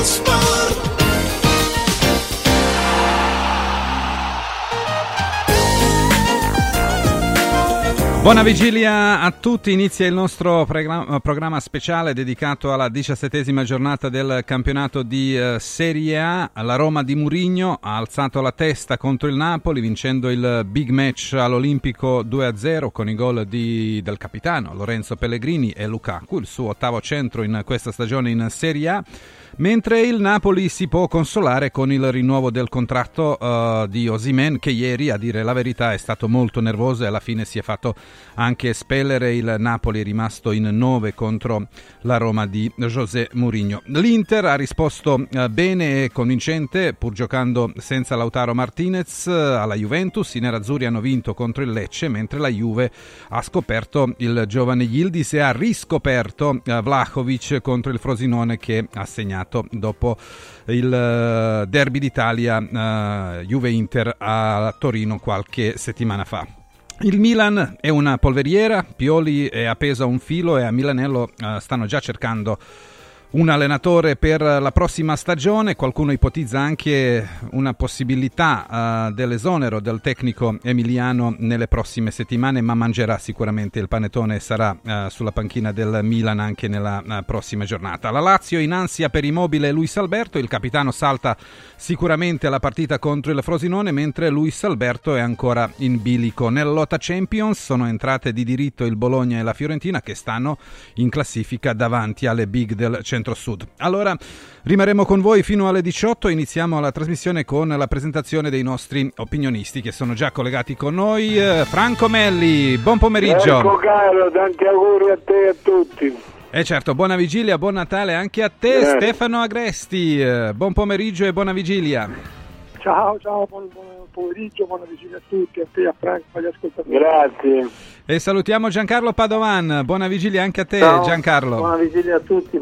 Sport. Buona vigilia a tutti, inizia il nostro programma speciale dedicato alla 17ª giornata del campionato di Serie A. La Roma di Mourinho ha alzato la testa contro il Napoli vincendo il big match all'Olimpico 2-0 con i gol del capitano Lorenzo Pellegrini e Lukaku, il suo ottavo centro in questa stagione in Serie A. Mentre il Napoli si può consolare con il rinnovo del contratto di Osimhen, che ieri, a dire la verità, è stato molto nervoso e alla fine si è fatto anche espellere. Il Napoli è rimasto in 9 contro la Roma di José Mourinho. L'Inter ha risposto bene e convincente, pur giocando senza Lautaro Martinez, alla Juventus. I nerazzurri hanno vinto contro il Lecce, mentre la Juve ha scoperto il giovane Yildiz e ha riscoperto Vlahovic contro il Frosinone, che ha segnato dopo il derby d'Italia Juve-Inter a Torino qualche settimana fa. Il Milan è una polveriera, Pioli è appeso a un filo e a Milanello stanno già cercando un allenatore per la prossima stagione. Qualcuno ipotizza anche una possibilità dell'esonero del tecnico emiliano nelle prossime settimane, ma mangerà sicuramente il panettone e sarà sulla panchina del Milan anche nella prossima giornata. La Lazio in ansia per Immobile Luis Alberto, il capitano salta sicuramente alla partita contro il Frosinone, mentre Luis Alberto è ancora in bilico. Nella lotta Champions sono entrate di diritto il Bologna e la Fiorentina, che stanno in classifica davanti alle big del centro-sud. Allora rimarremo con voi fino alle 18. Iniziamo la trasmissione con la presentazione dei nostri opinionisti che sono già collegati con noi. Franco Melli, buon pomeriggio. Ecco caro, tanti auguri a te e a tutti. E certo, buona vigilia, buon Natale anche a te. Grazie. Stefano Agresti, buon pomeriggio e buona vigilia. Ciao, buon pomeriggio, buona vigilia a tutti, a te, a Franco, agli ascoltatori. Grazie. E salutiamo Giancarlo Padovan, buona vigilia anche a te. Ciao, Giancarlo. buona vigilia a tutti,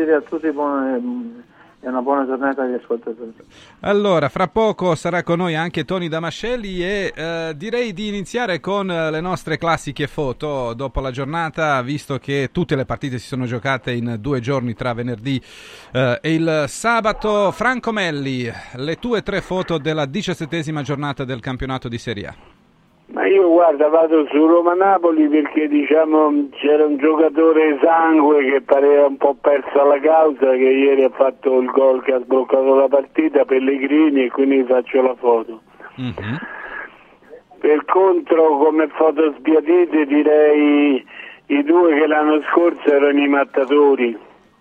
e una buona giornata agli ascoltatori. Allora, fra poco sarà con noi anche Tony Damascelli e direi di iniziare con le nostre classiche foto dopo la giornata, visto che tutte le partite si sono giocate in 2 giorni tra venerdì e il sabato. Franco Melli, le tue 3 foto della 17ª giornata del campionato di Serie A. Ma io guarda, vado su Roma-Napoli perché diciamo c'era un giocatore sangue che pareva un po' persa la causa, che ieri ha fatto il gol che ha sbloccato la partita, Pellegrini, e quindi faccio la foto. Mm-hmm. Per contro, come foto sbiadite, direi i 2 che l'anno scorso erano i mattatori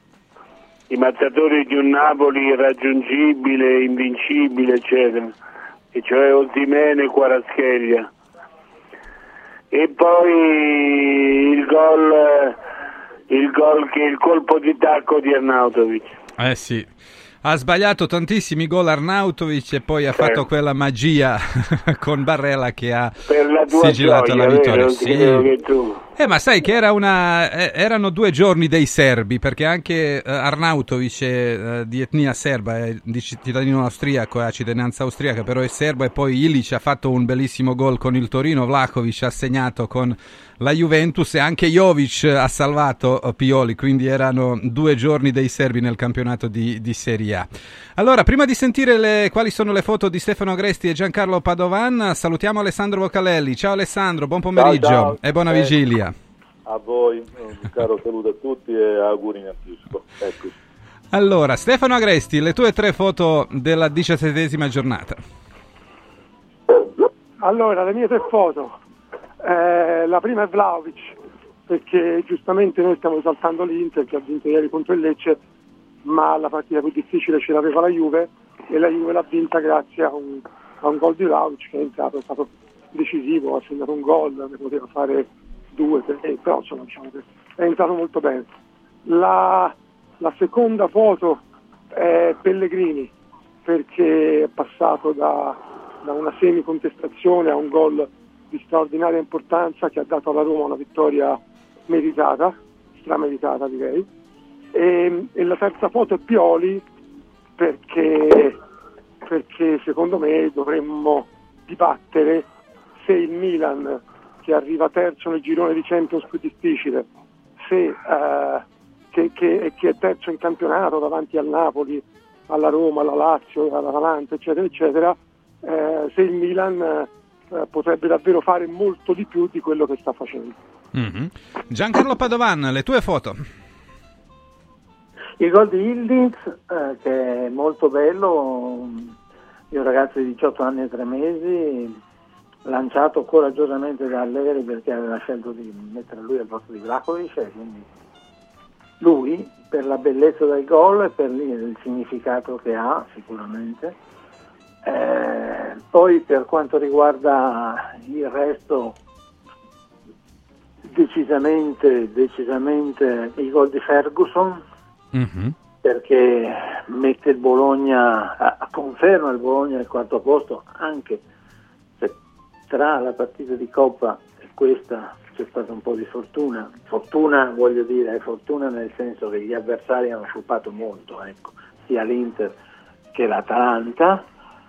di un Napoli irraggiungibile, invincibile, eccetera, e cioè Osimhen e Kvaratskhelia. E poi il colpo di tacco di Arnautovic. Sì, ha sbagliato tantissimi gol Arnautovic e poi ha fatto quella magia con Barella che ha sigillato la vittoria. Sì. Ma sai che erano 2 giorni dei serbi, perché anche Arnautovic è di etnia serba, è di cittadino austriaco, ha cittadinanza austriaca, però è serbo, e poi Ilic ha fatto un bellissimo gol con il Torino, Vlahovic ha segnato con la Juventus e anche Jovic ha salvato Pioli, quindi erano 2 giorni dei serbi nel campionato di Serie A. Allora, prima di sentire quali sono le foto di Stefano Agresti e Giancarlo Padovan, salutiamo Alessandro Vocalelli. Ciao Alessandro, buon pomeriggio. Ciao. E buona vigilia. A voi, un caro saluto a tutti e auguri in anticipo. Eccoci. Allora, Stefano Agresti, le tue 3 foto della 17ª giornata. Allora, le mie 3 foto. La prima è Vlahovic, perché giustamente noi stiamo esaltando l'Inter che ha vinto ieri contro il Lecce, ma la partita più difficile ce l'aveva la Juve e la Juve l'ha vinta grazie a un gol di Vlahovic che è entrato, è stato decisivo, ha segnato un gol, ne poteva fare 2, 3, però insomma, diciamo che è entrato molto bene. La seconda foto è Pellegrini, perché è passato da una semi-contestazione a un gol di straordinaria importanza che ha dato alla Roma una vittoria meritata, strameritata direi. E la terza foto è Pioli, perché secondo me dovremmo dibattere se il Milan, che arriva terzo nel girone di Champions più difficile, che è terzo in campionato davanti al Napoli alla Roma, alla Lazio, all'Atalanta, eccetera, eccetera, se il Milan potrebbe davvero fare molto di più di quello che sta facendo. Mm-hmm. Giancarlo Padovan, le tue foto. Il gol di Yildiz, che è molto bello, è un ragazzo di 18 anni e 3 mesi, lanciato coraggiosamente da Allegri perché aveva scelto di mettere lui al posto di Vlahovic, e quindi lui, per la bellezza del gol e per il significato che ha sicuramente. Poi per quanto riguarda il resto, decisamente il gol di Ferguson, perché mette il Bologna, conferma il Bologna al quarto posto, anche se tra la partita di Coppa e questa c'è stata un po' di fortuna voglio dire, fortuna nel senso che gli avversari hanno sciupato molto, ecco, sia l'Inter che l'Atalanta.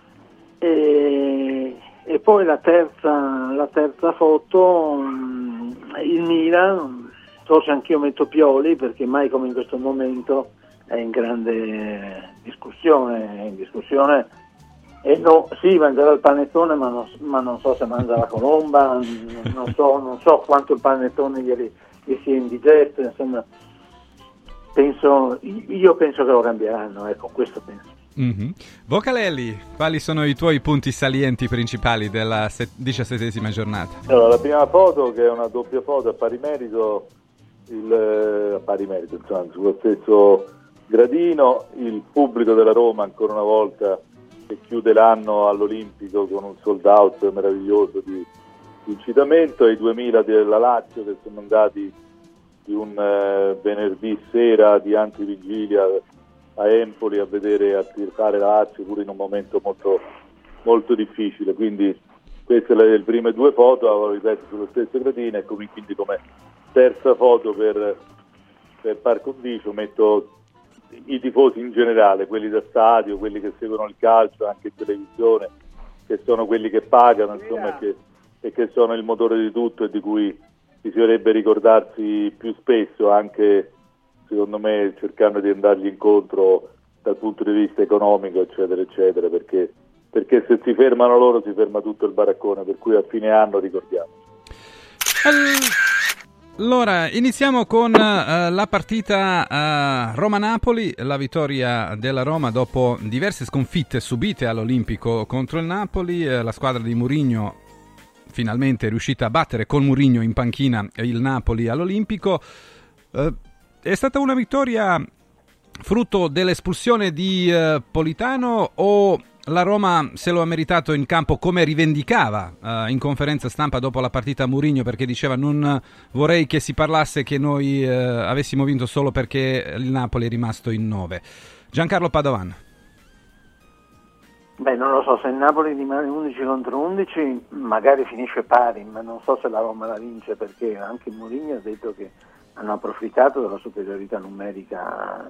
E poi la terza foto, il Milan, forse anch'io metto Pioli perché mai come in questo momento è in grande discussione e no, sì, mangerà il panettone ma non so se mangia la colomba, non so quanto il panettone gli sia indigesto, insomma io penso che lo cambieranno, ecco, questo penso. Mm-hmm. Vocalelli, quali sono i tuoi punti salienti principali della 17ª giornata? Allora, la prima foto, che è una doppia foto a pari merito, insomma, sullo stesso gradino, il pubblico della Roma ancora una volta che chiude l'anno all'Olimpico con un sold out meraviglioso di incitamento, e i 2000 della Lazio che sono andati di un venerdì sera di antivigilia a Empoli a vedere, a tirare la Lazio pure in un momento molto, molto difficile. Quindi queste le prime due foto, ripeto, sullo stesso gradino, e quindi come terza foto per par condicio metto i tifosi in generale, quelli da stadio, quelli che seguono il calcio anche in televisione, che sono quelli che pagano, insomma, e che sono il motore di tutto e di cui bisognerebbe ricordarsi più spesso, anche secondo me cercando di andargli incontro dal punto di vista economico, eccetera, eccetera, perché se si fermano loro si ferma tutto il baraccone, per cui a fine anno ricordiamo. Allora, iniziamo con la partita Roma-Napoli, la vittoria della Roma dopo diverse sconfitte subite all'Olimpico contro il Napoli. La squadra di Mourinho finalmente è riuscita a battere con Mourinho in panchina il Napoli all'Olimpico. È stata una vittoria frutto dell'espulsione di Politano, o la Roma se lo ha meritato in campo, come rivendicava in conferenza stampa dopo la partita Mourinho, perché diceva: non vorrei che si parlasse che noi avessimo vinto solo perché il Napoli è rimasto in 9. Giancarlo Padovan. Beh, non lo so, se il Napoli rimane 11 contro 11 magari finisce pari, ma non so se la Roma la vince, perché anche Mourinho ha detto che hanno approfittato della superiorità numerica,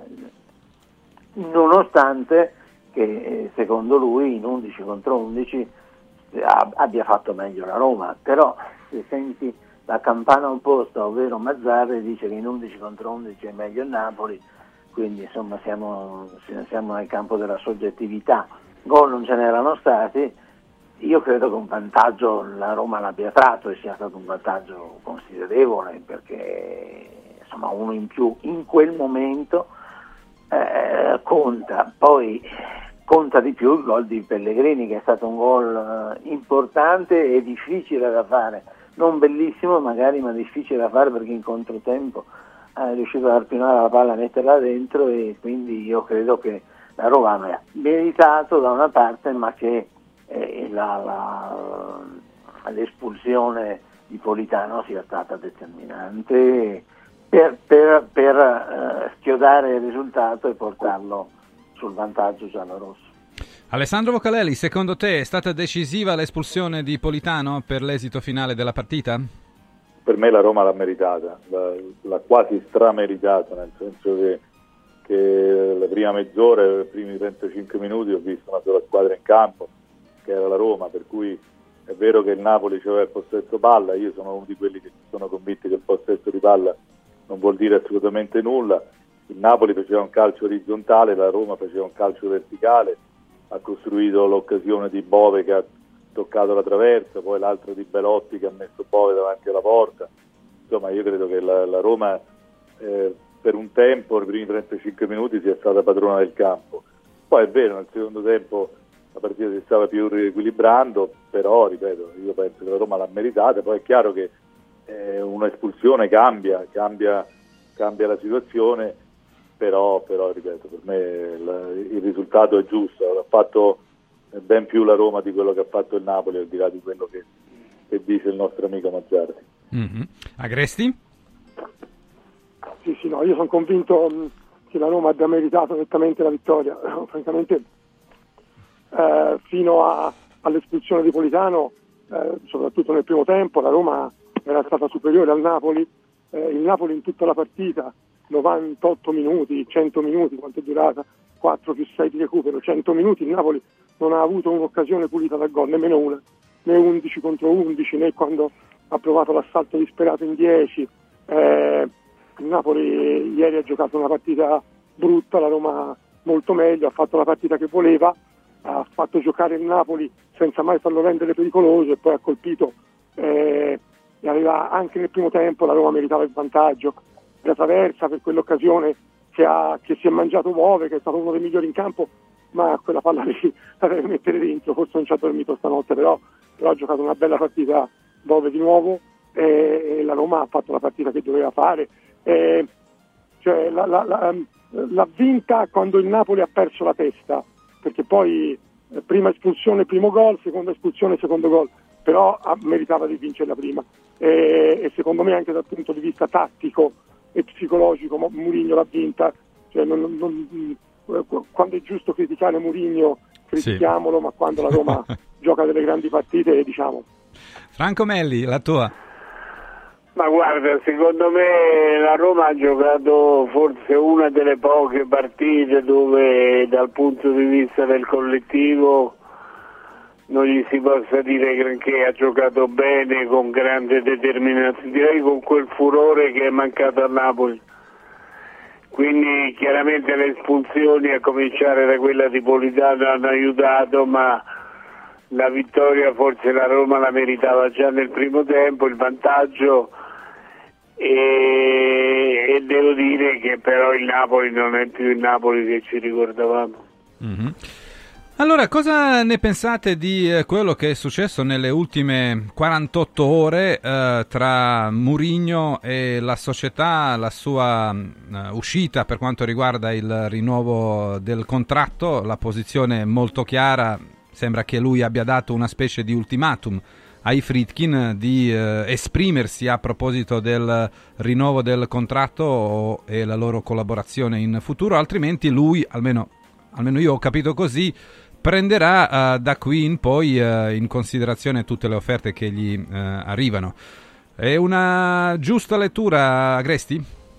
nonostante che secondo lui in 11 contro 11 abbia fatto meglio la Roma. Però se senti la campana opposta, ovvero Mazzarri, dice che in 11 contro 11 è meglio il Napoli, quindi insomma siamo nel campo della soggettività. Gol non ce n'erano stati, io credo che un vantaggio la Roma l'abbia tratto e sia stato un vantaggio considerevole, perché insomma uno in più in quel momento conta. Poi conta di più il gol di Pellegrini, che è stato un gol importante e difficile da fare, non bellissimo magari, ma difficile da fare, perché in controtempo è riuscito ad arpinare la palla, a metterla dentro, e quindi io credo che la Roma ha meritato da una parte, ma che l'espulsione di Politano sia stata determinante per schiodare il risultato e portarlo sul vantaggio giallorosso. Alessandro Vocalelli, secondo te è stata decisiva l'espulsione di Politano per l'esito finale della partita? Per me la Roma l'ha meritata, l'ha quasi strameritata, nel senso che la prima mezz'ora, i primi 35 minuti ho visto una sola squadra in campo, che era la Roma, per cui è vero che il Napoli aveva il possesso palla. Io sono uno di quelli che sono convinti che il possesso di palla non vuol dire assolutamente nulla, il Napoli faceva un calcio orizzontale, la Roma faceva un calcio verticale, ha costruito l'occasione di Bove che ha toccato la traversa, poi l'altro di Belotti che ha messo Bove davanti alla porta. Insomma, io credo che la Roma per un tempo, nei primi 35 minuti, sia stata padrona del campo. Poi è vero, nel secondo tempo la partita si stava più riequilibrando, però, ripeto, io penso che la Roma l'ha meritata. Poi è chiaro che un'espulsione cambia la situazione, però ripeto, per me il risultato è giusto, ha fatto ben più la Roma di quello che ha fatto il Napoli, al di là di quello che dice il nostro amico Mazzarri. Mm-hmm. Agresti? Sì, no, io sono convinto che la Roma abbia meritato nettamente la vittoria. Francamente, fino all'espulsione di Politano, soprattutto nel primo tempo, la Roma era stata superiore al Napoli. Il Napoli in tutta la partita, 98 minuti, 100 minuti, quanto è durata, 4 più 6 di recupero, 100 minuti, il Napoli non ha avuto un'occasione pulita da gol, nemmeno una, né 11 contro 11, né quando ha provato l'assalto disperato in 10. Il Napoli ieri ha giocato una partita brutta, la Roma molto meglio, ha fatto la partita che voleva, ha fatto giocare il Napoli senza mai farlo rendere pericoloso e poi ha colpito, e aveva anche nel primo tempo, la Roma meritava il vantaggio. La traversa per quell'occasione che si è mangiato Bove, che è stato uno dei migliori in campo, ma quella palla lì la deve mettere dentro, forse non ci ha dormito stanotte, però ha giocato una bella partita Bove di nuovo, e la Roma ha fatto la partita che doveva fare. Cioè, l'ha vinta quando il Napoli ha perso la testa, perché poi prima espulsione, primo gol, seconda espulsione, secondo gol, però meritava di vincere la prima, e secondo me anche dal punto di vista tattico e psicologico Mourinho l'ha vinta. Cioè, quando è giusto criticare Mourinho critichiamolo, sì, ma quando la Roma gioca delle grandi partite, diciamo. Franco Melli, la tua? Ma guarda, secondo me la Roma ha giocato forse una delle poche partite dove dal punto di vista del collettivo non gli si possa dire granché, ha giocato bene, con grande determinazione, direi con quel furore che è mancato a Napoli. Quindi chiaramente le espulsioni, a cominciare da quella di Politano, hanno aiutato, ma la vittoria forse la Roma la meritava già nel primo tempo, il vantaggio, e devo dire che però il Napoli non è più il Napoli che ci ricordavamo. Mm-hmm. Allora, cosa ne pensate di quello che è successo nelle ultime 48 ore tra Mourinho e la società, la sua uscita per quanto riguarda il rinnovo del contratto? La posizione è molto chiara, sembra che lui abbia dato una specie di ultimatum ai Friedkin di esprimersi a proposito del rinnovo del contratto e la loro collaborazione in futuro, altrimenti lui, almeno io ho capito così, prenderà da qui in poi in considerazione tutte le offerte che gli arrivano. È una giusta lettura, Agresti?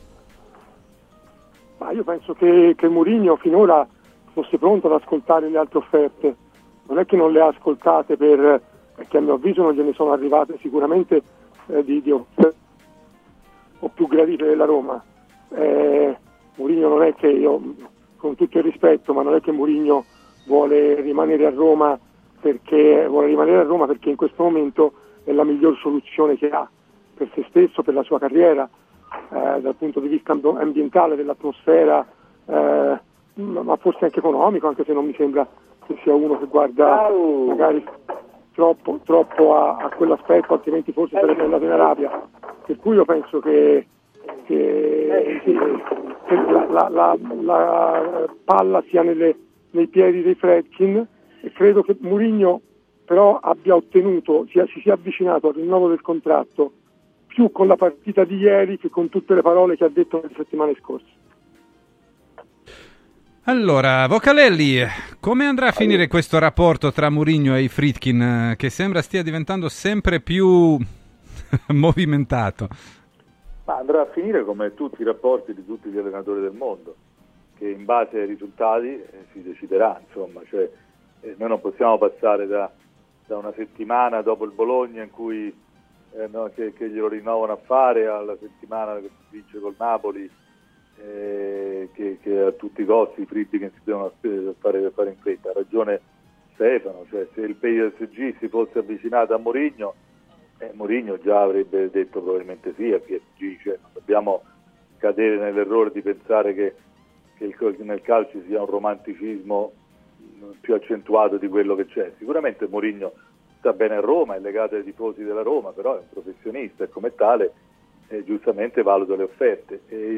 Ma io penso che Mourinho finora fosse pronto ad ascoltare le altre offerte. Non è che non le ha ascoltate perché a mio avviso non gliene sono arrivate sicuramente di offerte o più gradite della Roma. Mourinho non è che, io con tutto il rispetto, ma non è che Mourinho vuole rimanere a Roma perché in questo momento è la miglior soluzione che ha per se stesso, per la sua carriera, dal punto di vista ambientale, dell'atmosfera, ma forse anche economico, anche se non mi sembra che sia uno che guarda magari troppo a quell'aspetto, altrimenti forse sarebbe andato in Arabia. Per cui io penso che la palla sia nei piedi dei Friedkin, e credo che Mourinho però abbia ottenuto, si sia avvicinato al rinnovo del contratto più con la partita di ieri che con tutte le parole che ha detto nelle settimane scorse. Allora, Vocalelli, come andrà a finire questo rapporto tra Mourinho e i Friedkin, che sembra stia diventando sempre più movimentato? Ma andrà a finire come tutti i rapporti di tutti gli allenatori del mondo, che in base ai risultati si deciderà, insomma, cioè noi non possiamo passare da una settimana dopo il Bologna in cui che glielo rinnovano a fare, alla settimana che vince col Napoli che a tutti i costi i Friedkin si devono fare in fretta. Ha ragione Stefano, cioè se il PSG si fosse avvicinato a Mourinho, Mourinho già avrebbe detto probabilmente sì al PSG, cioè non dobbiamo cadere nell'errore di pensare che nel calcio sia un romanticismo più accentuato di quello che c'è. Sicuramente Mourinho sta bene a Roma, è legato ai tifosi della Roma, però è un professionista e come tale giustamente valuta le offerte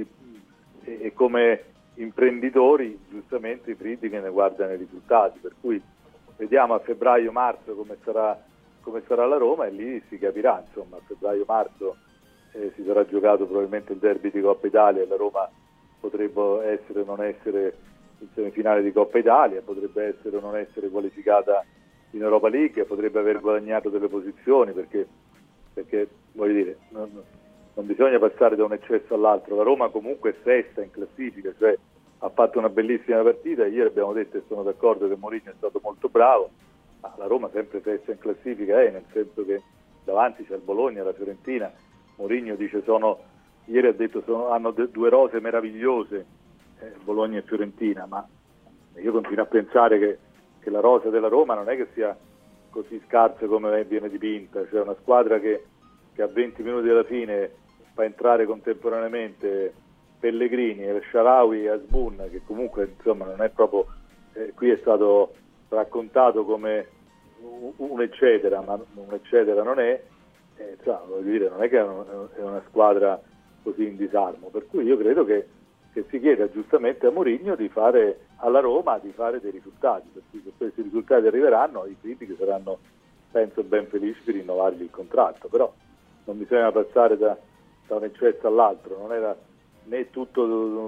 e come imprenditori giustamente i Friedkin ne guardano i risultati, per cui vediamo a febbraio-marzo come sarà la Roma e lì si capirà, insomma a febbraio-marzo si sarà giocato probabilmente il derby di Coppa Italia e la Roma potrebbe essere o non essere in semifinale di Coppa Italia, potrebbe essere o non essere qualificata in Europa League, potrebbe aver guadagnato delle posizioni perché voglio dire non bisogna passare da un eccesso all'altro. La Roma comunque è sesta in classifica, cioè ha fatto una bellissima partita. Ieri abbiamo detto e sono d'accordo che Mourinho è stato molto bravo, ma la Roma sempre sesta in classifica nel senso che davanti c'è il Bologna, la Fiorentina. Mourinho dice ieri ha detto hanno due rose meravigliose, Bologna e Fiorentina, ma io continuo a pensare che la rosa della Roma non è che sia così scarsa come viene dipinta, cioè una squadra che a 20 minuti alla fine fa entrare contemporaneamente Pellegrini, El Shaarawy e Azmoun, che comunque insomma non è proprio qui è stato raccontato come un eccetera, ma un eccetera non è, voglio dire, non è che è una squadra così in disarmo, per cui io credo che si chieda giustamente a Mourinho di fare alla Roma di fare dei risultati, per cui se questi risultati arriveranno i critici saranno penso ben felici di rinnovargli il contratto, però non bisogna passare da un eccesso all'altro, non era né tutto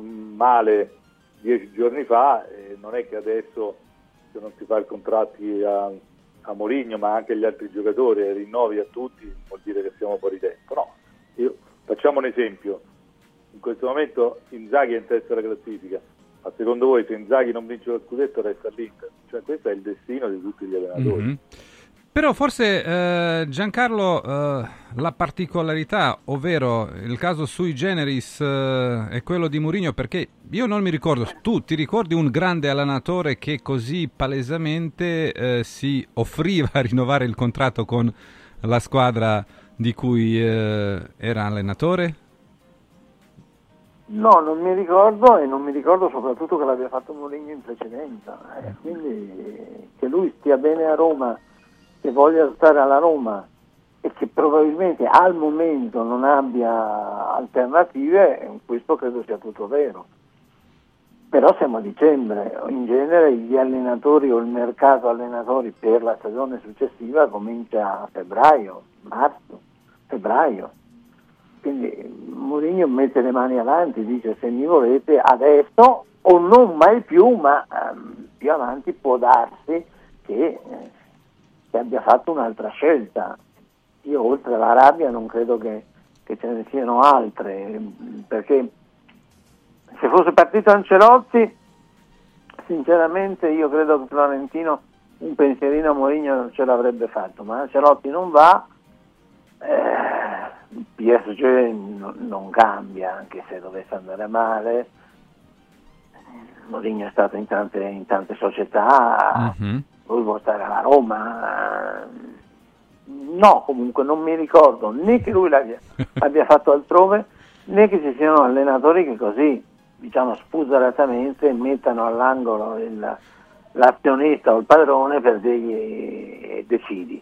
male 10 giorni fa, non è che adesso se non si fa i contratti a Mourinho ma anche agli altri giocatori e rinnovi a tutti vuol dire che siamo fuori tempo. No, facciamo un esempio, in questo momento Inzaghi è in testa alla classifica, ma secondo voi se Inzaghi non vince lo scudetto resta all'Inter? Cioè questo è il destino di tutti gli allenatori. Mm-hmm. Però forse Giancarlo la particolarità, ovvero il caso sui generis è quello di Mourinho, perché io non mi ricordo, tu ti ricordi un grande allenatore che così palesemente si offriva a rinnovare il contratto con la squadra di cui era allenatore? No, non mi ricordo e non mi ricordo soprattutto che l'abbia fatto Mourinho in precedenza, quindi che lui stia bene a Roma, che voglia stare alla Roma e che probabilmente al momento non abbia alternative, questo credo sia tutto vero. Però siamo a dicembre, in genere gli allenatori o il mercato allenatori per la stagione successiva comincia a febbraio. Quindi Mourinho mette le mani avanti, dice se mi volete adesso o non mai più, ma più avanti può darsi che abbia fatto un'altra scelta. Io oltre all'Arabia non credo che ce ne siano altre, perché se fosse partito Ancelotti sinceramente io credo che Florentino un pensierino a Mourinho ce l'avrebbe fatto, ma Ancelotti non va, PSG non cambia, anche se dovesse andare male. Mourinho è stato in tante società, lui vuole stare alla Roma. No, comunque non mi ricordo né che lui l'abbia fatto altrove, né che ci siano allenatori che così, diciamo, spudoratamente mettano all'angolo l'azionista o il padrone per decidi.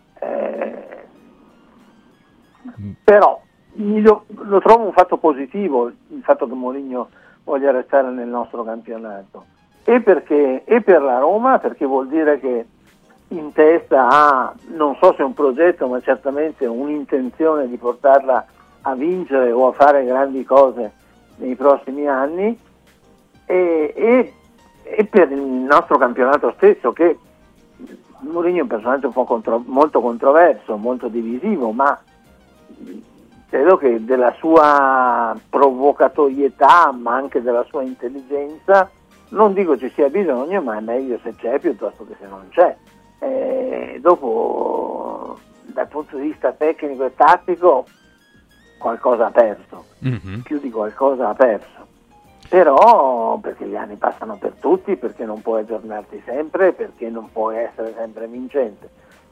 Però lo trovo un fatto positivo il fatto che Mourinho voglia restare nel nostro campionato, e per la Roma, perché vuol dire che in testa ha, non so se un progetto, ma certamente un'intenzione di portarla a vincere o a fare grandi cose nei prossimi anni, e per il nostro campionato stesso, che Mourinho è un personaggio molto controverso, molto divisivo, ma credo che della sua provocatorietà, ma anche della sua intelligenza, non dico ci sia bisogno, ma è meglio se c'è piuttosto che se non c'è. Dopo, dal punto di vista tecnico e tattico, qualcosa ha perso, più di qualcosa ha perso. Però perché gli anni passano per tutti, perché non puoi aggiornarti sempre, perché non puoi essere sempre vincente.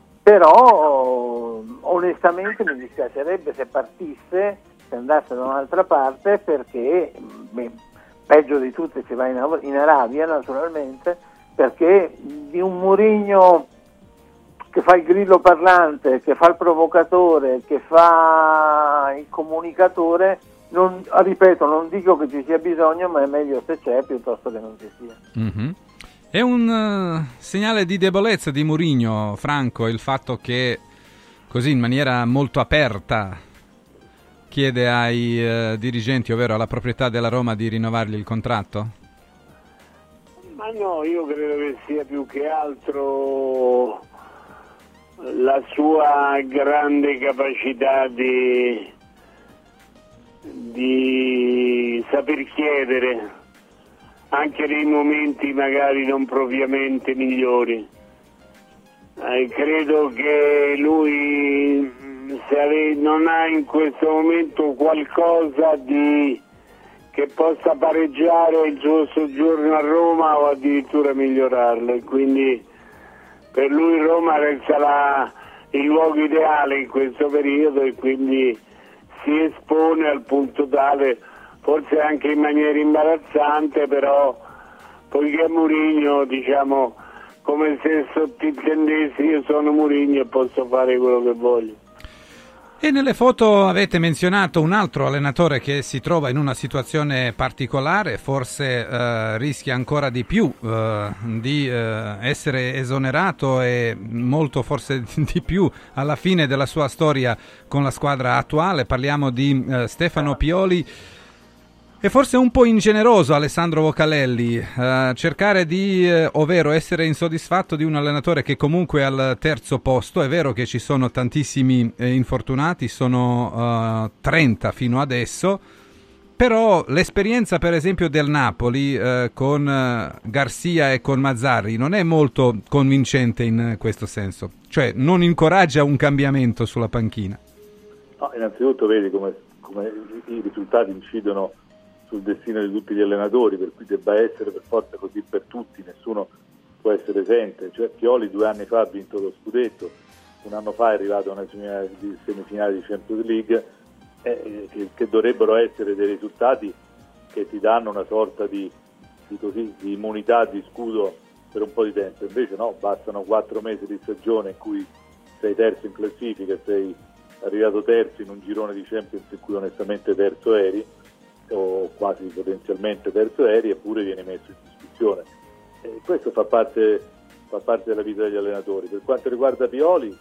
Però onestamente mi dispiacerebbe se partisse, se andasse da un'altra parte, perché peggio di tutti si va in Arabia naturalmente, perché di un Mourinho che fa il grillo parlante, che fa il provocatore, che fa il comunicatore, ripeto, non dico che ci sia bisogno, ma è meglio se c'è piuttosto che non ci sia. Mm-hmm. È un segnale di debolezza di Mourinho, Franco, il fatto che così in maniera molto aperta chiede ai dirigenti, ovvero alla proprietà della Roma, di rinnovargli il contratto? Ma no, io credo che sia più che altro la sua grande capacità di saper chiedere anche nei momenti magari non propriamente migliori. Credo che lui non ha in questo momento qualcosa che possa pareggiare il suo soggiorno a Roma o addirittura migliorarlo, e quindi per lui Roma sarà il luogo ideale in questo periodo, e quindi si espone al punto tale, forse anche in maniera imbarazzante, però poiché Mourinho, diciamo, come se sottintendessi io sono Mourinho e posso fare quello che voglio. E nelle foto avete menzionato un altro allenatore che si trova in una situazione particolare, forse rischia ancora di più di essere esonerato, e molto forse di più alla fine della sua storia con la squadra attuale. Parliamo di Stefano Pioli. E forse un po' ingeneroso Alessandro Vocalelli cercare di, ovvero essere insoddisfatto di un allenatore che comunque è al terzo posto. È vero che ci sono tantissimi infortunati, sono 30 fino adesso, però l'esperienza per esempio del Napoli con Garcia e con Mazzarri non è molto convincente in questo senso, cioè non incoraggia un cambiamento sulla panchina. No, innanzitutto vedi come i risultati incidono sul destino di tutti gli allenatori, per cui debba essere per forza così per tutti, nessuno può essere esente. Cioè Pioli 2 anni fa ha vinto lo scudetto, un anno fa è arrivato a una semifinale di Champions League, che dovrebbero essere dei risultati che ti danno una sorta di immunità, di scudo per un po' di tempo. Invece no, bastano 4 mesi di stagione in cui sei terzo in classifica, sei arrivato terzo in un girone di Champions in cui onestamente terzo eri, o quasi potenzialmente terzo eri, eppure viene messo in discussione. Questo fa parte della vita degli allenatori. Per quanto riguarda Pioli,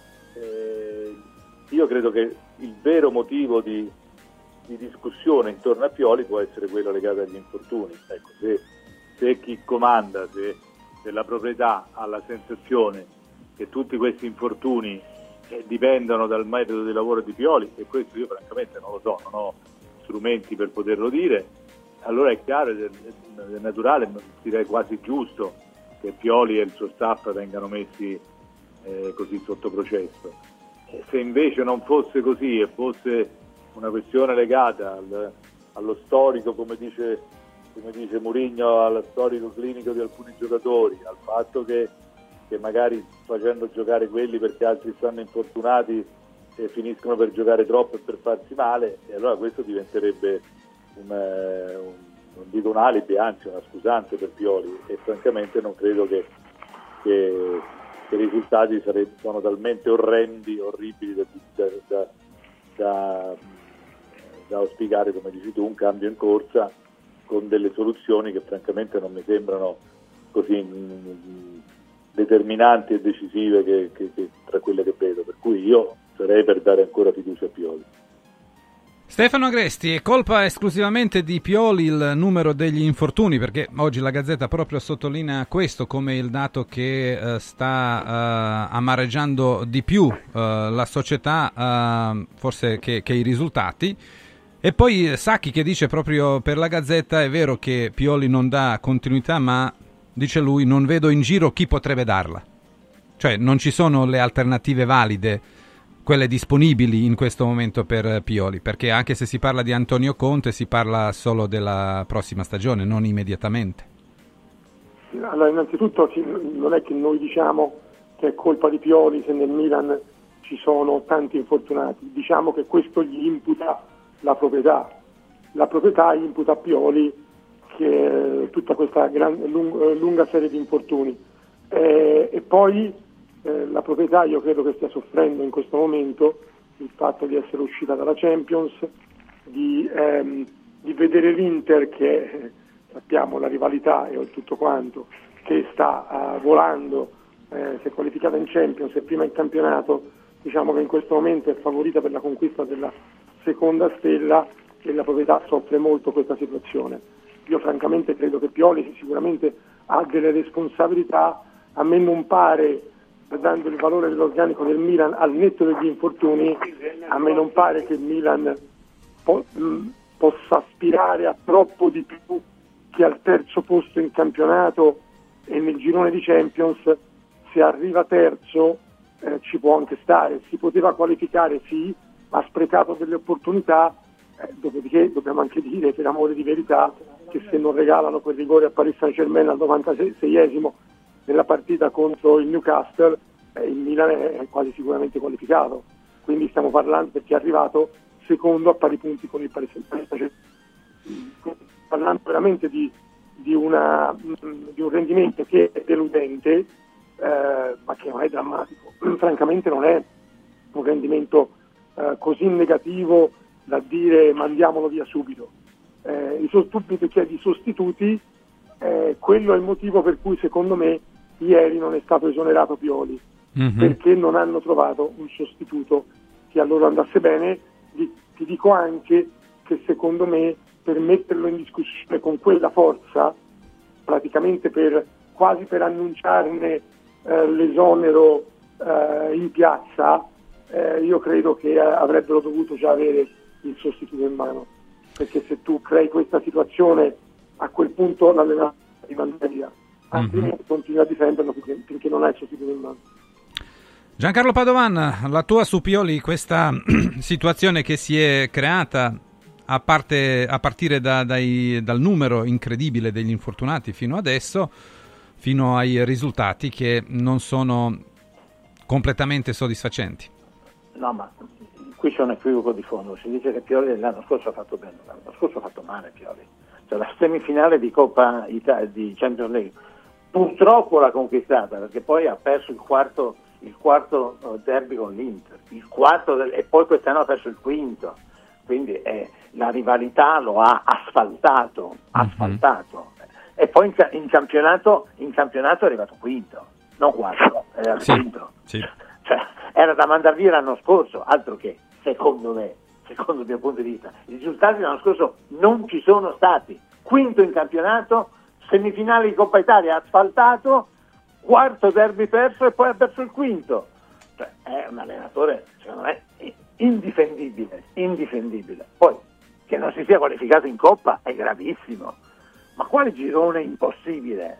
io credo che il vero motivo di discussione intorno a Pioli può essere quello legato agli infortuni. Ecco, se chi comanda, se la proprietà ha la sensazione che tutti questi infortuni dipendono dal metodo di lavoro di Pioli, e questo io francamente non lo so, non ho strumenti per poterlo dire, allora è chiaro, è naturale, direi quasi giusto, che Pioli e il suo staff vengano messi così sotto processo. Se invece non fosse così e fosse una questione legata allo storico, come dice Mourinho, allo storico clinico di alcuni giocatori, al fatto che magari facendo giocare quelli perché altri stanno infortunati finiscono per giocare troppo e per farsi male, e allora questo diventerebbe non dico un alibi, anzi una scusante per Pioli, e francamente non credo che i risultati sono talmente orribili da auspicare, come dici tu, un cambio in corsa con delle soluzioni che francamente non mi sembrano così determinanti e decisive che tra quelle che vedo, per cui io sarei per dare ancora fiducia a Pioli. Stefano Agresti, è colpa esclusivamente di Pioli il numero degli infortuni? Perché oggi la Gazzetta proprio sottolinea questo come il dato che sta amareggiando di più la società, forse che i risultati. E poi Sacchi che dice proprio per la Gazzetta: è vero che Pioli non dà continuità, ma dice lui non vedo in giro chi potrebbe darla. Cioè non ci sono le alternative valide quelle disponibili in questo momento per Pioli, perché anche se si parla di Antonio Conte si parla solo della prossima stagione, non immediatamente. Allora, innanzitutto non è che noi diciamo che è colpa di Pioli se nel Milan ci sono tanti infortunati, diciamo che questo gli imputa la proprietà imputa a Pioli che tutta questa lunga serie di infortuni e poi la proprietà io credo che stia soffrendo in questo momento il fatto di essere uscita dalla Champions, di vedere l'Inter che sappiamo la rivalità e tutto quanto, che sta volando, si è qualificata in Champions e prima in campionato, diciamo che in questo momento è favorita per la conquista della seconda stella e la proprietà soffre molto questa situazione. Io francamente credo che Pioli sicuramente ha delle responsabilità, a me non pare, dando il valore dell'organico del Milan al netto degli infortuni, a me non pare che il Milan possa aspirare a troppo di più che al terzo posto in campionato e nel girone di Champions. Se arriva terzo ci può anche stare, si poteva qualificare sì, ha sprecato delle opportunità, dopodiché dobbiamo anche dire per amore di verità che se non regalano quel rigore a Paris Saint-Germain al 96esimo nella partita contro il Newcastle, il Milan è quasi sicuramente qualificato, quindi stiamo parlando perché è arrivato secondo a pari punti con il Paris Saint-Germain, parlando veramente di un rendimento che è deludente, ma che non è drammatico. Francamente non è un rendimento così negativo da dire mandiamolo via subito. Tu mi chiedi sostituti, quello è il motivo per cui secondo me ieri non è stato esonerato Pioli, perché non hanno trovato un sostituto che a loro andasse bene. Ti dico anche che secondo me per metterlo in discussione con quella forza, praticamente quasi per annunciarne l'esonero in piazza, io credo che avrebbero dovuto già avere il sostituto in mano, perché se tu crei questa situazione a quel punto l'allenatore ti manda via, altrimenti continui a difenderlo finché non hai il sostituto in mano. Giancarlo Padovan, la tua su Pioli, questa situazione che si è creata a partire dal numero incredibile degli infortunati fino adesso, fino ai risultati che non sono completamente soddisfacenti. No, ma qui c'è un equivoco di fondo. Si dice che Pioli l'anno scorso ha fatto bene, l'anno scorso ha fatto male Pioli. Cioè la semifinale di Coppa di Champions League purtroppo l'ha conquistata perché poi ha perso il quarto derby con l'Inter, e poi quest'anno ha perso il quinto, quindi la rivalità lo ha asfaltato. E poi in campionato è arrivato quinto, non quarto, era il quinto. Sì. Cioè, era da mandar via l'anno scorso, altro che, secondo il mio punto di vista. I risultati l'anno scorso non ci sono stati. Quinto in campionato, semifinale di Coppa Italia asfaltato, quarto derby perso e poi ha perso il quinto. Cioè, è un allenatore, secondo me, indifendibile. Poi, che non si sia qualificato in Coppa è gravissimo. Ma quale girone impossibile?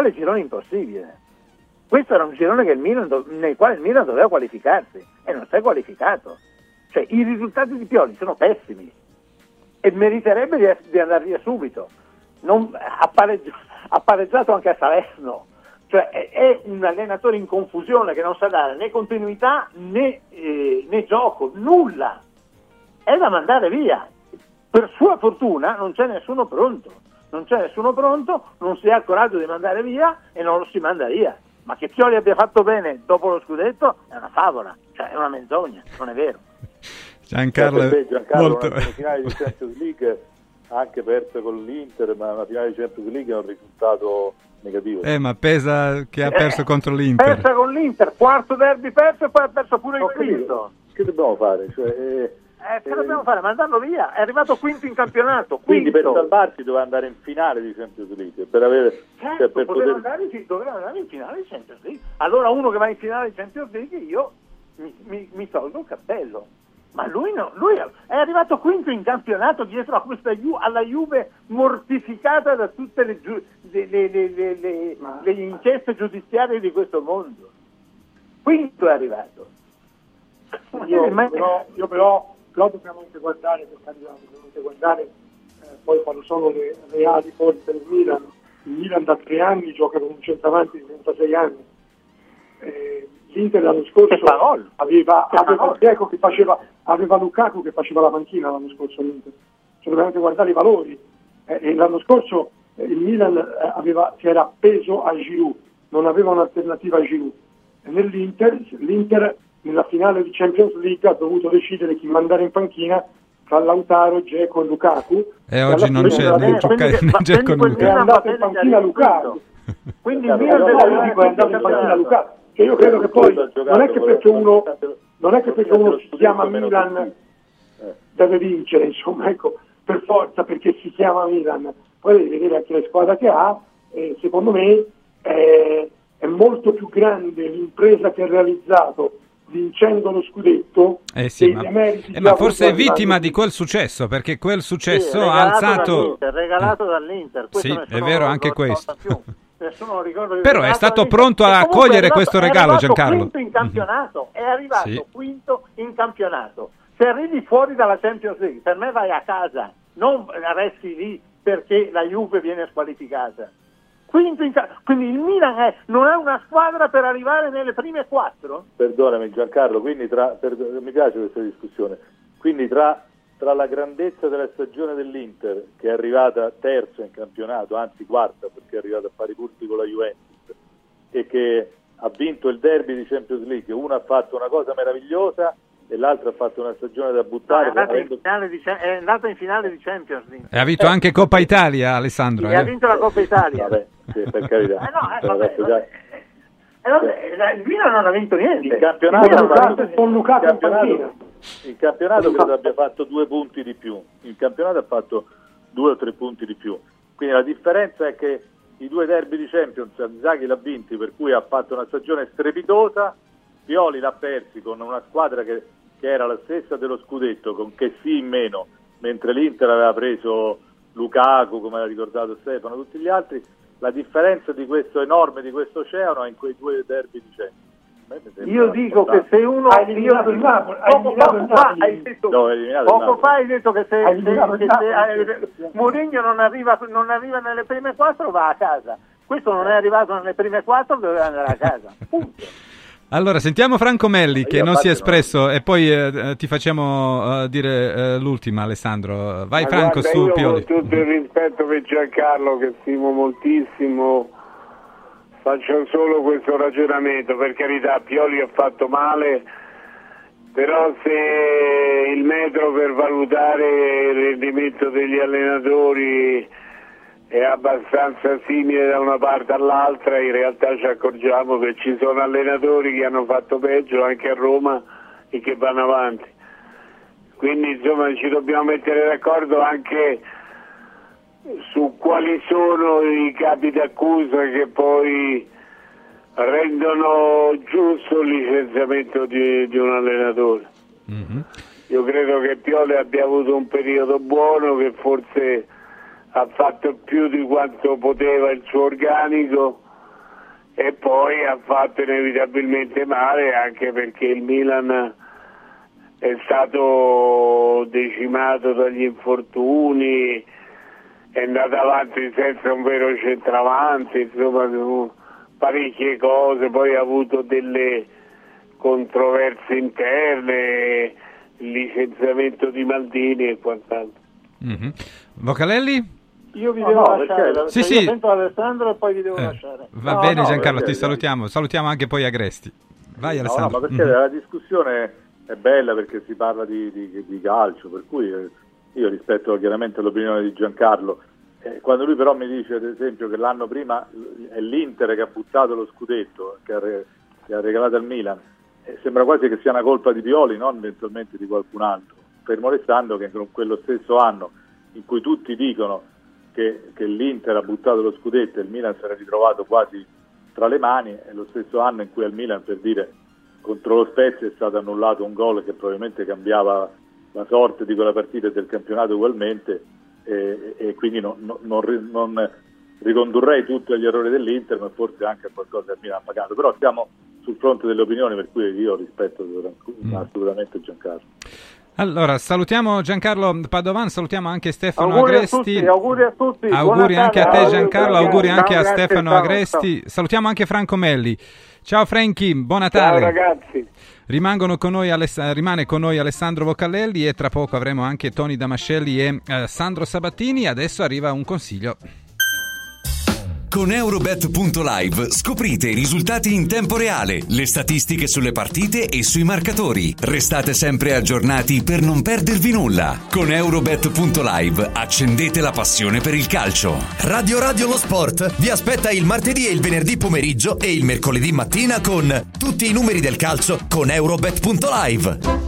Questo era un girone nel quale il Milan doveva qualificarsi e non si è qualificato. Cioè, i risultati di Pioli sono pessimi e meriterebbe di andare via subito. Ha pareggiato anche a Salerno. Cioè, è un allenatore in confusione che non sa dare né continuità né gioco, nulla. È da mandare via. Per sua fortuna non c'è nessuno pronto, non si ha il coraggio di mandare via e non lo si manda via. Ma che Pioli abbia fatto bene dopo lo scudetto è una favola, cioè è una menzogna, non è vero. Giancarlo molto... una finale di Champions League anche persa con l'Inter, ma una finale di Champions League è un risultato negativo. Ma pesa che ha perso contro l'Inter. Persa con l'Inter, quarto derby perso e poi ha perso pure il quinto. Che dobbiamo fare? Che dobbiamo fare? Mandarlo via, è arrivato quinto in campionato. Quindi per salvarsi doveva andare in finale di Champions League per avere, doveva andare in finale di Champions League. Allora uno che va in finale di Champions League io mi tolgo il cappello. Ma lui è arrivato quinto in campionato dietro a questa alla Juve mortificata da tutte le inchieste giudiziarie di questo mondo. Quinto è arrivato. Io però dobbiamo anche guardare, poi quando sono le reali forze del Milan. Il Milan da 3 anni gioca con un centravanti di 36 anni. L'Inter l'anno scorso aveva Dzeko che aveva Lukaku che faceva la panchina l'anno scorso l'Inter. Cioè dobbiamo anche guardare i valori. E l'anno scorso il Milan si era appeso a Giroud, non aveva un'alternativa a Giroud. E l'Inter nella finale di Champions League ha dovuto decidere chi mandare in panchina tra Lautaro, Dzeko e Lukaku. E oggi non c'è né Dzeko né Lukaku. È andato in panchina Lukaku. Quindi il Milan è andato in panchina Lukaku. Che io credo che poi non è che perché uno si chiama Milan deve vincere, insomma, ecco, per forza perché si chiama Milan. Poi devi vedere anche le squadre che ha, e secondo me è molto più grande l'impresa che ha realizzato vincendo lo scudetto. Sì, ma forse è vittima di quel successo, perché quel successo ha alzato regalato dall'Inter. Sì, è vero anche questo. Però è stato pronto a cogliere questo regalo, Giancarlo. Quinto in campionato, è arrivato quinto in campionato. Se arrivi fuori dalla Champions League, per me vai a casa, non resti lì perché la Juve viene squalificata. Quindi il Milan non è una squadra per arrivare nelle prime 4? Perdonami Giancarlo, quindi mi piace questa discussione, quindi tra la grandezza della stagione dell'Inter, che è arrivata terza in campionato, anzi quarta perché è arrivata a pari punti con la Juventus, e che ha vinto il derby di Champions League, una ha fatto una cosa meravigliosa e l'altra ha fatto una stagione da buttare. È andata in finale di Champions League. E ha vinto anche Coppa Italia, Alessandro. Ha vinto la Coppa Italia. Vabbè, sì, per carità. Il Milan non ha vinto niente. Il campionato credo abbia fatto 2 punti di più. Il campionato ha fatto 2 o 3 punti di più. Quindi la differenza è che i 2 derby di Champions Inzaghi l'ha vinti, per cui ha fatto una stagione strepitosa. Pioli l'ha persi con una squadra che era la stessa dello scudetto, con Chessy in meno, mentre l'Inter aveva preso Lukaku, come ha ricordato Stefano, tutti gli altri. La differenza di questo enorme, di questo oceano, è in quei 2 derby di Champions. Io dico che se uno ha eliminato il Napoli, poco fa hai detto che se Mourinho non arriva nelle prime 4 va a casa. Questo non è arrivato nelle prime 4, doveva andare a casa. Punto. Allora sentiamo Franco Melli che non si è espresso e poi ti facciamo dire l'ultima, Alessandro. Vai Franco, su Pioli. Con tutto il rispetto per Giancarlo, che stimo moltissimo, faccio solo questo ragionamento. Per carità, Pioli ha fatto male, però se il metro per valutare il rendimento degli allenatori è abbastanza simile da una parte all'altra, in realtà ci accorgiamo che ci sono allenatori che hanno fatto peggio anche a Roma e che vanno avanti. Quindi insomma ci dobbiamo mettere d'accordo anche su quali sono i capi d'accusa che poi rendono giusto il licenziamento di un allenatore. Mm-hmm. Io credo che Pioli abbia avuto un periodo buono, che forse ha fatto più di quanto poteva il suo organico, e poi ha fatto inevitabilmente male, anche perché il Milan è stato decimato dagli infortuni, è andato avanti senza un vero centravanti, insomma parecchie cose, poi ha avuto delle controversie interne, il licenziamento di Maldini e quant'altro. Mm-hmm. Vocalelli? Io vi devo lasciare, io sento Alessandro e poi vi devo lasciare. Va bene Giancarlo, ti salutiamo anche poi Agresti. Vai Alessandro. No, perché la discussione è bella, perché si parla di calcio, per cui io rispetto chiaramente l'opinione di Giancarlo. Quando lui però mi dice ad esempio che l'anno prima è l'Inter che ha buttato lo scudetto, che ha regalato al Milan, sembra quasi che sia una colpa di Pioli, non eventualmente di qualcun altro, fermo restando che in quello stesso anno in cui tutti dicono che l'Inter ha buttato lo scudetto e il Milan si era ritrovato quasi tra le mani, è lo stesso anno in cui al Milan, per dire, contro lo Spezia è stato annullato un gol che probabilmente cambiava la sorte di quella partita e del campionato ugualmente, e quindi non ricondurrei tutto agli errori dell'Inter, ma forse anche a qualcosa che il Milan ha pagato. Però stiamo sul fronte delle opinioni, per cui io rispetto assolutamente Giancarlo. Allora, salutiamo Giancarlo Padovan, salutiamo anche Stefano auguri Agresti. Auguri a tutti. Auguri anche a te Giancarlo, auguri anche a grazie, Stefano ciao, Agresti. ciao. Salutiamo anche Franco Melli. Ciao Franchi, buon Natale. Ciao ragazzi. Rimane con noi Alessandro Vocallelli e tra poco avremo anche Tony Damascelli e Sandro Sabattini. Adesso arriva un consiglio. Con Eurobet.live scoprite i risultati in tempo reale, le statistiche sulle partite e sui marcatori. Restate sempre aggiornati per non perdervi nulla. Con Eurobet.live accendete la passione per il calcio. Radio Lo Sport vi aspetta il martedì e il venerdì pomeriggio e il mercoledì mattina con tutti i numeri del calcio con Eurobet.live.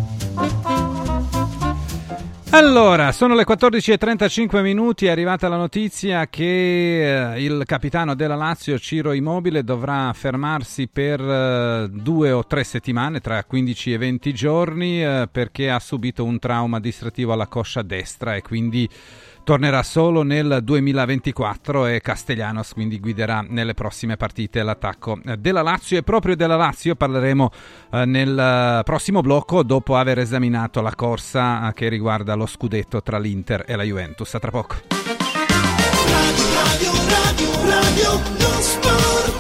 Allora, sono le 14:35 minuti, è arrivata la notizia che il capitano della Lazio, Ciro Immobile, dovrà fermarsi per 2 o 3 settimane, tra 15 e 20 giorni, perché ha subito un trauma distrattivo alla coscia destra e quindi tornerà solo nel 2024 e Castellanos quindi guiderà nelle prossime partite l'attacco della Lazio, e proprio della Lazio parleremo nel prossimo blocco dopo aver esaminato la corsa che riguarda lo scudetto tra l'Inter e la Juventus. A tra poco. Radio lo Sport.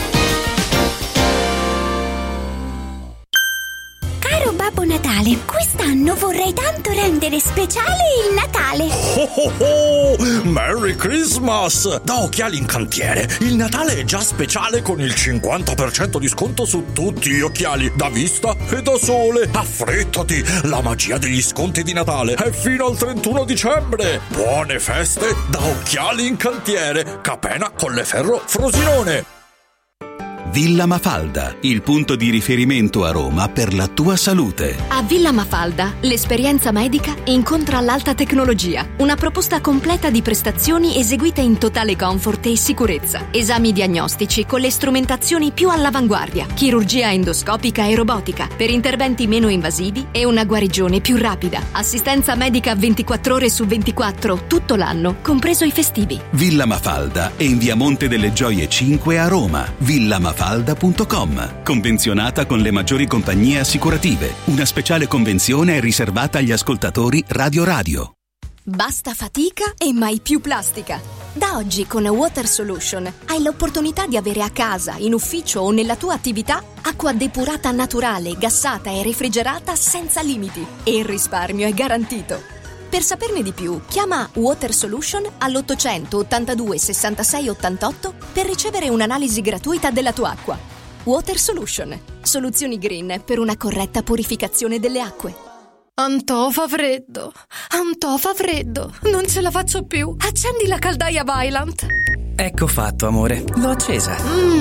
Caro Babbo Natale, quest'anno vorrei tanto rendere speciale il Natale. Merry Christmas! Da Occhiali in Cantiere, il Natale è già speciale con il 50% di sconto su tutti gli occhiali, da vista e da sole. Affrettati, la magia degli sconti di Natale è fino al 31 dicembre. Buone feste da Occhiali in Cantiere, Capena, Colleferro, Frosinone. Villa Mafalda, il punto di riferimento a Roma per la tua salute. A Villa Mafalda, l'esperienza medica incontra l'alta tecnologia. Una proposta completa di prestazioni eseguite in totale comfort e sicurezza. Esami diagnostici con le strumentazioni più all'avanguardia. Chirurgia endoscopica e robotica per interventi meno invasivi e una guarigione più rapida. Assistenza medica 24 ore su 24, tutto l'anno, compreso i festivi. Villa Mafalda è in via Monte delle Gioie 5 a Roma. villamafalda.com. Convenzionata con le maggiori compagnie assicurative. Una speciale convenzione è riservata agli ascoltatori Radio. Basta fatica e mai più plastica. Da oggi con Water Solution hai l'opportunità di avere a casa, in ufficio o nella tua attività acqua depurata naturale, gassata e refrigerata senza limiti. E il risparmio è garantito. Per saperne di più, chiama Water Solution all'800 82 66 88 per ricevere un'analisi gratuita della tua acqua. Water Solution, soluzioni green per una corretta purificazione delle acque. Antò fa freddo, non ce la faccio più. Accendi la caldaia Vaillant. Ecco fatto, amore, l'ho accesa.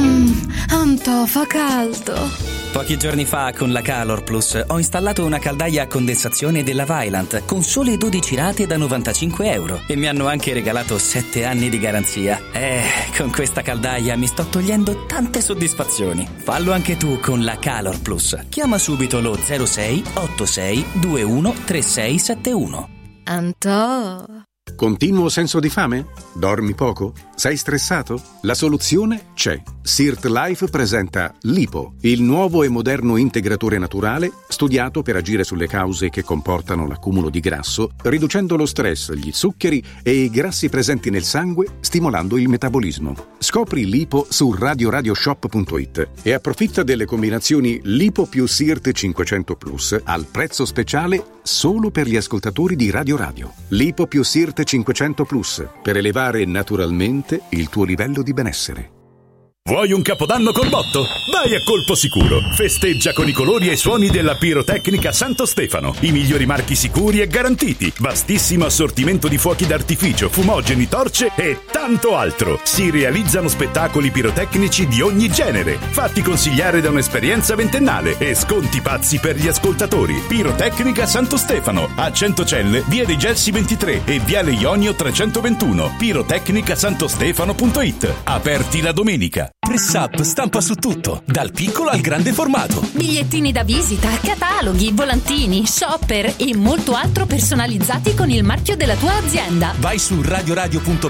Antò fa caldo. Pochi giorni fa con la Calor Plus ho installato una caldaia a condensazione della Vaillant con sole 12 rate da €95 e mi hanno anche regalato 7 anni di garanzia. Con questa caldaia mi sto togliendo tante soddisfazioni. Fallo anche tu con la Calor Plus. Chiama subito lo 06 86 21 3671. Antò. Continuo senso di fame? Dormi poco? Sei stressato? La soluzione c'è. Sirt Life presenta Lipo, il nuovo e moderno integratore naturale studiato per agire sulle cause che comportano l'accumulo di grasso, riducendo lo stress, gli zuccheri e i grassi presenti nel sangue, stimolando il metabolismo. Scopri Lipo su radioshop.it e approfitta delle combinazioni Lipo più Sirt 500 Plus al prezzo speciale solo per gli ascoltatori di Radio. Lipo più Sirt 500 Plus per elevare naturalmente il tuo livello di benessere. Vuoi un capodanno col botto? Vai a Colpo Sicuro. Festeggia con i colori e i suoni della pirotecnica Santo Stefano. I migliori marchi sicuri e garantiti. Vastissimo assortimento di fuochi d'artificio, fumogeni, torce e tanto altro. Si realizzano spettacoli pirotecnici di ogni genere. Fatti consigliare da un'esperienza ventennale e sconti pazzi per gli ascoltatori. Pirotecnica Santo Stefano. A Centocelle, via dei Gelsi 23 e viale Ionio 321. pirotecnicasantostefano.it. Aperti la domenica. Press-up stampa su tutto, dal piccolo al grande formato. Bigliettini da visita, cataloghi, volantini, shopper e molto altro personalizzati con il marchio della tua azienda. Vai su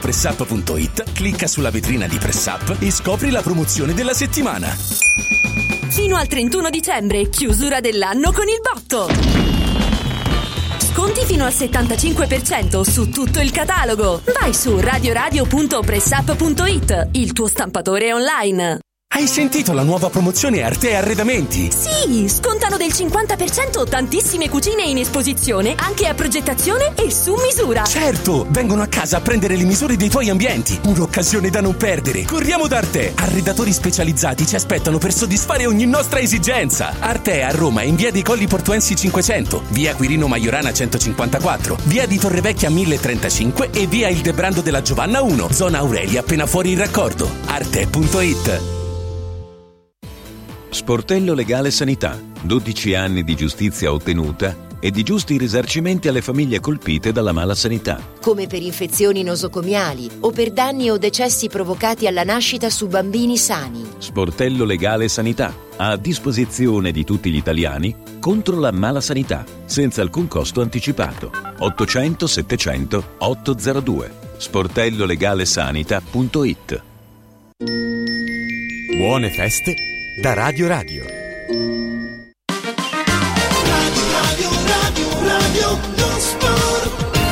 radioradio.pressup.it, clicca sulla vetrina di Press-up e scopri la promozione della settimana. Fino al 31 dicembre, chiusura dell'anno con il botto. Sconti fino al 75% su tutto il catalogo. Vai su radioradio.pressup.it, il tuo stampatore online. Hai sentito la nuova promozione Arte Arredamenti? Sì, scontano del 50% tantissime cucine in esposizione, anche a progettazione e su misura. Certo, vengono a casa a prendere le misure dei tuoi ambienti. Un'occasione da non perdere. Corriamo da Arte. Arredatori specializzati ci aspettano per soddisfare ogni nostra esigenza. Arte a Roma, in via dei Colli Portuensi 500, via Quirino Maiorana 154, via di Torrevecchia 1035 e via Ildebrando della Giovanna 1, zona Aurelia, appena fuori il raccordo. Arte.it. Sportello Legale Sanità. 12 anni di giustizia ottenuta e di giusti risarcimenti alle famiglie colpite dalla mala sanità. Come per infezioni nosocomiali o per danni o decessi provocati alla nascita su bambini sani. Sportello Legale Sanità. A disposizione di tutti gli italiani contro la mala sanità, senza alcun costo anticipato. 800 700 802. sportellolegalesanita.it. Buone feste da Radio Radio. Radio lo sport.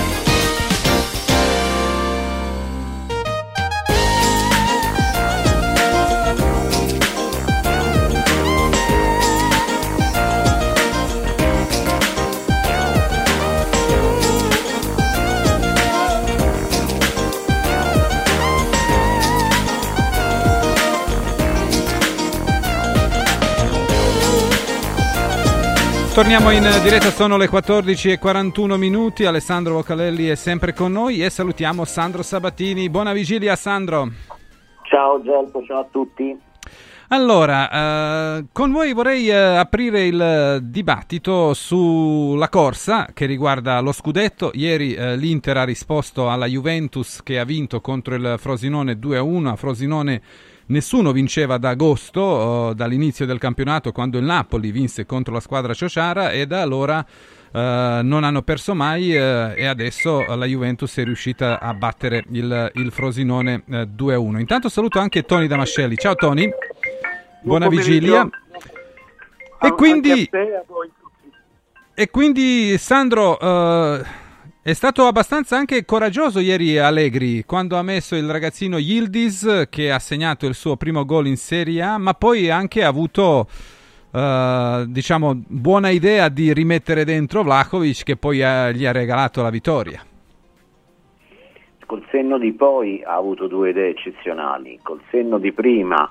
Torniamo in diretta, sono le 14:41. Alessandro Vocalelli è sempre con noi e salutiamo Sandro Sabatini. Buona vigilia, Sandro. Ciao Gelpo, ciao a tutti. Allora, con voi vorrei aprire il dibattito sulla corsa che riguarda lo scudetto. Ieri l'Inter ha risposto alla Juventus che ha vinto contro il Frosinone 2-1. A Frosinone nessuno vinceva da agosto, dall'inizio del campionato, quando il Napoli vinse contro la squadra ciociara, e da allora non hanno perso mai, e adesso la Juventus è riuscita a battere il Frosinone 2-1. Intanto saluto anche Tony Damascelli. Ciao Tony, buona vigilia. E quindi Sandro, è stato abbastanza anche coraggioso ieri Allegri quando ha messo il ragazzino Yildiz, che ha segnato il suo primo gol in Serie A, ma poi anche ha avuto buona idea di rimettere dentro Vlahovic, che poi gli ha regalato la vittoria. Col senno di poi ha avuto due idee eccezionali, col senno di prima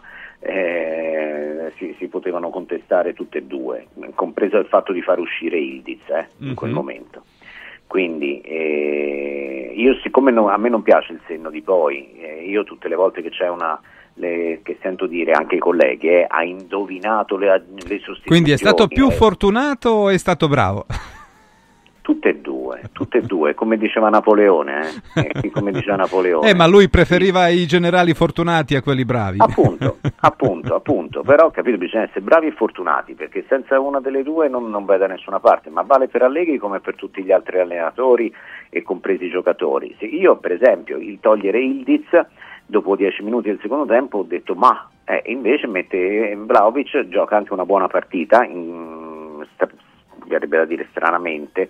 si potevano contestare tutte e due, compreso il fatto di far uscire Yildiz in quel momento. Quindi io, siccome a me non piace il senno di poi, io tutte le volte che c'è che sento dire anche ai colleghi, ha indovinato le sostituzioni. Quindi è stato più fortunato o è stato bravo? Tutte e due, come diceva Napoleone, come diceva Napoleone. Ma lui preferiva i generali fortunati a quelli bravi. Appunto, però capito, bisogna essere bravi e fortunati, perché senza una delle due non vai da nessuna parte, ma vale per Allegri come per tutti gli altri allenatori e compresi i giocatori. Se io per esempio il togliere Yildiz dopo 10 minuti del secondo tempo ho detto invece mette Vlahovic, gioca anche una buona partita, verrebbe da dire stranamente,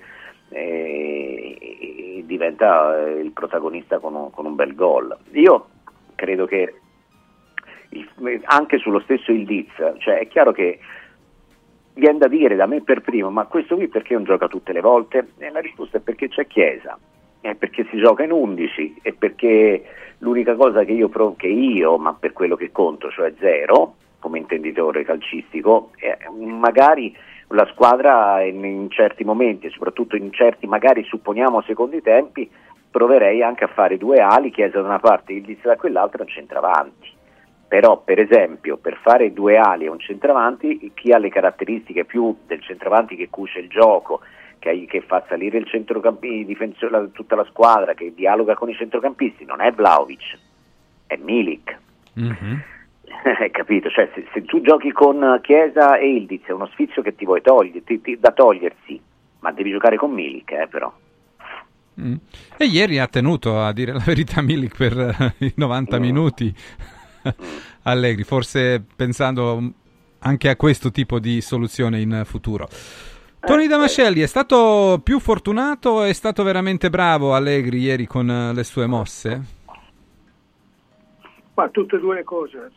diventa il protagonista con un bel gol. Io credo che anche sullo stesso Yildiz, cioè è chiaro che viene da dire da me per primo, ma questo qui perché non gioca tutte le volte? E la risposta è perché c'è Chiesa, è perché si gioca in 11, e perché l'unica cosa che io, ma per quello che conto, cioè 0 come intenditore calcistico, magari la squadra in certi momenti, soprattutto in certi magari supponiamo secondi tempi, proverei anche a fare due ali, Chiesa da una parte e Yildiz da quell'altra, un centravanti. Però per esempio per fare due ali e un centravanti, chi ha le caratteristiche più del centravanti che cuce il gioco, che fa salire il centrocampista, tutta la squadra, che dialoga con i centrocampisti, non è Vlahovic, è Milik. Mm-hmm. Capito? Cioè se tu giochi con Chiesa e Yildiz è uno sfizio che ti vuoi da togliersi, ma devi giocare con Milik, però. E ieri ha tenuto, a dire la verità, Milik per i 90 minuti. Allegri, forse pensando anche a questo tipo di soluzione in futuro. Tony Damascelli, è stato più fortunato o è stato veramente bravo Allegri ieri con le sue mosse? Ma tutte e due le cose.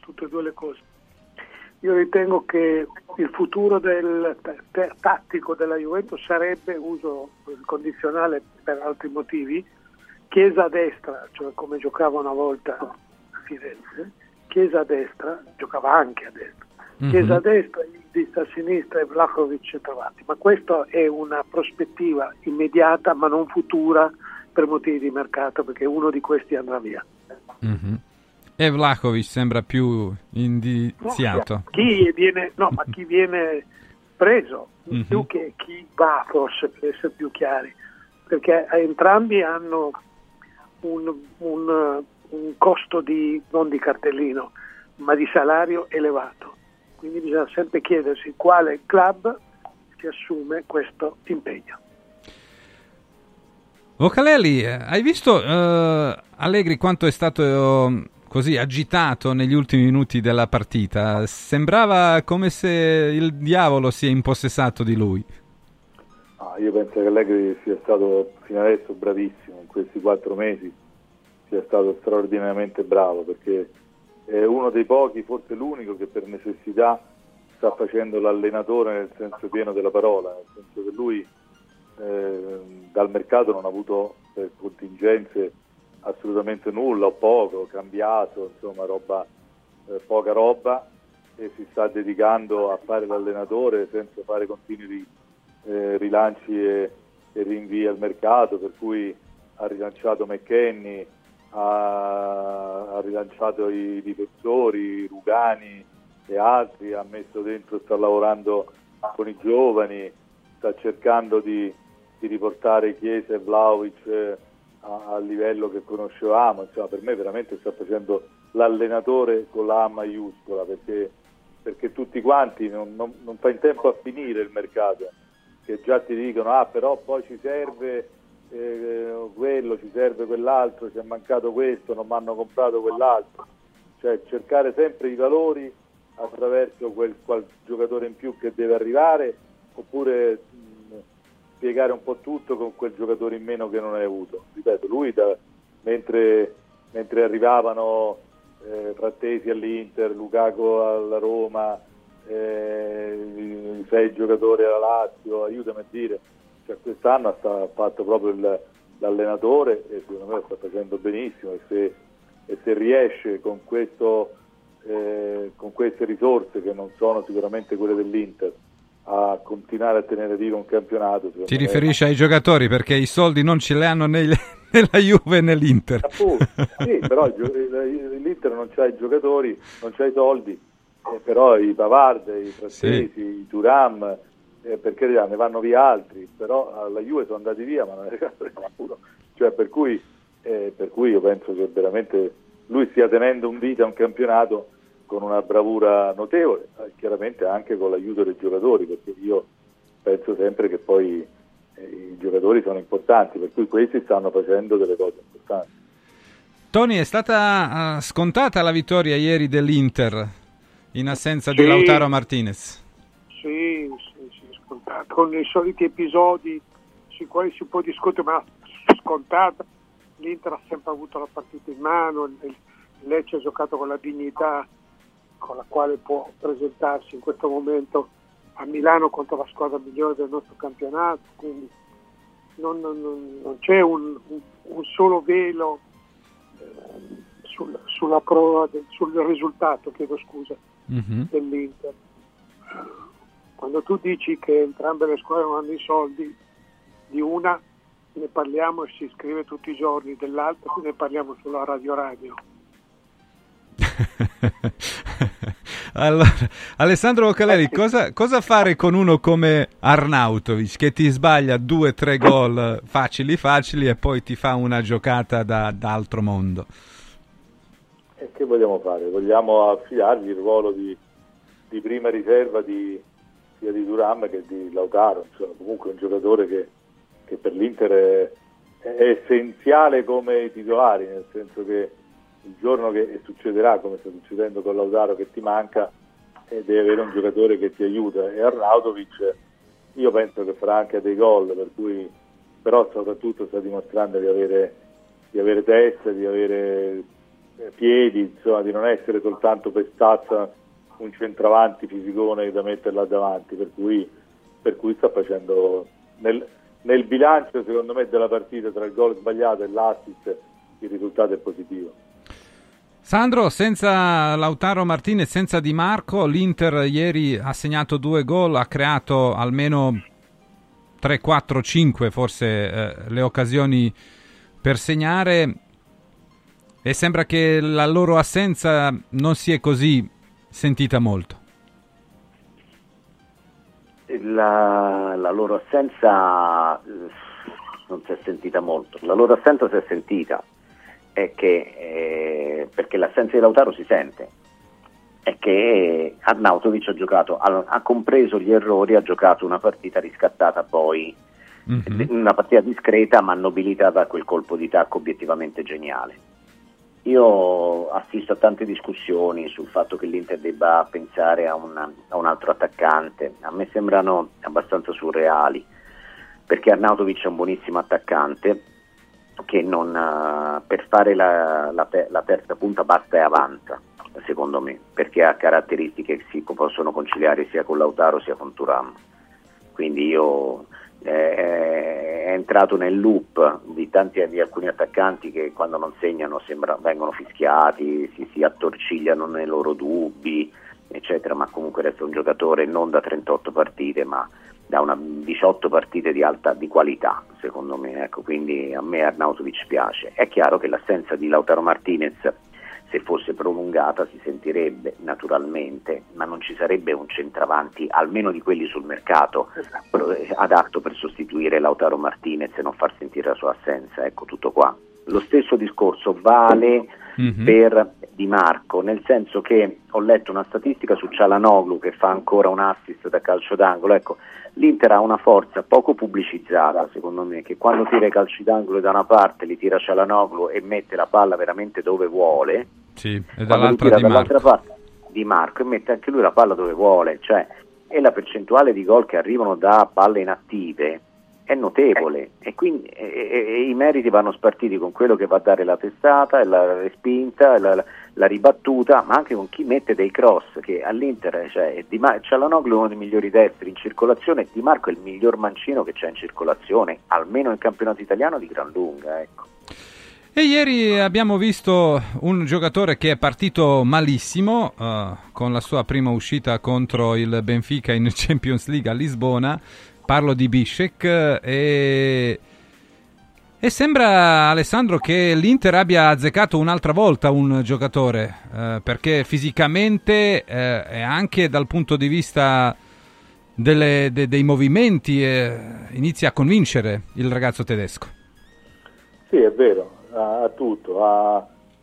Io ritengo che il futuro del tattico della Juventus sarebbe, uso il condizionale per altri motivi, Chiesa a destra, cioè come giocava una volta a Firenze, Chiesa a destra, giocava anche a destra, Chiesa a destra, Ildiz a sinistra e Vlahovic trovati, ma questa è una prospettiva immediata ma non futura per motivi di mercato, perché uno di questi andrà via. E Vlahovic sembra più indiziato. Chi viene preso, più che chi va, forse, per essere più chiari, perché entrambi hanno un costo non di cartellino, ma di salario elevato. Quindi bisogna sempre chiedersi quale club si assume questo impegno. Vocalelli, hai visto Allegri quanto è stato così agitato negli ultimi minuti della partita? Sembrava come se il diavolo si è impossessato di lui. Io penso che Allegri sia stato fino adesso bravissimo in questi 4 mesi, sia stato straordinariamente bravo, perché è uno dei pochi, forse l'unico, che per necessità sta facendo l'allenatore nel senso pieno della parola, nel senso che lui dal mercato non ha avuto per contingenze assolutamente nulla o poco, cambiato, insomma poca roba, e si sta dedicando a fare l'allenatore senza fare continui rilanci e rinvii al mercato, per cui ha rilanciato McKennie, ha rilanciato i difensori, Rugani e altri, ha messo dentro, sta lavorando con i giovani, sta cercando di riportare Chiesa e Vlahovic al livello che conoscevamo. Insomma, per me veramente sta facendo l'allenatore con la A maiuscola, perché tutti quanti non fa in tempo a finire il mercato, che già ti dicono però poi ci serve quello, ci serve quell'altro, ci è mancato questo, non mi hanno comprato quell'altro. Cioè cercare sempre i valori attraverso quel giocatore in più che deve arrivare, oppure spiegare un po' tutto con quel giocatore in meno che non hai avuto. Ripeto, lui mentre arrivavano Frattesi all'Inter, Lukaku alla Roma, i 6 giocatori alla Lazio, aiutami a dire, cioè quest'anno ha fatto proprio l'allenatore, e secondo me lo sta facendo benissimo, e se riesce con queste risorse, che non sono sicuramente quelle dell'Inter, a continuare a tenere vivo un campionato. Ti riferisci ai giocatori, perché i soldi non ce li hanno nella Juve e nell'Inter. Sì, però l'Inter non c'ha i giocatori, non c'ha i soldi, però i Pavard, i Frattesi, i Thuram, perché ne vanno via altri, però alla Juve sono andati via, ma non è regato nessuno. Cioè, per cui io penso che veramente lui stia tenendo un vita un campionato con una bravura notevole, chiaramente anche con l'aiuto dei giocatori, perché io penso sempre che poi i giocatori sono importanti, per cui questi stanno facendo delle cose importanti. Tony, è stata scontata la vittoria ieri dell'Inter in assenza di Lautaro Martinez? Sì, scontata, con i soliti episodi sui quali si può discutere, ma scontata. L'Inter ha sempre avuto la partita in mano, il Lecce ha giocato con la dignità con la quale può presentarsi in questo momento a Milano contro la squadra migliore del nostro campionato, quindi non c'è un solo velo sulla prova sul risultato, dell'Inter. Quando tu dici che entrambe le squadre non hanno i soldi, di una ne parliamo e si scrive tutti i giorni, dell'altra ne parliamo sulla radio. Allora, Alessandro Vocalelli, cosa fare con uno come Arnautovic, che ti sbaglia 2-3 gol facili e poi ti fa una giocata da altro mondo? E che vogliamo fare? Vogliamo affidargli il ruolo di prima riserva sia di Thuram che di Lautaro, insomma, comunque un giocatore che per l'Inter è essenziale come i titolari, nel senso che il giorno che succederà, come sta succedendo con Lautaro, che ti manca, e devi avere un giocatore che ti aiuta, e Arnautovic io penso che farà anche dei gol, per cui però soprattutto sta dimostrando di avere testa, di avere piedi, insomma, di non essere soltanto per stazza un centravanti fisicone da metterla davanti, per cui sta facendo nel bilancio, secondo me, della partita tra il gol sbagliato e l'assist il risultato è positivo. Sandro, senza Lautaro Martinez, senza Di Marco, l'Inter ieri ha segnato 2 gol, ha creato almeno 3, 4, 5 forse le occasioni per segnare, e sembra che la loro assenza non si è così sentita molto. La loro assenza non si è sentita molto, la loro assenza si è sentita, è che perché l'assenza di Lautaro si sente, è che Arnautovic ha giocato, ha compreso gli errori, ha giocato una partita riscattata poi, una partita discreta ma nobilitata da quel colpo di tacco obiettivamente geniale. Io assisto a tante discussioni sul fatto che l'Inter debba pensare a un altro attaccante. A me sembrano abbastanza surreali, perché Arnautovic è un buonissimo attaccante che non per fare la terza punta basta e avanza, secondo me, perché ha caratteristiche che si possono conciliare sia con Lautaro sia con Thuram. Quindi è entrato nel loop di alcuni attaccanti che quando non segnano vengono fischiati, si attorcigliano nei loro dubbi, eccetera, ma comunque resta un giocatore non da 38 partite ma da 18 partite di qualità, secondo me, ecco. Quindi a me Arnautovic piace. È chiaro che l'assenza di Lautaro Martinez, se fosse prolungata, si sentirebbe naturalmente, ma non ci sarebbe un centravanti, almeno di quelli sul mercato, adatto per sostituire Lautaro Martinez e non far sentire la sua assenza. Ecco, tutto qua. Lo stesso discorso vale per Di Marco, nel senso che ho letto una statistica su Çalhanoğlu che fa ancora un assist da calcio d'angolo. Ecco, l'Inter ha una forza poco pubblicizzata, secondo me, che quando tira i calci d'angolo da una parte li tira Çalhanoğlu e mette la palla veramente dove vuole, sì, e dall'altra dall'altra parte Di Marco e mette anche lui la palla dove vuole, cioè, e la percentuale di gol che arrivano da palle inattive è notevole, e quindi i meriti vanno spartiti con quello che va a dare la testata, la respinta, la ribattuta, ma anche con chi mette dei cross, che all'Inter Çalhanoğlu è uno dei migliori destri in circolazione, Di Marco è il miglior mancino che c'è in circolazione, almeno nel campionato italiano di gran lunga, ecco. E ieri abbiamo visto un giocatore che è partito malissimo con la sua prima uscita contro il Benfica in Champions League a Lisbona. Parlo di Bišćak e sembra, Alessandro, che l'Inter abbia azzeccato un'altra volta un giocatore, perché fisicamente e anche dal punto di vista dei movimenti inizia a convincere il ragazzo tedesco. Sì, è vero, ha tutto, ha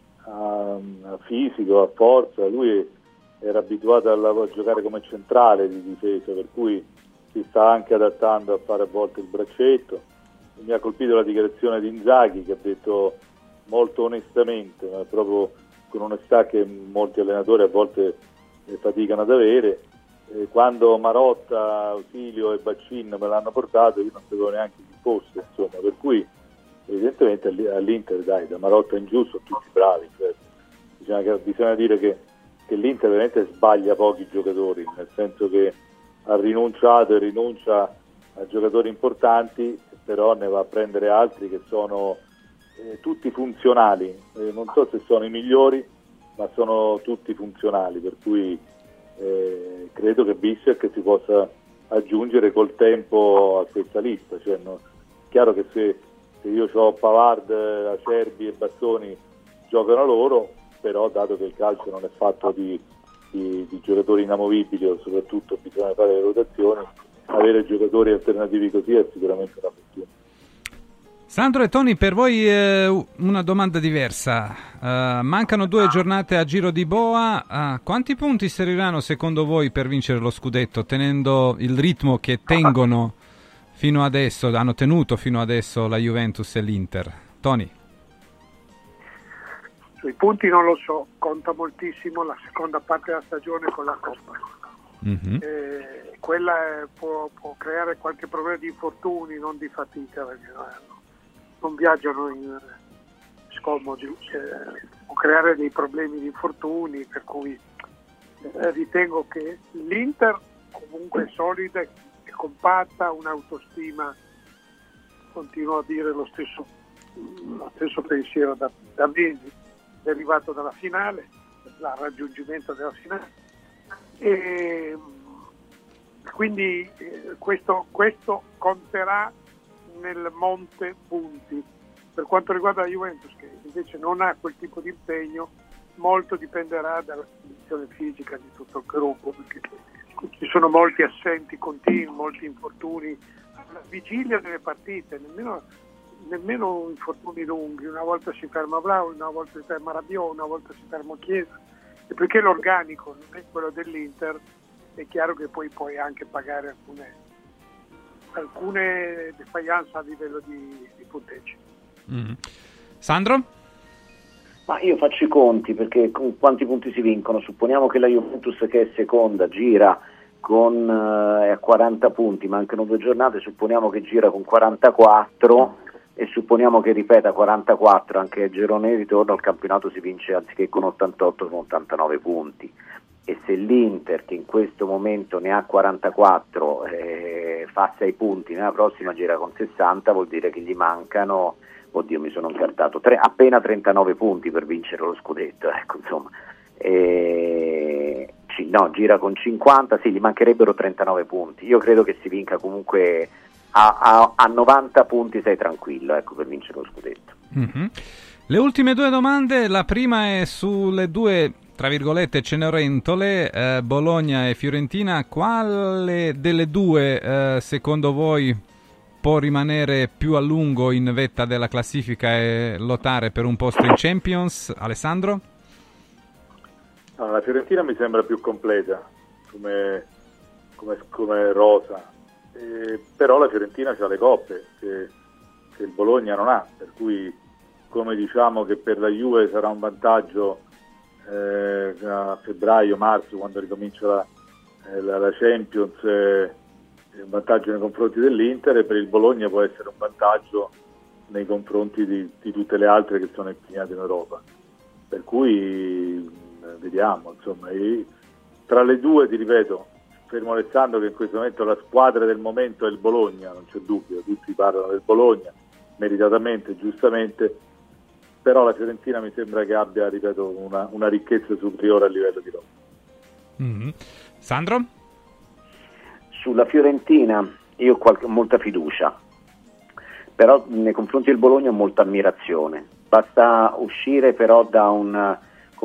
fisico, ha forza, lui era abituato a giocare come centrale di difesa, per cui si sta anche adattando a fare a volte il braccetto. Mi ha colpito la dichiarazione di Inzaghi, che ha detto molto onestamente, ma proprio con onestà che molti allenatori a volte faticano ad avere, quando Marotta, Ausilio e Baccin me l'hanno portato io non sapevo neanche chi fosse, insomma, per cui evidentemente all'Inter da Marotta in giù sono tutti bravi, cioè, bisogna dire che l'Inter veramente sbaglia pochi giocatori, nel senso che ha rinunciato e rinuncia a giocatori importanti, però ne va a prendere altri che sono tutti funzionali, non so se sono i migliori, ma sono tutti funzionali, per cui credo che Bišćak si possa aggiungere col tempo a questa lista. Cioè, chiaro che se io ho Pavard, Acerbi e Bastoni giocano loro, però dato che il calcio non è fatto di giocatori inamovibili, o soprattutto bisogna fare le rotazioni, avere giocatori alternativi così è sicuramente una fortuna. Sandro e Tony, per voi una domanda diversa. Mancano 2 giornate a Giro di Boa. Quanti punti serviranno secondo voi per vincere lo scudetto, tenendo il ritmo che tengono fino adesso, hanno tenuto fino adesso la Juventus e l'Inter? Tony? Sui punti non lo so, conta moltissimo la seconda parte della stagione con la Coppa. Quella può creare qualche problema di infortuni, non di fatica, perché non viaggiano in scomodi, può creare dei problemi di infortuni, per cui ritengo che l'Inter comunque è solida e compatta, un'autostima, continuo a dire lo stesso pensiero da mesi, derivato dalla finale, dal raggiungimento della finale, e quindi questo conterà nel monte punti. Per quanto riguarda la Juventus, che invece non ha quel tipo di impegno, molto dipenderà dalla condizione fisica di tutto il gruppo, perché ci sono molti assenti continui, molti infortuni alla vigilia delle partite, nemmeno infortuni lunghi. Una volta si ferma Vlahovic, una volta si ferma Rabiot, una volta si ferma Chiesa, e perché l'organico non è quello dell'Inter, è chiaro che poi puoi anche pagare alcune defaillance a livello di punteggi. Sandro? Ma io faccio i conti, perché con quanti punti si vincono? Supponiamo che la Juventus, che è seconda, gira con a 40 punti, mancano 2 giornate, supponiamo che gira con 44 e supponiamo che ripeta 44 anche a girone di ritorno, il campionato si vince anziché con 88 con 89 punti. E se l'Inter, che in questo momento ne ha 44, fa 6 punti, nella prossima gira con 60, vuol dire che gli mancano, oddio mi sono incartato, appena 39 punti per vincere lo scudetto, ecco, insomma. No, gira con 50, sì, gli mancherebbero 39 punti. Io credo che si vinca comunque a 90 punti, sei tranquillo, ecco, per vincere lo scudetto. Le ultime 2 domande, la prima è sulle 2, tra virgolette, Cenerentole, Bologna e Fiorentina. Quale delle 2 secondo voi può rimanere più a lungo in vetta della classifica e lottare per un posto in Champions? Alessandro? No, la Fiorentina mi sembra più completa come rosa, però la Fiorentina ha le coppe che il Bologna non ha, per cui come diciamo che per la Juve sarà un vantaggio a febbraio-marzo, quando ricomincia la Champions, un vantaggio nei confronti dell'Inter, e per il Bologna può essere un vantaggio nei confronti di tutte le altre che sono impegnate in Europa, per cui vediamo, insomma, tra le 2 ti ripeto, fermo restando che in questo momento la squadra del momento è il Bologna, non c'è dubbio, tutti parlano del Bologna meritatamente, giustamente, però la Fiorentina mi sembra che abbia, ripeto, una ricchezza superiore a livello di Roma. Sandro? Sulla Fiorentina io ho molta fiducia, però nei confronti del Bologna ho molta ammirazione. Basta uscire però da un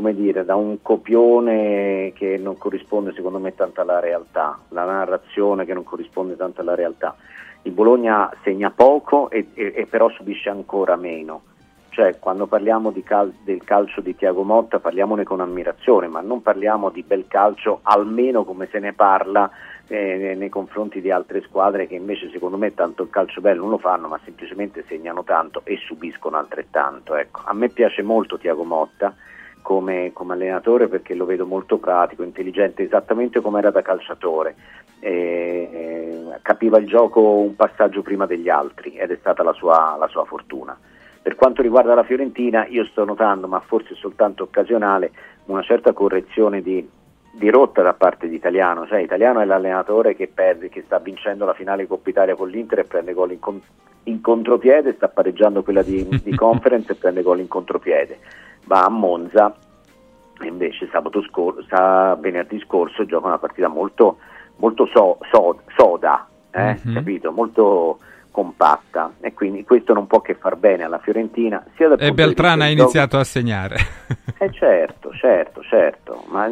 copione che non corrisponde secondo me tanto alla realtà, la narrazione che non corrisponde tanto alla realtà. Il Bologna segna poco e però subisce ancora meno. Cioè, quando parliamo del calcio di Thiago Motta parliamone con ammirazione, ma non parliamo di bel calcio almeno come se ne parla nei confronti di altre squadre che invece secondo me tanto il calcio bello non lo fanno, ma semplicemente segnano tanto e subiscono altrettanto. Ecco. A me piace molto Thiago Motta come allenatore, perché lo vedo molto pratico, intelligente, esattamente come era da calciatore, capiva il gioco un passaggio prima degli altri ed è stata la sua fortuna. Per quanto riguarda la Fiorentina, io sto notando, ma forse soltanto occasionale, una certa correzione di rotta da parte di Italiano. Cioè, Italiano è l'allenatore che sta vincendo la finale Coppa Italia con l'Inter e prende gol in contropiede, sta pareggiando quella di Conference e prende gol in contropiede. Va a Monza e invece venerdì scorso gioca una partita molto soda, capito? Molto compatta, e quindi questo non può che far bene alla Fiorentina, sia dal punto Beltrán ha iniziato a segnare. Certo, ma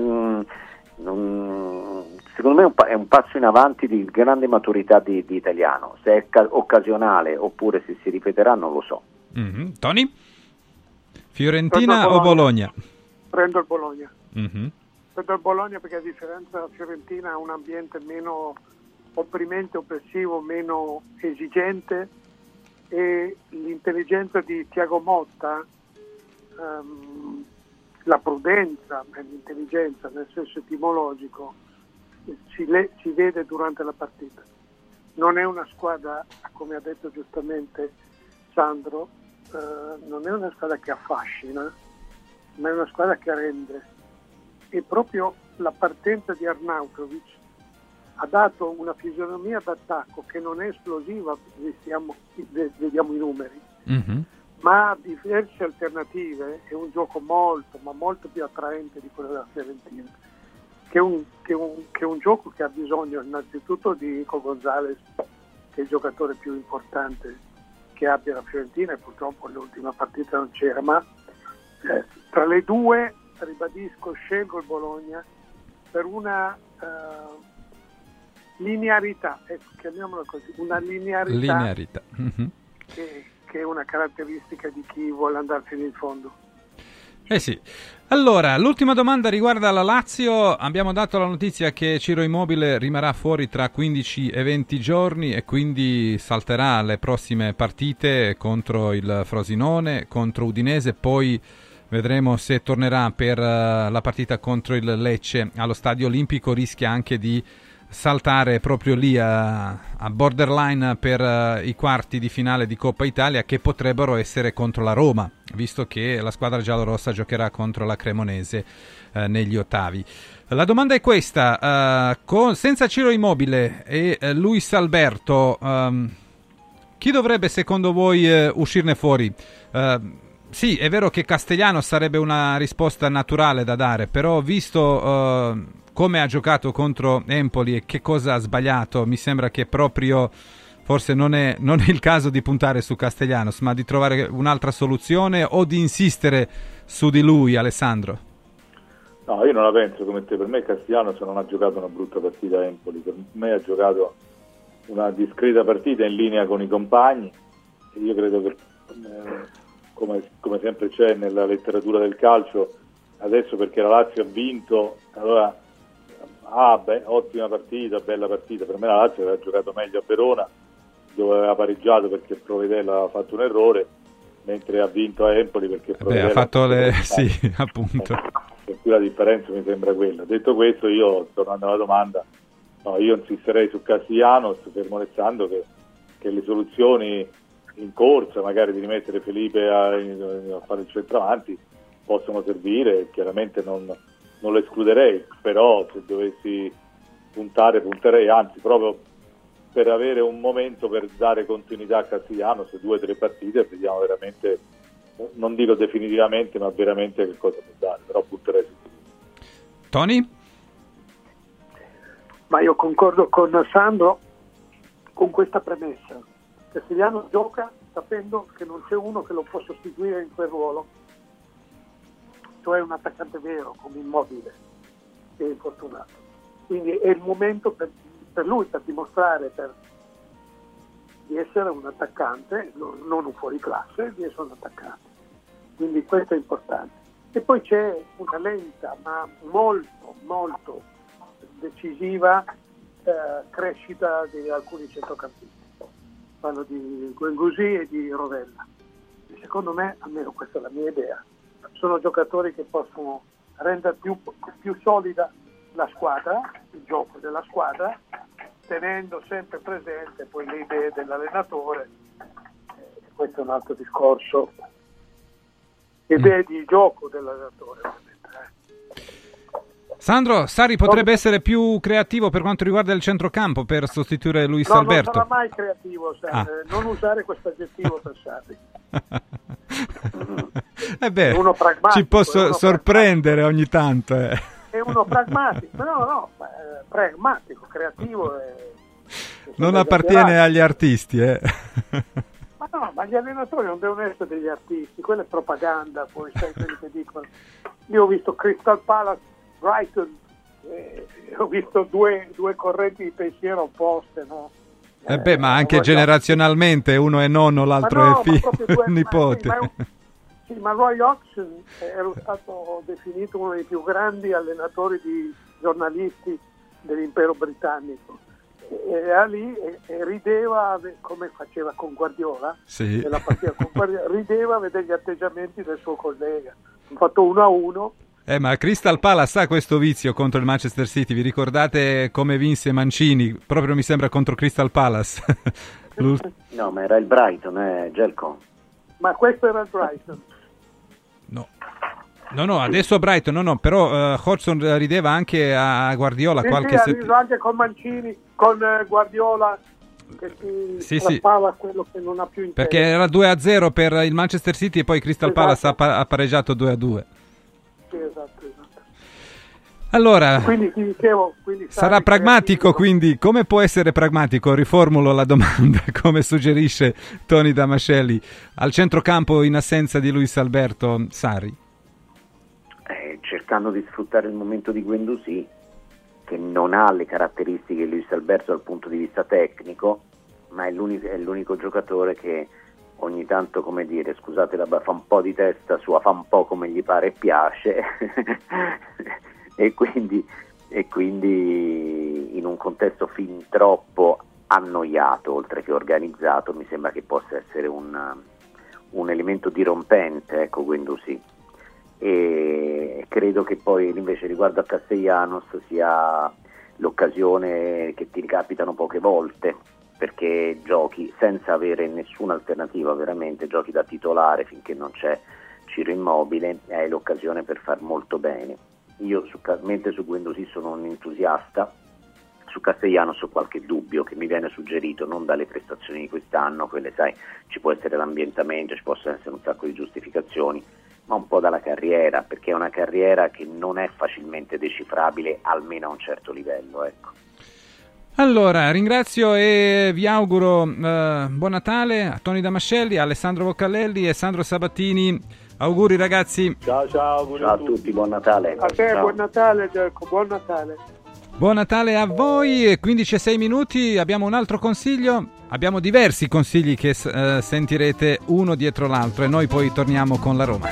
secondo me è un passo in avanti di grande maturità di Italiano. Se è occasionale oppure se si ripeterà non lo so. Tony? Fiorentina o Bologna? Prendo il Bologna. rispetto al Bologna, perché a differenza della Fiorentina ha un ambiente meno opprimente, oppressivo, meno esigente, e l'intelligenza di Thiago Motta la prudenza e l'intelligenza nel senso etimologico si vede durante la partita. Non è una squadra, come ha detto giustamente Sandro, non è una squadra che affascina, ma è una squadra che rende. E proprio la partenza di Arnautovic ha dato una fisionomia d'attacco che non è esplosiva, vediamo i numeri, ma ha diverse alternative. È un gioco molto, ma molto più attraente di quello della Fiorentina, che è un gioco che ha bisogno innanzitutto di Nico Gonzalez, che è il giocatore più importante che abbia la Fiorentina, e purtroppo l'ultima partita non c'era, ma tra le due, ribadisco, scelgo il Bologna per una linearità, chiamiamola così, una linearità. Che è una caratteristica di chi vuole andare fino in fondo. Sì. Allora, l'ultima domanda riguarda la Lazio. Abbiamo dato la notizia che Ciro Immobile rimarrà fuori tra 15 e 20 giorni e quindi salterà le prossime partite contro il Frosinone, contro Udinese, poi vedremo se tornerà per la partita contro il Lecce allo Stadio Olimpico. Rischia anche di saltare proprio lì a borderline per i quarti di finale di Coppa Italia, che potrebbero essere contro la Roma, visto che la squadra giallorossa giocherà contro la Cremonese negli ottavi. La domanda è questa: senza Ciro Immobile e Luis Alberto, chi dovrebbe secondo voi uscirne fuori? Sì, è vero che Castellano sarebbe una risposta naturale da dare, però visto come ha giocato contro Empoli e che cosa ha sbagliato, mi sembra che proprio forse non è il caso di puntare su Castellanos, ma di trovare un'altra soluzione o di insistere su di lui, Alessandro. No, io non la penso come te. Per me Castellanos non ha giocato una brutta partita a Empoli, per me ha giocato una discreta partita in linea con i compagni, e io credo che come sempre c'è nella letteratura del calcio, adesso perché la Lazio ha vinto, allora ottima partita, bella partita. Per me la Lazio aveva giocato meglio a Verona, dove aveva pareggiato perché Provedella aveva fatto un errore, mentre ha vinto a Empoli perché Provedella ha fatto sì, appunto. Per cui la differenza mi sembra quella. Detto questo, io, tornando alla domanda, io insisterei su Castellanos, fermo restando che le soluzioni in corsa, magari di rimettere Felipe a fare il centravanti, possono servire. Chiaramente non lo escluderei, però se dovessi punterei, anzi, proprio per avere un momento per dare continuità a Castellanos, 2 o 3 partite, vediamo veramente, non dico definitivamente, ma veramente che cosa può dare, però punterei su. Tony? Ma io concordo con Sandro con questa premessa: Castellanos gioca sapendo che non c'è uno che lo può sostituire in quel ruolo, cioè un attaccante vero come Immobile, che è infortunato. Quindi è il momento per lui per dimostrare di essere un attaccante, non un fuoriclasse, di essere un attaccante. Quindi questo è importante. E poi c'è una lenta ma molto molto decisiva crescita di alcuni centrocampisti. Parlo di Guendouzi e di Rovella. E secondo me, almeno questa è la mia idea, sono giocatori che possono rendere più solida la squadra, il gioco della squadra, tenendo sempre presente poi le idee dell'allenatore. Questo è un altro discorso. Idee di gioco dell'allenatore, ovviamente. Sandro, Sarri potrebbe essere più creativo per quanto riguarda il centrocampo per sostituire Luis Alberto? Non sarà mai creativo, non usare questo aggettivo per Sarri. Uno pragmatico, ci può sorprendere ogni tanto. È uno pragmatico, pragmatico, creativo. Non appartiene agli artisti, Ma gli allenatori non devono essere degli artisti, quella è propaganda, poi sai quelli che dicono. Io ho visto Crystal Palace, Brighton, ho visto due correnti di pensiero opposte, no? Ma anche generazionalmente uno è nonno, l'altro è nipote. Ma Roy Hodgson era stato definito uno dei più grandi allenatori di giornalisti dell'impero britannico. Era lì e rideva, come faceva con Guardiola, nella partita con Guardiola, rideva a vedere gli atteggiamenti del suo collega. hanno fatto 1-1. Ma Crystal Palace ha questo vizio contro il Manchester City. Vi ricordate come vinse Mancini? Proprio mi sembra contro Crystal Palace. No, ma era il Brighton, Gelco. Ma questo era il Brighton. No, adesso Brighton, però Hodgson rideva anche a Guardiola qualche ha riso anche con Mancini, con Guardiola, che si strappava quello che non ha più in perché era 2-0 per il Manchester City e poi Crystal Palace ha pareggiato 2-2. Sì, esatto. Allora, quindi ti dicevo, sarà pragmatico, quindi come può essere pragmatico? Riformulo la domanda, come suggerisce Tony Damascelli, al centrocampo in assenza di Luis Alberto Sarri? Cercando di sfruttare il momento di Guendouzi, che non ha le caratteristiche di Luis Alberto dal punto di vista tecnico, ma è l'unico giocatore che ogni tanto, come dire, scusate fa un po' di testa sua, fa un po' come gli pare e piace e quindi in un contesto fin troppo annoiato oltre che organizzato mi sembra che possa essere un elemento dirompente, ecco, Guendouzi. E credo che poi invece riguardo a Castellanos sia l'occasione che ti ricapitano poche volte, perché giochi senza avere nessuna alternativa, veramente giochi da titolare finché non c'è Ciro Immobile e hai l'occasione per far molto bene. Io mentre su Guendouzi sono un entusiasta, su Castellanos ho qualche dubbio che mi viene suggerito non dalle prestazioni di quest'anno, quelle sai, ci può essere l'ambientamento, ci possono essere un sacco di giustificazioni, ma un po' dalla carriera, perché è una carriera che non è facilmente decifrabile, almeno a un certo livello, ecco. Allora, ringrazio e vi auguro buon Natale a Tony Damascelli, a Alessandro Boccalelli e Sandro Sabattini. Auguri ragazzi. Ciao, auguri a tutti, buon Natale. A te, ciao. Buon Natale Gelco, buon Natale. Buon Natale a voi, 15:06 minuti, abbiamo un altro consiglio, abbiamo diversi consigli che sentirete uno dietro l'altro e noi poi torniamo con la Roma.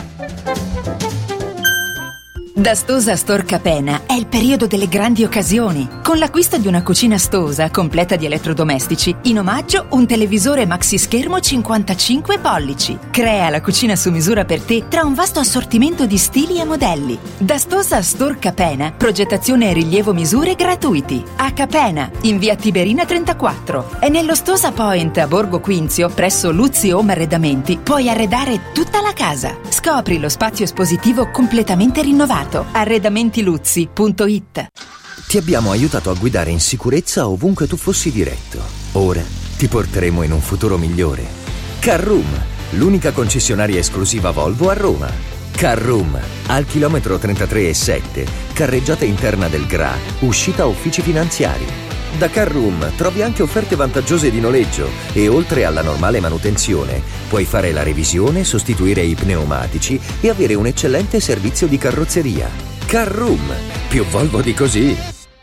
Da Stosa Store Capena è il periodo delle grandi occasioni. Con l'acquisto di una cucina Stosa completa di elettrodomestici, in omaggio un televisore maxi schermo 55 pollici. Crea la cucina su misura per te tra un vasto assortimento di stili e modelli. Da Stosa Store Capena, progettazione e rilievo misure gratuiti. A Capena, in via Tiberina 34. E nello Stosa Point a Borgo Quinzio, presso Luzzi Home Arredamenti, puoi arredare tutta la casa. Scopri lo spazio espositivo completamente rinnovato. Arredamentiluzzi.it. Ti abbiamo aiutato a guidare in sicurezza ovunque tu fossi diretto. Ora ti porteremo in un futuro migliore. Carroom, l'unica concessionaria esclusiva Volvo a Roma. Carroom, al chilometro 33,7, carreggiata interna del GRA, uscita uffici finanziari. Da Carroom trovi anche offerte vantaggiose di noleggio e oltre alla normale manutenzione puoi fare la revisione, sostituire i pneumatici e avere un eccellente servizio di carrozzeria. Carroom, più Volvo di così.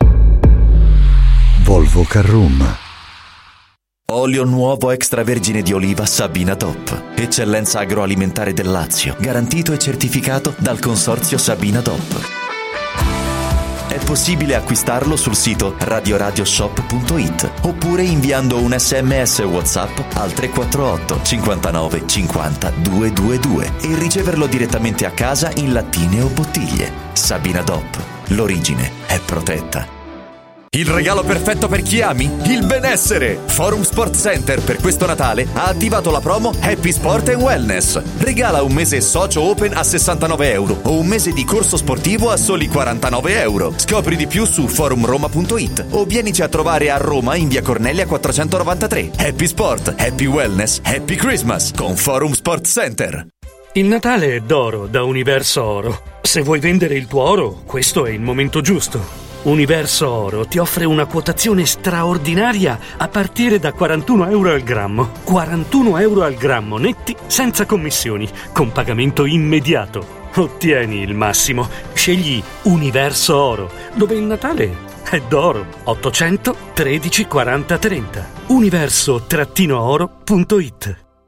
Volvo Carroom. Olio nuovo extravergine di oliva Sabina Top. Eccellenza agroalimentare del Lazio, garantito e certificato dal consorzio Sabina Top. È possibile acquistarlo sul sito radioradioshop.it oppure inviando un SMS WhatsApp al 348 59 50 222 e riceverlo direttamente a casa in lattine o bottiglie. Sabina DOP. L'origine è protetta. Il regalo perfetto per chi ami? Il benessere! Forum Sport Center per questo Natale ha attivato la promo Happy Sport and Wellness. Regala un mese socio open a €69 o un mese di corso sportivo a soli €49. Scopri di più su forumroma.it o vienici a trovare a Roma in via Cornelia 493. Happy Sport, Happy Wellness, Happy Christmas con Forum Sport Center. Il Natale è d'oro da Universo Oro. Se vuoi vendere il tuo oro, questo è il momento giusto. Universo Oro ti offre una quotazione straordinaria a partire da €41 al grammo. €41 al grammo netti senza commissioni, con pagamento immediato. Ottieni il massimo. Scegli Universo Oro, dove il Natale è d'oro. 800 13 40 30. Universo-oro.it.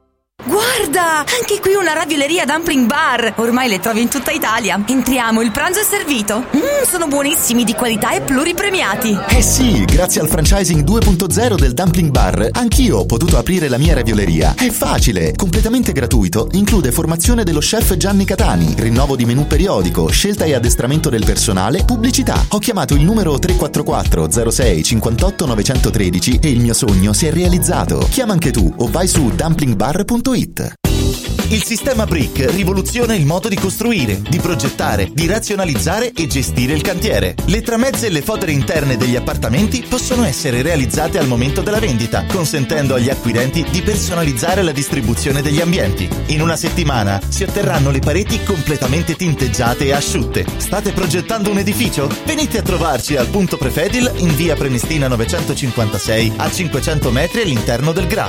Guarda, anche qui una ravioleria Dumpling Bar. Ormai le trovi in tutta Italia. Entriamo, il pranzo è servito. Sono buonissimi, di qualità e pluripremiati. Eh sì, grazie al franchising 2.0 del Dumpling Bar, anch'io ho potuto aprire la mia ravioleria. È facile, completamente gratuito, include formazione dello chef Gianni Catani, rinnovo di menù periodico, scelta e addestramento del personale, pubblicità. Ho chiamato il numero 344 06 58 913 e il mio sogno si è realizzato. Chiama anche tu o vai su dumplingbar.it. Il sistema Brick rivoluziona il modo di costruire, di progettare, di razionalizzare e gestire il cantiere. Le tramezze e le fodere interne degli appartamenti possono essere realizzate al momento della vendita, consentendo agli acquirenti di personalizzare la distribuzione degli ambienti. In una settimana si otterranno le pareti completamente tinteggiate e asciutte. State progettando un edificio? Venite a trovarci al punto Prefedil in via Prenestina 956 a 500 metri all'interno del GRA.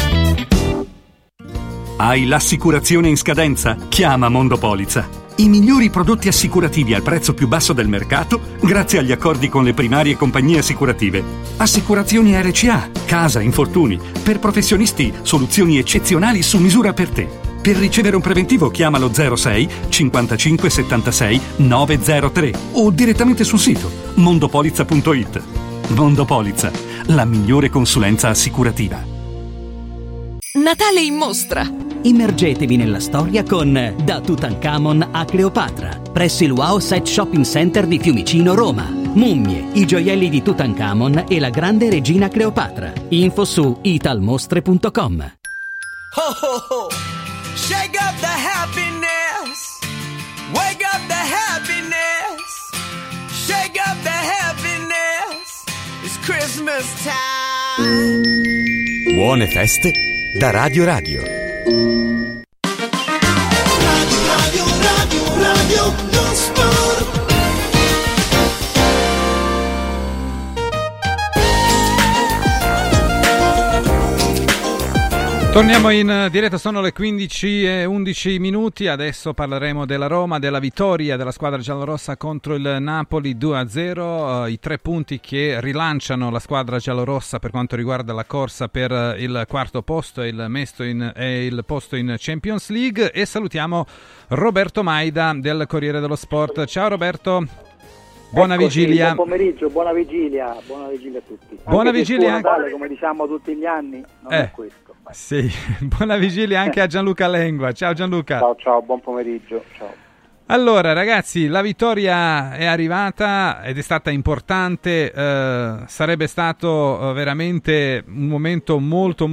Hai l'assicurazione in scadenza? Chiama Mondopolizza. I migliori prodotti assicurativi al prezzo più basso del mercato grazie agli accordi con le primarie compagnie assicurative. Assicurazioni RCA, casa, infortuni. Per professionisti, soluzioni eccezionali su misura per te. Per ricevere un preventivo chiamalo 06 55 76 903 o direttamente sul sito mondopolizza.it. Mondopolizza, la migliore consulenza assicurativa. Natale in mostra. Immergetevi nella storia con Da Tutankhamon a Cleopatra, presso il Wow Set Shopping Center di Fiumicino, Roma. Mummie, i gioielli di Tutankhamon e la grande regina Cleopatra. Info su italmostre.com. Ho ho ho, shake up the happiness, wake up the happiness, shake up the happiness, it's Christmas time. Buone feste da Radio Radio. Radio non sport. Torniamo in diretta, sono le 15:11. Adesso parleremo della Roma, della vittoria della squadra giallorossa contro il Napoli 2-0, i 3 punti che rilanciano la squadra giallorossa per quanto riguarda la corsa per il quarto posto e il posto in Champions League. E salutiamo Roberto Maida del Corriere dello Sport. Ciao Roberto. Buona vigilia. Buon pomeriggio, buona vigilia a tutti. Buona anche vigilia anche Natale, come diciamo tutti gli anni, non è questo. Sì, buona vigilia anche a Gianluca Lengua. Ciao Gianluca. Ciao, buon pomeriggio. Ciao. Allora ragazzi, la vittoria è arrivata ed è stata importante, sarebbe stato veramente un momento molto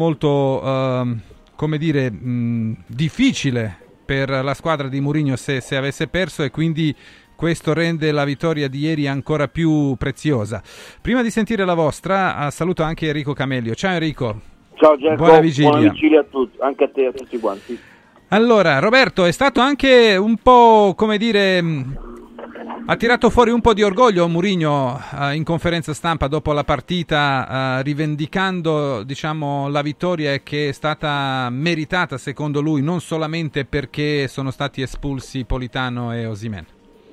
difficile per la squadra di Mourinho se avesse perso, e quindi questo rende la vittoria di ieri ancora più preziosa. Prima di sentire la vostra, saluto anche Enrico Camelio. Ciao Enrico. Ciao Gergo, buona vigilia a tutti, anche a te e a tutti quanti. Allora Roberto, è stato anche un po', ha tirato fuori un po' di orgoglio Mourinho in conferenza stampa dopo la partita, rivendicando la vittoria che è stata meritata secondo lui, non solamente perché sono stati espulsi Politano e Osimhen.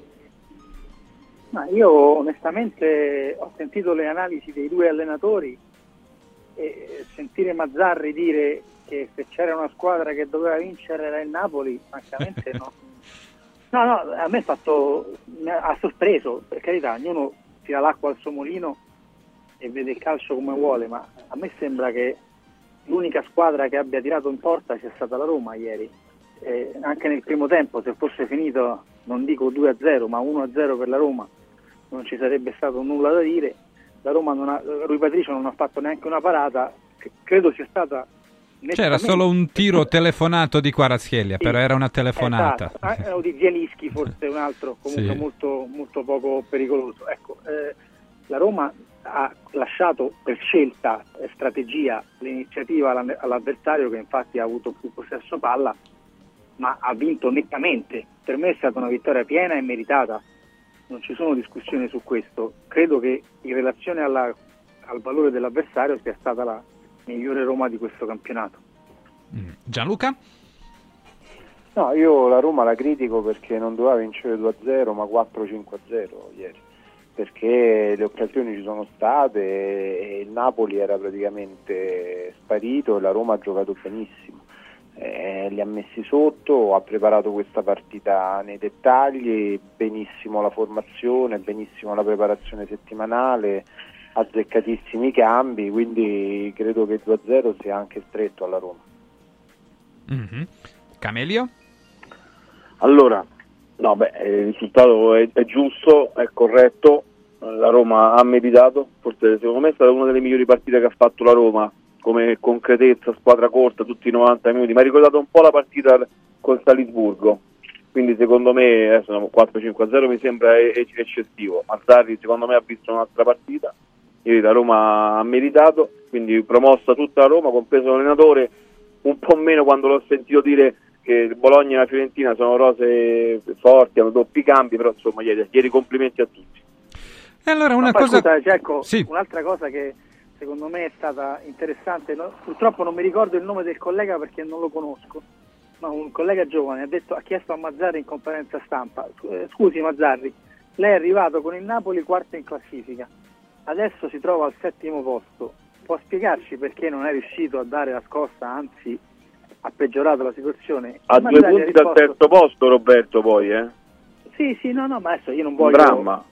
Ma io onestamente ho sentito le analisi dei due allenatori e sentire Mazzarri dire che se c'era una squadra che doveva vincere era il Napoli, francamente no. No, a me ha sorpreso, per carità, ognuno tira l'acqua al suo mulino e vede il calcio come vuole, ma a me sembra che l'unica squadra che abbia tirato in porta sia stata la Roma ieri. Anche nel primo tempo, se fosse finito, non dico 2-0, ma 1-0 per la Roma, non ci sarebbe stato nulla da dire. La Roma Rui Patricio non ha fatto neanche una parata, che credo sia stata c'era solo un tiro telefonato di Kvaratskhelia, sì, però era una telefonata. Esatto. O di Zielinski forse un altro, comunque sì, molto, molto poco pericoloso. Ecco, la Roma ha lasciato per scelta e strategia l'iniziativa all'avversario, che infatti ha avuto più possesso palla, ma ha vinto nettamente. Per me è stata una vittoria piena e meritata, non ci sono discussioni su questo. Credo che in relazione al valore dell'avversario sia stata la migliore Roma di questo campionato. Gianluca? No, io la Roma la critico perché non doveva vincere 2-0 ma 4-5-0 ieri, perché le occasioni ci sono state e il Napoli era praticamente sparito e la Roma ha giocato benissimo. li ha messi sotto, ha preparato questa partita nei dettagli, benissimo la formazione, benissimo la preparazione settimanale, azzeccatissimi i cambi, quindi credo che il 2-0 sia anche stretto alla Roma. Mm-hmm. Camelio? Allora, no, il risultato è giusto, è corretto, la Roma ha meritato, forse secondo me è stata una delle migliori partite che ha fatto la Roma, come concretezza, squadra corta, tutti i 90 minuti, mi ha ricordato un po' la partita con Salisburgo, quindi secondo me adesso 4-5-0 mi sembra eccessivo. Mazzarri secondo me ha visto un'altra partita, ieri la Roma ha meritato, quindi promossa tutta la Roma, compreso l'allenatore, un po' meno quando l'ho sentito dire che il Bologna e la Fiorentina sono rose forti, hanno doppi cambi, però insomma ieri complimenti a tutti. E allora una cosa... cosa... Scusa, ecco, sì. Un'altra cosa che secondo me è stata interessante, purtroppo non mi ricordo il nome del collega perché non lo conosco, ma un collega giovane ha chiesto a Mazzarri in conferenza stampa: scusi Mazzarri, lei è arrivato con il Napoli quarto in classifica, adesso si trova al 7° posto, può spiegarci perché non è riuscito a dare la scossa, anzi ha peggiorato la situazione? A 2 punti dal terzo posto, Roberto, poi Sì, no, ma adesso io non voglio... Un dramma.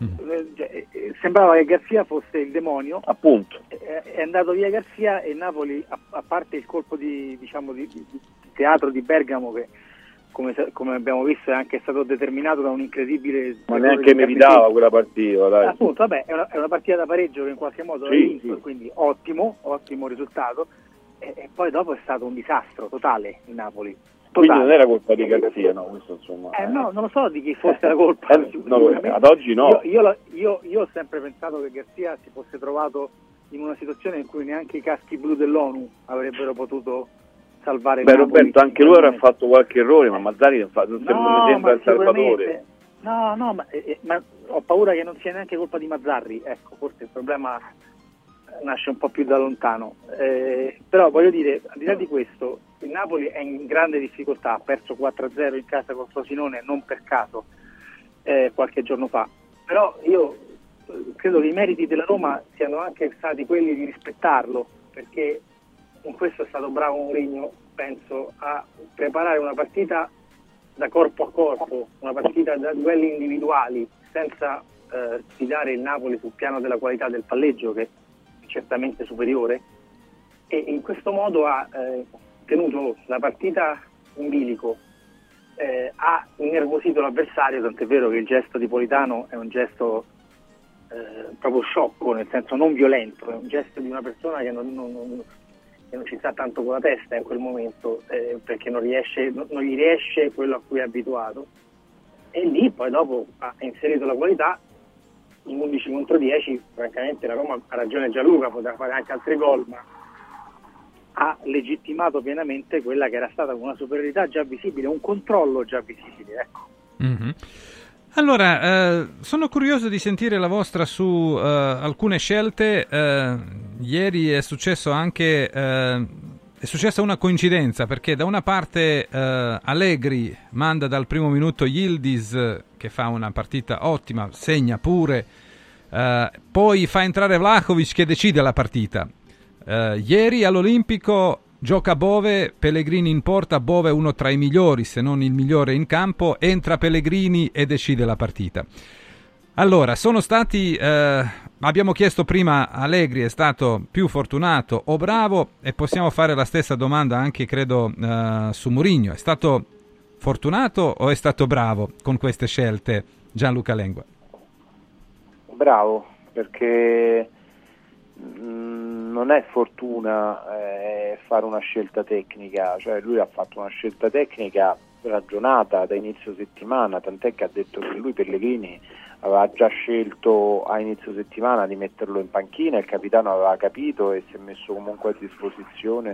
Sembrava che Garzia fosse il demonio, appunto. È andato via Garzia e Napoli, a parte il colpo di teatro di Bergamo che come abbiamo visto è anche stato determinato da un incredibile... Ma neanche meritava quella partita, dai. Appunto, vabbè, è una partita da pareggio che in qualche modo ha vinto, quindi ottimo risultato, e poi dopo è stato un disastro totale il Napoli. Quindi non era colpa di Garzia, no? Questo insomma. No, non lo so di chi fosse la colpa. No, ad oggi no. Io ho sempre pensato che Garzia si fosse trovato in una situazione in cui neanche i caschi blu dell'ONU avrebbero potuto salvare il Napoli. Roberto, anche lui avrà fatto qualche errore, ma Mazzarri non mi sembra il salvatore. No, ma ho paura che non sia neanche colpa di Mazzarri, ecco, forse il problema nasce un po' più da lontano, però voglio dire, al di là di questo, il Napoli è in grande difficoltà, ha perso 4-0 in casa col Frosinone, non per caso, qualche giorno fa, però io credo che i meriti della Roma siano anche stati quelli di rispettarlo, perché in questo è stato bravo Mourinho, penso, a preparare una partita da corpo a corpo, una partita da duelli individuali, senza sfidare il Napoli sul piano della qualità del palleggio, che certamente superiore, e in questo modo ha tenuto la partita in bilico, ha innervosito l'avversario, tant'è vero che il gesto di Politano è un gesto proprio sciocco, nel senso non violento, è un gesto di una persona che non ci sta tanto con la testa in quel momento, perché non gli riesce quello a cui è abituato, e lì poi dopo ha inserito la qualità. In 11 contro 10, francamente la Roma, ha ragione Gianluca, poteva fare anche altri gol, ma ha legittimato pienamente quella che era stata una superiorità già visibile, un controllo già visibile, ecco. Mm-hmm. Allora, sono curioso di sentire la vostra su alcune scelte. Ieri è successo anche... è successa una coincidenza, perché da una parte Allegri manda dal primo minuto Yildiz, che fa una partita ottima, segna pure, poi fa entrare Vlahovic che decide la partita. Ieri all'Olimpico gioca Bove, Pellegrini in porta, Bove uno tra i migliori, se non il migliore in campo, entra Pellegrini e decide la partita. Allora, sono stati, abbiamo chiesto prima, Allegri è stato più fortunato o bravo, e possiamo fare la stessa domanda anche, credo, su Mourinho. È stato fortunato o è stato bravo con queste scelte, Gianluca Lengua? Bravo, perché non è fortuna fare una scelta tecnica, cioè lui ha fatto una scelta tecnica ragionata da inizio settimana, tant'è che ha detto che lui Pellegrini aveva già scelto a inizio settimana di metterlo in panchina, il capitano aveva capito e si è messo comunque a disposizione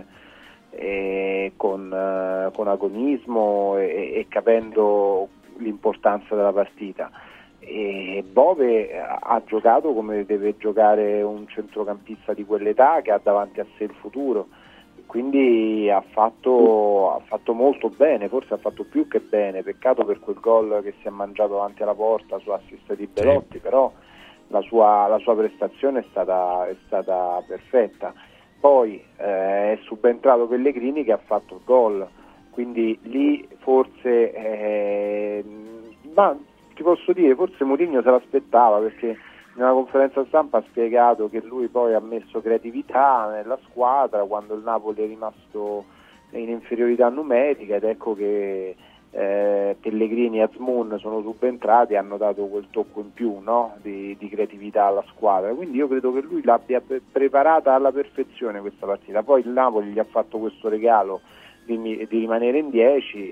con agonismo e capendo l'importanza della partita. E Bove ha giocato come deve giocare un centrocampista di quell'età, che ha davanti a sé il futuro, quindi ha fatto molto bene, forse ha fatto più che bene. Peccato per quel gol che si è mangiato davanti alla porta su assist di Belotti, però la sua prestazione è stata perfetta. poi è subentrato Pellegrini che ha fatto il gol, quindi lì forse ma ti posso dire, forse Mourinho se l'aspettava, perché nella conferenza stampa ha spiegato che lui poi ha messo creatività nella squadra quando il Napoli è rimasto in inferiorità numerica, ed ecco che Pellegrini e Azmoun sono subentrati e hanno dato quel tocco in più, no? di creatività alla squadra, quindi io credo che lui l'abbia preparata alla perfezione questa partita. Poi il Napoli gli ha fatto questo regalo di rimanere in 10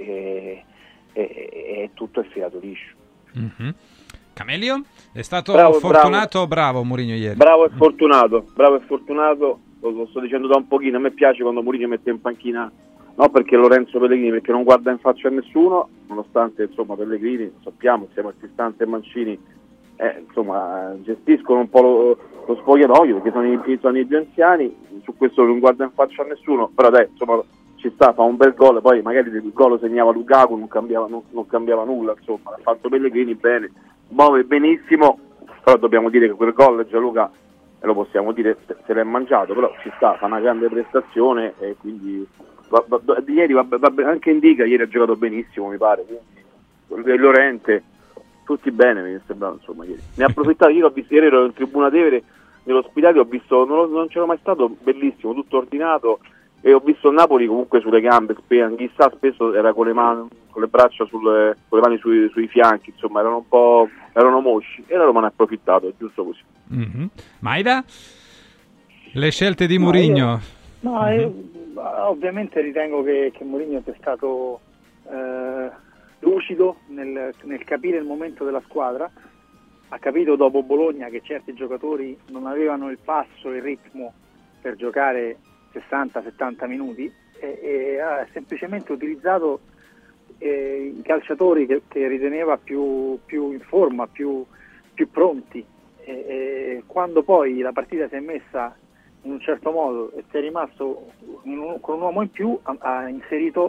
e tutto è filato liscio. Mm-hmm. Camelio? È stato bravo, fortunato o bravo Mourinho ieri? Bravo e fortunato, lo sto dicendo da un pochino. A me piace quando Mourinho mette in panchina, no perché Lorenzo Pellegrini, perché non guarda in faccia a nessuno, nonostante insomma Pellegrini, sappiamo, siamo a Cristante e Mancini, insomma gestiscono un po' lo spogliatoio, perché sono i più anziani, su questo non guarda in faccia a nessuno, però dai, insomma ci sta, fa un bel gol, poi magari il gol lo segnava Lukaku, non cambiava nulla, insomma ha fatto Pellegrini bene, muove benissimo, però dobbiamo dire che quel gol Gianluca, lo possiamo dire, se l'è mangiato, però ci sta, fa una grande prestazione e quindi ieri anche Indica ieri ha giocato benissimo, mi pare, quindi Llorente, tutti bene, mi sembra, insomma ieri ne ha approfittato. Ieri ero in Tribuna Tevere nell'ospedale, ho visto, non c'ero mai stato, bellissimo, tutto ordinato, e ho visto il Napoli comunque sulle gambe, chissà, spesso era con le mani, con le braccia con le mani sui fianchi, insomma erano mosci, e la Roma ne ha approfittato, è giusto così. Mm-hmm. Maida? Le scelte di Mourinho? Io ovviamente ritengo che Mourinho sia stato lucido nel capire il momento della squadra, ha capito dopo Bologna che certi giocatori non avevano il passo e il ritmo per giocare 60-70 minuti e ha semplicemente utilizzato i calciatori che riteneva più in forma, più pronti, e quando poi la partita si è messa in un certo modo e si è rimasto con un uomo in più, ha inserito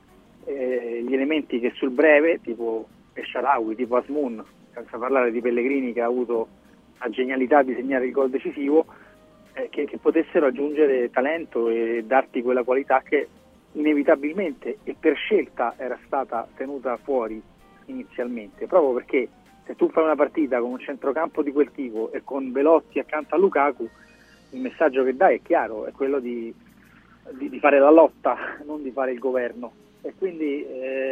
gli elementi che sul breve, tipo Esharawi, tipo Azmoun, senza parlare di Pellegrini che ha avuto la genialità di segnare il gol decisivo, che potessero aggiungere talento e darti quella qualità che inevitabilmente e per scelta era stata tenuta fuori inizialmente, proprio perché se tu fai una partita con un centrocampo di quel tipo e con Belotti accanto a Lukaku, il messaggio che dai è chiaro, è quello di fare la lotta, non di fare il governo, e quindi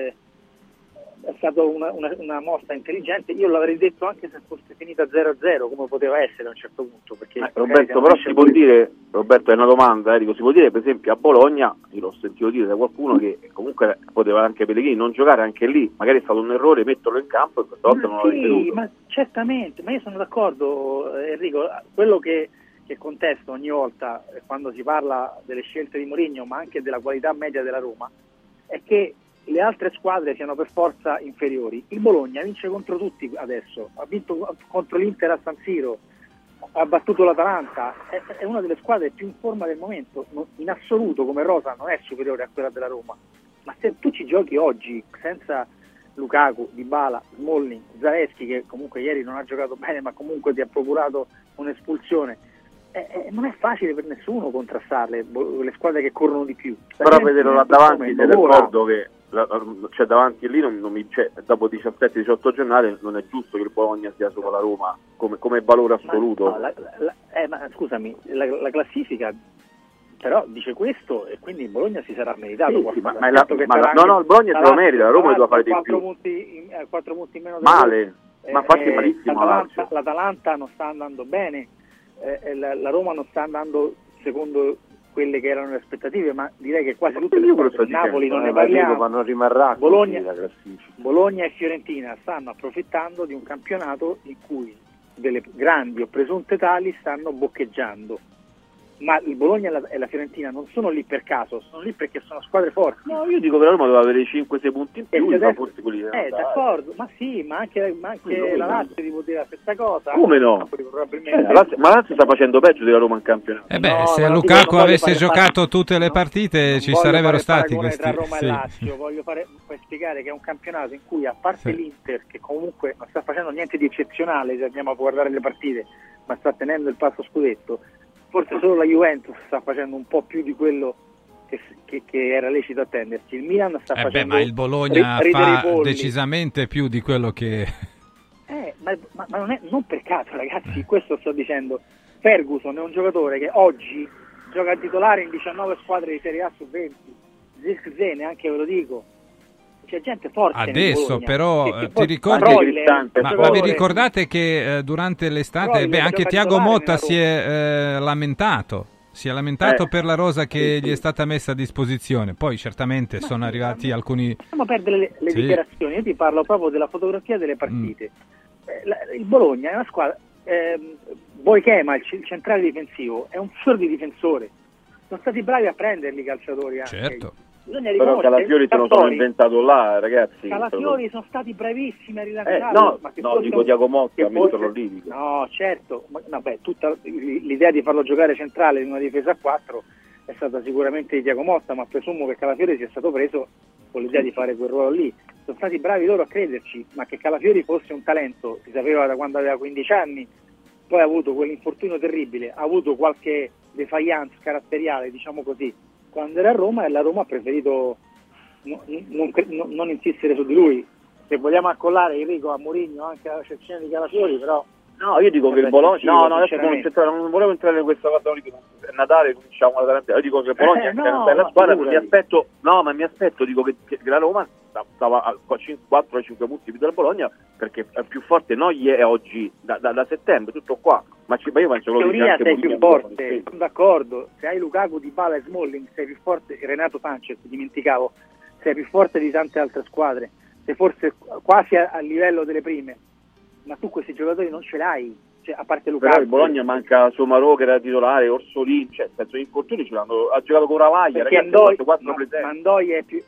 è stata una mossa intelligente. Io l'avrei detto anche se fosse finita 0-0, come poteva essere a un certo punto, perché Roberto, però si può dire, Roberto, è una domanda, dico, si può dire per esempio a Bologna, io l'ho sentito dire da qualcuno che comunque poteva anche Pellegrini non giocare anche lì, magari è stato un errore metterlo in campo e questa volta non l'ha ritenuto. Ma certamente, ma io sono d'accordo, Enrico, quello che contesto ogni volta quando si parla delle scelte di Mourinho, ma anche della qualità media della Roma, è che le altre squadre siano per forza inferiori. Il Bologna vince contro tutti adesso, ha vinto contro l'Inter a San Siro, ha battuto l'Atalanta, è una delle squadre più in forma del momento, in assoluto come rosa non è superiore a quella della Roma, ma se tu ci giochi oggi senza Lukaku, Dybala, Smalling, Zalewski, che comunque ieri non ha giocato bene ma comunque ti ha procurato un'espulsione, non è facile per nessuno contrastarle, le squadre che corrono di più. Però vederlo là davanti, ti ricordo che cioè davanti lì dopo 17-18 giornate non è giusto che il Bologna sia sopra la Roma come valore assoluto. Ma scusami, la classifica però dice questo e quindi il Bologna si sarà meritato qualcosa. No, il Bologna se lo merita, la Roma doveva fare di più. 4 punti in meno male, ma infatti malissimo. L'Atalanta non sta andando bene, la Roma non sta andando secondo quelle che erano le aspettative, ma direi che quasi tutte le squadre, Napoli non ne parliamo, ma non rimarrà Bologna, la classifica. Bologna e Fiorentina stanno approfittando di un campionato in cui delle grandi o presunte tali stanno boccheggiando, ma il Bologna e la Fiorentina non sono lì per caso, sono lì perché sono squadre forti. No, io dico che la Roma doveva avere 5-6 punti in più, forse quelli d'accordo, ma sì, ma anche la Lazio ti può dire la stessa cosa. Come no? Probabilmente. Ma la Lazio sta facendo peggio della Roma in campionato. Se Lukaku avesse giocato tutte le partite ci sarebbero stati questi. Tra Roma e Lazio, voglio spiegare che è un campionato in cui, a parte l'Inter, che comunque non sta facendo niente di eccezionale se andiamo a guardare le partite, ma sta tenendo il passo scudetto, forse solo la Juventus sta facendo un po' più di quello che era lecito attendersi. Il Milan sta facendo ma il Bologna ridere i fa polli. decisamente più di quello che... Ma non per caso, ragazzi, questo sto dicendo. Ferguson è un giocatore che oggi gioca titolare in 19 squadre di Serie A su 20. Zirkzee, neanche ve lo dico. C'è gente forte adesso, nel Bologna, però che ti ricordi ma vi ricordate che durante l'estate anche Thiago Motta si è lamentato per la rosa che gli è stata messa a disposizione. Poi certamente sono arrivati alcuni... Possiamo perdere le dichiarazioni. Io ti parlo proprio della fotografia delle partite. Il Bologna è una squadra, Boikema, il centrale difensivo, è un fior di difensore. Sono stati bravi a prenderli i calciatori anche. Certo. Però Calafiori se lo sono inventato là, ragazzi. Calafiori sono stati bravissimi a rilanciare. Dico Thiago Motta a metterlo lì. No, certo. Tutta l'idea di farlo giocare centrale in una difesa a 4 è stata sicuramente di Thiago Motta, ma presumo che Calafiori sia stato preso con l'idea di fare quel ruolo lì. Sono stati bravi loro a crederci, ma che Calafiori fosse un talento si sapeva da quando aveva 15 anni, poi ha avuto quell'infortunio terribile, ha avuto qualche defiance caratteriale, diciamo così, quando era a Roma, e la Roma ha preferito non insistere su di lui. Se vogliamo accollare Enrico a Mourinho anche alla cessione di Calafiori, però... No, io dico che il Bologna... adesso non volevo entrare in questa cosa, è Natale, cominciamo la quarantena. Io dico che il Bologna è una bella squadra, mi aspetto, dico che la Roma stava a 4-5 punti più della Bologna, perché è più forte noi è oggi, da settembre, tutto qua. Ma io penso che teoria sei più forte, sono d'accordo. Se hai Lukaku, Dybala e Smalling sei più forte, Renato Sanchez, dimenticavo, sei più forte di tante altre squadre, sei forse quasi a livello delle prime, ma tu questi giocatori non ce l'hai, cioè, a parte Lukaku. Però il Bologna manca Somarò che era titolare, Orsolini, cioè penso gli infortuni ce l'hanno, ha giocato con Ravaglia, ragazzi, Mandoi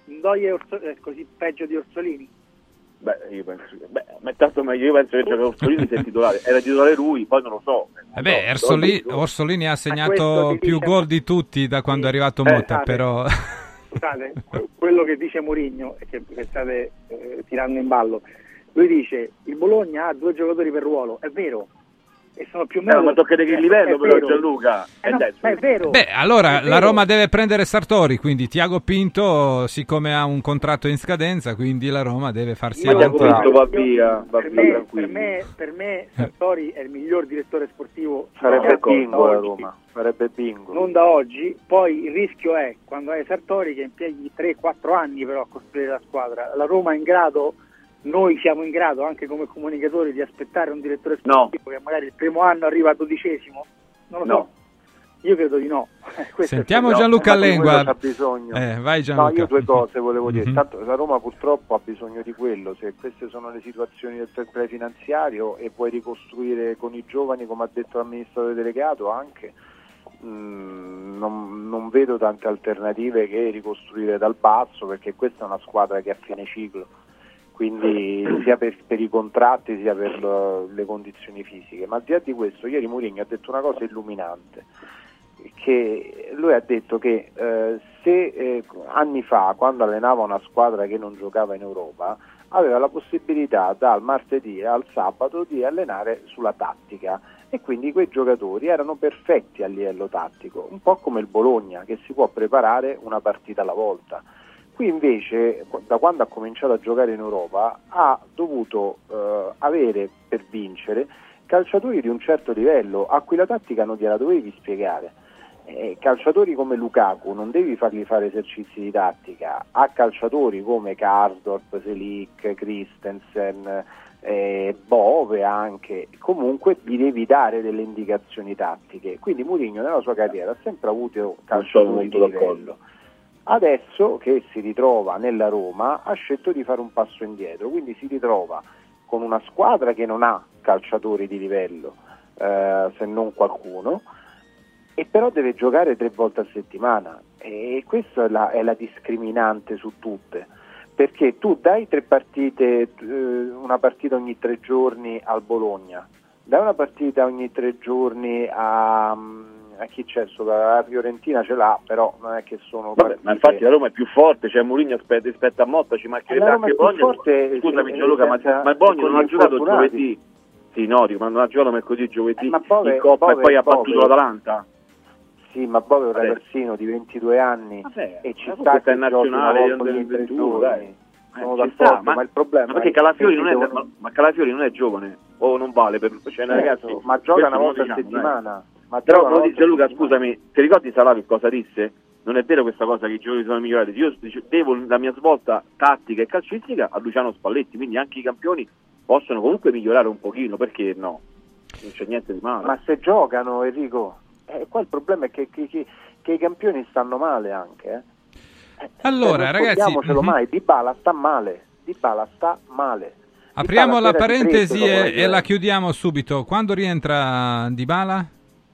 è così peggio di Orsolini? Io penso io penso che gioca Orsolini sia titolare, era titolare lui, poi non lo so. Orsolini ha segnato più gol di tutti da quando è arrivato Motta, però... Scusate, quello che dice Mourinho e che state tirando in ballo, lui dice il Bologna ha 2 giocatori per ruolo, è vero, e sono più o meno... ma tocca di che livello però Gianluca? È vero. Allora la Roma deve prendere Sartori, quindi Tiago Pinto, siccome ha un contratto in scadenza, quindi la Roma deve farsi avanti. Va via, per me Sartori è il miglior direttore sportivo. Sarebbe bingo la Roma, sarebbe bingo. Non da oggi, poi il rischio è, quando hai Sartori, che impieghi 3-4 anni però a costruire la squadra. La Roma è in grado... Noi siamo in grado anche come comunicatori di aspettare un direttore sportivo che magari il primo anno arriva a 12°? Non lo so. Io credo di no. Sentiamo Gianluca Lengua. Vai Gianluca. No, io 2 cose volevo dire. Tanto la Roma purtroppo ha bisogno di quello. Se queste sono le situazioni del fair play finanziario e puoi ricostruire con i giovani, come ha detto l'amministratore delegato, anche non vedo tante alternative che ricostruire dal basso, perché questa è una squadra che è a fine ciclo. Quindi sia per i contratti sia per le condizioni fisiche. Ma al di là di questo, ieri Mourinho ha detto una cosa illuminante, che lui ha detto che se anni fa, quando allenava una squadra che non giocava in Europa, aveva la possibilità dal martedì al sabato di allenare sulla tattica, e quindi quei giocatori erano perfetti a livello tattico, un po' come il Bologna, che si può preparare una partita alla volta. Qui invece, da quando ha cominciato a giocare in Europa, ha dovuto avere, per vincere, calciatori di un certo livello, a cui la tattica non gliela dovevi spiegare. Calciatori come Lukaku non devi fargli fare esercizi di tattica, a calciatori come Karsdorp, Selic, Christensen, Bove anche, comunque gli devi dare delle indicazioni tattiche. Quindi Mourinho nella sua carriera ha sempre avuto calciatori di livello. Adesso che si ritrova nella Roma ha scelto di fare un passo indietro, quindi si ritrova con una squadra che non ha calciatori di livello, se non qualcuno, e però deve giocare 3 volte a settimana, e questa è la discriminante su tutte, perché tu dai 3 partite, una partita ogni 3 giorni al Bologna, dai una partita ogni 3 giorni a chi c'è sopra, la Fiorentina ce l'ha, però non è che sono partite... ma infatti la Roma è più forte, cioè Mourinho rispetto a Motta ci mancherebbe anche Bologna. Scusami Gianluca, ma il Bologna non ha giocato giovedì, ma non ha giocato mercoledì, giovedì in Coppa e poi ha battuto l'Atalanta. Sì, ma poi è un ragazzino di 22 anni e ci sta che è nazionale del 21, dai. Sono d'accordo, ma il problema ma perché Calafiori non è giovane o non vale per ragazzi, ma gioca una volta a settimana. Però lo dice Luca, scusami, ti ricordi Salavi cosa disse? Non è vero questa cosa che i giocatori sono migliorati. Io devo la mia svolta tattica e calcistica a Luciano Spalletti, quindi anche i campioni possono comunque migliorare un pochino, perché no? Non c'è niente di male. Ma se giocano, Enrico, qua il problema è che i campioni stanno male anche. Allora, ragazzi, mai, Dybala sta male. Apriamo la parentesi e la chiudiamo subito. Quando rientra Dybala?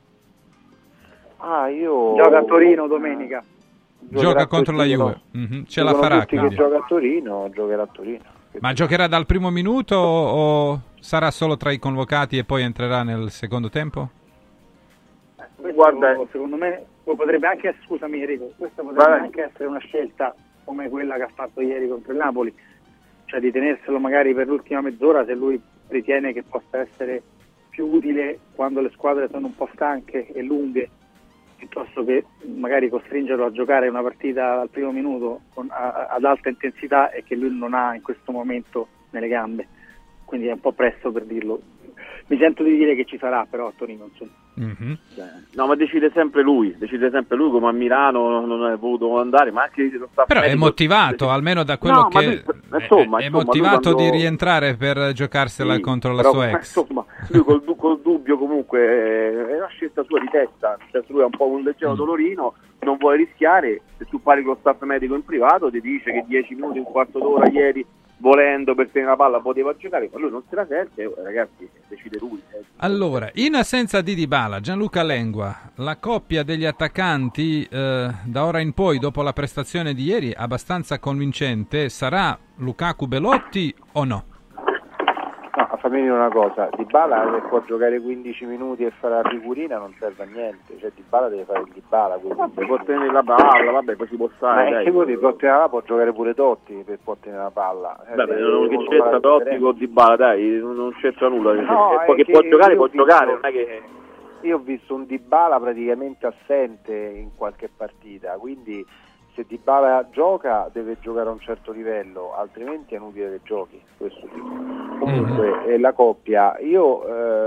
Gioca a Torino domenica. Gioca contro la Juve. Ce la farà. Che gioca a Torino, giocherà a Torino. Ma giocherà dal primo minuto o sarà solo tra i convocati e poi entrerà nel secondo tempo? Guarda, secondo me potrebbe anche, scusami Enrico, questa potrebbe anche essere una scelta come quella che ha fatto ieri contro il Napoli, cioè di tenerselo magari per l'ultima mezz'ora se lui ritiene che possa essere più utile quando le squadre sono un po' stanche e lunghe, piuttosto che magari costringerlo a giocare una partita dal primo minuto ad alta intensità e che lui non ha in questo momento nelle gambe, quindi è un po' presto per dirlo. Mi sento di dire che ci sarà però a Torino, insomma. No, ma decide sempre lui come a Milano non è voluto andare, ma anche lo staff però medico, è motivato, almeno da quello che insomma, è motivato di rientrare per giocarsela contro la sua ex. Insomma, lui col dubbio comunque è una scelta sua di testa, cioè lui ha un po' un leggero dolorino, non vuole rischiare. Se tu parli con lo staff medico in privato ti dice che 10 minuti, un quarto d'ora ieri volendo per tenere la palla poteva giocare, ma lui non se la sente, ragazzi, decide lui. Allora, in assenza di Dybala, Gianluca Lengua, la coppia degli attaccanti da ora in poi, dopo la prestazione di ieri abbastanza convincente, sarà Lukaku-Belotti o no? No, fammi dire una cosa, Dybala se può giocare 15 minuti e fare la figurina non serve a niente, cioè Dybala deve fare il Dybala, vabbè, può tenere la palla, vabbè, poi si può stare, ma può giocare pure Totti per può tenere la palla. Vabbè, non che c'entra Totti con Dybala, dai, non c'entra nulla, che può giocare, non è che io ho visto un Dybala praticamente assente in qualche partita, quindi se Dybala gioca deve giocare a un certo livello, altrimenti è inutile che giochi, questo dico. Comunque la coppia, io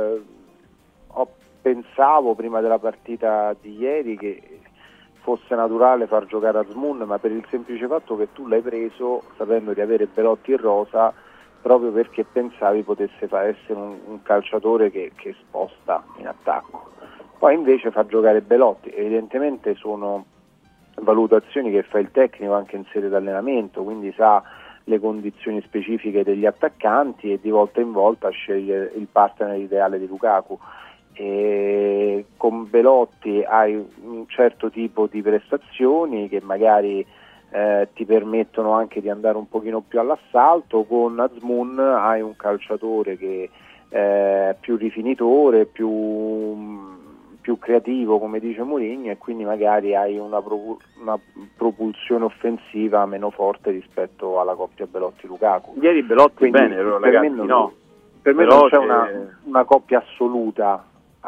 pensavo prima della partita di ieri che fosse naturale far giocare Azmoun, ma per il semplice fatto che tu l'hai preso sapendo di avere Belotti in rosa, proprio perché pensavi potesse essere un calciatore che sposta in attacco. Poi invece fa giocare Belotti, evidentemente sono valutazioni che fa il tecnico anche in sede di allenamento, quindi sa le condizioni specifiche degli attaccanti e di volta in volta sceglie il partner ideale di Lukaku. E con Belotti hai un certo tipo di prestazioni che magari ti permettono anche di andare un pochino più all'assalto, con Azmoun hai un calciatore che è più rifinitore, più creativo come dice Mourinho, e quindi magari hai una propulsione offensiva meno forte rispetto alla coppia Belotti-Lukaku. Ieri Belotti quindi, bene, però, ragazzi, per me non c'è una coppia assoluta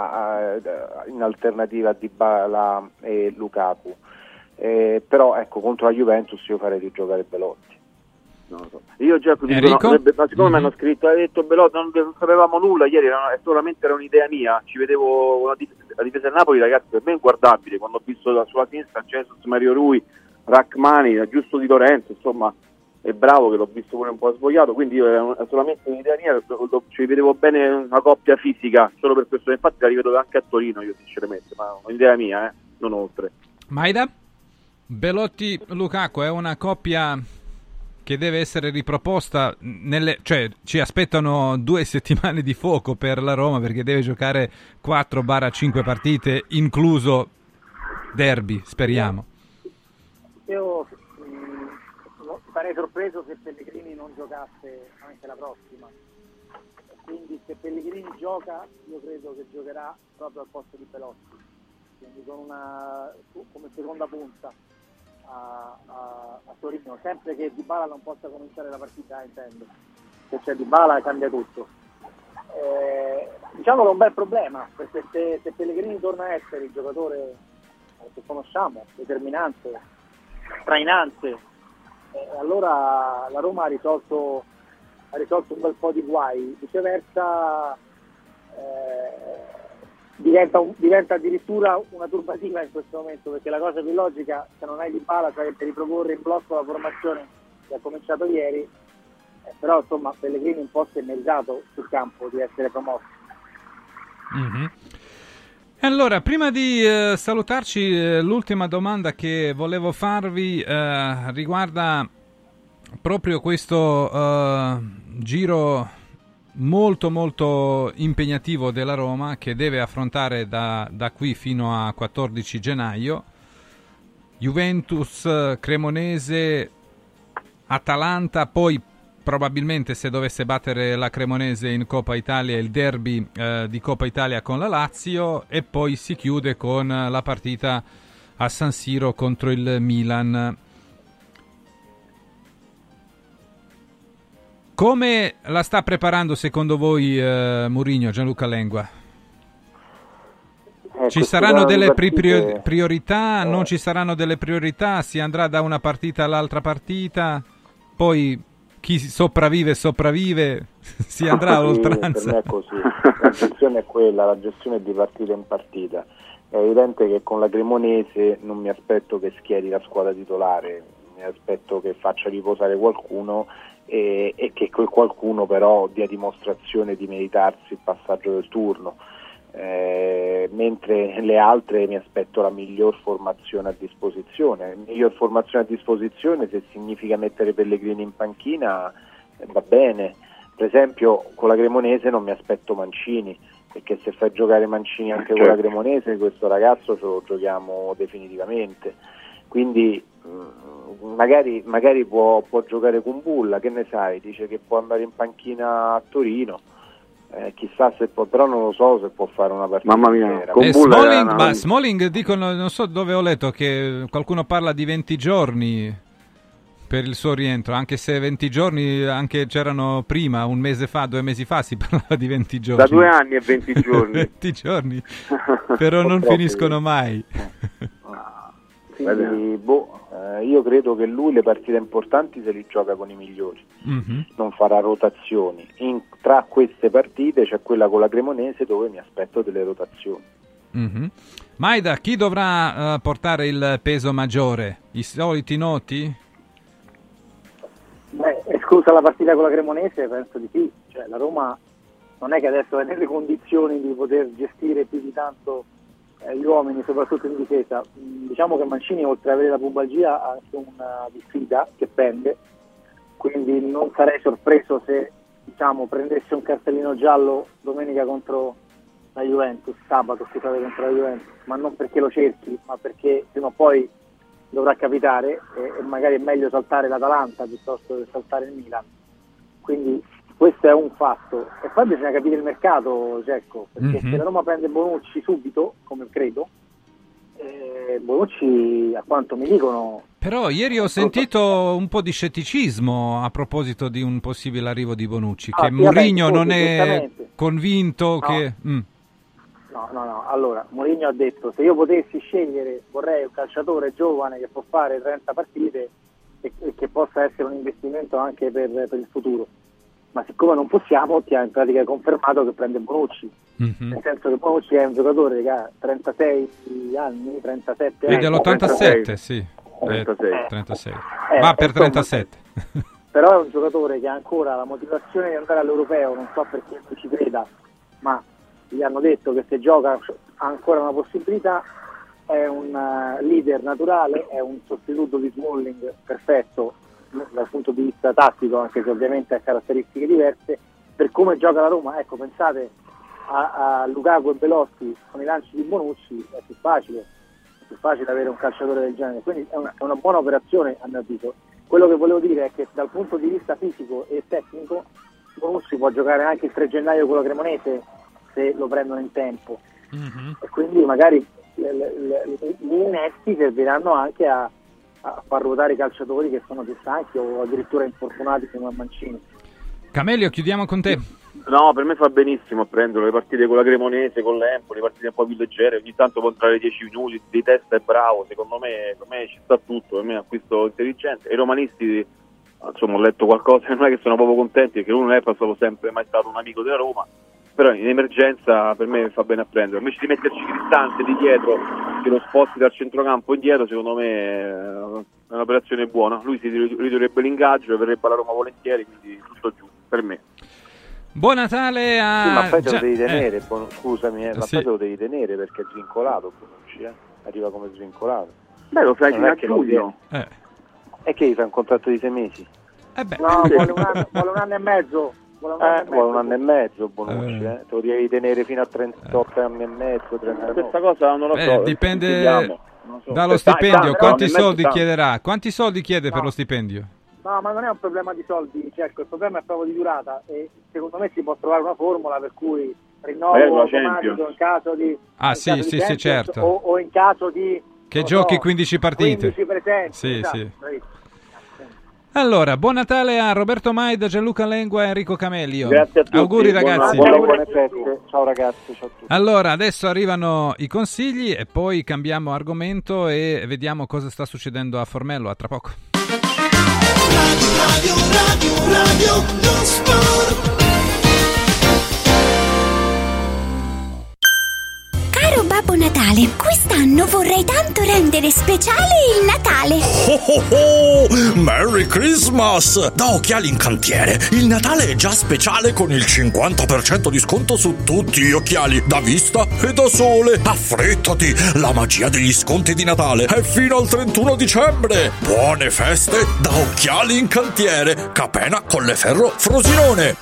in alternativa a Dybala e Lukaku, però ecco, contro la Juventus io farei di giocare Belotti. Io già siccome mi hanno scritto, hai detto Belotti, non sapevamo nulla ieri, solamente era un'idea mia, ci vedevo la difesa del Napoli, ragazzi, per me è inguardabile, quando ho visto sulla sinistra Jesus, Mario Rui, Rachmani, giusto Di Lorenzo, insomma è bravo che l'ho visto pure un po' svogliato, quindi io era solamente un'idea mia, ci vedevo bene una coppia fisica, solo per questo, infatti la rivedo anche a Torino io sinceramente, ma un'idea mia, non oltre. Maida? Belotti-Lukaku è una coppia che deve essere riproposta, cioè ci aspettano 2 settimane di fuoco per la Roma perché deve giocare 4-5 partite, incluso derby, speriamo. Io sarei sorpreso se Pellegrini non giocasse anche la prossima, quindi se Pellegrini gioca io credo che giocherà proprio al posto di Belotti, quindi come seconda punta a Torino, sempre che Dybala non possa cominciare la partita, intendo. Se c'è Dybala cambia tutto. Diciamo che è un bel problema, perché se Pellegrini torna a essere il giocatore che conosciamo, determinante, trainante. Allora la Roma ha risolto un bel po' di guai, viceversa diventa addirittura una turbativa in questo momento, perché la cosa più logica, se non hai Dybala, sarebbe riproporre in blocco la formazione che ha cominciato ieri, però insomma Pellegrini un po' si è meritato sul campo di essere promosso. Mm-hmm. Allora, prima di salutarci, l'ultima domanda che volevo farvi riguarda proprio questo giro molto molto impegnativo della Roma, che deve affrontare da qui fino a 14 gennaio. Juventus, Cremonese, Atalanta, poi probabilmente, se dovesse battere la Cremonese in Coppa Italia, il derby di Coppa Italia con la Lazio, e poi si chiude con la partita a San Siro contro il Milan. Come la sta preparando secondo voi Mourinho, Gianluca Lengua? Ci saranno delle priorità? Non ci saranno delle priorità? Si andrà da una partita all'altra partita? Poi chi sopravvive, si andrà a oltranza. Per me è così, la gestione è quella, la gestione è di partita in partita. È evidente che con la Cremonese non mi aspetto che schieri la squadra titolare, mi aspetto che faccia riposare qualcuno e che quel qualcuno però dia dimostrazione di meritarsi il passaggio del turno. Mentre le altre mi aspetto la miglior formazione a disposizione. Miglior formazione a disposizione, se significa mettere Pellegrini in panchina, va bene. Per esempio con la Cremonese non mi aspetto Mancini, perché se fai giocare Mancini anche con la Cremonese, questo ragazzo ce lo giochiamo definitivamente. Quindi magari può giocare con Bulla, che ne sai, dice che può andare in panchina a Torino. Chissà se può, però non lo so se può fare una partita. Mamma mia, con Smalling dicono, non so dove ho letto, che qualcuno parla di 20 giorni per il suo rientro, anche se 20 giorni anche c'erano prima, un mese fa, 2 mesi fa si parlava di 20 giorni. Da 2 anni e 20 giorni. 20 giorni, però non finiscono mai. Quindi, io credo che lui le partite importanti se li gioca con i migliori, non farà rotazioni. Tra queste partite c'è quella con la Cremonese dove mi aspetto delle rotazioni. Maida, chi dovrà portare il peso maggiore? I soliti noti? Esclusa la partita con la Cremonese, penso di sì. Cioè, la Roma non è che adesso è nelle condizioni di poter gestire più di tanto gli uomini, soprattutto in difesa. Diciamo che Mancini, oltre ad avere la pubalgia, ha anche una diffida che pende, quindi non sarei sorpreso se prendesse un cartellino giallo domenica contro la Juventus, sabato scusate, contro la Juventus, ma non perché lo cerchi, ma perché prima o poi dovrà capitare e magari è meglio saltare l'Atalanta piuttosto che saltare il Milan. Quindi questo è un fatto, e poi bisogna capire il mercato, Cecco, perché se la Roma prende Bonucci subito, come credo, Bonucci, a quanto mi dicono... Però ieri ho sentito un po' di scetticismo a proposito di un possibile arrivo di Bonucci, che Mourinho non è convinto che... No, allora Mourinho ha detto: se io potessi scegliere vorrei un calciatore giovane che può fare 30 partite e che possa essere un investimento anche per il futuro. Ma siccome non possiamo, ti ha in pratica confermato che prende Bonucci, nel senso che Bonucci è un giocatore che ha 36 anni, 37 anni. È dell'87, sì. 36. Va per 37. Però è un giocatore che ha ancora la motivazione di andare all'Europeo, non so perché non ci creda, ma gli hanno detto che se gioca ha ancora una possibilità, è un leader naturale, è un sostituto di Smalling perfetto dal punto di vista tattico, anche se ovviamente ha caratteristiche diverse. Per come gioca la Roma, ecco, pensate a Lukaku e Belotti con i lanci di Bonucci, è più facile avere un calciatore del genere, quindi è una buona operazione a mio avviso. Quello che volevo dire è che dal punto di vista fisico e tecnico Bonucci può giocare anche il 3 gennaio con la Cremonese se lo prendono in tempo, e quindi magari gli innesti serviranno anche a far ruotare i calciatori che sono più stanchi o addirittura infortunati come Mancini. Camelio, chiudiamo con te. No, per me fa benissimo a prenderlo, le partite con la Cremonese, con l'Empoli, le partite un po' più leggere, ogni tanto può entrare 10 minuti, di testa è bravo, secondo me, per me ci sta tutto, per me è un acquisto intelligente. I romanisti, insomma, ho letto qualcosa, non è che sono proprio contenti, perché uno non è passato sempre mai stato un amico della Roma, però in emergenza per me fa bene a prenderlo. Invece di metterci Cristante di dietro, che lo sposti dal centrocampo indietro, secondo me è un'operazione buona. Lui si ridurrebbe l'ingaggio e verrebbe alla Roma volentieri, quindi tutto giù, per me. Buon Natale a... Sì, ma poi te lo devi tenere, scusami, ma sì. poi te lo devi tenere perché è svincolato Bonucci, arriva come svincolato. Beh, lo fai fino a giugno. E che gli fai un contratto di 6 mesi? No, vuole un anno e mezzo. Vuole un anno e mezzo Bonucci, te lo devi tenere fino a 38 anni e mezzo, 39. Questa cosa non lo so. Dipende dallo stipendio, quanti soldi chiederà? Quanti soldi chiede per lo stipendio? No, ma non è un problema di soldi, certo, il problema è proprio di durata e secondo me si può trovare una formula per cui rinnovo automatico in caso di sì, certo. o in caso di che giochi 15 partite. 15 presenti. Sì, esatto, sì. Allora, buon Natale a Roberto Maida, Gianluca Lengua e Enrico Camelio. Grazie a tutti. Auguri ragazzi. Buone feste. Ciao ragazzi, ciao a tutti. Allora, adesso arrivano i consigli e poi cambiamo argomento e vediamo cosa sta succedendo a Formello. A tra poco. Radio lo sport. Caro Babbo Natale, quest'anno vorrei tanto rendere speciale il Natale. Merry Christmas! Da Occhiali in Cantiere, il Natale è già speciale con il 50% di sconto su tutti gli occhiali, da vista e da sole. Affrettati, la magia degli sconti di Natale è fino al 31 dicembre. Buone feste da Occhiali in Cantiere, Capena, Colleferro, Frosinone.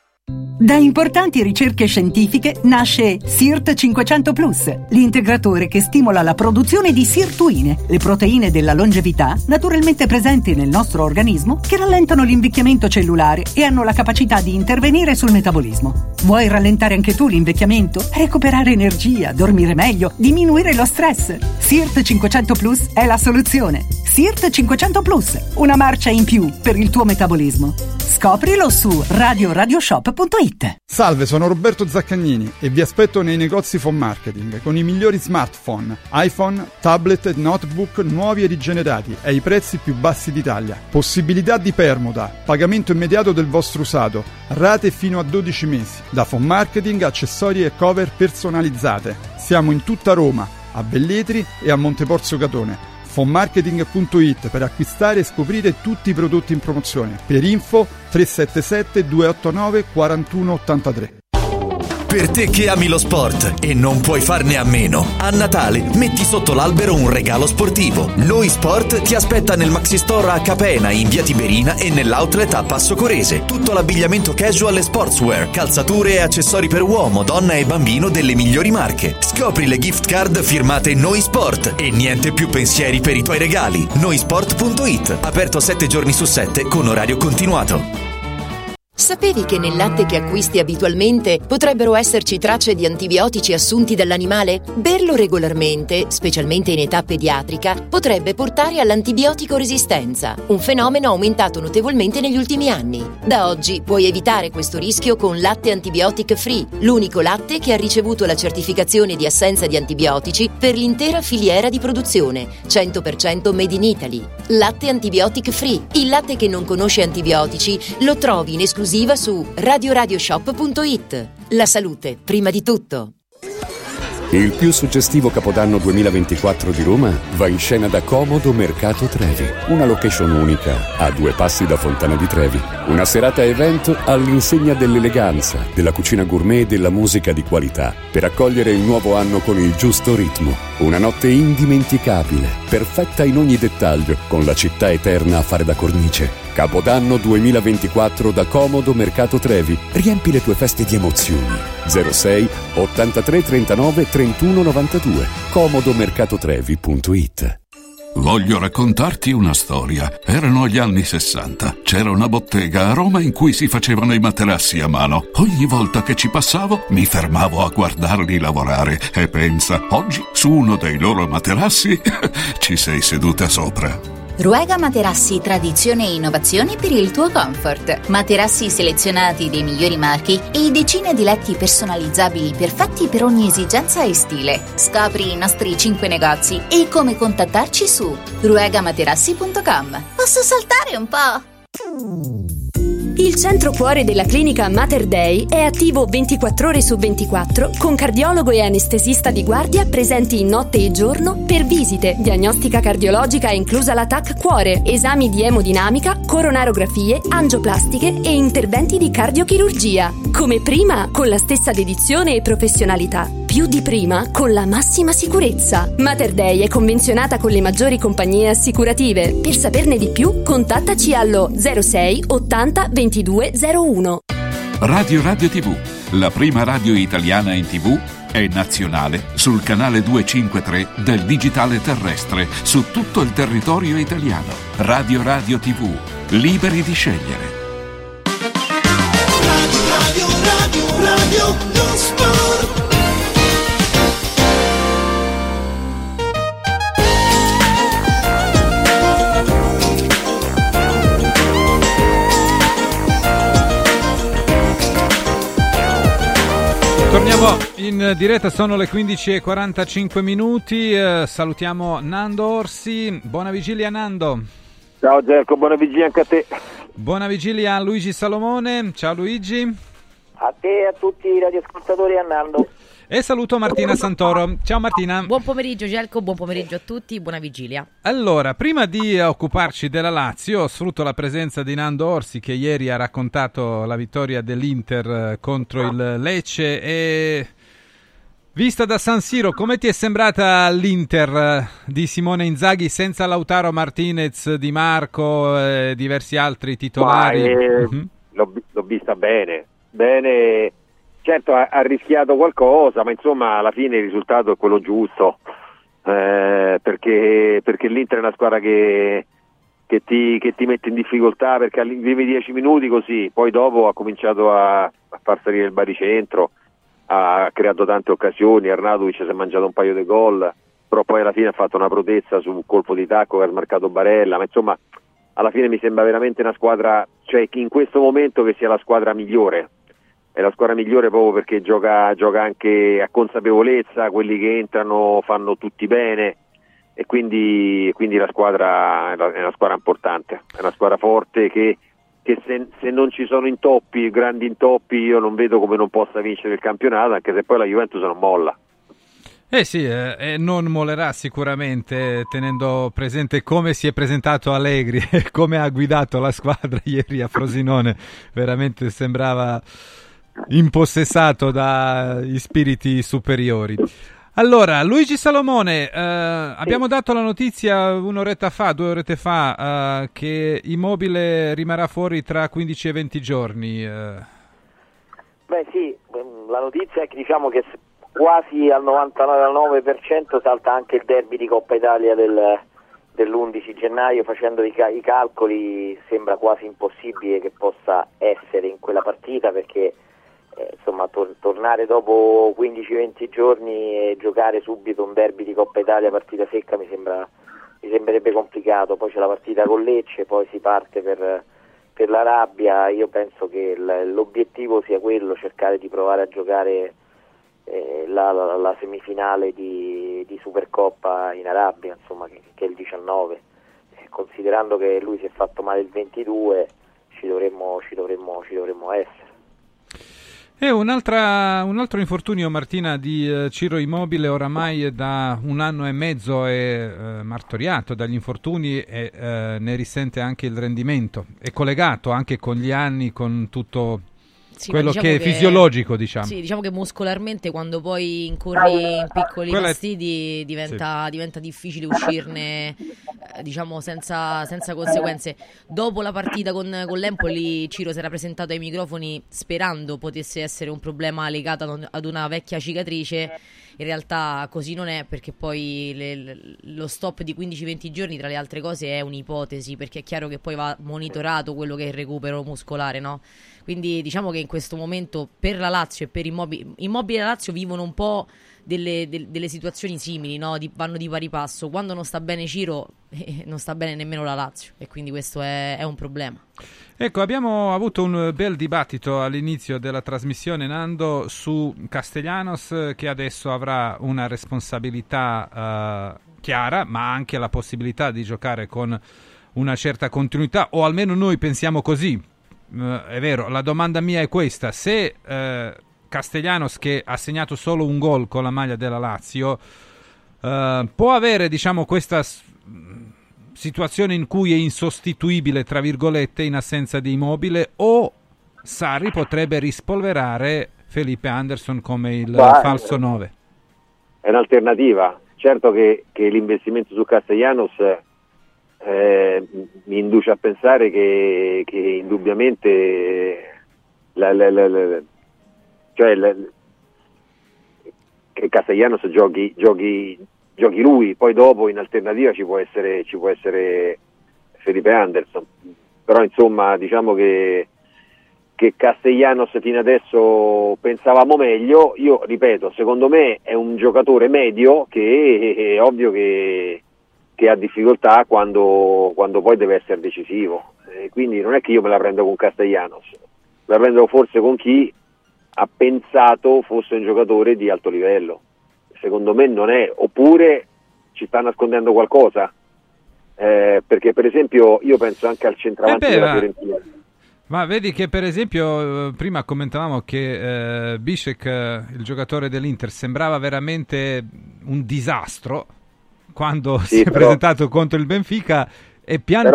Da importanti ricerche scientifiche nasce SIRT 500 Plus, l'integratore che stimola la produzione di sirtuine, le proteine della longevità naturalmente presenti nel nostro organismo che rallentano l'invecchiamento cellulare e hanno la capacità di intervenire sul metabolismo. Vuoi rallentare anche tu l'invecchiamento? Recuperare energia, dormire meglio, diminuire lo stress? SIRT 500 Plus è la soluzione. SIRT 500 Plus, una marcia in più per il tuo metabolismo. Scoprilo su radioshop.it. Salve, sono Roberto Zaccagnini e vi aspetto nei negozi Phone Marketing con i migliori smartphone, iPhone, tablet e notebook nuovi e rigenerati ai prezzi più bassi d'Italia. Possibilità di permuta, pagamento immediato del vostro usato, rate fino a 12 mesi. Da Phone Marketing, accessori e cover personalizzate. Siamo in tutta Roma, a Velletri e a Monteporzio Catone. Fonmarketing.it per acquistare e scoprire tutti i prodotti in promozione. Per info 377 289 4183. Per te che ami lo sport e non puoi farne a meno, a Natale metti sotto l'albero un regalo sportivo. Noi Sport ti aspetta nel Maxi Store a Capena in via Tiberina e nell'outlet a Passo Corese. Tutto l'abbigliamento casual e sportswear, calzature e accessori per uomo, donna e bambino delle migliori marche. Scopri le gift card firmate Noi Sport e niente più pensieri per i tuoi regali. Noisport.it, aperto 7 giorni su 7 con orario continuato. Sapevi che nel latte che acquisti abitualmente potrebbero esserci tracce di antibiotici assunti dall'animale? Berlo regolarmente, specialmente in età pediatrica, potrebbe portare all'antibiotico resistenza, un fenomeno aumentato notevolmente negli ultimi anni. Da oggi puoi evitare questo rischio con Latte Antibiotic Free, l'unico latte che ha ricevuto la certificazione di assenza di antibiotici per l'intera filiera di produzione, 100% made in Italy. Latte Antibiotic Free, il latte che non conosce antibiotici, lo trovi in esclusiva su radioshop.it. La salute, prima di tutto. Il più suggestivo Capodanno 2024 di Roma va in scena da Comodo Mercato Trevi, una location unica a 2 passi da Fontana di Trevi. Una serata evento all'insegna dell'eleganza, della cucina gourmet e della musica di qualità, per accogliere il nuovo anno con il giusto ritmo. Una notte indimenticabile, perfetta in ogni dettaglio, con la città eterna a fare da cornice. Capodanno 2024 da Comodo Mercato Trevi. Riempi le tue feste di emozioni. 06 83 39 31 92. comodomercatotrevi.it. Voglio raccontarti una storia. Erano gli anni 60. C'era una bottega a Roma in cui si facevano i materassi a mano. Ogni volta che ci passavo mi fermavo a guardarli lavorare e pensa, oggi su uno dei loro materassi ci sei seduta sopra. Ruega Materassi, tradizione e innovazione per il tuo comfort. Materassi selezionati dei migliori marchi e decine di letti personalizzabili perfetti per ogni esigenza e stile. Scopri i nostri 5 negozi e come contattarci su ruegamaterassi.com. Posso saltare un po'? Il centro cuore della clinica Mater Dei è attivo 24 ore su 24 con cardiologo e anestesista di guardia presenti in notte e giorno per visite, diagnostica cardiologica inclusa la TAC cuore, esami di emodinamica, coronarografie, angioplastiche e interventi di cardiochirurgia. Come prima, con la stessa dedizione e professionalità. Più di prima, con la massima sicurezza. Mater Dei è convenzionata con le maggiori compagnie assicurative. Per saperne di più, contattaci allo 06 80 22 01. Radio TV, la prima radio italiana in TV, è nazionale sul canale 253 del digitale terrestre su tutto il territorio italiano. Radio TV, liberi di scegliere. Radio non sport. Torniamo in diretta, sono le 15:45 minuti. Salutiamo Nando Orsi. Buona vigilia, Nando. Ciao Gerco, buona vigilia anche a te. Buona vigilia a Luigi Salomone. Ciao Luigi. A te e a tutti i radioascoltatori e a Nando. E saluto Martina Santoro. Ciao Martina. Buon pomeriggio Gelco, buon pomeriggio a tutti, buona vigilia. Allora, prima di occuparci della Lazio, sfrutto la presenza di Nando Orsi che ieri ha raccontato la vittoria dell'Inter contro il Lecce e vista da San Siro, come ti è sembrata l'Inter di Simone Inzaghi senza Lautaro Martinez, Di Marco e diversi altri titolari? L'ho vista bene. Certo ha rischiato qualcosa, ma insomma alla fine il risultato è quello giusto, perché l'Inter è una squadra che ti mette in difficoltà, perché ai primi 10 minuti così, poi dopo ha cominciato a far salire il baricentro, ha creato tante occasioni, Arnautovic si è mangiato un paio di gol, però poi alla fine ha fatto una protezza su un colpo di tacco che ha smarcato Barella, ma insomma alla fine mi sembra veramente una squadra, cioè in questo momento che sia la squadra migliore. È la squadra migliore proprio perché gioca anche a consapevolezza, quelli che entrano fanno tutti bene e quindi la squadra è una squadra importante, è una squadra forte che se non ci sono intoppi, grandi intoppi, io non vedo come non possa vincere il campionato, anche se poi la Juventus non molla. Sì, non mollerà sicuramente, tenendo presente come si è presentato Allegri e come ha guidato la squadra ieri a Frosinone. Veramente sembrava impossessato dai spiriti superiori. Allora, Luigi Salomone, abbiamo dato la notizia 2 orette fa, che Immobile rimarrà fuori tra 15 e 20 giorni. Beh sì, la notizia è che diciamo che quasi al 99% salta anche il derby di Coppa Italia dell'11 gennaio, facendo i calcoli sembra quasi impossibile che possa essere in quella partita, perché insomma tornare dopo 15-20 giorni e giocare subito un derby di Coppa Italia partita secca mi sembrerebbe complicato. Poi c'è la partita con Lecce, poi si parte per la Rabbia. Io penso che l'obiettivo sia quello, cercare di provare a giocare la semifinale di Supercoppa in Arabia, insomma, che è il 19, considerando che lui si è fatto male il 22, ci dovremmo essere. E un altro infortunio, Martina, di Ciro Immobile, oramai da 1 anno e mezzo è martoriato dagli infortuni e ne risente anche il rendimento. È collegato anche con gli anni, con tutto quello diciamo che è fisiologico, diciamo. Sì, diciamo che muscolarmente quando poi incorri in piccoli fastidi diventa difficile uscirne, diciamo senza conseguenze. Dopo la partita con l'Empoli, Ciro si era presentato ai microfoni sperando potesse essere un problema legato ad una vecchia cicatrice. In realtà così non è, perché poi lo stop di 15-20 giorni, tra le altre cose, è un'ipotesi, perché è chiaro che poi va monitorato quello che è il recupero muscolare, no? Quindi diciamo che in questo momento per la Lazio e per Immobile e la Lazio vivono un po' delle situazioni simili, no? Vanno di pari passo. Quando non sta bene Ciro, non sta bene nemmeno la Lazio, e quindi questo è un problema. Ecco, abbiamo avuto un bel dibattito all'inizio della trasmissione, Nando, su Castellanos, che adesso avrà una responsabilità chiara, ma anche la possibilità di giocare con una certa continuità, o almeno noi pensiamo così. È vero, la domanda mia è questa: se Castellanos, che ha segnato solo un gol con la maglia della Lazio, può avere, diciamo, questa situazione in cui è insostituibile, tra virgolette, in assenza di Immobile, o Sarri potrebbe rispolverare Felipe Anderson come il falso 9? È un'alternativa. Certo che l'investimento su Castellanos mi induce a pensare che indubbiamente che Castellanos giochi lui, poi dopo in alternativa ci può essere Felipe Anderson, però insomma diciamo che Castellanos fino adesso pensavamo meglio. Io ripeto, secondo me è un giocatore medio che è ovvio che ha difficoltà quando poi deve essere decisivo, quindi non è che io me la prendo con Castellanos, me la prendo forse con chi ha pensato fosse un giocatore di alto livello. Secondo me non è, oppure ci sta nascondendo qualcosa, perché per esempio io penso anche al centravanti della Fiorentina. Ma vedi che per esempio prima commentavamo che Bisek, il giocatore dell'Inter, sembrava veramente un disastro quando si è presentato contro il Benfica, e piano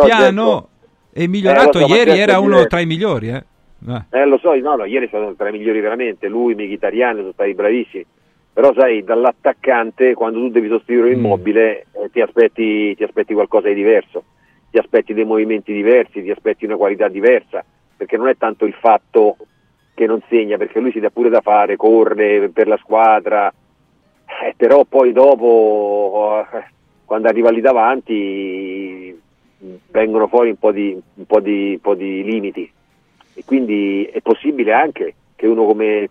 è migliorato. Ieri era uno tra i migliori. Lo so, no, ieri sono tra i migliori veramente, lui, Mkhitaryan sono stati bravissimi, però sai, dall'attaccante quando tu devi sostituire Immobile ti aspetti qualcosa di diverso, ti aspetti dei movimenti diversi, ti aspetti una qualità diversa, perché non è tanto il fatto che non segna, perché lui si dà pure da fare, corre per la squadra, però poi dopo quando arriva lì davanti vengono fuori un po' di limiti, e quindi è possibile anche che uno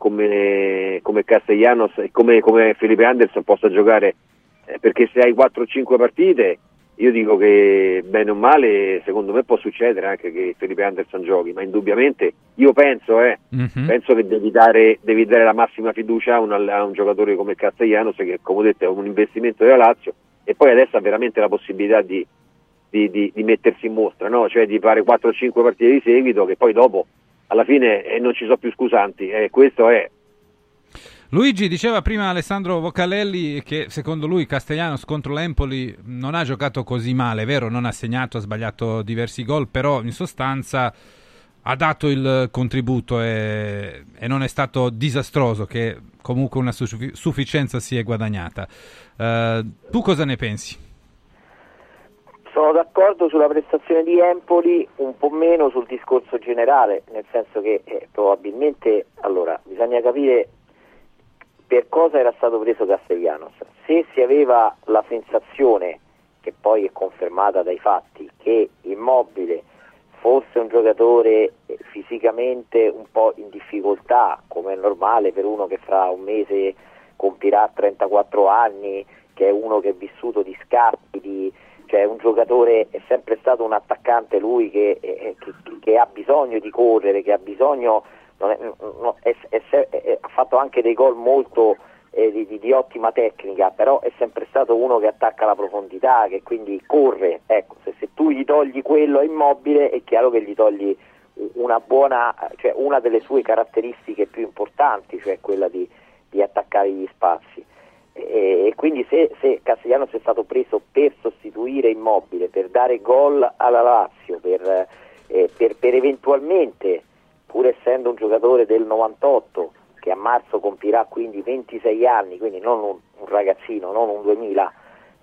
come Castellanos e come Felipe Anderson possa giocare, perché se hai 4-5 partite, io dico che bene o male secondo me può succedere anche che Felipe Anderson giochi, ma indubbiamente io penso che devi dare la massima fiducia a un giocatore come Castellanos, che come ho detto è un investimento della Lazio, e poi adesso ha veramente la possibilità di mettersi in mostra, no? Cioè di fare 4-5 partite di seguito che poi dopo alla fine non ci sono più scusanti, questo è. Luigi, diceva prima Alessandro Vocalelli che secondo lui Castellanos contro l'Empoli non ha giocato così male, è vero, non ha segnato, ha sbagliato diversi gol, però in sostanza ha dato il contributo e non è stato disastroso, che comunque una sufficienza si è guadagnata. Tu cosa ne pensi? Sono d'accordo sulla prestazione di Empoli, un po' meno sul discorso generale, nel senso che probabilmente, allora, bisogna capire per cosa era stato preso Castellanos. Se si aveva la sensazione, che poi è confermata dai fatti, che Immobile fosse un giocatore fisicamente un po' in difficoltà, come è normale per uno che fra un mese compirà 34 anni, che è uno che è vissuto di scatti, cioè un giocatore, è sempre stato un attaccante lui che ha bisogno di correre, che ha bisogno, ha fatto anche dei gol molto di ottima tecnica, però è sempre stato uno che attacca la profondità, che quindi corre. Ecco, se tu gli togli quello a Immobile è chiaro che gli togli cioè una delle sue caratteristiche più importanti, cioè quella di attaccare gli spazi. E quindi se Castellanos è stato preso per sostituire Immobile, per dare gol alla Lazio, per eventualmente, pur essendo un giocatore del 98 che a marzo compirà quindi 26 anni, quindi non un ragazzino, non un 2000,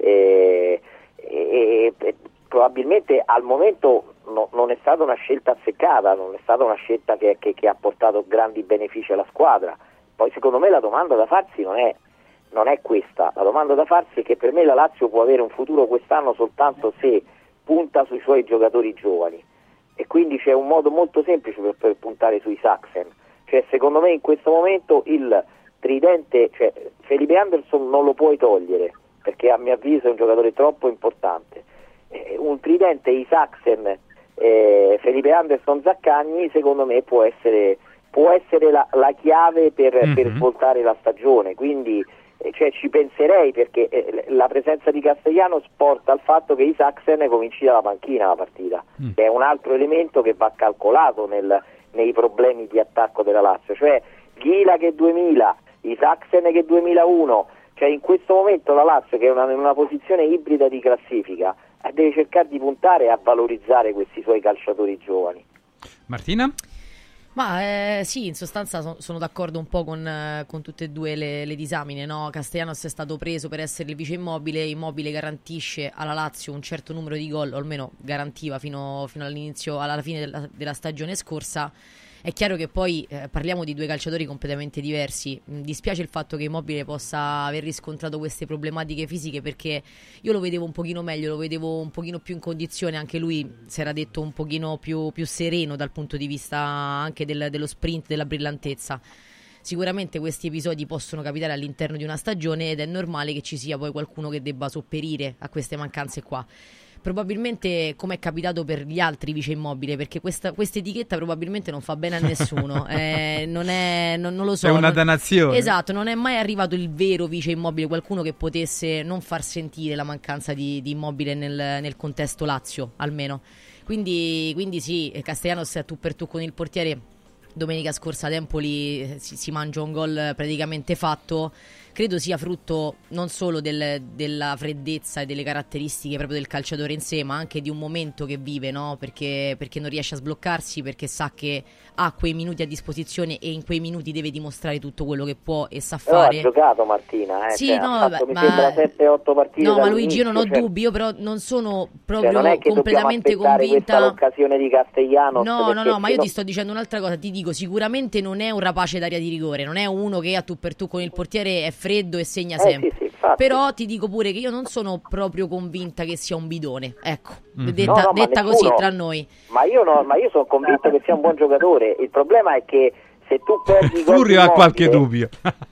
probabilmente al momento non è stata una scelta azzeccata, non è stata una scelta che ha portato grandi benefici alla squadra. Poi secondo me la domanda da farsi non è questa, la domanda da farsi è che per me la Lazio può avere un futuro quest'anno soltanto se punta sui suoi giocatori giovani, e quindi c'è un modo molto semplice per puntare sui Saxen, cioè secondo me in questo momento il tridente, cioè Felipe Anderson non lo puoi togliere, perché a mio avviso è un giocatore troppo importante. Un tridente Isaksen, Felipe Anderson, Zaccagni, secondo me può essere la chiave per svoltare la stagione, quindi cioè, ci penserei, perché la presenza di Castellanos porta al fatto che Isaksen cominci dalla panchina la partita, che è un altro elemento che va calcolato nei problemi di attacco della Lazio, cioè Ghila che 2000, Isaksen che 2001, cioè in questo momento la Lazio, che è in una posizione ibrida di classifica, deve cercare di puntare a valorizzare questi suoi calciatori giovani. Martina? Ma sì, in sostanza sono d'accordo un po' con tutte e due le disamine, no? Castellanos è stato preso per essere il vice Immobile garantisce alla Lazio un certo numero di gol, o almeno garantiva fino all'inizio, alla fine della stagione scorsa. È chiaro che poi parliamo di due calciatori completamente diversi. Mi dispiace il fatto che Immobile possa aver riscontrato queste problematiche fisiche, perché io lo vedevo un pochino meglio, lo vedevo un pochino più in condizione, anche lui si era detto un pochino più sereno dal punto di vista anche dello sprint, della brillantezza. Sicuramente questi episodi possono capitare all'interno di una stagione ed è normale che ci sia poi qualcuno che debba sopperire a queste mancanze qua. Probabilmente, come è capitato per gli altri vice Immobile, perché questa etichetta probabilmente non fa bene a nessuno, non lo so. È una dannazione. Esatto, non è mai arrivato il vero vice Immobile, qualcuno che potesse non far sentire la mancanza di Immobile nel contesto Lazio, almeno. Quindi sì, Castellanos è tu per tu con il portiere. Domenica scorsa ad Empoli si mangia un gol praticamente fatto. Credo sia frutto non solo della freddezza e delle caratteristiche proprio del calciatore in sé, ma anche di un momento che vive, no? Perché non riesce a sbloccarsi, perché sa che ha quei minuti a disposizione e in quei minuti deve dimostrare tutto quello che può e sa fare. Ha giocato Martina, sì, cioè, no, mi sembra 7-8 partite. No, ma Luigi, io non ho dubbi, io però non sono proprio non è che completamente convinta. L'occasione di Castellanos. No, ma io ti sto dicendo un'altra cosa, ti dico, sicuramente non è un rapace d'area di rigore, non è uno che a tu per tu con il portiere è freddo e segna sempre. Sì, però ti dico pure che io non sono proprio convinta che sia un bidone, ecco, Mm-hmm. detta così tra noi. Ma io sono convinto che sia un buon giocatore. Il problema è che se tu perdi Furio ha qualche dubbio.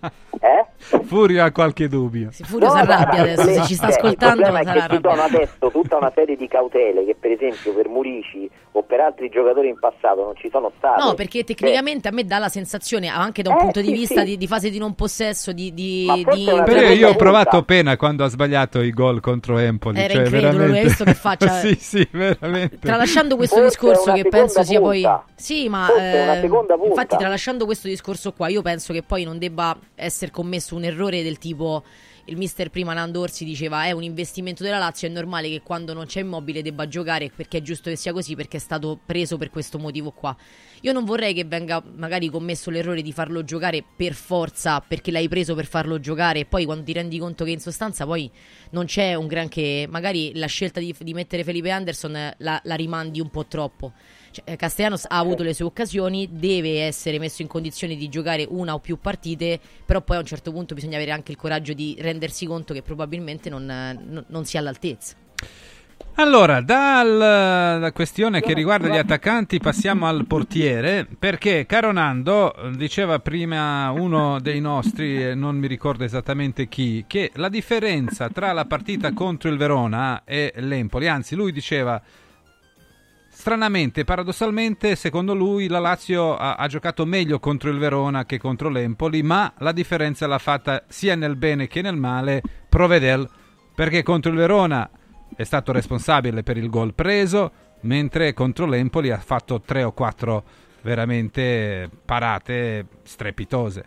Furio ha qualche dubbio. Furio si arrabbia adesso, se ci sta ascoltando. Il problema è che ci sono adesso tutta una serie di cautele che per esempio per Murici o per altri giocatori in passato non ci sono state. No, perché tecnicamente a me dà la sensazione, anche da un punto di vista di fase di non possesso, Però io ho provato pena quando ha sbagliato i gol contro Empoli. Era cioè, incredulo, veramente... hai visto che faccia? sì, veramente. Tralasciando questo discorso che penso sia poi... Sì, ma infatti tralasciando questo discorso qua, io penso che poi non debba essere commesso un errore del tipo... Il mister prima Nando Orsi diceva è un investimento della Lazio, è normale che quando non c'è Immobile debba giocare, perché è giusto che sia così, perché è stato preso per questo motivo qua. Io non vorrei che venga magari commesso l'errore di farlo giocare per forza, perché l'hai preso per farlo giocare, e poi quando ti rendi conto che in sostanza poi non c'è un granché, magari la scelta di mettere Felipe Anderson la rimandi un po' troppo. Castellanos ha avuto le sue occasioni, deve essere messo in condizione di giocare una o più partite, però poi a un certo punto bisogna avere anche il coraggio di rendersi conto che probabilmente non sia all'altezza. Allora, dalla questione che riguarda gli attaccanti passiamo al portiere, perché caro Nando, diceva prima uno dei nostri, non mi ricordo esattamente chi, che la differenza tra la partita contro il Verona e l'Empoli, anzi lui diceva stranamente, paradossalmente, secondo lui la Lazio ha giocato meglio contro il Verona che contro l'Empoli, ma la differenza l'ha fatta sia nel bene che nel male Provedel, perché contro il Verona è stato responsabile per il gol preso, mentre contro l'Empoli ha fatto 3 o 4 veramente parate strepitose.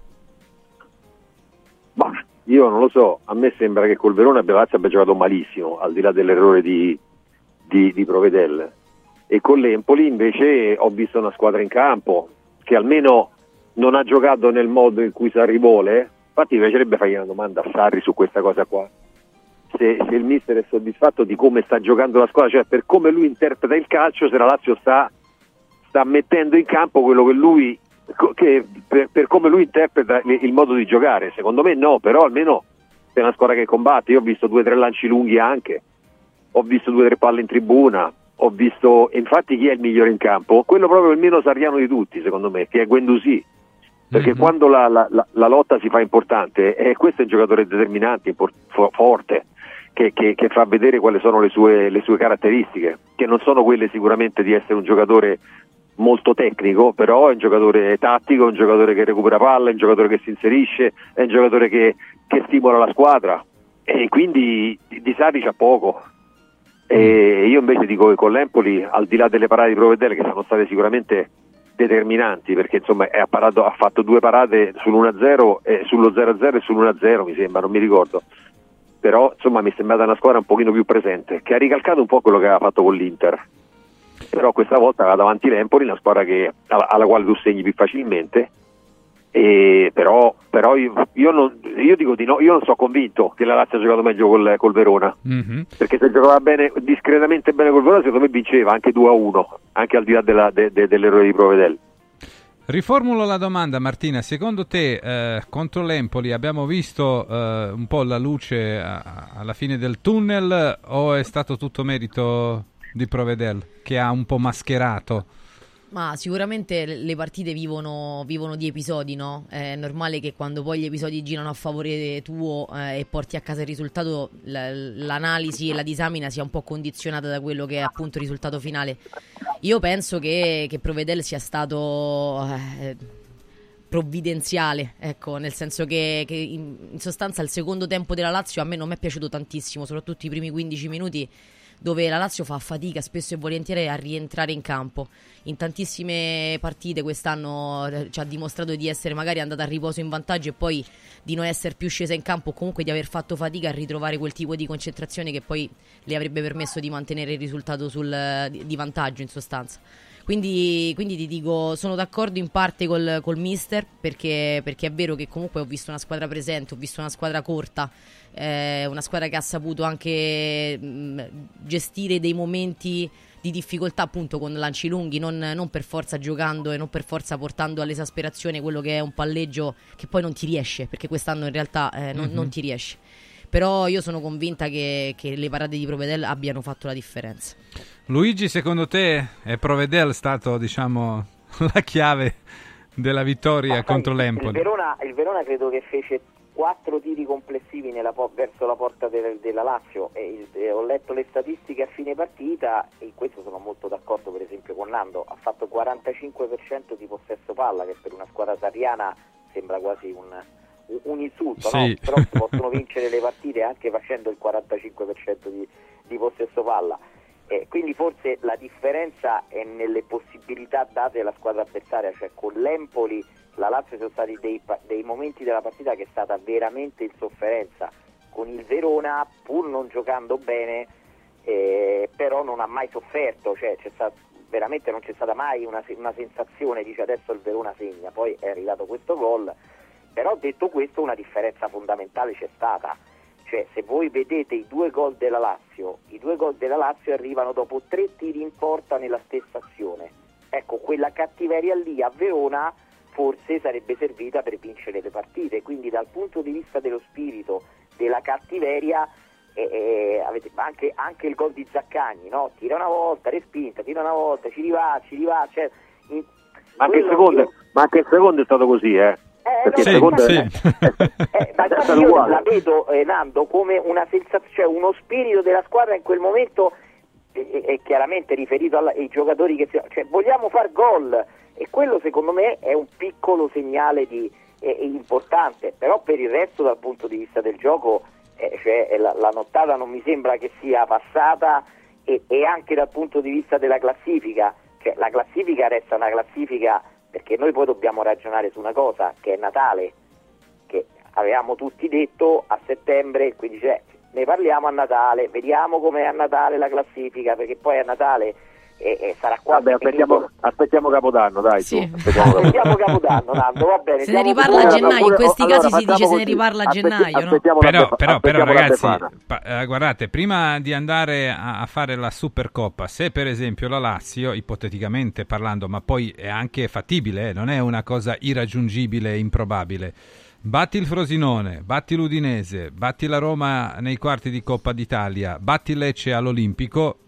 Ma io non lo so, a me sembra che col Verona Lazio abbia giocato malissimo, al di là dell'errore di Provedel. E con l'Empoli invece ho visto una squadra in campo che almeno non ha giocato nel modo in cui Sarri vuole. Infatti mi piacerebbe fargli una domanda a Sarri su questa cosa qua, se il mister è soddisfatto di come sta giocando la squadra, cioè per come lui interpreta il calcio, se la Lazio sta mettendo in campo quello che lui per come lui interpreta il modo di giocare. Secondo me no, però almeno è una squadra che combatte. Io ho visto 2 o 3 lanci lunghi, anche ho visto 2 o 3 palle in tribuna, ho visto, infatti chi è il migliore in campo? Quello proprio il meno sarriano di tutti, secondo me, che è Guendouzi. perché quando la lotta si fa importante, questo è un giocatore determinante, forte, che fa vedere quali sono le sue caratteristiche, che non sono quelle sicuramente di essere un giocatore molto tecnico, però è un giocatore tattico, è un giocatore che recupera palla, è un giocatore che si inserisce, è un giocatore che stimola la squadra, e quindi di Sarri c'ha poco. E io invece dico che con l'Empoli, al di là delle parate di Provedel, che sono state sicuramente determinanti, perché insomma ha fatto 2 parate sull'1-0 sullo 0-0 e sull'1-0 mi sembra, non mi ricordo, però insomma mi è sembrata una squadra un pochino più presente, che ha ricalcato un po' quello che aveva fatto con l'Inter, però questa volta va davanti l'Empoli, una squadra alla quale tu segni più facilmente. Però io dico di no, io non sono convinto che la Lazio ha giocato meglio col Verona, perché se giocava discretamente bene col Verona, secondo me vinceva anche 2-1, anche al di là dell'errore di Provedel. Riformulo la domanda, Martina, secondo te contro l'Empoli abbiamo visto un po' la luce alla fine del tunnel, o è stato tutto merito di Provedel che ha un po' mascherato? Ma sicuramente le partite vivono di episodi, no? È normale che quando poi gli episodi girano a favore tuo e porti a casa il risultato, l'analisi e la disamina sia un po' condizionata da quello che è appunto il risultato finale. Io penso che Provedel sia stato provvidenziale, ecco, nel senso che in sostanza il secondo tempo della Lazio a me non mi è piaciuto tantissimo, soprattutto i primi 15 minuti, dove la Lazio fa fatica spesso e volentieri a rientrare in campo. In tantissime partite quest'anno ci ha dimostrato di essere magari andata a riposo in vantaggio e poi di non essere più scesa in campo, o comunque di aver fatto fatica a ritrovare quel tipo di concentrazione che poi le avrebbe permesso di mantenere il risultato di vantaggio in sostanza. Quindi ti dico, sono d'accordo in parte col mister, perché è vero che comunque ho visto una squadra presente, ho visto una squadra corta, una squadra che ha saputo anche gestire dei momenti di difficoltà appunto con lanci lunghi, non per forza giocando e non per forza portando all'esasperazione quello che è un palleggio che poi non ti riesce, perché quest'anno in realtà non ti riesce. Però io sono convinta che le parate di Provedel abbiano fatto la differenza. Luigi, secondo te è Provedel stato, diciamo, la chiave della vittoria contro l'Empoli? Il Verona credo che fece 4 tiri complessivi verso la porta della Lazio, e ho letto le statistiche a fine partita, e in questo sono molto d'accordo per esempio con Nando. Ha fatto 45% di possesso palla, che per una squadra sarriana sembra quasi un insulto, sì. No? Però si possono vincere le partite anche facendo il 45% di possesso palla. Quindi forse la differenza è nelle possibilità date alla squadra avversaria, cioè con l'Empoli la Lazio sono stati dei momenti della partita che è stata veramente in sofferenza. Con il Verona, pur non giocando bene, però non ha mai sofferto, cioè veramente non c'è stata mai una sensazione, dice adesso il Verona segna, poi è arrivato questo gol. Però detto questo, una differenza fondamentale c'è stata. Cioè, se voi vedete i 2 gol della Lazio arrivano dopo 3 tiri in porta nella stessa azione. Ecco, quella cattiveria lì a Verona forse sarebbe servita per vincere le partite. Quindi dal punto di vista dello spirito, della cattiveria, avete anche il gol di Zaccagni, no? Tira una volta, respinta, tira una volta, ci rivà, cioè, ma anche il secondo è stato così, perché il secondo sì. Ma io la vedo, Nando, come una sensazione, cioè uno spirito della squadra in quel momento, è chiaramente riferito ai giocatori che cioè vogliamo far gol, e quello secondo me è un piccolo segnale importante. Però per il resto, dal punto di vista del gioco, cioè la nottata non mi sembra che sia passata, e anche dal punto di vista della classifica, cioè la classifica resta una classifica, perché noi poi dobbiamo ragionare su una cosa, che è Natale, che avevamo tutti detto a settembre, quindi ne parliamo a Natale, vediamo com'è a Natale la classifica, perché poi a Natale sarà qua. Vabbè, aspettiamo Capodanno, dai. Sì. Aspettiamo Capodanno, Nando, va bene. Se ne riparla a gennaio, in questi casi si dice se ne riparla a gennaio, no? Però ragazzi, guardate, prima di andare a fare la Supercoppa, se per esempio la Lazio, ipoteticamente parlando, ma poi è anche fattibile, non è una cosa irraggiungibile, improbabile, batti il Frosinone, batti l'Udinese, batti la Roma nei quarti di Coppa d'Italia, batti Lecce all'Olimpico,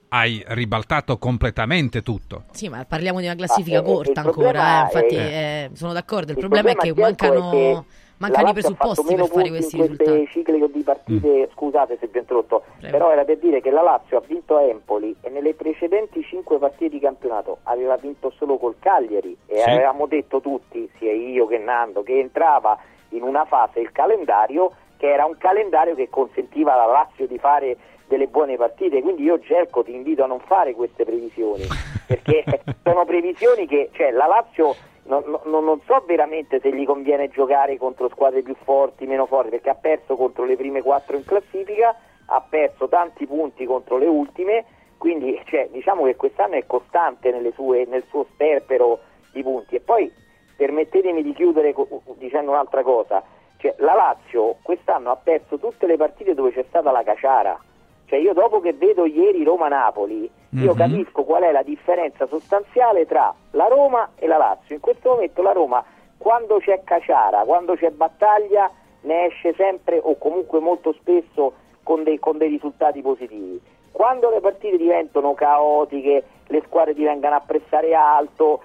hai ribaltato completamente tutto. Sì, ma parliamo di una classifica corta ancora, infatti sono d'accordo, il problema è che mancano i presupposti per fare questi risultati. Queste cicliche di partite, scusate se vi ho interrotto, però era per dire che la Lazio ha vinto a Empoli e nelle precedenti 5 partite di campionato aveva vinto solo col Cagliari e avevamo detto tutti, sia io che Nando, che entrava in una fase il calendario che era un calendario che consentiva alla Lazio di fare delle buone partite, quindi io Gelco ti invito a non fare queste previsioni, perché sono previsioni che, cioè, la Lazio non so veramente se gli conviene giocare contro squadre più forti, meno forti, perché ha perso contro le prime 4 in classifica, ha perso tanti punti contro le ultime, quindi diciamo che quest'anno è costante nel suo sperpero di punti. E poi permettetemi di chiudere dicendo un'altra cosa, cioè, la Lazio quest'anno ha perso tutte le partite dove c'è stata la caciara. Cioè, io dopo che vedo ieri Roma-Napoli, io capisco qual è la differenza sostanziale tra la Roma e la Lazio. In questo momento la Roma, quando c'è caciara, quando c'è battaglia, ne esce sempre o comunque molto spesso con dei risultati positivi. Quando le partite diventano caotiche, le squadre ti vengono a pressare alto,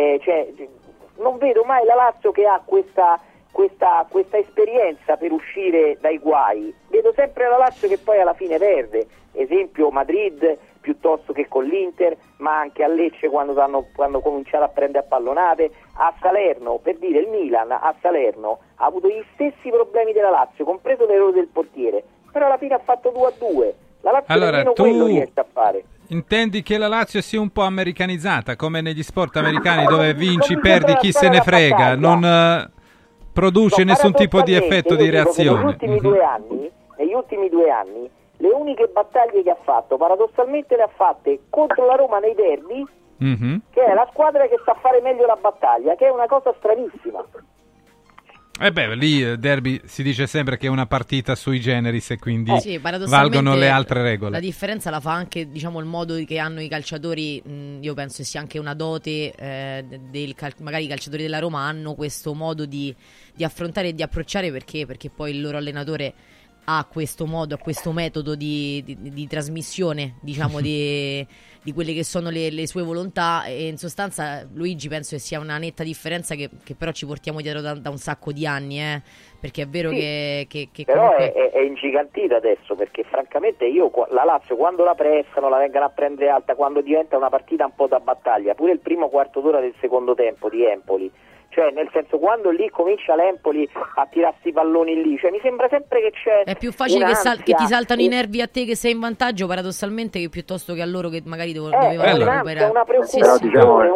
non vedo mai la Lazio che ha questa esperienza per uscire dai guai. Vedo sempre la Lazio che poi alla fine perde, esempio Madrid piuttosto che con l'Inter, ma anche a Lecce quando hanno cominciato a prendere a pallonate, a Salerno, per dire il Milan a Salerno ha avuto gli stessi problemi della Lazio, compreso l'errore del portiere, però alla fine ha fatto 2-2. La Lazio nemmeno quello riesce a fare. Intendi che la Lazio sia un po' americanizzata, come negli sport americani dove vinci, perdi, chi se ne frega, non produce nessun tipo di effetto di reazione. Negli ultimi due anni le uniche battaglie che ha fatto paradossalmente le ha fatte contro la Roma nei derby, che è la squadra che sa fare meglio la battaglia, che è una cosa stranissima. Lì derby si dice sempre che è una partita sui generis e quindi paradossalmente valgono le altre regole. La differenza la fa anche, diciamo, il modo che hanno i calciatori. Io penso sia anche una dote magari i calciatori della Roma hanno questo modo di affrontare e di approcciare, perché poi il loro allenatore ha questo modo, ha questo metodo di trasmissione, diciamo, di quelle che sono le sue volontà, e in sostanza Luigi penso che sia una netta differenza che però ci portiamo dietro da un sacco di anni, perché è vero che però comunque è ingigantita adesso, perché francamente la Lazio quando la pressano, la vengono a prendere alta, quando diventa una partita un po' da battaglia, pure il primo quarto d'ora del secondo tempo di Empoli, cioè nel senso quando lì comincia l'Empoli a tirarsi i palloni lì, cioè mi sembra sempre che c'è è più facile che ti saltano i nervi a te che sei in vantaggio paradossalmente, che piuttosto che a loro che magari dovevano recuperare. Una preoccupazione,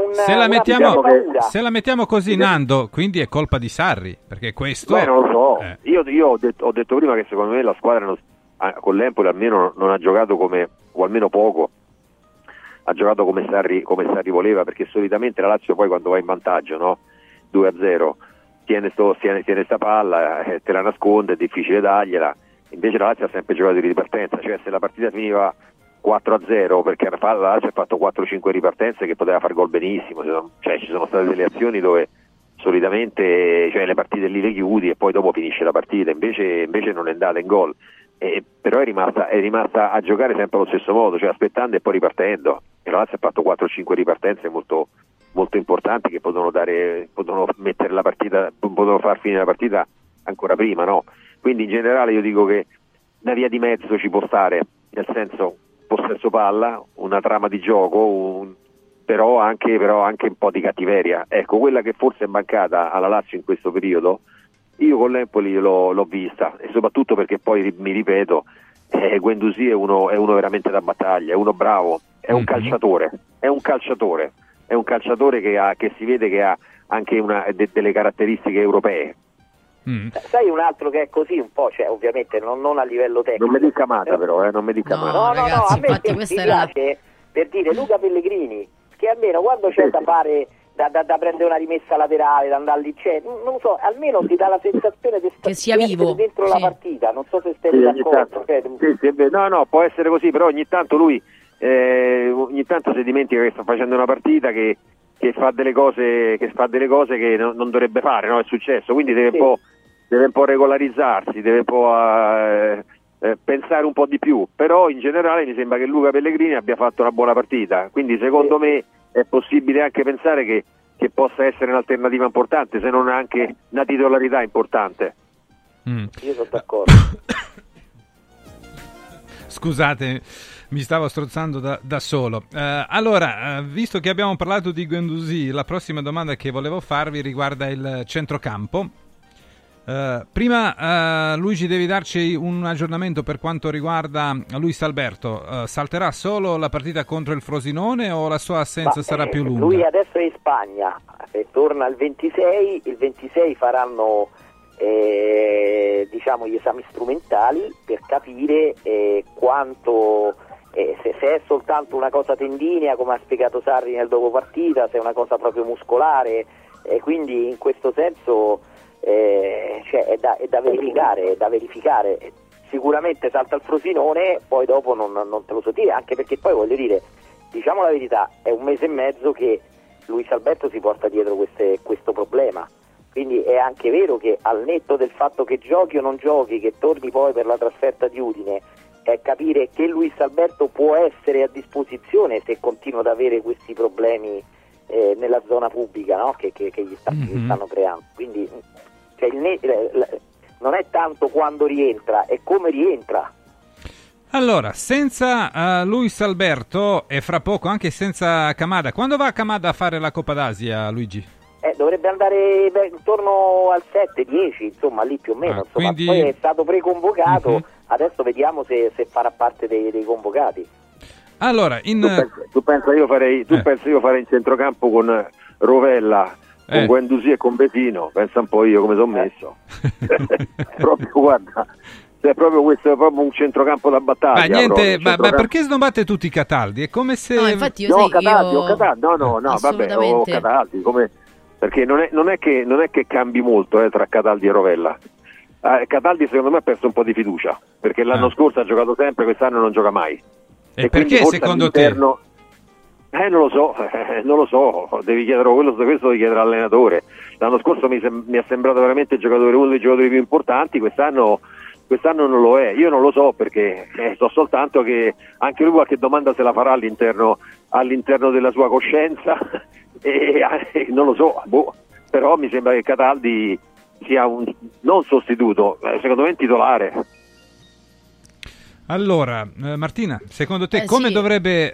se la mettiamo così, Nando, quindi è colpa di Sarri, perché questo non lo so. Io ho detto prima che secondo me la squadra con l'Empoli almeno non ha giocato come, o almeno poco ha giocato come Sarri voleva, perché solitamente la Lazio poi quando va in vantaggio, no, 2-0 tiene sta palla, te la nasconde, è difficile dargliela. Invece la Lazio ha sempre giocato di ripartenza, cioè se la partita finiva 4-0, perché la Lazio ha fatto 4-5 ripartenze che poteva far gol benissimo, cioè ci sono state delle azioni dove solitamente, cioè, le partite lì le chiudi e poi dopo finisce la partita, invece non è andata in gol, però è rimasta a giocare sempre allo stesso modo, cioè aspettando e poi ripartendo, e la Lazio ha fatto 4-5 ripartenze molto molto importanti che potevano mettere la partita, potevano far finire la partita ancora prima, no? Quindi in generale io dico che una via di mezzo ci può stare, nel senso possesso palla, una trama di gioco, però anche un po' di cattiveria. Ecco, quella che forse è mancata alla Lazio in questo periodo, io con l'Empoli l'ho vista, e soprattutto perché poi mi ripeto, Guendouzi è uno veramente da battaglia, è uno bravo, è un calciatore che si vede che ha anche delle caratteristiche europee. Sai un altro che è così un po', cioè ovviamente non a livello tecnico. Non mi dica Mata però, non mi dica Mata. No, a me mi piace per dire Luca Pellegrini, che almeno quando c'è da fare da prendere una rimessa laterale, da andare lì, non so, almeno ti dà la sensazione che sia vivo dentro la partita, non so se stai d'accordo. No, può essere così, però ogni tanto lui ogni tanto si dimentica che sta facendo una partita che fa delle cose che non dovrebbe fare, no? È successo, quindi deve un po' regolarizzarsi, deve un po' pensare un po' di più, però in generale mi sembra che Luca Pellegrini abbia fatto una buona partita, quindi secondo me è possibile anche pensare che possa essere un'alternativa importante, se non anche una titolarità importante. Io sono d'accordo. Scusate, mi stavo strozzando da solo. Allora, visto che abbiamo parlato di Guendouzi, la prossima domanda che volevo farvi riguarda il centrocampo. Prima Luigi devi darci un aggiornamento per quanto riguarda Luis Alberto. Salterà solo la partita contro il Frosinone o la sua assenza sarà più lunga? Lui adesso è in Spagna, torna il 26 faranno diciamo gli esami strumentali per capire quanto se è soltanto una cosa tendinea, come ha spiegato Sarri nel dopo partita, se è una cosa proprio muscolare, quindi in questo senso è da verificare. Sicuramente salta il Frosinone, poi dopo non te lo so dire, anche perché poi voglio dire, diciamo la verità, è un mese e mezzo che Luis Alberto si porta dietro questo problema, quindi è anche vero che al netto del fatto che giochi o non giochi, che torni poi per la trasferta di Udine, è capire che Luis Alberto può essere a disposizione se continua ad avere questi problemi nella zona pubblica, no? che gli stanno creando, quindi cioè, non è tanto quando rientra, è come rientra. Allora, senza Luis Alberto e fra poco anche senza Kamada, quando va Kamada a fare la Coppa d'Asia, Luigi? Dovrebbe andare intorno al 7-10, insomma, lì più o meno. Insomma. Quindi... Poi è stato preconvocato, adesso vediamo se farà parte dei convocati. Allora, tu pensa io farei in centrocampo con Rovella, con Guendouzi e con Vesino, pensa un po' io come sono messo. Proprio, guarda, questo è proprio un centrocampo da battaglia. Ma niente, ma perché snombrate tutti i Cataldi? È come se... No, infatti ho Cataldi, come... perché non è che cambi molto tra Cataldi e Rovella. Cataldi secondo me ha perso un po', di fiducia, perché l'anno scorso ha giocato sempre, quest'anno non gioca mai. E perché secondo te? Non lo so, devi chiedere questo devi chiedere all'allenatore. L'anno scorso mi è sembrato veramente uno dei giocatori più importanti, quest'anno non lo è. Io non lo so, perché so soltanto che anche lui qualche domanda se la farà all'interno della sua coscienza e non lo so, però mi sembra che Cataldi sia un non sostituto, secondo me un titolare. Allora, Martina, secondo te come dovrebbe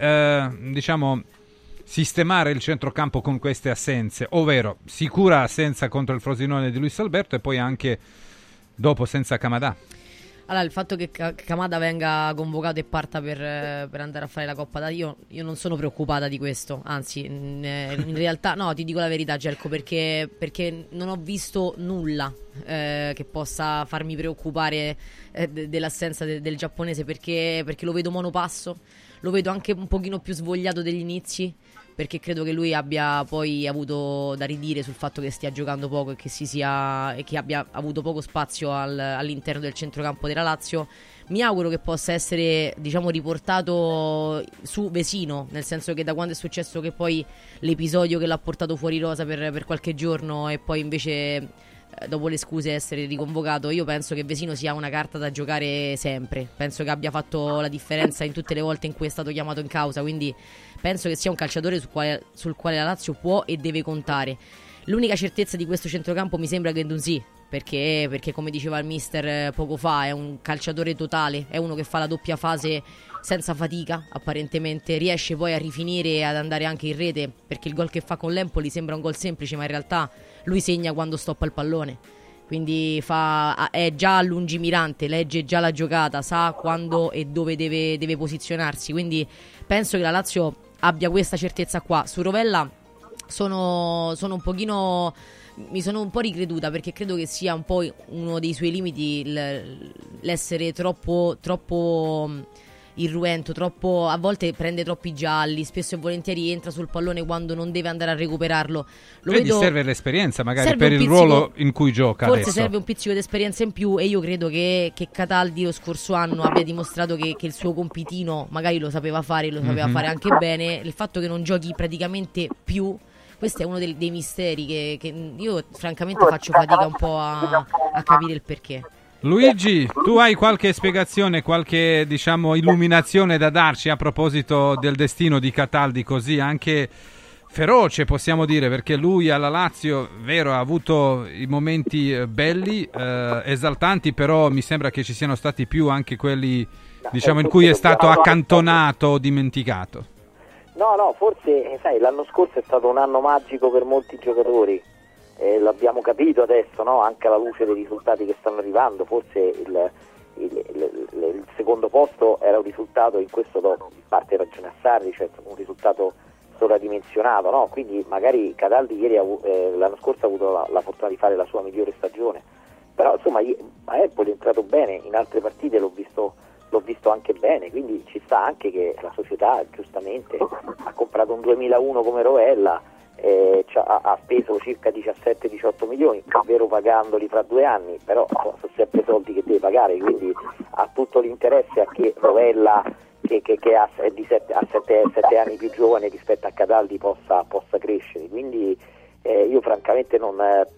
sistemare il centrocampo con queste assenze? Ovvero, sicura assenza contro il Frosinone di Luis Alberto e poi anche dopo senza Kamada. Allora, il fatto che Kamada venga convocato e parta per andare a fare la Coppa d'Asia, io non sono preoccupata di questo, anzi in realtà no, ti dico la verità, Gelco, perché non ho visto nulla che possa farmi preoccupare dell'assenza del giapponese, perché lo vedo monopasso, lo vedo anche un pochino più svogliato degli inizi, perché credo che lui abbia poi avuto da ridire sul fatto che stia giocando poco e che abbia avuto poco spazio all'interno del centrocampo della Lazio. Mi auguro che possa essere, riportato su Vesino, nel senso che da quando è successo che poi l'episodio che l'ha portato fuori rosa per qualche giorno e poi invece dopo le scuse essere riconvocato, io penso che Vesino sia una carta da giocare sempre, penso che abbia fatto la differenza in tutte le volte in cui è stato chiamato in causa, quindi penso che sia un calciatore sul quale la Lazio può e deve contare. L'unica certezza di questo centrocampo mi sembra Guendouzi, perché come diceva il mister poco fa, è un calciatore totale, è uno che fa la doppia fase senza fatica, apparentemente riesce poi a rifinire e ad andare anche in rete, perché il gol che fa con l'Empoli sembra un gol semplice, ma in realtà lui segna quando stoppa il pallone, quindi è già lungimirante, legge già la giocata, sa quando e dove deve posizionarsi, quindi penso che la Lazio abbia questa certezza qua. Su Rovella sono un pochino... mi sono un po' ricreduta, perché credo che sia un po' uno dei suoi limiti l'essere troppo irruento, a volte prende troppi gialli, spesso e volentieri entra sul pallone quando non deve andare a recuperarlo. Serve l'esperienza magari per il ruolo in cui gioca. Forse adesso serve un pizzico di esperienza in più, e io credo che Cataldi lo scorso anno abbia dimostrato che il suo compitino magari lo sapeva fare anche bene. Il fatto che non giochi praticamente più, questo è uno dei misteri che io francamente faccio fatica un po' a capire il perché. Luigi, tu hai qualche spiegazione, qualche illuminazione da darci a proposito del destino di Cataldi, così anche feroce possiamo dire, perché lui alla Lazio, vero, ha avuto i momenti belli, esaltanti, però mi sembra che ci siano stati più anche quelli in cui è stato accantonato o dimenticato. No, forse sai, l'anno scorso è stato un anno magico per molti giocatori. L'abbiamo capito adesso, no? Anche alla luce dei risultati che stanno arrivando. Forse il secondo posto era un risultato, in questo do parte ragione a Sarri, cioè un risultato sovradimensionato, no? Quindi magari Cataldi l'anno scorso ha avuto la fortuna di fare la sua migliore stagione, però insomma a Empoli è entrato bene, in altre partite l'ho visto anche bene, quindi ci sta anche che la società giustamente ha comprato un 2001 come Rovella, ha speso circa 17-18 milioni, ovvero pagandoli fra 2 anni, però sono sempre soldi che deve pagare, quindi ha tutto l'interesse a che Rovella, che ha 7 anni più giovane rispetto a Cataldi, possa crescere. Quindi io francamente non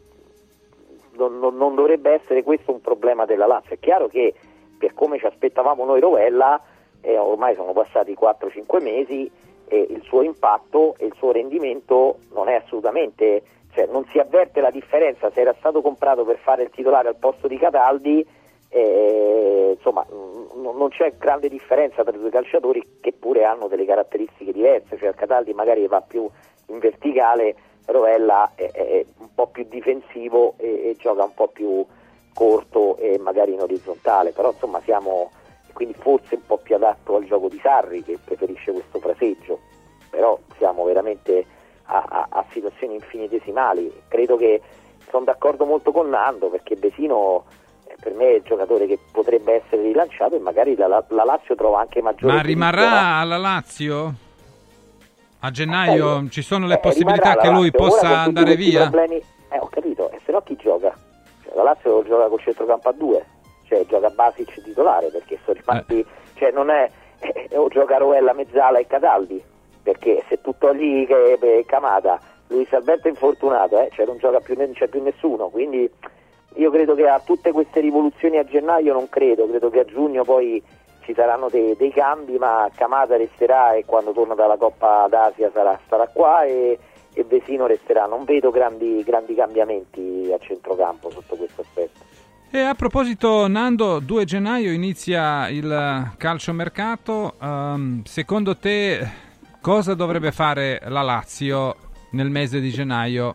dovrebbe essere questo un problema della Lazio. È chiaro che per come ci aspettavamo noi Rovella, ormai sono passati 4-5 mesi, e il suo impatto e il suo rendimento non è assolutamente, cioè non si avverte la differenza. Se era stato comprato per fare il titolare al posto di Cataldi, insomma non c'è grande differenza tra i due calciatori, che pure hanno delle caratteristiche diverse, cioè Cataldi magari va più in verticale, Rovella è un po' più difensivo e gioca un po' più corto e magari in orizzontale, però insomma quindi forse un po' più adatto al gioco di Sarri, che preferisce questo fraseggio, però siamo veramente a situazioni infinitesimali. Credo che sono d'accordo molto con Nando, perché Vesino per me è il giocatore che potrebbe essere rilanciato, e magari la Lazio trova anche maggiore. Ma rimarrà alla Lazio? A gennaio ci sono le possibilità che lui possa andare via? Ho capito, e se no chi gioca? Cioè, la Lazio gioca col centrocampo a 2, cioè gioca Basic titolare, perché sono rimasti, cioè non è o gioca Rovella, Mezzala e Cataldi, perché se tu togli Camada, Luis Alberto è infortunato, cioè non c'è più nessuno, quindi io credo che a tutte queste rivoluzioni a gennaio non credo che a giugno poi ci saranno dei cambi, ma Camada resterà, e quando torna dalla Coppa d'Asia starà qua, e Vesino resterà. Non vedo grandi cambiamenti a centrocampo sotto questo aspetto. E a proposito, Nando, 2 gennaio inizia il calciomercato. Secondo te cosa dovrebbe fare la Lazio nel mese di gennaio?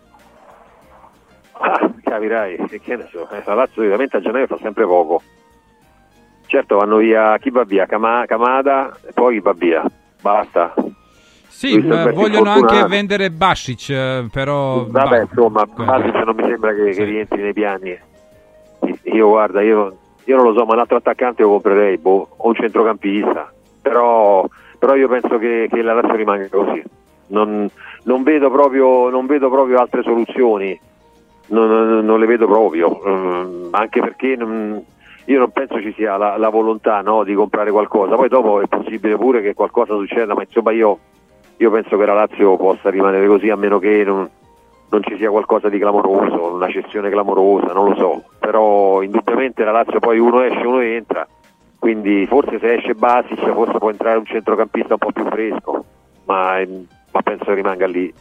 Capirai, che ne so, la Lazio ovviamente a gennaio fa sempre poco. Certo, vanno via, chi va via? Camada, e poi va via, basta. Sì, vogliono anche vendere Basic, però... Vabbè, insomma, Basic non mi sembra che rientri nei piani. Io non lo so, ma un altro attaccante lo comprerei, o un centrocampista, però io penso che la Lazio rimanga così. Non vedo proprio altre soluzioni, non le vedo proprio, anche perché io non penso ci sia la volontà, no, di comprare qualcosa. Poi dopo è possibile pure che qualcosa succeda, ma insomma io penso che la Lazio possa rimanere così, a meno che non ci sia qualcosa di clamoroso, una cessione clamorosa, non lo so. Però indubbiamente la Lazio poi uno esce, uno entra, quindi forse se esce Basic forse può entrare un centrocampista un po' più fresco, ma penso che rimanga lì.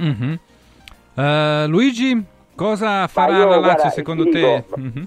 Mm-hmm. Luigi, cosa farà la Lazio secondo te?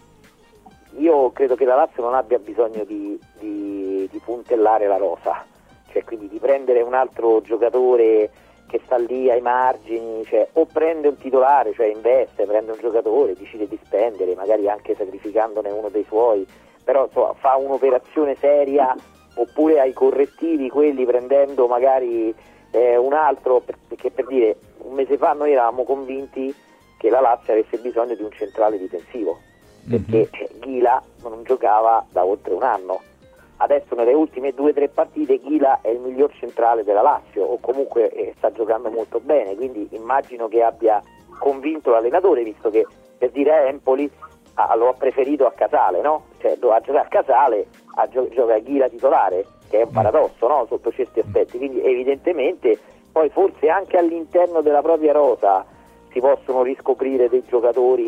Io credo che la Lazio non abbia bisogno di puntellare la rosa, cioè quindi di prendere un altro giocatore che sta lì ai margini, cioè o prende un titolare, cioè investe, prende un giocatore, decide di spendere, magari anche sacrificandone uno dei suoi, però insomma, fa un'operazione seria, oppure ai correttivi quelli, prendendo magari un altro, perché per dire, un mese fa noi eravamo convinti che la Lazio avesse bisogno di un centrale difensivo, perché Ghila non giocava da oltre un anno. Adesso nelle ultime 2-3 partite Ghila è il miglior centrale della Lazio, o comunque sta giocando molto bene, quindi immagino che abbia convinto l'allenatore, visto che, per dire, a Empoli lo ha preferito a Casale, no? Cioè doveva giocare a Casale, gioca a Ghila titolare, che è un paradosso, no? Sotto certi aspetti, quindi evidentemente poi forse anche all'interno della propria rosa si possono riscoprire dei giocatori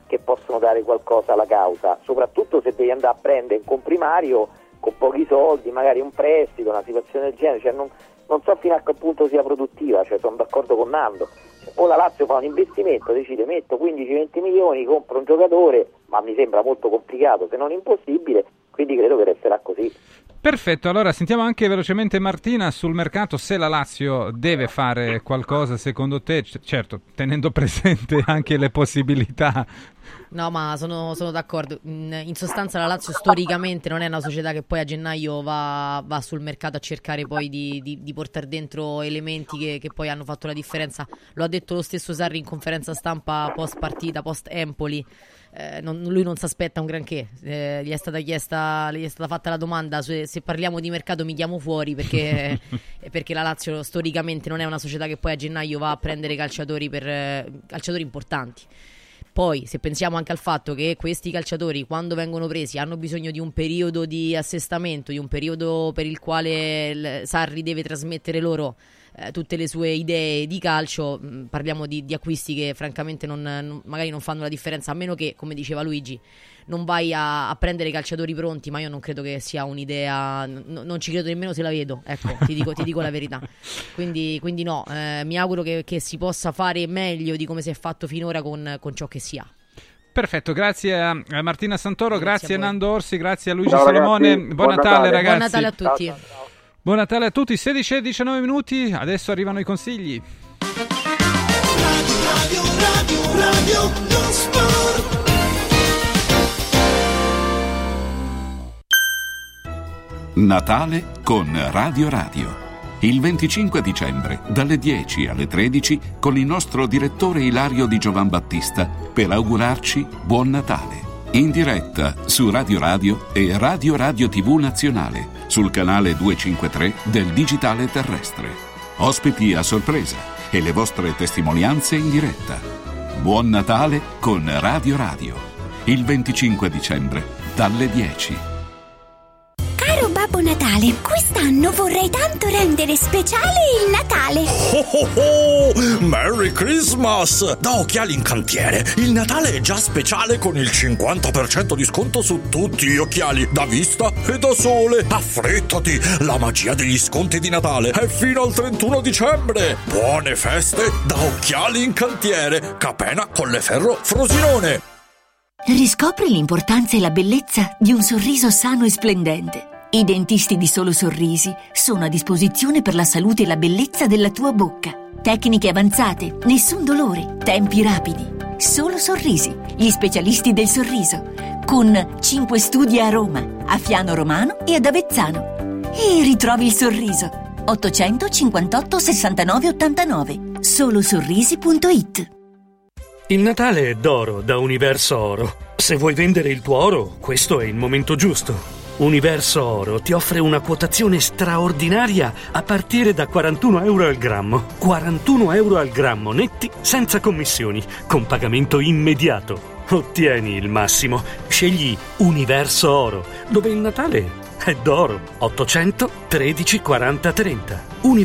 che possono dare qualcosa alla causa, soprattutto se devi andare a prendere un comprimario con pochi soldi, magari un prestito, una situazione del genere, cioè non so fino a che punto sia produttiva, cioè sono d'accordo con Nando. O la Lazio fa un investimento, decide metto 15-20 milioni, compro un giocatore, ma mi sembra molto complicato, se non impossibile, quindi credo che resterà così. Perfetto, allora sentiamo anche velocemente Martina sul mercato, se la Lazio deve fare qualcosa secondo te, certo tenendo presente anche le possibilità. No, ma sono d'accordo. In sostanza la Lazio storicamente non è una società che poi a gennaio va sul mercato a cercare poi di portare dentro elementi che poi hanno fatto la differenza. Lo ha detto lo stesso Sarri in conferenza stampa post partita, post Empoli. Lui non si aspetta un granché, gli è stata fatta la domanda se parliamo di mercato mi chiamo fuori perché la Lazio storicamente non è una società che poi a gennaio va a prendere calciatori importanti. Poi se pensiamo anche al fatto che questi calciatori quando vengono presi hanno bisogno di un periodo di assestamento, di un periodo per il quale Sarri deve trasmettere loro tutte le sue idee di calcio, parliamo di acquisti che francamente magari non fanno la differenza, a meno che, come diceva Luigi, non vai a prendere calciatori pronti, ma io non credo che sia un'idea, non ci credo nemmeno se la vedo, ecco, ti dico la verità. Quindi no, mi auguro che si possa fare meglio di come si è fatto finora con ciò che si ha. Perfetto, grazie a Martina Santoro, grazie a Nando Orsi, grazie a Luigi Ciao, Salamone, ragazzi. buon Natale ragazzi. Buon Natale a tutti. Ciao. Buon Natale a tutti, 16 e 19 minuti, adesso arrivano i consigli. Radio non sport. Natale con Radio Radio. Il 25 dicembre, dalle 10 alle 13, con il nostro direttore Ilario Di Giovan Battista, per augurarci Buon Natale. In diretta su Radio Radio e Radio Radio TV Nazionale, sul canale 253 del digitale terrestre. Ospiti a sorpresa e le vostre testimonianze in diretta. Buon Natale con Radio Radio. Il 25 dicembre, dalle 10. Caro Babbo Natale, quest'anno vorrei tanto rendere speciale il Natale. Oh oh oh! Merry Christmas! Da Occhiali in Cantiere, il Natale è già speciale con il 50% di sconto su tutti gli occhiali, da vista e da sole. Affrettati! La magia degli sconti di Natale è fino al 31 dicembre. Buone feste da Occhiali in Cantiere, Capena, Colleferro, Frosinone. Riscopri l'importanza e la bellezza di un sorriso sano e splendente. I dentisti di Solo Sorrisi sono a disposizione per la salute e la bellezza della tua bocca. Tecniche avanzate, nessun dolore, tempi rapidi. Solo Sorrisi, gli specialisti del sorriso, con 5 studi a Roma, a Fiano Romano e ad Avezzano. E ritrovi il sorriso. 858 69 89. Solosorrisi.it. Il Natale è d'oro da Universo Oro. Se vuoi vendere il tuo oro, questo è il momento giusto. Universo Oro ti offre una quotazione straordinaria a partire da 41 euro al grammo. 41 euro al grammo netti, senza commissioni, con pagamento immediato. Ottieni il massimo. Scegli Universo Oro, dove il Natale è d'oro. 800 13 40 30.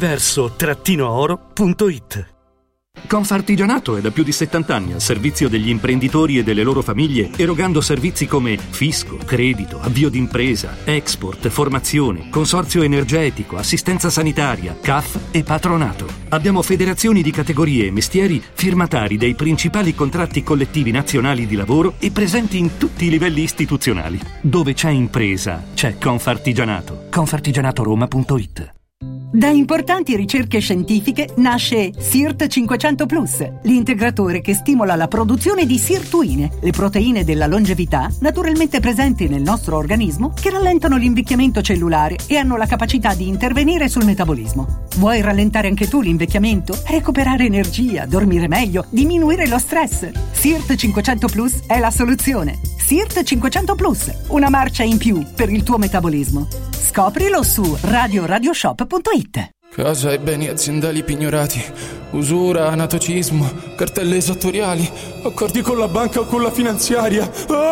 Universo-oro.it. Confartigianato è da più di 70 anni al servizio degli imprenditori e delle loro famiglie, erogando servizi come fisco, credito, avvio d'impresa, export, formazione, consorzio energetico, assistenza sanitaria, CAF e patronato. Abbiamo federazioni di categorie e mestieri firmatari dei principali contratti collettivi nazionali di lavoro e presenti in tutti i livelli istituzionali. Dove c'è impresa, c'è Confartigianato. Confartigianatoroma.it. Da importanti ricerche scientifiche nasce SIRT 500 Plus, l'integratore che stimola la produzione di sirtuine, le proteine della longevità naturalmente presenti nel nostro organismo che rallentano l'invecchiamento cellulare e hanno la capacità di intervenire sul metabolismo. Vuoi rallentare anche tu l'invecchiamento? Recuperare energia, dormire meglio, diminuire lo stress? SIRT 500 Plus è la soluzione. SIRT 500 Plus, una marcia in più per il tuo metabolismo. Scoprilo su radioshop.it. Casa e beni aziendali pignorati, usura, anatocismo, cartelle esattoriali, accordi con la banca o con la finanziaria. Ah!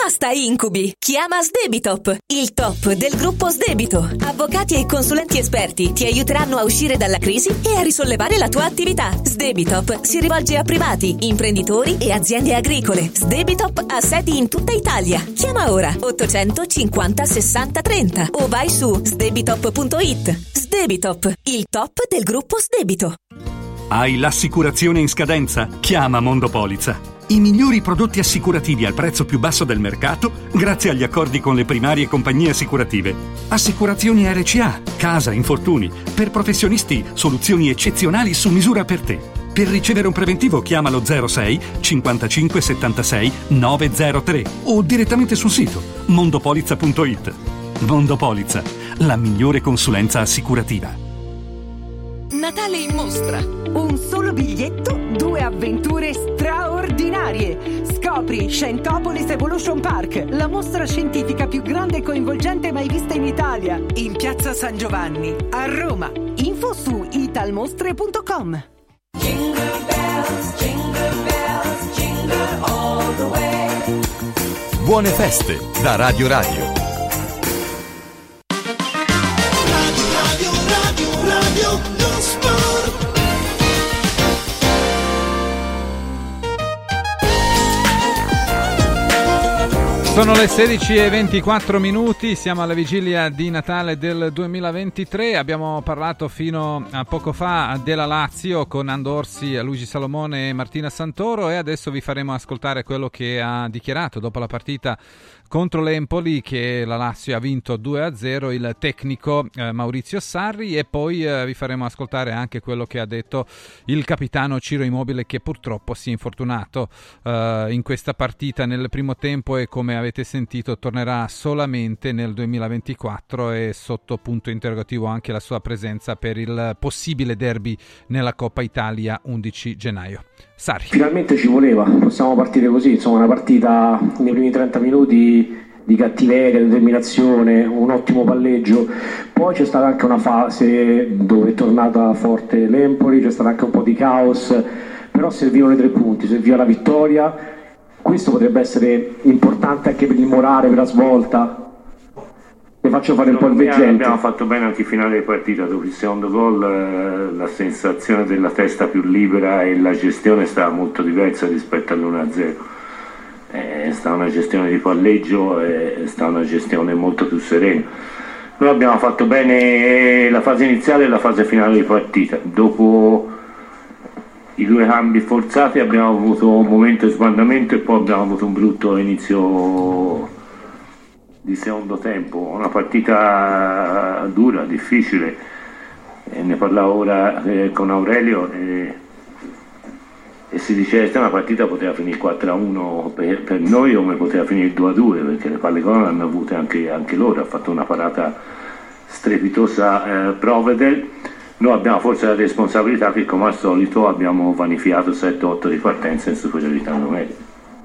Basta incubi! Chiama Sdebitop, il top del gruppo Sdebito. Avvocati e consulenti esperti ti aiuteranno a uscire dalla crisi e a risollevare la tua attività. Sdebitop si rivolge a privati, imprenditori e aziende agricole. Sdebitop ha sedi in tutta Italia. Chiama ora 850 60 30 o vai su sdebitop.it. Sdebitop, il top del gruppo Sdebito. Hai l'assicurazione in scadenza? Chiama Mondopolizza. I migliori prodotti assicurativi al prezzo più basso del mercato grazie agli accordi con le primarie compagnie assicurative. Assicurazioni RCA, casa, infortuni. Per professionisti, soluzioni eccezionali su misura per te. Per ricevere un preventivo chiamalo 06 55 76 903 o direttamente sul sito mondopolizza.it. Mondopolizza, la migliore consulenza assicurativa. Natale in mostra. Un solo biglietto, 2 avventure straordinarie. Scopri Scientopolis Evolution Park, la mostra scientifica più grande e coinvolgente mai vista in Italia, in Piazza San Giovanni, a Roma. Info su italmostre.com. Jingle bells, jingle all the way. Buone feste da Radio Radio. Radio non sport. Sono le 16:24, siamo alla vigilia di Natale del 2023. Abbiamo parlato fino a poco fa della Lazio con Nando Orsi, Luigi Salomone e Martina Santoro, e adesso vi faremo ascoltare quello che ha dichiarato dopo la partita contro l'Empoli, che la Lazio ha vinto 2-0, il tecnico Maurizio Sarri, e poi vi faremo ascoltare anche quello che ha detto il capitano Ciro Immobile, che purtroppo si è infortunato in questa partita nel primo tempo e, come avete sentito, tornerà solamente nel 2024, e sotto punto interrogativo anche la sua presenza per il possibile derby nella Coppa Italia 11 gennaio. Sarri. Finalmente ci voleva, possiamo partire così, insomma, una partita nei primi 30 minuti di cattiveria, determinazione, un ottimo palleggio. Poi c'è stata anche una fase dove è tornata forte l'Empoli, c'è stato anche un po' di caos, però servivano i 3 punti, serviva la vittoria. Questo potrebbe essere importante anche per il morale, per la svolta. Ne faccio fare un po' il veggente. Abbiamo fatto bene anche in finale di partita, dopo il secondo gol la sensazione della testa più libera e la gestione stava molto diversa rispetto all'1-0. È stata una gestione di palleggio, è stata una gestione molto più serena. Noi abbiamo fatto bene la fase iniziale e la fase finale di partita. Dopo i 2 cambi forzati abbiamo avuto un momento di sbandamento e poi abbiamo avuto un brutto inizio di secondo tempo, una partita dura, difficile, e ne parlavo ora con Aurelio e si diceva che una partita poteva finire 4-1 per noi, come poteva finire 2-2, perché le palle gol hanno avute anche loro. Ha fatto una parata strepitosa Provedel. Noi abbiamo forse la responsabilità che, come al solito, abbiamo vanificato 7-8 ripartenze in superiorità numerica.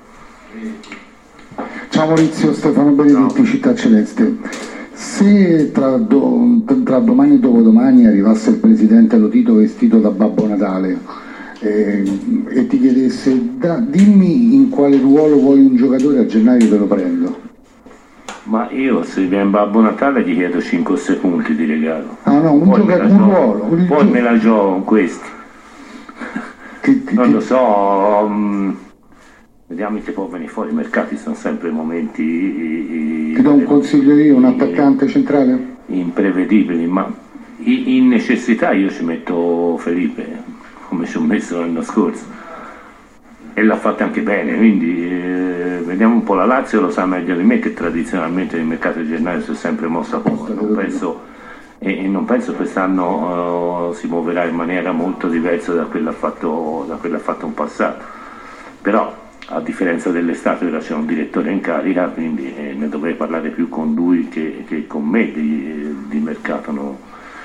Ciao Maurizio, Stefano Benedetti, Città Celeste. Se tra domani e dopodomani arrivasse il presidente Lotito vestito da Babbo Natale e ti chiedesse dimmi in quale ruolo vuoi un giocatore, a gennaio te lo prendo. Ma io, se viene Babbo Natale, gli chiedo 5 o 6 punti di regalo. No, un ruolo. Poi me la gioco con questi. Non lo so. Vediamo che può venire fuori. I mercati sono sempre momenti. Ti do un consiglio io, un attaccante centrale? Imprevedibili, ma in necessità io ci metto Felipe, come ci ho messo l'anno scorso, e l'ha fatta anche bene, quindi vediamo un po'. La Lazio lo sa meglio di me che tradizionalmente nel mercato di gennaio si è sempre mossa poco. Non penso quest'anno si muoverà in maniera molto diversa da quella fatto in passato, però a differenza dell'estate ora c'è un direttore in carica, quindi ne dovrei parlare più con lui che con me di mercato.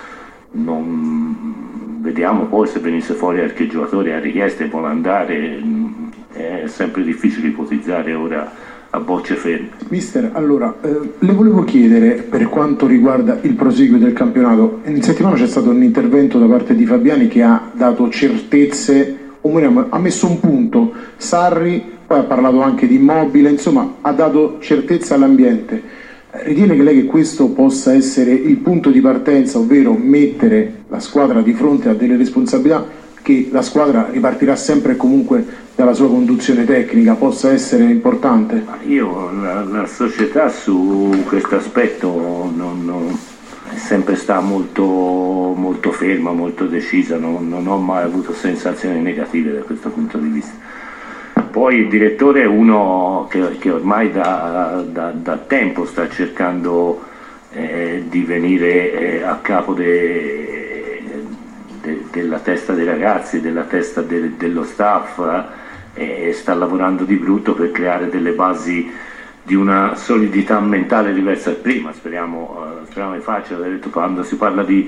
Vediamo poi se venisse fuori qualche giocatore a richiesta e vuole andare. È sempre difficile ipotizzare ora a bocce ferme. Mister, allora le volevo chiedere, per quanto riguarda il proseguo del campionato, in settimana c'è stato un intervento da parte di Fabiani che ha dato certezze, o ha messo un punto Sarri poi ha parlato anche di Immobile, insomma ha dato certezza all'ambiente. Ritiene che lei che questo possa essere il punto di partenza, ovvero mettere la squadra di fronte a delle responsabilità che la squadra ripartirà sempre e comunque dalla sua conduzione tecnica, possa essere importante? Io la società su questo aspetto è sempre stata molto ferma, molto decisa, non ho mai avuto sensazioni negative da questo punto di vista. Poi il direttore è uno che ormai da tempo sta cercando di venire a capo della testa dei ragazzi, della testa dello staff, e sta lavorando di brutto per creare delle basi di una solidità mentale diversa da prima. Speriamo è facile, detto, quando si parla di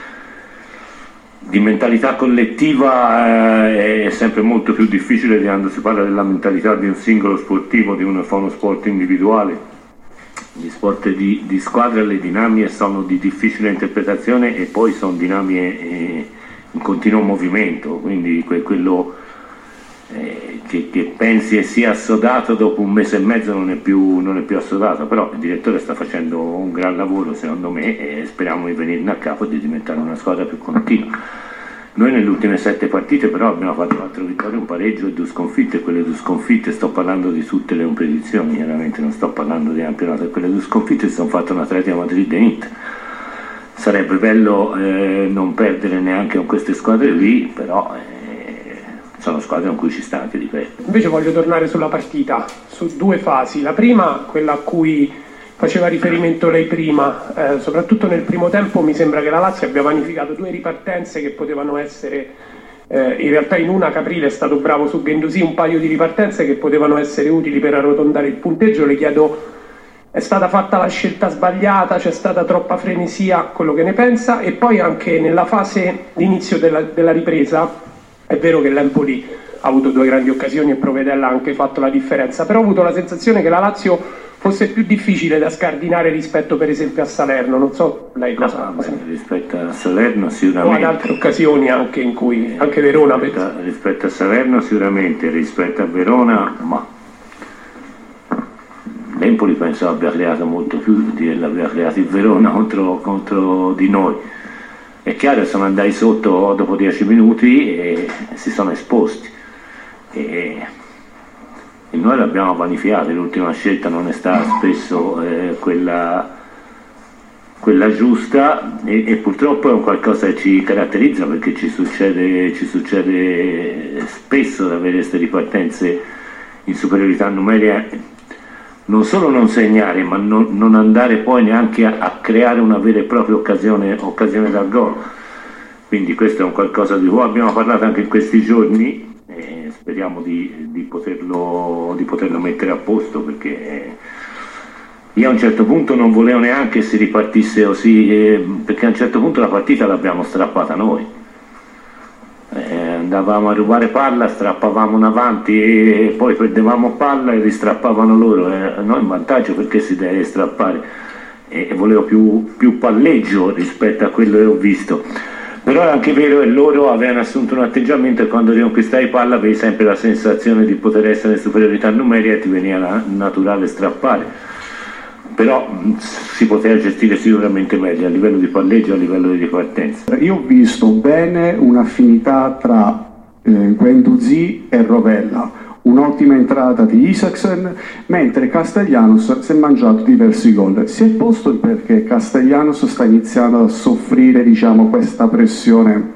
mentalità collettiva è sempre molto più difficile di quando si parla della mentalità di un singolo sportivo, di uno fa uno sport individuale. Gli sport di squadra, le dinamiche sono di difficile interpretazione e poi sono dinamiche in continuo movimento, quindi quello che pensi e sia assodato dopo un mese e mezzo non è più assodato, però il direttore sta facendo un gran lavoro secondo me e speriamo di venirne a capo e di diventare una squadra più continua. Noi nelle ultime 7 partite però abbiamo fatto 4 vittorie, un pareggio e 2 sconfitte. Quelle 2 sconfitte, sto parlando di tutte le competizioni, chiaramente non sto parlando di campionato, e quelle 2 sconfitte si sono fatte un Atletico Madrid e Inter. Sarebbe bello non perdere neanche con queste squadre lì, però sono squadre con cui ci sta anche di perdere. Invece voglio tornare sulla partita, su 2 fasi. La prima, quella a cui faceva riferimento lei prima, soprattutto nel primo tempo mi sembra che la Lazio abbia vanificato 2 ripartenze che potevano essere, in realtà in una Caprile è stato bravo su Guendouzi, un paio di ripartenze che potevano essere utili per arrotondare il punteggio. Le chiedo, è stata fatta la scelta sbagliata, c'è stata troppa frenesia, quello che ne pensa? E poi anche nella fase d'inizio della ripresa, è vero che l'Empoli ha avuto 2 grandi occasioni e Provedella ha anche fatto la differenza, però ho avuto la sensazione che la Lazio fosse più difficile da scardinare rispetto per esempio a Salerno. Non so lei cosa... rispetto a Salerno sicuramente. O ad altre occasioni anche in cui anche Verona... Rispetto a Salerno sicuramente, rispetto a Verona ma l'Empoli penso abbia creato molto più di l'abbia creato il Verona contro di noi. È chiaro, sono andati sotto dopo 10 minuti e si sono esposti e noi l'abbiamo vanificata. L'ultima scelta non è stata spesso quella giusta e purtroppo è un qualcosa che ci caratterizza, perché ci succede spesso di avere queste ripartenze in superiorità numerica, non solo non segnare ma non andare poi neanche a creare una vera e propria occasione dal gol. Quindi questo è un qualcosa di cui abbiamo parlato anche in questi giorni e speriamo di poterlo mettere a posto, perché io a un certo punto non volevo neanche si ripartisse così, perché a un certo punto la partita l'abbiamo strappata noi. Andavamo a rubare palla, strappavamo in avanti e poi perdevamo palla e ristrappavano loro. Noi in vantaggio perché si deve strappare, e volevo più palleggio rispetto a quello che ho visto. Però è anche vero che loro avevano assunto un atteggiamento e quando riconquistavi palla avevi sempre la sensazione di poter essere in superiorità numerica e ti veniva naturale strappare. Però si poteva gestire sicuramente meglio a livello di palleggio e a livello di ripartenza. Io ho visto bene un'affinità tra Guendouzi e Rovella, un'ottima entrata di Isaksen, mentre Castellanos si è mangiato diversi gol. Si è posto il perché Castellanos sta iniziando a soffrire, diciamo, questa pressione?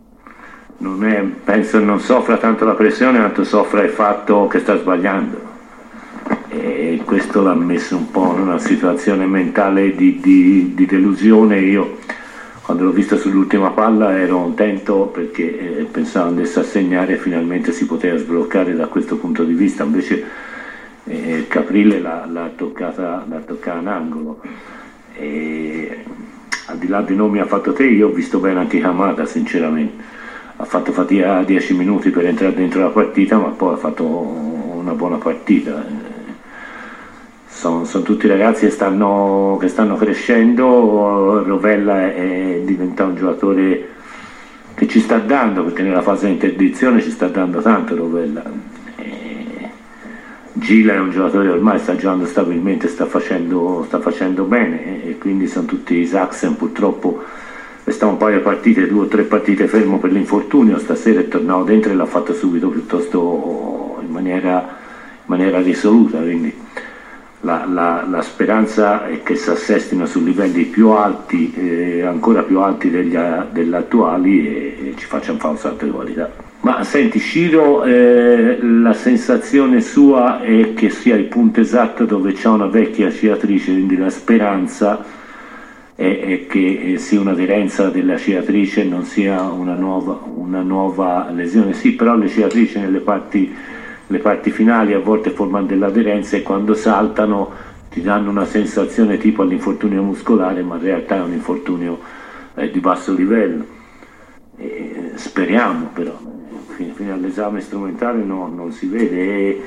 Penso non soffra tanto la pressione quanto soffra il fatto che sta sbagliando. E questo l'ha messo un po' in una situazione mentale di delusione. Io quando l'ho visto sull'ultima palla ero contento perché pensavo andasse a segnare e finalmente si poteva sbloccare da questo punto di vista. Invece Caprile l'ha toccata in angolo e al di là di nomi ha fatto te, io ho visto bene anche Kamada, sinceramente ha fatto fatica 10 minuti per entrare dentro la partita, ma poi ha fatto una buona partita. Sono tutti ragazzi che stanno crescendo. Rovella è diventato un giocatore che ci sta dando, perché nella fase di interdizione ci sta dando tanto Rovella. Gila è un giocatore ormai sta giocando stabilmente, sta facendo bene, e quindi sono tutti Isaksen. Purtroppo restava un paio di partite, 2 o 3 partite fermo per l'infortunio, stasera è tornato dentro e l'ha fatto subito piuttosto in maniera risoluta, quindi la speranza è che si assestino su livelli più alti, ancora più alti degli attuali, e ci facciano fare un salto di qualità. Ma senti Ciro, la sensazione sua è che sia il punto esatto dove c'è una vecchia cicatrice, quindi la speranza è che sia un'aderenza della cicatrice e non sia una nuova lesione. Sì, però le cicatrici nelle parti finali a volte formano dell'aderenza, e quando saltano ti danno una sensazione tipo all'infortunio muscolare, ma in realtà è un infortunio di basso livello. Speriamo, però fino all'esame strumentale non si vede.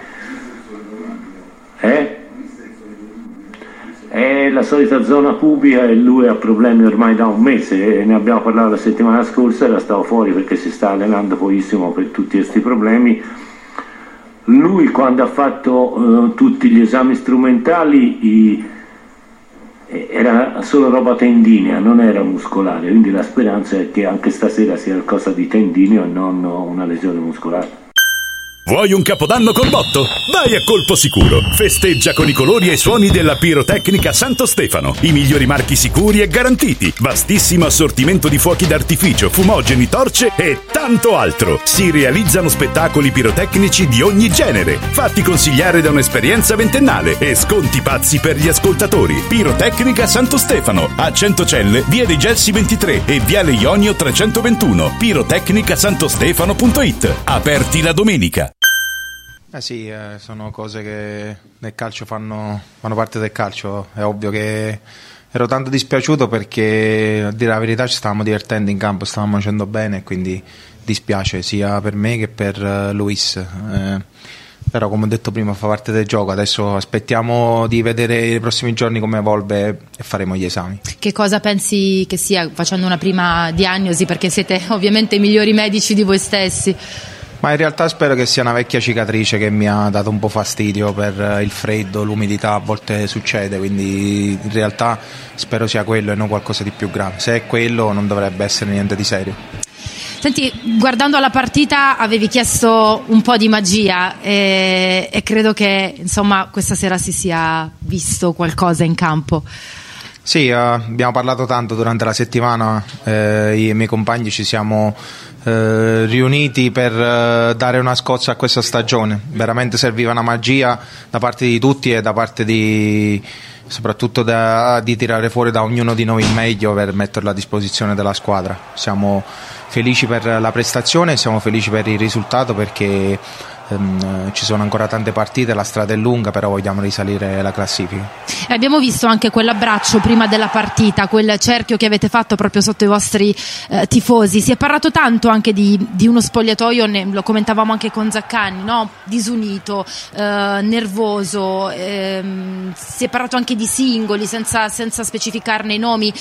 È la solita zona pubica, e lui ha problemi ormai da un mese, ne abbiamo parlato la settimana scorsa, era stato fuori perché si sta allenando pochissimo per tutti questi problemi. Lui, quando ha fatto tutti gli esami strumentali, era solo roba tendinea, non era muscolare, quindi la speranza è che anche stasera sia qualcosa di tendineo e non una lesione muscolare. Vuoi un capodanno col botto? Vai a Colpo Sicuro. Festeggia con i colori e i suoni della pirotecnica Santo Stefano. I migliori marchi sicuri e garantiti. Vastissimo assortimento di fuochi d'artificio, fumogeni, torce e tanto altro. Si realizzano spettacoli pirotecnici di ogni genere. Fatti consigliare da un'esperienza ventennale e sconti pazzi per gli ascoltatori. Pirotecnica Santo Stefano. A Centocelle, via dei Gelsi 23 e viale Ionio 321. pirotecnicasantostefano.it. Aperti la domenica. Sì, sono cose che nel calcio fanno parte del calcio. È ovvio che ero tanto dispiaciuto perché, a dire la verità, ci stavamo divertendo in campo, stavamo facendo bene, e quindi dispiace sia per me che per Luis. Però, come ho detto prima, fa parte del gioco. Adesso aspettiamo di vedere i prossimi giorni come evolve e faremo gli esami. Che cosa pensi che sia, facendo una prima diagnosi, perché siete ovviamente i migliori medici di voi stessi? Ma in realtà spero che sia una vecchia cicatrice che mi ha dato un po' fastidio per il freddo, l'umidità, a volte succede, quindi in realtà spero sia quello e non qualcosa di più grave. Se è quello non dovrebbe essere niente di serio. Senti, guardando la partita avevi chiesto un po' di magia e credo che insomma questa sera si sia visto qualcosa in campo. Sì, abbiamo parlato tanto durante la settimana, io e i miei compagni ci siamo riuniti per dare una scossa a questa stagione. Veramente serviva una magia da parte di tutti e da parte soprattutto di tirare fuori da ognuno di noi il meglio per metterlo a disposizione della squadra. Siamo felici per la prestazione, siamo felici per il risultato, perché ci sono ancora tante partite, la strada è lunga, però vogliamo risalire la classifica. Abbiamo visto anche quell'abbraccio prima della partita, quel cerchio che avete fatto proprio sotto i vostri tifosi. Si è parlato tanto anche di uno spogliatoio, lo commentavamo anche con Zaccagni, no? Disunito, nervoso, si è parlato anche di singoli senza specificarne i nomi.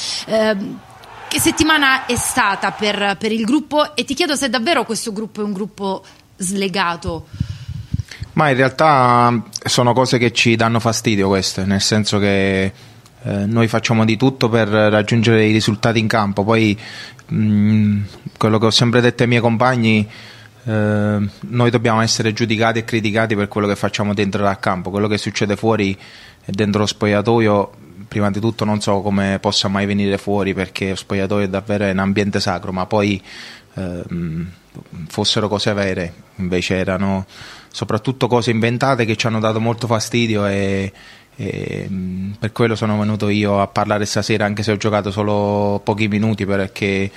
Che settimana è stata per il gruppo, e ti chiedo se davvero questo gruppo è un gruppo slegato? Ma in realtà sono cose che ci danno fastidio, queste, nel senso che noi facciamo di tutto per raggiungere i risultati in campo. Poi quello che ho sempre detto ai miei compagni, noi dobbiamo essere giudicati e criticati per quello che facciamo dentro dal campo. Quello che succede fuori e dentro lo spogliatoio, prima di tutto non so come possa mai venire fuori, perché lo spogliatoio è davvero un ambiente sacro, ma poi fossero cose vere, invece erano soprattutto cose inventate che ci hanno dato molto fastidio, e per quello sono venuto io a parlare stasera, anche se ho giocato solo pochi minuti, perché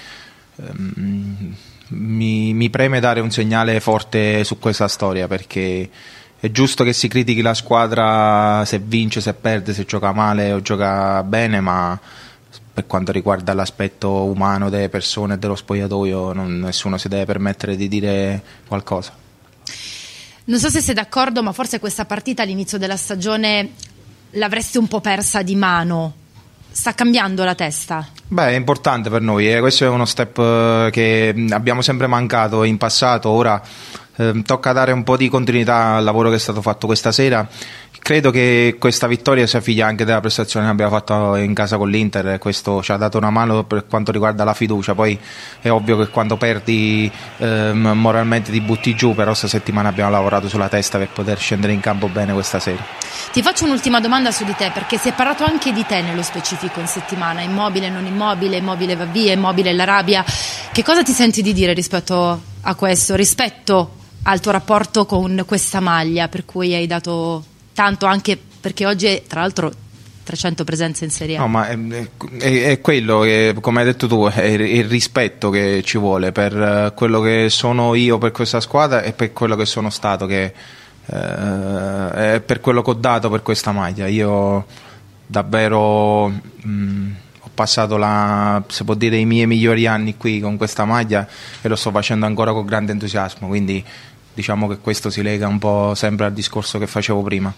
mi preme dare un segnale forte su questa storia, perché è giusto che si critichi la squadra se vince, se perde, se gioca male o gioca bene, ma per quanto riguarda l'aspetto umano delle persone e dello spogliatoio nessuno si deve permettere di dire qualcosa. Non so se sei d'accordo, ma forse questa partita all'inizio della stagione l'avresti un po' persa di mano. Sta cambiando la testa? Beh, è importante per noi, questo è uno step che abbiamo sempre mancato in passato. Ora tocca dare un po' di continuità al lavoro che è stato fatto questa sera. Credo che questa vittoria sia figlia anche della prestazione che abbiamo fatto in casa con l'Inter, questo ci ha dato una mano per quanto riguarda la fiducia. Poi è ovvio che quando perdi moralmente ti butti giù, però questa settimana abbiamo lavorato sulla testa per poter scendere in campo bene questa sera. Ti faccio un'ultima domanda su di te, perché si è parlato anche di te nello specifico in settimana, Immobile, non Immobile, Immobile va via, Immobile la rabbia. Che cosa ti senti di dire rispetto a questo, rispetto al tuo rapporto con questa maglia per cui hai dato tanto, anche perché oggi è, tra l'altro, 300 presenze in Serie A? No, ma è quello che, come hai detto tu, è il rispetto che ci vuole per quello che sono io per questa squadra e per quello che sono stato, che è per quello che ho dato per questa maglia. Io davvero ho passato si può dire, i miei migliori anni qui con questa maglia e lo sto facendo ancora con grande entusiasmo, quindi diciamo che questo si lega un po' sempre al discorso che facevo prima.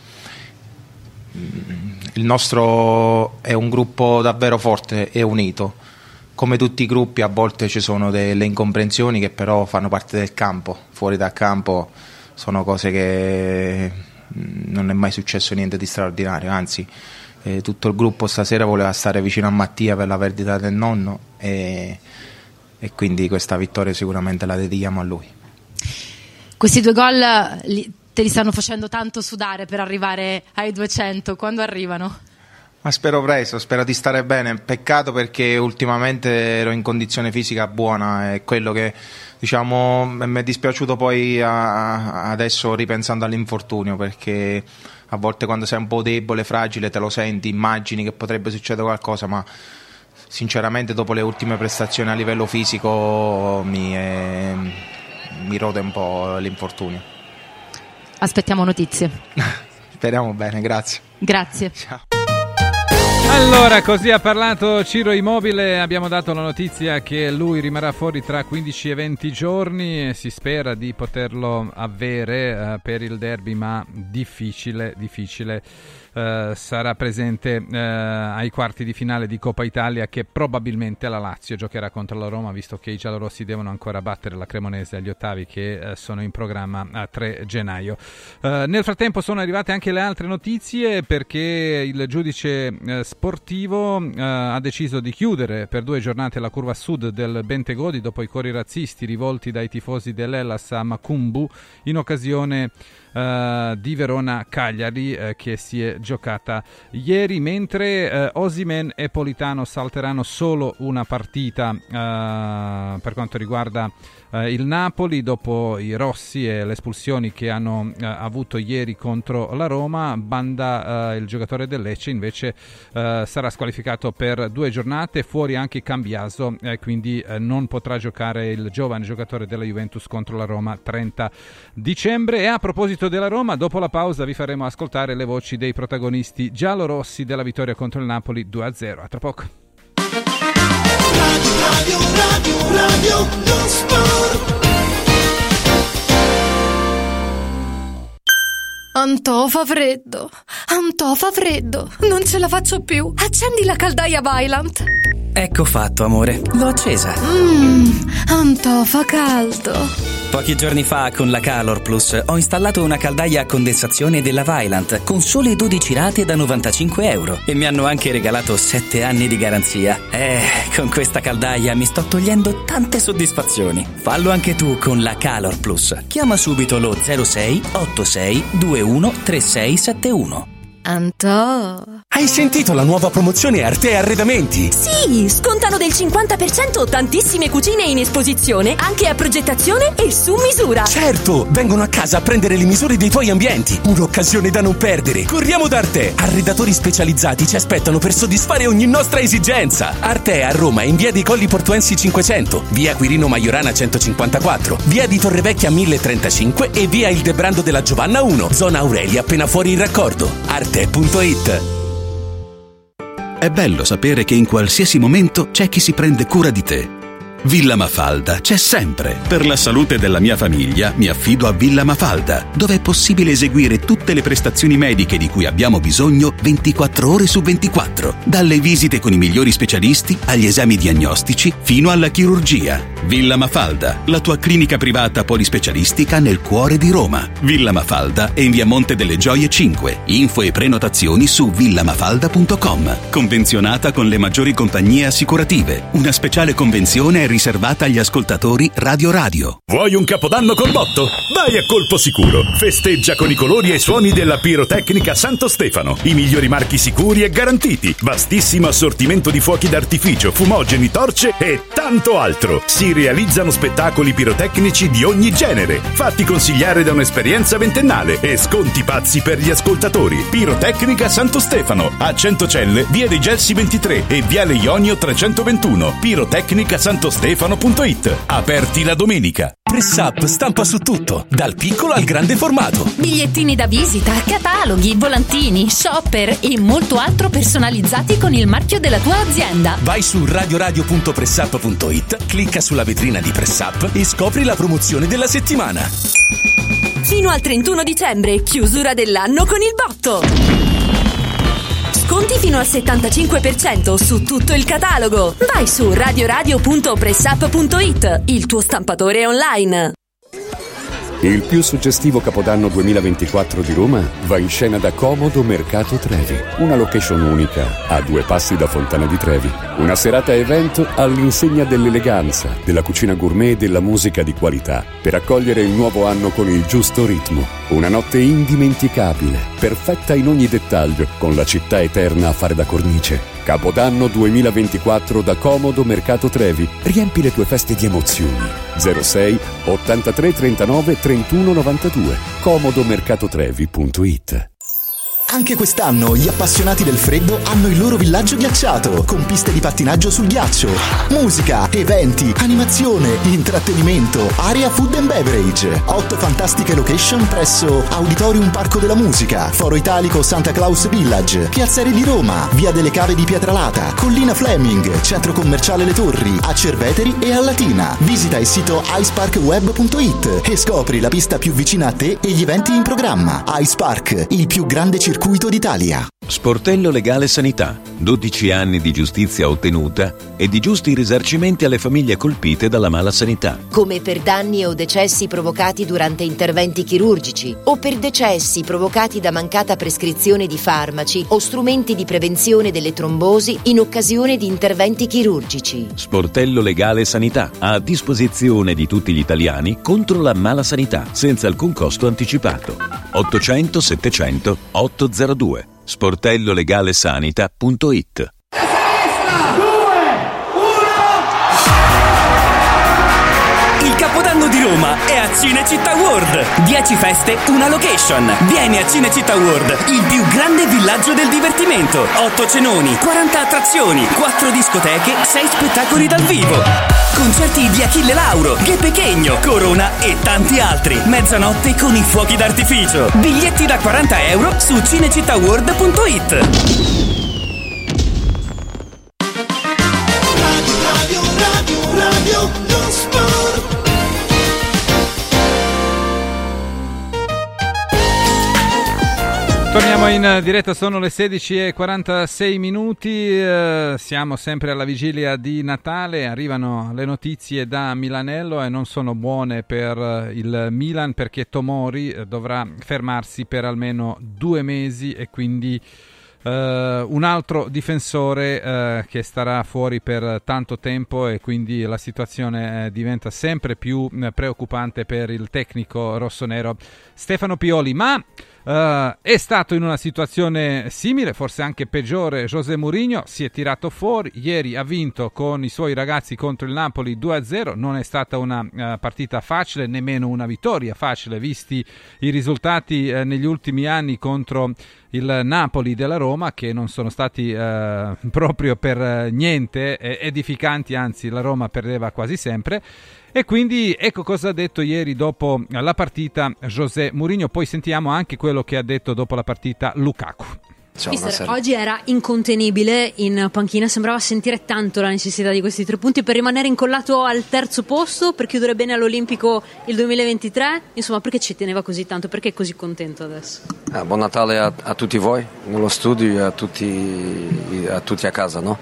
Il nostro è un gruppo davvero forte e unito. Come tutti i gruppi, a volte ci sono delle incomprensioni che però fanno parte del campo. Fuori dal campo sono cose che non è mai successo niente di straordinario, anzi tutto il gruppo stasera voleva stare vicino a Mattia per la perdita del nonno e quindi questa vittoria sicuramente la dedichiamo a lui. Questi 2 gol te li stanno facendo tanto sudare per arrivare ai 200, quando arrivano? Ma spero presto, spero di stare bene. Peccato perché ultimamente ero in condizione fisica buona, è quello che diciamo mi è dispiaciuto poi adesso ripensando all'infortunio, perché a volte quando sei un po' debole, fragile, te lo senti, immagini che potrebbe succedere qualcosa, ma sinceramente dopo le ultime prestazioni a livello fisico mi rode un po' l'infortunio. Aspettiamo notizie. Speriamo bene, grazie. Grazie. Ciao. Allora, così ha parlato Ciro Immobile, abbiamo dato la notizia che lui rimarrà fuori tra 15 e 20 giorni, si spera di poterlo avere per il derby, ma difficile. Sarà presente ai quarti di finale di Coppa Italia, che probabilmente la Lazio giocherà contro la Roma, visto che i giallorossi devono ancora battere la Cremonese agli ottavi che sono in programma a 3 gennaio. Nel frattempo sono arrivate anche le altre notizie, perché il giudice sportivo ha deciso di chiudere per 2 giornate la curva sud del Bentegodi dopo i cori razzisti rivolti dai tifosi dell'Hellas a Macumbu in occasione di Verona-Cagliari che si è giocata ieri, mentre Osimhen e Politano salteranno solo una partita per quanto riguarda il Napoli dopo i rossi e le espulsioni che hanno avuto ieri contro la Roma. Banda, il giocatore del Lecce, invece sarà squalificato per 2 giornate, fuori anche Cambiaso, quindi non potrà giocare il giovane giocatore della Juventus contro la Roma 30 dicembre. E a proposito della Roma, dopo la pausa vi faremo ascoltare le voci dei protagonisti giallorossi della vittoria contro il Napoli 2-0. A tra poco. Radio lo sport. Antò fa freddo, non ce la faccio più. Accendi la caldaia Vaillant. Ecco fatto, amore, l'ho accesa. Antò fa caldo. Pochi giorni fa con la Calor Plus ho installato una caldaia a condensazione della Vaillant con sole 12 rate da €95 e mi hanno anche regalato 7 anni di garanzia. Con questa caldaia mi sto togliendo tante soddisfazioni. Fallo anche tu con la Calor Plus. Chiama subito lo 06 86 21 3671. Antò. Hai sentito la nuova promozione Arte Arredamenti? Sì, scontano del 50% tantissime cucine in esposizione, anche a progettazione e su misura. Certo, vengono a casa a prendere le misure dei tuoi ambienti. Un'occasione da non perdere. Corriamo da Arte. Arredatori specializzati ci aspettano per soddisfare ogni nostra esigenza. Arte a Roma in via dei Colli Portuensi 500, via Quirino Maiorana 154, via di Torrevecchia 1035 e via Ildebrando della Giovanna 1, zona Aurelia appena fuori il raccordo. Arte.it. È bello sapere che in qualsiasi momento c'è chi si prende cura di te. Villa Mafalda c'è sempre. Per la salute della mia famiglia mi affido a Villa Mafalda, dove è possibile eseguire tutte le prestazioni mediche di cui abbiamo bisogno 24 ore su 24, dalle visite con i migliori specialisti agli esami diagnostici fino alla chirurgia. Villa Mafalda, la tua clinica privata polispecialistica nel cuore di Roma. Villa Mafalda è in via Monte delle Gioie 5. Info e prenotazioni su villamafalda.com. Convenzionata con le maggiori compagnie assicurative. Una speciale convenzione è riservata agli ascoltatori Radio Radio. Vuoi un capodanno col botto? Vai a Colpo Sicuro. Festeggia con i colori e i suoni della pirotecnica Santo Stefano. I migliori marchi sicuri e garantiti. Vastissimo assortimento di fuochi d'artificio, fumogeni, torce e tanto altro. Si realizzano spettacoli pirotecnici di ogni genere, fatti consigliare da un'esperienza ventennale e sconti pazzi per gli ascoltatori. Pirotecnica Santo Stefano, a Centocelle, via dei Gelsi 23 e viale Ionio 321. pirotecnicasantostefano.it. Aperti la domenica. Press Up stampa su tutto, dal piccolo al grande formato. Bigliettini da visita, cataloghi, volantini, shopper e molto altro personalizzati con il marchio della tua azienda. Vai su radioradio.pressup.it, clicca sulla vetrina di Press Up e scopri la promozione della settimana. Fino al 31 dicembre, chiusura dell'anno con il botto. Sconti fino al 75% su tutto il catalogo. Vai su radioradio.pressup.it, il tuo stampatore online. Il più suggestivo Capodanno 2024 di Roma va in scena da Comodo Mercato Trevi, una location unica a 2 passi da Fontana di Trevi. Una serata evento all'insegna dell'eleganza, della cucina gourmet e della musica di qualità, per accogliere il nuovo anno con il giusto ritmo. Una notte indimenticabile, perfetta in ogni dettaglio, con la città eterna a fare da cornice. Capodanno 2024 da Comodo Mercato Trevi. Riempi le tue feste di emozioni. 06 83 39 31 92. comodomercatotrevi.it. Anche quest'anno gli appassionati del freddo hanno il loro villaggio ghiacciato, con piste di pattinaggio sul ghiaccio, musica, eventi, animazione, intrattenimento, area food and beverage, 8 fantastiche location presso Auditorium Parco della Musica, Foro Italico Santa Claus Village, Piazzere di Roma, Via delle Cave di Pietralata, Collina Fleming, Centro Commerciale Le Torri, a Cerveteri e a Latina. Visita il sito iceparkweb.it e scopri la pista più vicina a te e gli eventi in programma. Ice Park, il più grande circuito d'Italia. Sportello Legale Sanità. 12 anni di giustizia ottenuta e di giusti risarcimenti alle famiglie colpite dalla mala sanità. Come per danni o decessi provocati durante interventi chirurgici o per decessi provocati da mancata prescrizione di farmaci o strumenti di prevenzione delle trombosi in occasione di interventi chirurgici. Sportello Legale Sanità, a disposizione di tutti gli italiani contro la mala sanità, senza alcun costo anticipato. 800 700 802. sportellolegalesanita.it. Il Capodanno di Roma è a Cinecittà World. 10 feste, una location. Vieni a Cinecittà World, il più grande villaggio del divertimento. 8 cenoni, 40 attrazioni, 4 discoteche, 6 spettacoli dal vivo. Concerti di Achille Lauro, Che Pechegno, Corona e tanti altri. Mezzanotte con i fuochi d'artificio. Biglietti da €40 su cinecittàworld.it. Radio lo sport. Torniamo in diretta, sono le 16:46 minuti, siamo sempre alla vigilia di Natale, arrivano le notizie da Milanello e non sono buone per il Milan perché Tomori dovrà fermarsi per almeno 2 mesi e quindi un altro difensore che starà fuori per tanto tempo e quindi la situazione diventa sempre più preoccupante per il tecnico rossonero Stefano Pioli, ma è stato in una situazione simile, forse anche peggiore, José Mourinho. Si è tirato fuori, ieri ha vinto con i suoi ragazzi contro il Napoli 2-0, non è stata una partita facile, nemmeno una vittoria facile, visti i risultati negli ultimi anni contro il Napoli della Roma, che non sono stati proprio per niente edificanti, anzi la Roma perdeva quasi sempre. E quindi ecco cosa ha detto ieri dopo la partita José Mourinho, poi sentiamo anche quello che ha detto dopo la partita Lukaku. Mister, oggi era incontenibile in panchina, sembrava sentire tanto la necessità di questi 3 punti per rimanere incollato al terzo posto, per chiudere bene all'Olimpico il 2023, insomma, perché ci teneva così tanto, perché è così contento adesso? Buon Natale a tutti voi nello studio e a tutti a casa, no?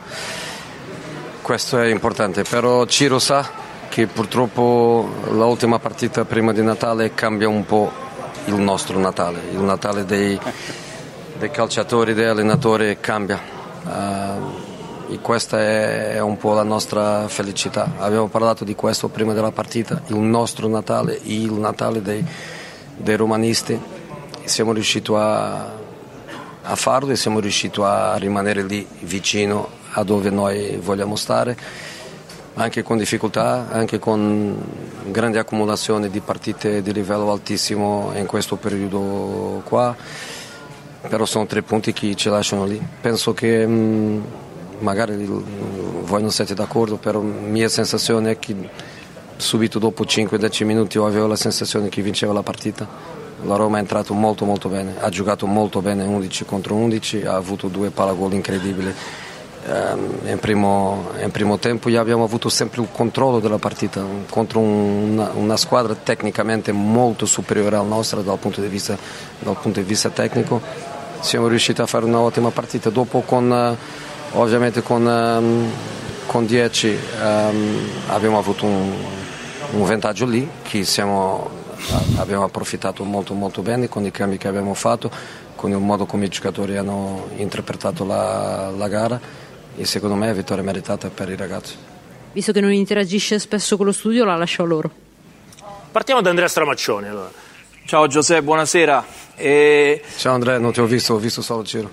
Questo è importante, però Ciro sa che purtroppo l'ultima partita prima di Natale cambia un po' il nostro Natale, il Natale dei calciatori, dei allenatori cambia, e questa è un po' la nostra felicità. Abbiamo parlato di questo prima della partita, il nostro Natale, il Natale dei romanisti, siamo riusciti a farlo e siamo riusciti a rimanere lì vicino a dove noi vogliamo stare, anche con difficoltà, anche con grandi accumulazioni di partite di livello altissimo in questo periodo qua. Però sono 3 punti che ci lasciano lì. Penso che magari voi non siete d'accordo, però la mia sensazione è che subito dopo 5-10 minuti io avevo la sensazione che vinceva la partita. La Roma è entrato molto molto bene, ha giocato molto bene 11 contro 11, ha avuto 2 palagol incredibili in primo tempo, e abbiamo avuto sempre il controllo della partita contro una squadra tecnicamente molto superiore alla nostra dal punto di vista tecnico. Siamo riusciti a fare un'ottima partita. Dopo ovviamente con 10 abbiamo avuto un vantaggio lì che abbiamo approfittato molto molto bene con i cambi che abbiamo fatto, con il modo come i giocatori hanno interpretato la gara, e secondo me è vittoria meritata per i ragazzi. Visto che non interagisce spesso con lo studio, la lascio a loro. Partiamo da Andrea Stramaccioni allora. Ciao Giuseppe, buonasera. Ciao Andrea, non ti ho visto solo Ciro.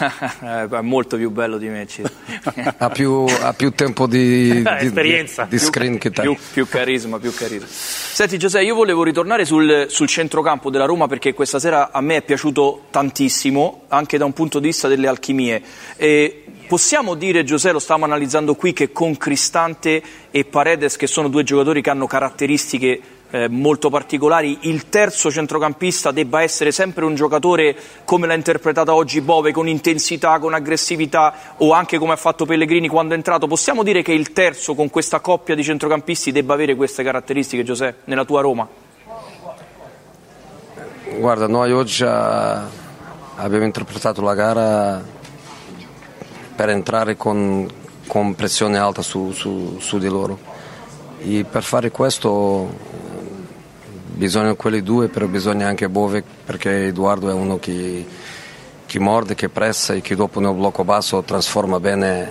È molto più bello di me, Ciro. ha più tempo di esperienza, di screen che te. Più carisma. Senti Giuseppe, io volevo ritornare sul centrocampo della Roma, perché questa sera a me è piaciuto tantissimo, anche da un punto di vista delle alchimie. Possiamo dire, Giuseppe, lo stavamo analizzando qui, che con Cristante e Paredes, che sono 2 giocatori che hanno caratteristiche molto particolari, il terzo centrocampista debba essere sempre un giocatore come l'ha interpretata oggi Bove, con intensità, con aggressività, o anche come ha fatto Pellegrini quando è entrato? Possiamo dire che il terzo, con questa coppia di centrocampisti, debba avere queste caratteristiche, Giuseppe, nella tua Roma? Guarda, noi oggi abbiamo interpretato la gara per entrare con pressione alta su di loro, e per fare questo bisogna quelli 2, però bisogna anche Bove, perché Edoardo è uno che morde, che pressa e che dopo nel blocco basso trasforma bene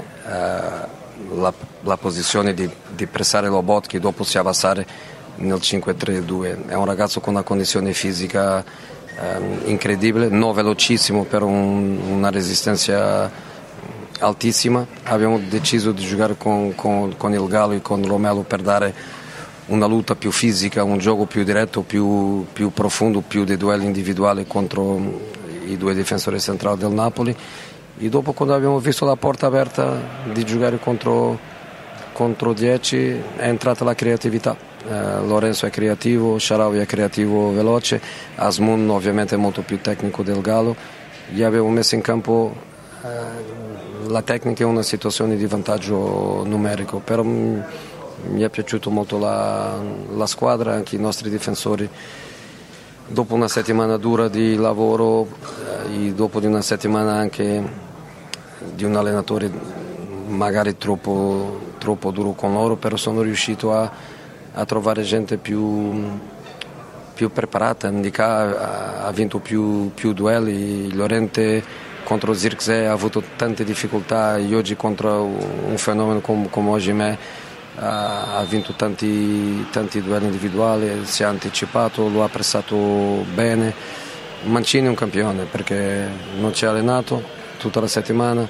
la posizione di pressare Lobot, che dopo si abbassare nel 5-3-2. È un ragazzo con una condizione fisica incredibile, non velocissimo, però una resistenza altissima. Abbiamo deciso di giocare con il Gallo e con Romelu per dare una lotta più fisica, un gioco più diretto, più profondo, più di duelli individuali contro i 2 difensori centrali del Napoli. E dopo, quando abbiamo visto la porta aperta di giocare contro 10, è entrata la creatività. Lorenzo è creativo, Shaarawy è creativo, veloce, Asmun ovviamente è molto più tecnico del Gallo. Gli abbiamo messo in campo la tecnica in una situazione di vantaggio numerico, però mi è piaciuto molto la squadra, anche i nostri difensori. Dopo una settimana dura di lavoro e dopo di una settimana anche di un allenatore magari troppo duro con loro, però sono riuscito a trovare gente più preparata. Ndicà ha vinto più duelli, Llorente contro Zirkzee ha avuto tante difficoltà, e oggi contro un fenomeno come Osimhen ha vinto tanti duelli individuali, si è anticipato, lo ha pressato bene. Mancini è un campione perché non ci ha allenato tutta la settimana,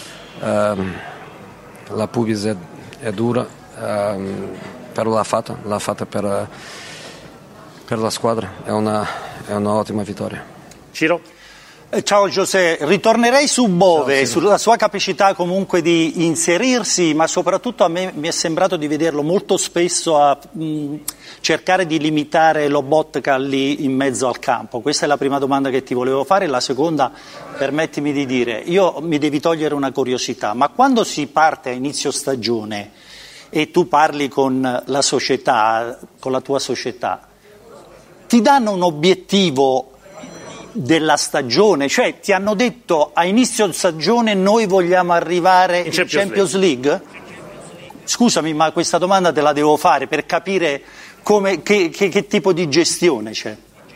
la pubis è dura, però l'ha fatta per la squadra, è una ottima vittoria. Ciro? Ciao José, ritornerei su Bove, sulla sua capacità comunque di inserirsi, ma soprattutto a me mi è sembrato di vederlo molto spesso a cercare di limitare Lobotka lì in mezzo al campo. Questa è la prima domanda che ti volevo fare. La seconda, permettimi di dire, mi devi togliere una curiosità, ma quando si parte a inizio stagione e tu parli con la società, con la tua società, ti danno un obiettivo della stagione, cioè ti hanno detto a inizio stagione noi vogliamo arrivare in Champions League? Scusami, ma questa domanda te la devo fare per capire che tipo di gestione c'è.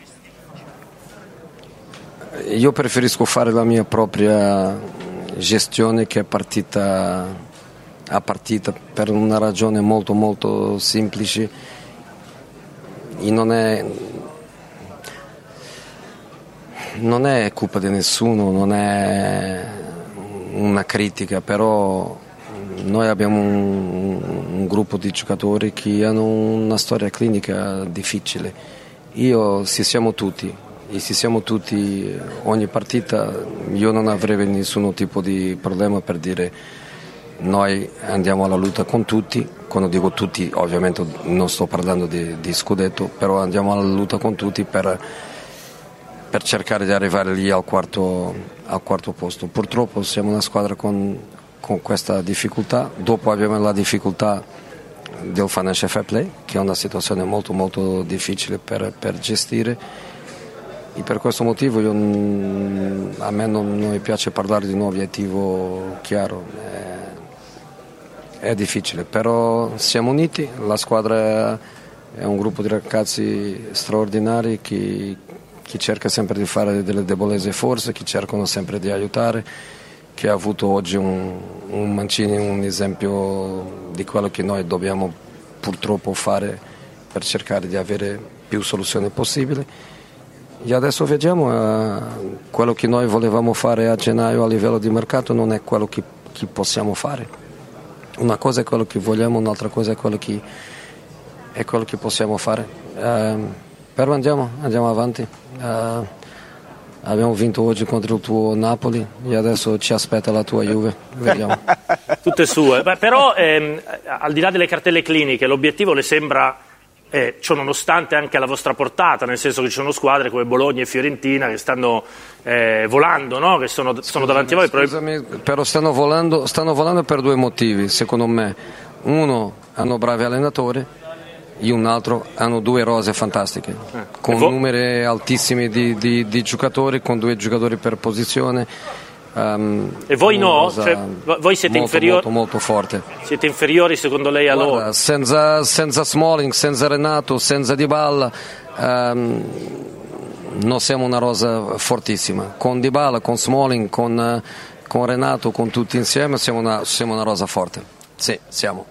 Io preferisco fare la mia propria gestione che è partita a partita per una ragione molto molto semplice e non è colpa di nessuno, non è una critica, però noi abbiamo un gruppo di giocatori che hanno una storia clinica difficile. Se siamo tutti ogni partita, io non avrei nessun tipo di problema per dire noi andiamo alla lotta con tutti. Quando dico tutti ovviamente non sto parlando di scudetto, però andiamo alla lotta con tutti per cercare di arrivare lì al quarto posto. Purtroppo siamo una squadra con questa difficoltà, dopo abbiamo la difficoltà del financial fair play, che è una situazione molto molto difficile per gestire, e per questo motivo a me non mi piace parlare di un obiettivo chiaro, è difficile, però siamo uniti, la squadra è un gruppo di ragazzi straordinari che cerca sempre di fare delle debolezze forze, che cercano sempre di aiutare, che ha avuto oggi un Mancini, un esempio di quello che noi dobbiamo purtroppo fare per cercare di avere più soluzioni possibili. E adesso vediamo, quello che noi volevamo fare a gennaio a livello di mercato non è quello che possiamo fare. Una cosa è quello che vogliamo, un'altra cosa è quello che possiamo fare. Però andiamo avanti. Abbiamo vinto oggi contro il tuo Napoli e adesso ci aspetta la tua Juve, vediamo. Tutte sue. Beh, però al di là delle cartelle cliniche, l'obiettivo le sembra nonostante anche alla vostra portata, nel senso che ci sono squadre come Bologna e Fiorentina che stanno volando, no? Che sono davanti a voi. Scusami, però stanno volando per due motivi, secondo me. Uno, hanno bravi allenatori, e un altro hanno due rose fantastiche, con numeri altissimi di giocatori, con due giocatori per posizione. E voi no? Voi siete inferiori? Molto forte. Siete inferiori secondo lei a loro? Senza Smalling, senza Renato, senza Dybala, non siamo una rosa fortissima. Con Dybala, con Smalling, con Renato, con tutti insieme siamo una rosa forte. Sì, siamo.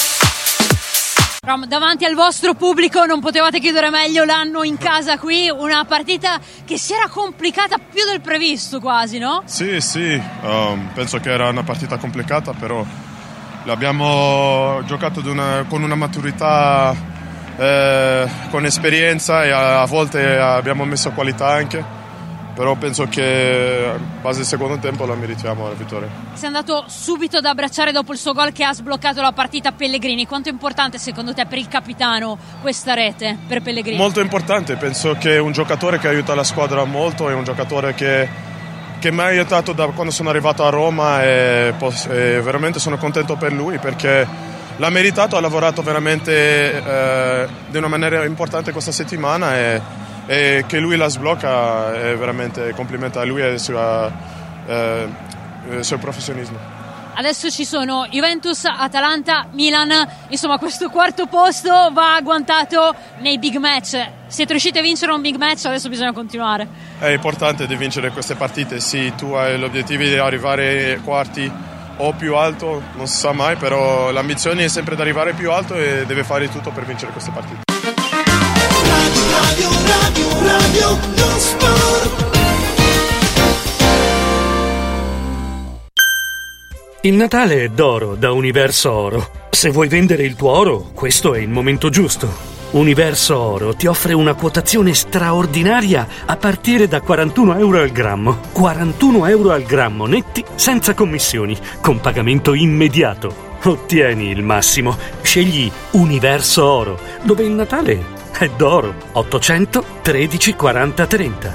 Davanti al vostro pubblico non potevate chiudere meglio l'anno in casa qui, una partita che si era complicata più del previsto quasi, no? Sì, penso che era una partita complicata, però l'abbiamo giocato con una maturità, con esperienza, e a volte abbiamo messo qualità anche. Però penso che a base del secondo tempo la meritiamo la vittoria. Sei andato subito ad abbracciare dopo il suo gol che ha sbloccato la partita Pellegrini. Quanto è importante secondo te per il capitano questa rete per Pellegrini? Molto importante, penso che è un giocatore che aiuta la squadra molto, è un giocatore che mi ha aiutato da quando sono arrivato a Roma e veramente sono contento per lui perché l'ha meritato, ha lavorato veramente di una maniera importante questa settimana e che lui la sblocca è veramente complimento a lui e il suo professionismo. Adesso ci sono Juventus, Atalanta, Milan, insomma questo quarto posto va agguantato nei big match. Siete riusciti a vincere un big match, adesso bisogna continuare. È importante di vincere queste partite, sì, tu hai l'obiettivo di arrivare ai quarti o più alto, non si sa mai, però l'ambizione è sempre di arrivare più alto e deve fare tutto per vincere queste partite. Radio non sport. Il Natale è d'oro da Universo Oro. Se vuoi vendere il tuo oro, questo è il momento giusto. Universo Oro ti offre una quotazione straordinaria a partire da €41 al grammo. €41 al grammo netti senza commissioni, con pagamento immediato. Ottieni il massimo. Scegli Universo Oro, dove il Natale è d'oro. 800 13 40 30.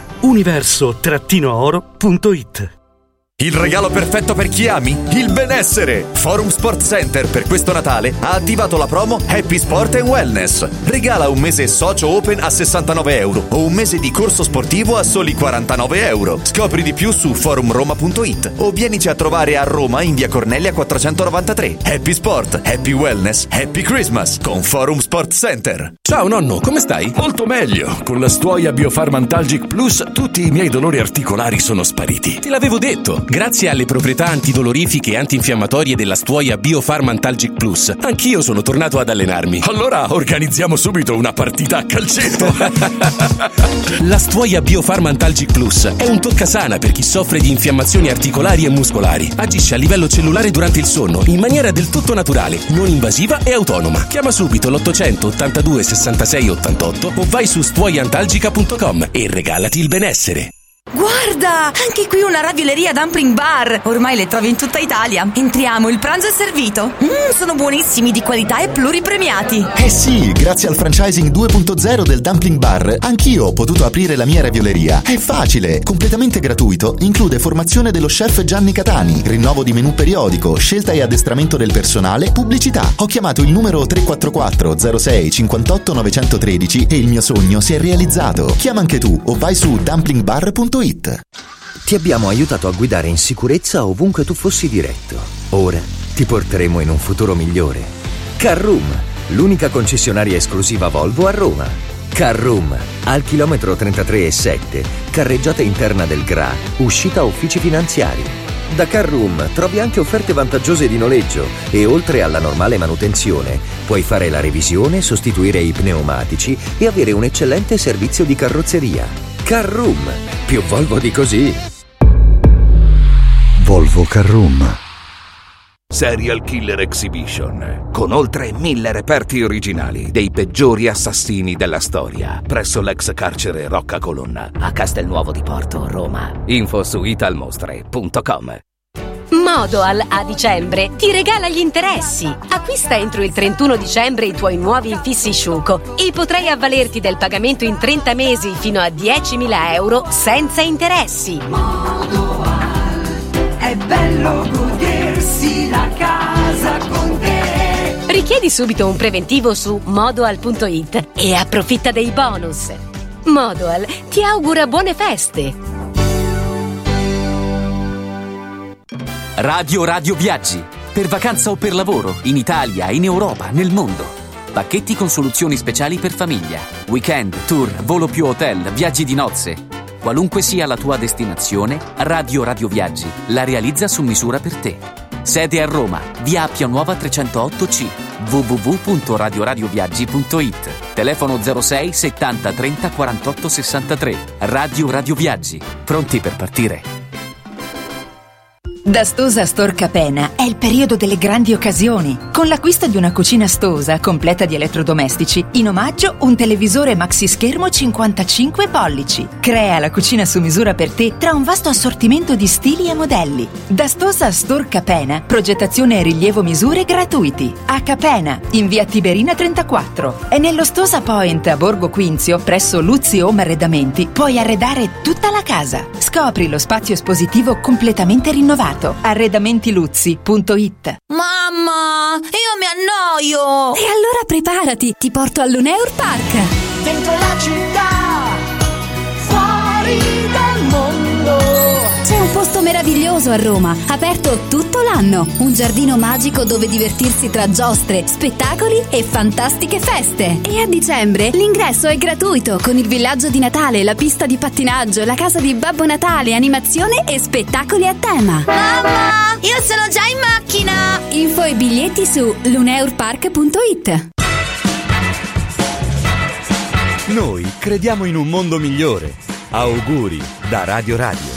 Universo-oro.it. Il regalo perfetto per chi ami? Il benessere! Forum Sport Center per questo Natale ha attivato la promo Happy Sport and Wellness. Regala un mese socio open a €69 o un mese di corso sportivo a soli €49. Scopri di più su forumroma.it o vienici a trovare a Roma in via Cornelia 493. Happy Sport, Happy Wellness, Happy Christmas con Forum Sport Center. Ciao nonno, come stai? Molto meglio. Con la Stuoia Biofarmantalgic Plus tutti i miei dolori articolari sono spariti. Te l'avevo detto. Grazie alle proprietà antidolorifiche e antinfiammatorie della Stuoia Biofarmantalgic Plus, anch'io sono tornato ad allenarmi. Allora organizziamo subito una partita a calcetto. La Stuoia Biofarmantalgic Plus è un toccasana per chi soffre di infiammazioni articolari e muscolari. Agisce a livello cellulare durante il sonno in maniera del tutto naturale, non invasiva e autonoma. Chiama subito l'800 82 66 88 o vai su stuoiantalgica.com e regalati il benessere. Guarda, anche qui una ravioleria Dumpling Bar. Ormai le trovi in tutta Italia. Entriamo, il pranzo è servito. Sono buonissimi, di qualità e pluripremiati. Eh sì, grazie al franchising 2.0 del Dumpling Bar, anch'io ho potuto aprire la mia ravioleria. È facile, completamente gratuito, include formazione dello chef Gianni Catani, rinnovo di menù periodico, scelta e addestramento del personale, pubblicità. Ho chiamato il numero 344 06 58 913 e il mio sogno si è realizzato. Chiama anche tu o vai su dumplingbar.it. Ti abbiamo aiutato a guidare in sicurezza ovunque tu fossi diretto. Ora ti porteremo in un futuro migliore. Carroom, l'unica concessionaria esclusiva Volvo a Roma. Carroom, al chilometro 33,7, carreggiata interna del GRA, uscita uffici finanziari. Da Carroom trovi anche offerte vantaggiose di noleggio e oltre alla normale manutenzione puoi fare la revisione, sostituire i pneumatici e avere un eccellente servizio di carrozzeria. Carroom, più Volvo di così. Volvo Carroom. Serial Killer Exhibition, con oltre 1000 reperti originali dei peggiori assassini della storia, presso l'ex carcere Rocca Colonna a Castelnuovo di Porto, Roma. Info su italmostre.com. Modoal a dicembre ti regala gli interessi. Acquista entro il 31 dicembre i tuoi nuovi infissi Sciuco e potrai avvalerti del pagamento in 30 mesi fino a €10.000 senza interessi. Modoal, è bello godersi la casa con te. Richiedi subito un preventivo su modoal.it e approfitta dei bonus. Modoal ti augura buone feste. Radio Viaggi. Per vacanza o per lavoro, in Italia, in Europa, nel mondo. Pacchetti con soluzioni speciali per famiglia. Weekend, tour, volo più hotel, viaggi di nozze. Qualunque sia la tua destinazione, Radio Viaggi la realizza su misura per te. Sede a Roma, via Appia Nuova 308C. www.radioradioviaggi.it. Telefono 06 70 30 48 63. Radio Viaggi. Pronti per partire? Da Stosa Store Capena è il periodo delle grandi occasioni. Con l'acquisto di una cucina Stosa completa di elettrodomestici, in omaggio un televisore maxi schermo 55 pollici. Crea la cucina su misura per te tra un vasto assortimento di stili e modelli. Da Stosa Store Capena, progettazione e rilievo misure gratuiti. A Capena, in via Tiberina 34. E nello Stosa Point a Borgo Quinzio, presso Luzzi Home Arredamenti, puoi arredare tutta la casa. Scopri lo spazio espositivo completamente rinnovato. Arredamentiluzzi.it. Mamma, io mi annoio! E allora preparati, ti porto all'Uneur Park. Dentro la città, fuori dal mondo. C'è un posto meraviglioso a Roma, aperto tutto l'anno. Un giardino magico dove divertirsi tra giostre, spettacoli e fantastiche feste. E a dicembre l'ingresso è gratuito con il villaggio di Natale, la pista di pattinaggio, la casa di Babbo Natale, animazione e spettacoli a tema. Mamma, io sono già in macchina! Info e biglietti su luneurpark.it. Noi crediamo in un mondo migliore. Auguri da Radio.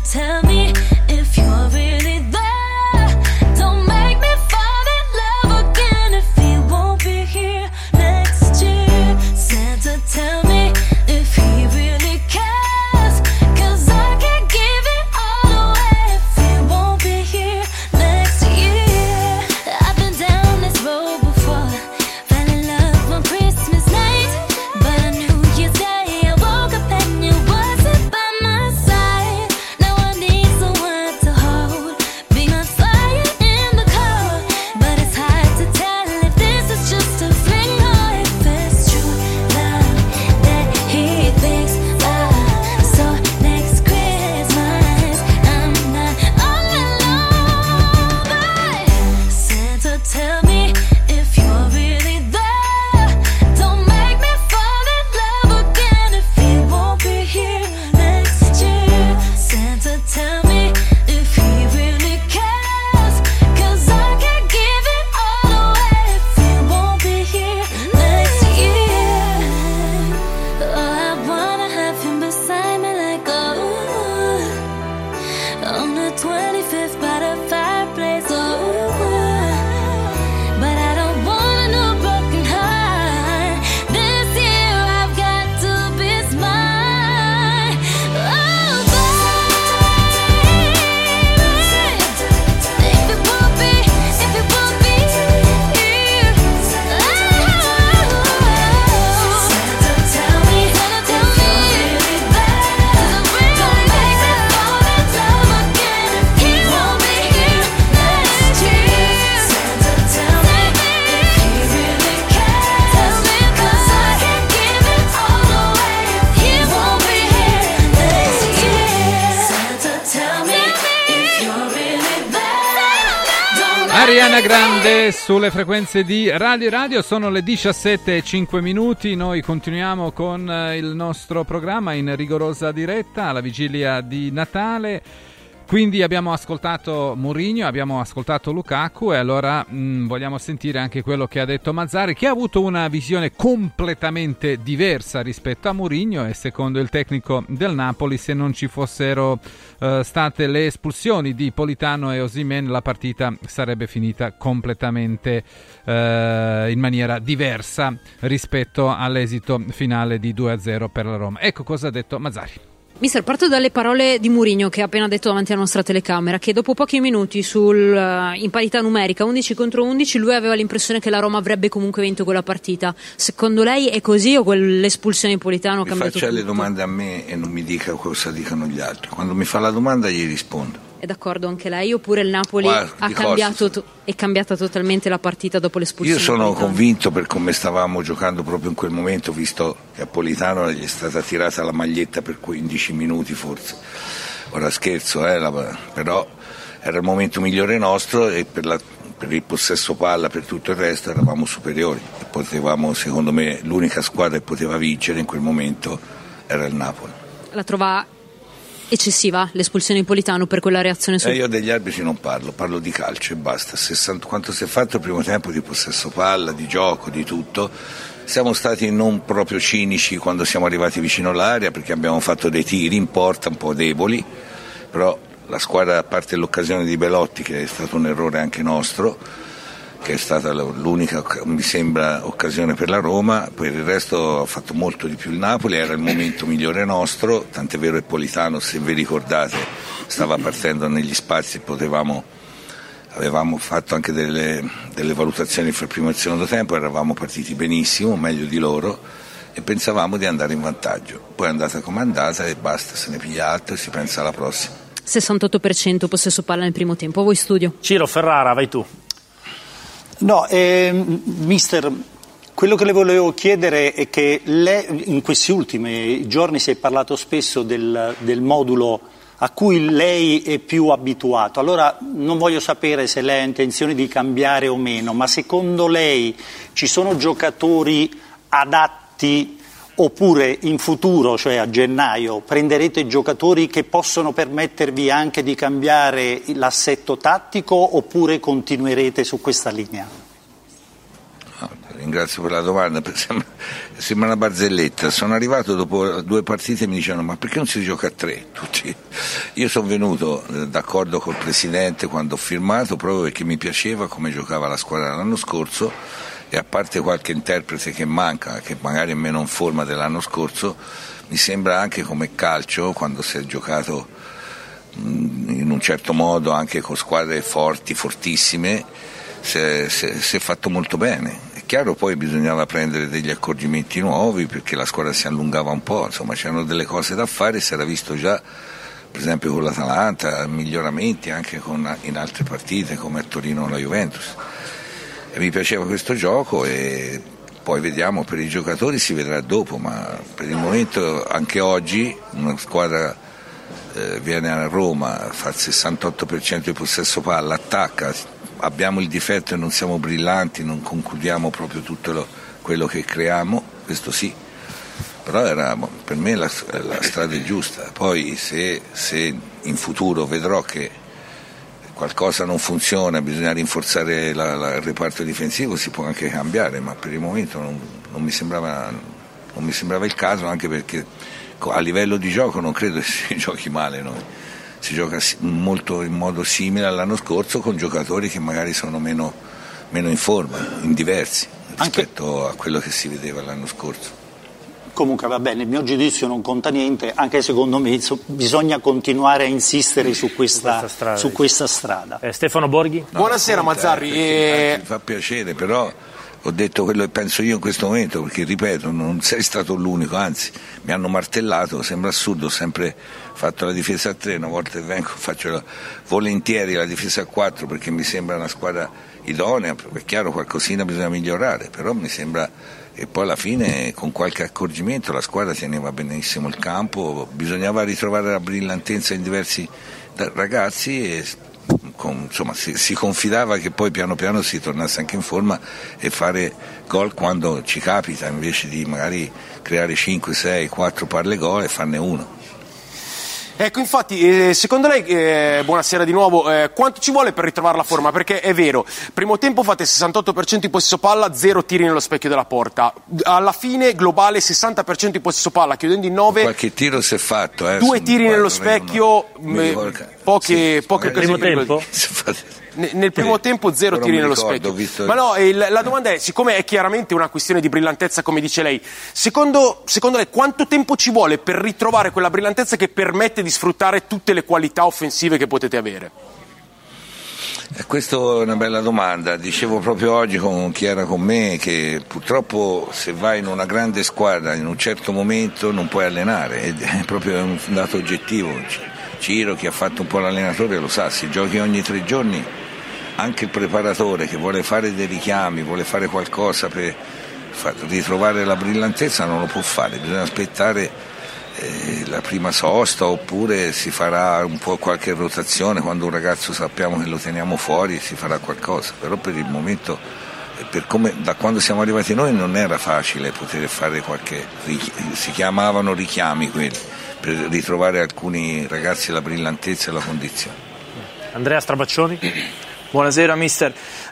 tell me if you're really there. Don't make me fall in love again if he won't be here next year. Santa, tell me if he really cares, 'cause I can't give it all away if he won't be here next year. I've been down this road before, fell in love on Christmas night, but on New Year's Day I woke up and you wasn't by my side. Now I need someone to hold, being on fire in the cold, but it's hard to tell if this is just a fling or if it's true love that he thinks of. So next Christmas I'm not all alone, but Santa, tell me if you're really there. Don't make me fall in love again if he won't be here next year. Santa, tell me if he really cares, 'cause I can't give it all away if he won't be here next year. Oh, I wanna have him beside me like on the 25th by the fireplace. But I don't want a new broken heart. This year I've got to be mine. Oh, baby, if it won't be here. Santa, tell me if you're really there. Don't make me fall in love again if he won't be here next year. Santa, tell me if he really cares, 'cause I can't give it all away if he won't be here next year. Santa, tell me if you're really there. Don't Ariana Grande sulle frequenze di Radio Radio, sono le 17:05. Noi continuiamo con il nostro programma in rigorosa diretta alla vigilia di Natale. Quindi abbiamo ascoltato Mourinho, abbiamo ascoltato Lukaku e allora vogliamo sentire anche quello che ha detto Mazzarri, che ha avuto una visione completamente diversa rispetto a Mourinho, e secondo il tecnico del Napoli, se non ci fossero state le espulsioni di Politano e Osimhen, la partita sarebbe finita completamente in maniera diversa rispetto all'esito finale di 2-0 per la Roma. Ecco cosa ha detto Mazzarri. Mister, parto dalle parole di Mourinho che ha appena detto davanti alla nostra telecamera, che dopo pochi minuti in parità numerica 11 contro 11 lui aveva l'impressione che la Roma avrebbe comunque vinto quella partita. Secondo lei è così o l'espulsione di Politano ha cambiato tutto? Faccia le domande a me e non mi dica cosa dicano gli altri. Quando mi fa la domanda gli rispondo. È d'accordo anche lei oppure il Napoli è cambiata totalmente la partita dopo l'espulsione? Io sono convinto, per come stavamo giocando proprio in quel momento, visto che a Politano gli è stata tirata la maglietta per 15 minuti forse. Ora scherzo, però era il momento migliore nostro e per il possesso palla, per tutto il resto eravamo superiori e potevamo, secondo me, l'unica squadra che poteva vincere in quel momento era il Napoli. La trova eccessiva l'espulsione di Politano per quella reazione io degli arbitri non parlo di calcio e basta. Quanto si è fatto il primo tempo di possesso palla, di gioco, di tutto. Siamo stati non proprio cinici quando siamo arrivati vicino all'area, perché abbiamo fatto dei tiri in porta un po' deboli, però la squadra, a parte l'occasione di Belotti, che è stato un errore anche nostro, che è stata l'unica, mi sembra, occasione per la Roma, per il resto ha fatto molto di più il Napoli, era il momento migliore nostro, tant'è vero che Politano, se vi ricordate, stava partendo negli spazi, avevamo fatto anche delle valutazioni fra il primo e il secondo tempo, eravamo partiti benissimo, meglio di loro, e pensavamo di andare in vantaggio. Poi è andata come è andata e basta, se ne piglia altro e si pensa alla prossima. 68% possesso palla nel primo tempo. Voi studio. Ciro Ferrara, vai tu. No, mister, quello che le volevo chiedere è che lei, in questi ultimi giorni si è parlato spesso del modulo a cui lei è più abituato. Allora non voglio sapere se lei ha intenzione di cambiare o meno, ma secondo lei ci sono giocatori adatti, oppure in futuro, cioè a gennaio, prenderete giocatori che possono permettervi anche di cambiare l'assetto tattico, oppure continuerete su questa linea? Ringrazio per la domanda, sembra una barzelletta. Sono arrivato dopo 2 partite e mi dicevano: ma perché non si gioca a 3 tutti? Io sono venuto d'accordo col Presidente quando ho firmato, proprio perché mi piaceva come giocava la squadra l'anno scorso, e a parte qualche interprete che manca, che magari è meno in forma dell'anno scorso, mi sembra anche come calcio, quando si è giocato in un certo modo anche con squadre forti, fortissime, si è fatto molto bene. È chiaro, poi bisognava prendere degli accorgimenti nuovi perché la squadra si allungava un po', insomma c'erano delle cose da fare, si era visto già per esempio con l'Atalanta miglioramenti anche in altre partite come a Torino o la Juventus, e mi piaceva questo gioco, e poi vediamo, per i giocatori si vedrà dopo, ma per il momento anche oggi una squadra viene a Roma, fa il 68% di possesso palla, attacca, abbiamo il difetto e non siamo brillanti, non concludiamo proprio tutto quello che creiamo, questo sì, però per me la strada è giusta. Poi se in futuro vedrò che qualcosa non funziona, bisogna rinforzare il reparto difensivo, si può anche cambiare, ma per il momento non mi sembrava il caso, anche perché a livello di gioco non credo che si giochi male noi. Si gioca molto in modo simile all'anno scorso, con giocatori che magari sono meno in forma, in diversi rispetto a quello che si vedeva l'anno scorso. Comunque va bene, il mio giudizio non conta niente, anche secondo me bisogna continuare a insistere su questa strada. Stefano Borghi? No, buonasera Mazzarri. Mi fa piacere, però ho detto quello che penso io in questo momento, perché ripeto, non sei stato l'unico, anzi mi hanno martellato, sembra assurdo, ho sempre fatto la difesa a 3, una volta che vengo faccio volentieri la difesa a 4 perché mi sembra una squadra idonea, è chiaro qualcosina bisogna migliorare, però mi sembra. E poi alla fine con qualche accorgimento la squadra teneva benissimo il campo, bisognava ritrovare la brillantezza in diversi ragazzi e insomma si confidava che poi piano piano si tornasse anche in forma e fare gol quando ci capita, invece di magari creare 5, 6, 4 palle gol e farne uno. Ecco, infatti, secondo lei, buonasera di nuovo, quanto ci vuole per ritrovare la forma? Perché è vero, primo tempo fate 68% di possesso palla, 0 tiri nello specchio della porta. Alla fine, globale, 60% di possesso palla, chiudendo in 9. Qualche tiro si è fatto, 2 tiri nello specchio, poche occasioni per gol. Nel primo tempo 0 tiri nello specchio. Ma no, la domanda è, siccome è chiaramente una questione di brillantezza come dice lei, secondo lei quanto tempo ci vuole per ritrovare quella brillantezza che permette di sfruttare tutte le qualità offensive che potete avere? Questa è una bella domanda. Dicevo proprio oggi con chi era con me che purtroppo se vai in una grande squadra in un certo momento non puoi allenare, è proprio un dato oggettivo. Ciro, chi ha fatto un po' l'allenatore, lo sa, se giochi ogni 3 giorni, anche il preparatore che vuole fare dei richiami, vuole fare qualcosa per ritrovare la brillantezza non lo può fare, bisogna aspettare la prima sosta, oppure si farà un po' qualche rotazione, quando un ragazzo sappiamo che lo teniamo fuori si farà qualcosa, però per il momento, da quando siamo arrivati noi non era facile poter fare si chiamavano richiami quelli, per ritrovare alcuni ragazzi la brillantezza e la condizione. Andrea Strabaccioni? Buonasera mister,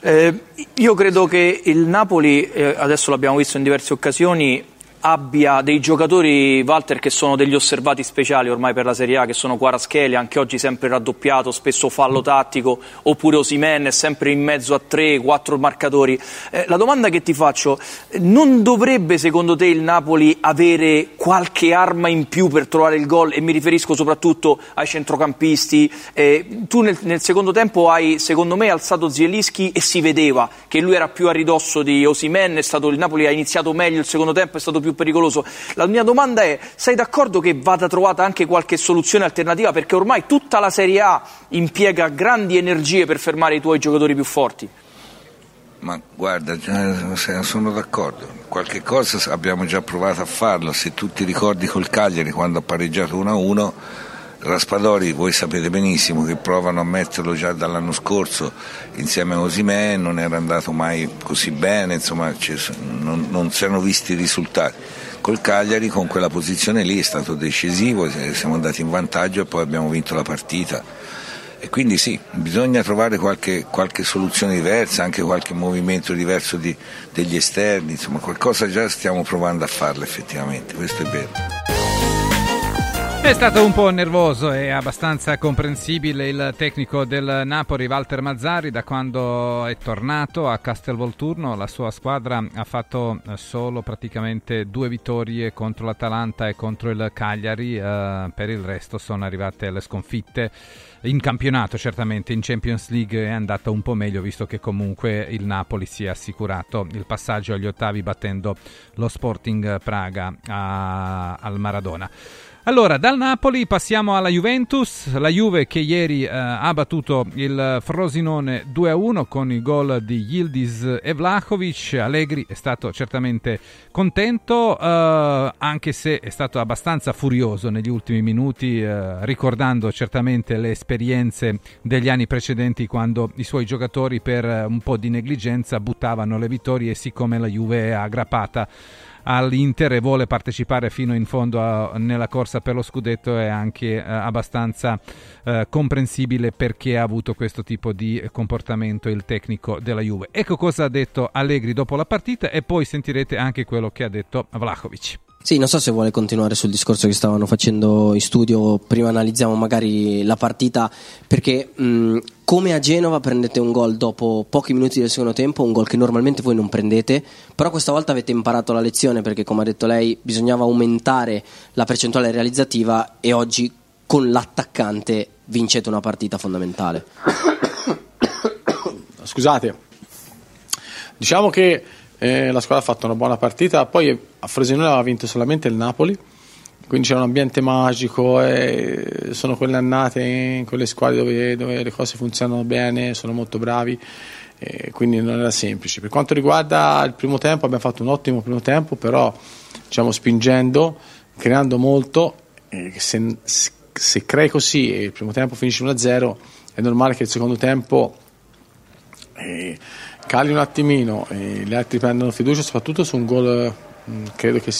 io credo che il Napoli, adesso l'abbiamo visto in diverse occasioni, abbia dei giocatori, Walter, che sono degli osservati speciali ormai per la Serie A, che sono Kvaratskhelia, anche oggi sempre raddoppiato, spesso fallo tattico, oppure Osimhen, sempre in mezzo a 3-4 marcatori. La domanda che ti faccio, non dovrebbe secondo te il Napoli avere qualche arma in più per trovare il gol? E mi riferisco soprattutto ai centrocampisti. Tu nel secondo tempo hai, secondo me, alzato Zielinski e si vedeva che lui era più a ridosso di Osimhen, il Napoli ha iniziato meglio il secondo tempo, è stato più pericoloso. La mia domanda è, sei d'accordo che vada trovata anche qualche soluzione alternativa, perché ormai tutta la Serie A impiega grandi energie per fermare i tuoi giocatori più forti? Ma guarda, sono d'accordo, qualche cosa abbiamo già provato a farlo. Se tu ti ricordi col Cagliari quando ha pareggiato 1-1, Raspadori, voi sapete benissimo che provano a metterlo già dall'anno scorso insieme a Osimhen, non era andato mai così bene, insomma non si erano visti i risultati. Col Cagliari, con quella posizione lì, è stato decisivo, siamo andati in vantaggio e poi abbiamo vinto la partita. E quindi sì, bisogna trovare qualche soluzione diversa, anche qualche movimento diverso degli esterni, insomma qualcosa già stiamo provando a farlo effettivamente, questo è vero. È stato un po' nervoso e abbastanza comprensibile il tecnico del Napoli, Walter Mazzarri. Da quando è tornato a Castelvolturno la sua squadra ha fatto solo praticamente 2 vittorie contro l'Atalanta e contro il Cagliari, per il resto sono arrivate le sconfitte. In campionato certamente, in Champions League è andata un po' meglio, visto che comunque il Napoli si è assicurato il passaggio agli ottavi battendo lo Sporting Praga al Maradona. Allora, dal Napoli passiamo alla Juventus, la Juve che ieri ha battuto il Frosinone 2-1 con il gol di Yildiz e Vlahovic. Allegri è stato certamente contento, anche se è stato abbastanza furioso negli ultimi minuti, ricordando certamente le esperienze degli anni precedenti, quando i suoi giocatori per un po' di negligenza buttavano le vittorie, e siccome la Juve è aggrappata all'Inter e vuole partecipare fino in fondo nella corsa per lo scudetto, è anche abbastanza comprensibile perché ha avuto questo tipo di comportamento il tecnico della Juve. Ecco cosa ha detto Allegri dopo la partita e poi sentirete anche quello che ha detto Vlahovic. Sì, non so se vuole continuare sul discorso che stavano facendo in studio. Prima analizziamo magari la partita, perché come a Genova prendete un gol dopo pochi minuti del secondo tempo, un gol che normalmente voi non prendete, però questa volta avete imparato la lezione, perché come ha detto lei bisognava aumentare la percentuale realizzativa e oggi con l'attaccante vincete una partita fondamentale. Scusate, diciamo che la squadra ha fatto una buona partita, poi a Frosinone aveva vinto solamente il Napoli, quindi c'è un ambiente magico, sono quelle annate in quelle squadre dove le cose funzionano bene, sono molto bravi, quindi non era semplice. Per quanto riguarda il primo tempo, abbiamo fatto un ottimo primo tempo, però diciamo spingendo, creando molto, se crei così e il primo tempo finisce 1-0, è normale che il secondo tempo cali un attimino e gli altri prendono fiducia, soprattutto su un gol. Credo che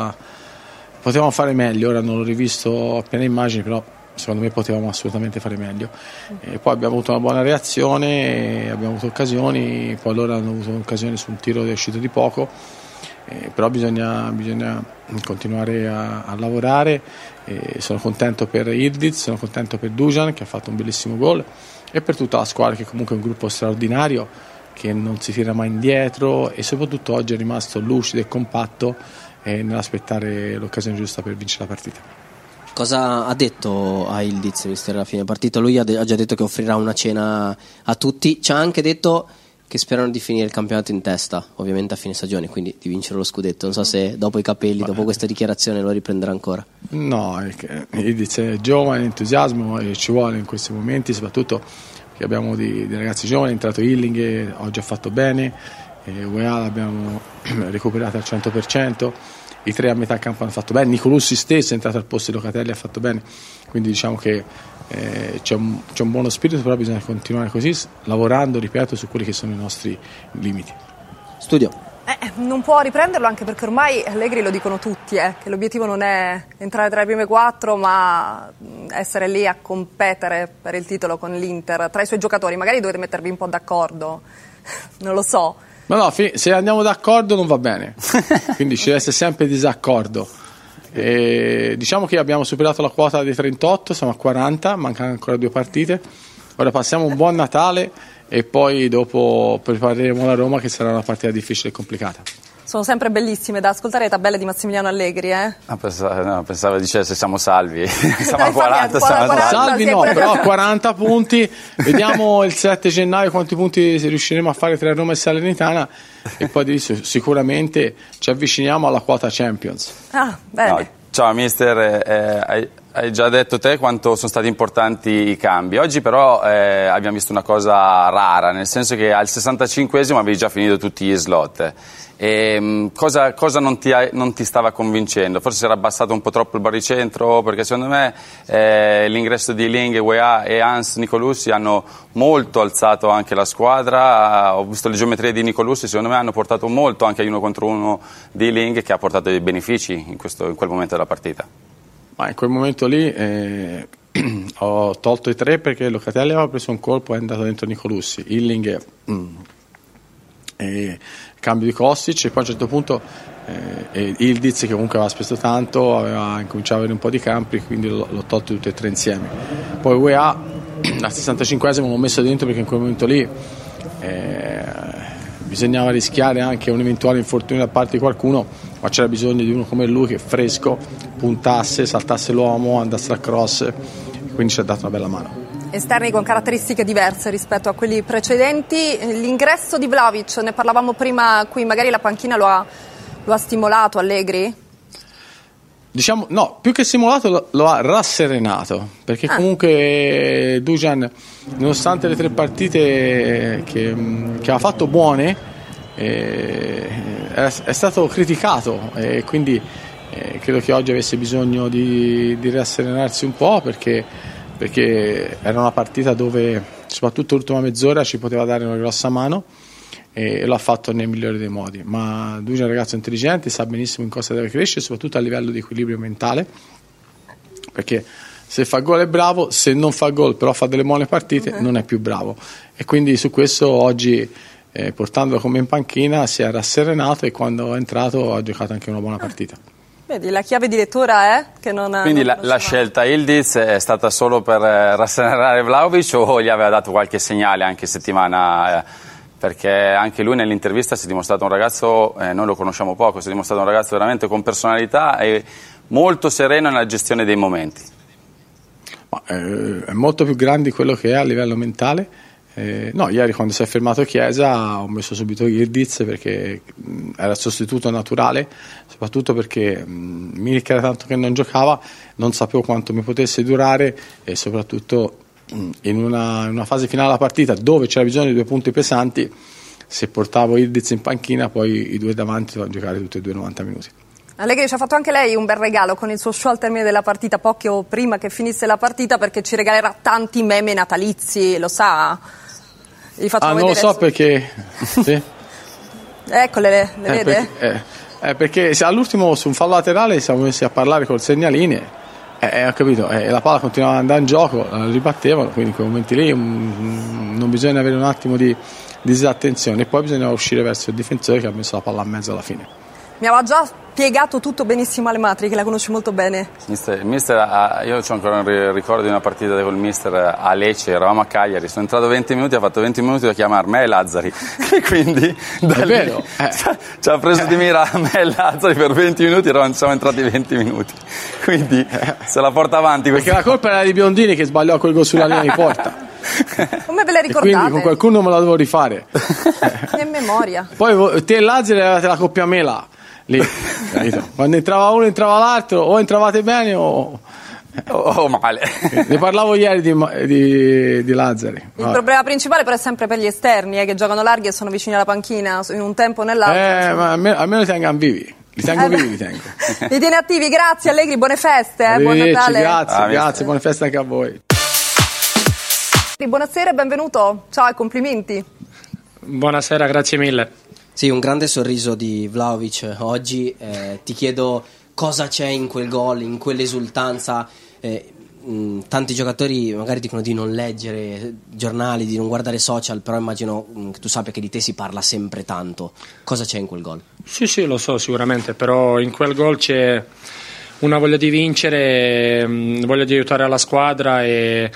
potevamo fare meglio. Ora non l'ho rivisto appena immagini, però secondo me potevamo assolutamente fare meglio. E poi abbiamo avuto una buona reazione, abbiamo avuto occasioni, poi loro hanno avuto un'occasione su un tiro che è uscito di poco, però bisogna continuare a lavorare. Sono contento per Yildiz, sono contento per Dusan che ha fatto un bellissimo gol, e per tutta la squadra, che comunque è un gruppo straordinario, che non si tira mai indietro, e soprattutto oggi è rimasto lucido e compatto nell'aspettare l'occasione giusta per vincere la partita. Cosa ha detto a Yildiz mister alla fine partita? Lui ha già detto che offrirà una cena a tutti, ci ha anche detto che sperano di finire il campionato in testa, ovviamente a fine stagione, quindi di vincere lo scudetto. Non so se dopo i capelli, dopo questa dichiarazione lo riprenderà ancora. No, Yildiz è giovane, entusiasmo, e ci vuole in questi momenti, soprattutto che abbiamo di ragazzi giovani. È entrato Hilling, oggi ha fatto bene, UEA l'abbiamo recuperato al 100%, i 3 a metà campo hanno fatto bene, Nicolussi stesso è entrato al posto di Locatelli, ha fatto bene, quindi diciamo che c'è un buono spirito, però bisogna continuare così, lavorando, ripeto, su quelli che sono i nostri limiti. Studio. Non può riprenderlo, anche perché ormai Allegri lo dicono tutti, che l'obiettivo non è entrare tra le prime 4, ma essere lì a competere per il titolo con l'Inter. Tra i suoi giocatori magari dovete mettervi un po' d'accordo, non lo so. Ma no, se andiamo d'accordo non va bene, quindi ci deve essere sempre disaccordo. Diciamo che abbiamo superato la quota dei 38, siamo a 40, mancano ancora 2 partite. Ora passiamo un buon Natale e poi dopo prepareremo la Roma, che sarà una partita difficile e complicata. Sono sempre bellissime da ascoltare le tabelle di Massimiliano Allegri, Pensavo dicesse se siamo salvi. Siamo a 40, salvi no, però a 40 punti. Vediamo il 7 gennaio quanti punti riusciremo a fare tra Roma e Salernitana, e poi sicuramente ci avviciniamo alla quota Champions. Bene. No, ciao mister, hai già detto te quanto sono stati importanti i cambi. Oggi però abbiamo visto una cosa rara, nel senso che al 65esimo avevi già finito tutti gli slot. Cosa non ti stava convincendo? Forse si era abbassato un po' troppo il baricentro, perché secondo me l'ingresso di Ling, UEA e Hans Nicolussi hanno molto alzato anche la squadra. Ho visto le geometrie di Nicolussi, secondo me hanno portato molto anche uno contro uno di Ling, che ha portato dei benefici in quel momento della partita. Ma in quel momento lì ho tolto i 3 perché Locatelli aveva preso un colpo e è andato dentro Nicolussi, Hilling cambio di Kostic, e poi a un certo punto e Ildiz, che comunque aveva speso tanto, aveva incominciato a avere un po' di campi, quindi l'ho tolto tutti e tre insieme. Poi UEA al 65esimo l'ho messo dentro perché in quel momento lì bisognava rischiare anche un eventuale infortunio da parte di qualcuno, ma c'era bisogno di uno come lui che fresco, puntasse, saltasse l'uomo, andasse al cross, quindi ci ha dato una bella mano. Esterni con caratteristiche diverse rispetto a quelli precedenti. L'ingresso di Vlahovic, ne parlavamo prima qui, magari la panchina lo ha stimolato Allegri? Diciamo, no, più che stimolato lo ha rasserenato, perché comunque Dusan, nonostante le 3 partite che ha fatto buone, è stato criticato e quindi credo che oggi avesse bisogno di rasserenarsi un po', perché era una partita dove soprattutto l'ultima mezz'ora ci poteva dare una grossa mano e l'ha fatto nel migliore dei modi. Ma Dusan è un ragazzo intelligente, sa benissimo in cosa deve crescere, soprattutto a livello di equilibrio mentale, perché se fa gol è bravo, se non fa gol però fa delle buone partite non è più bravo, e quindi su questo oggi portandolo come in panchina si è rasserenato e quando è entrato ha giocato anche una buona partita. Vedi, la chiave di lettura è che non... Quindi la scelta Ildiz è stata solo per rasserenare Vlahovic o gli aveva dato qualche segnale anche settimana? Perché anche lui nell'intervista si è dimostrato un ragazzo, noi lo conosciamo poco, si è dimostrato un ragazzo veramente con personalità e molto sereno nella gestione dei momenti. Ma, è molto più grande di quello che è a livello mentale. No, ieri quando si è fermato Chiesa ho messo subito Ildiz perché era il sostituto naturale, soprattutto perché Milik era tanto che non giocava, non sapevo quanto mi potesse durare e soprattutto in una fase finale della partita dove c'era bisogno di 2 punti pesanti, se portavo Ildiz in panchina poi i 2 davanti dovevano giocare tutti e 2 90 minuti. Allegri ci ha fatto anche lei un bel regalo con il suo show al termine della partita, poco prima che finisse la partita, perché ci regalerà tanti meme natalizi, lo sa? Non lo so perché sì. Ecco, le vede? Perché all'ultimo su un fallo laterale siamo messi a parlare col segnaline, ho capito, la palla continuava ad andare in gioco, la ribattevano, quindi in quei momenti lì non bisogna avere un attimo di disattenzione e poi bisogna uscire verso il difensore che ha messo la palla a mezzo alla fine. Mi aveva già spiegato tutto benissimo Alematri, che la conosci molto bene. Il mister, io ho ancora un ricordo di una partita con il mister a Lecce, eravamo a Cagliari, sono entrato 20 minuti, ha fatto 20 minuti da chiamare me e Lazzari, e quindi da lì ci ha preso di mira me e Lazzari per 20 minuti, siamo entrati 20 minuti, quindi se la porta avanti. Perché la colpa era di Biondini che sbagliò quel gol sulla linea di porta. Come ve le ricordate? E quindi con qualcuno me la devo rifare. In memoria. Poi te e Lazzari avevate la coppia mela lì, quando entrava uno entrava l'altro, o entravate bene o male. Ne parlavo ieri di Lazzari. Il problema principale però è sempre per gli esterni, che giocano larghi e sono vicini alla panchina in un tempo o nell'altro. Ma almeno li tengano vivi. Li tengo. Li tieni attivi, grazie Allegri, buone feste, buon Natale. Grazie, buone feste anche a voi. Buonasera e benvenuto, ciao e complimenti. Buonasera, grazie mille. Sì, un grande sorriso di Vlahovic oggi, ti chiedo cosa c'è in quel gol, in quell'esultanza. Tanti giocatori magari dicono di non leggere giornali, di non guardare social, però immagino che tu sappia che di te si parla sempre tanto. Cosa c'è in quel gol? Sì, lo so sicuramente, però in quel gol c'è una voglia di vincere, voglia di aiutare la squadra e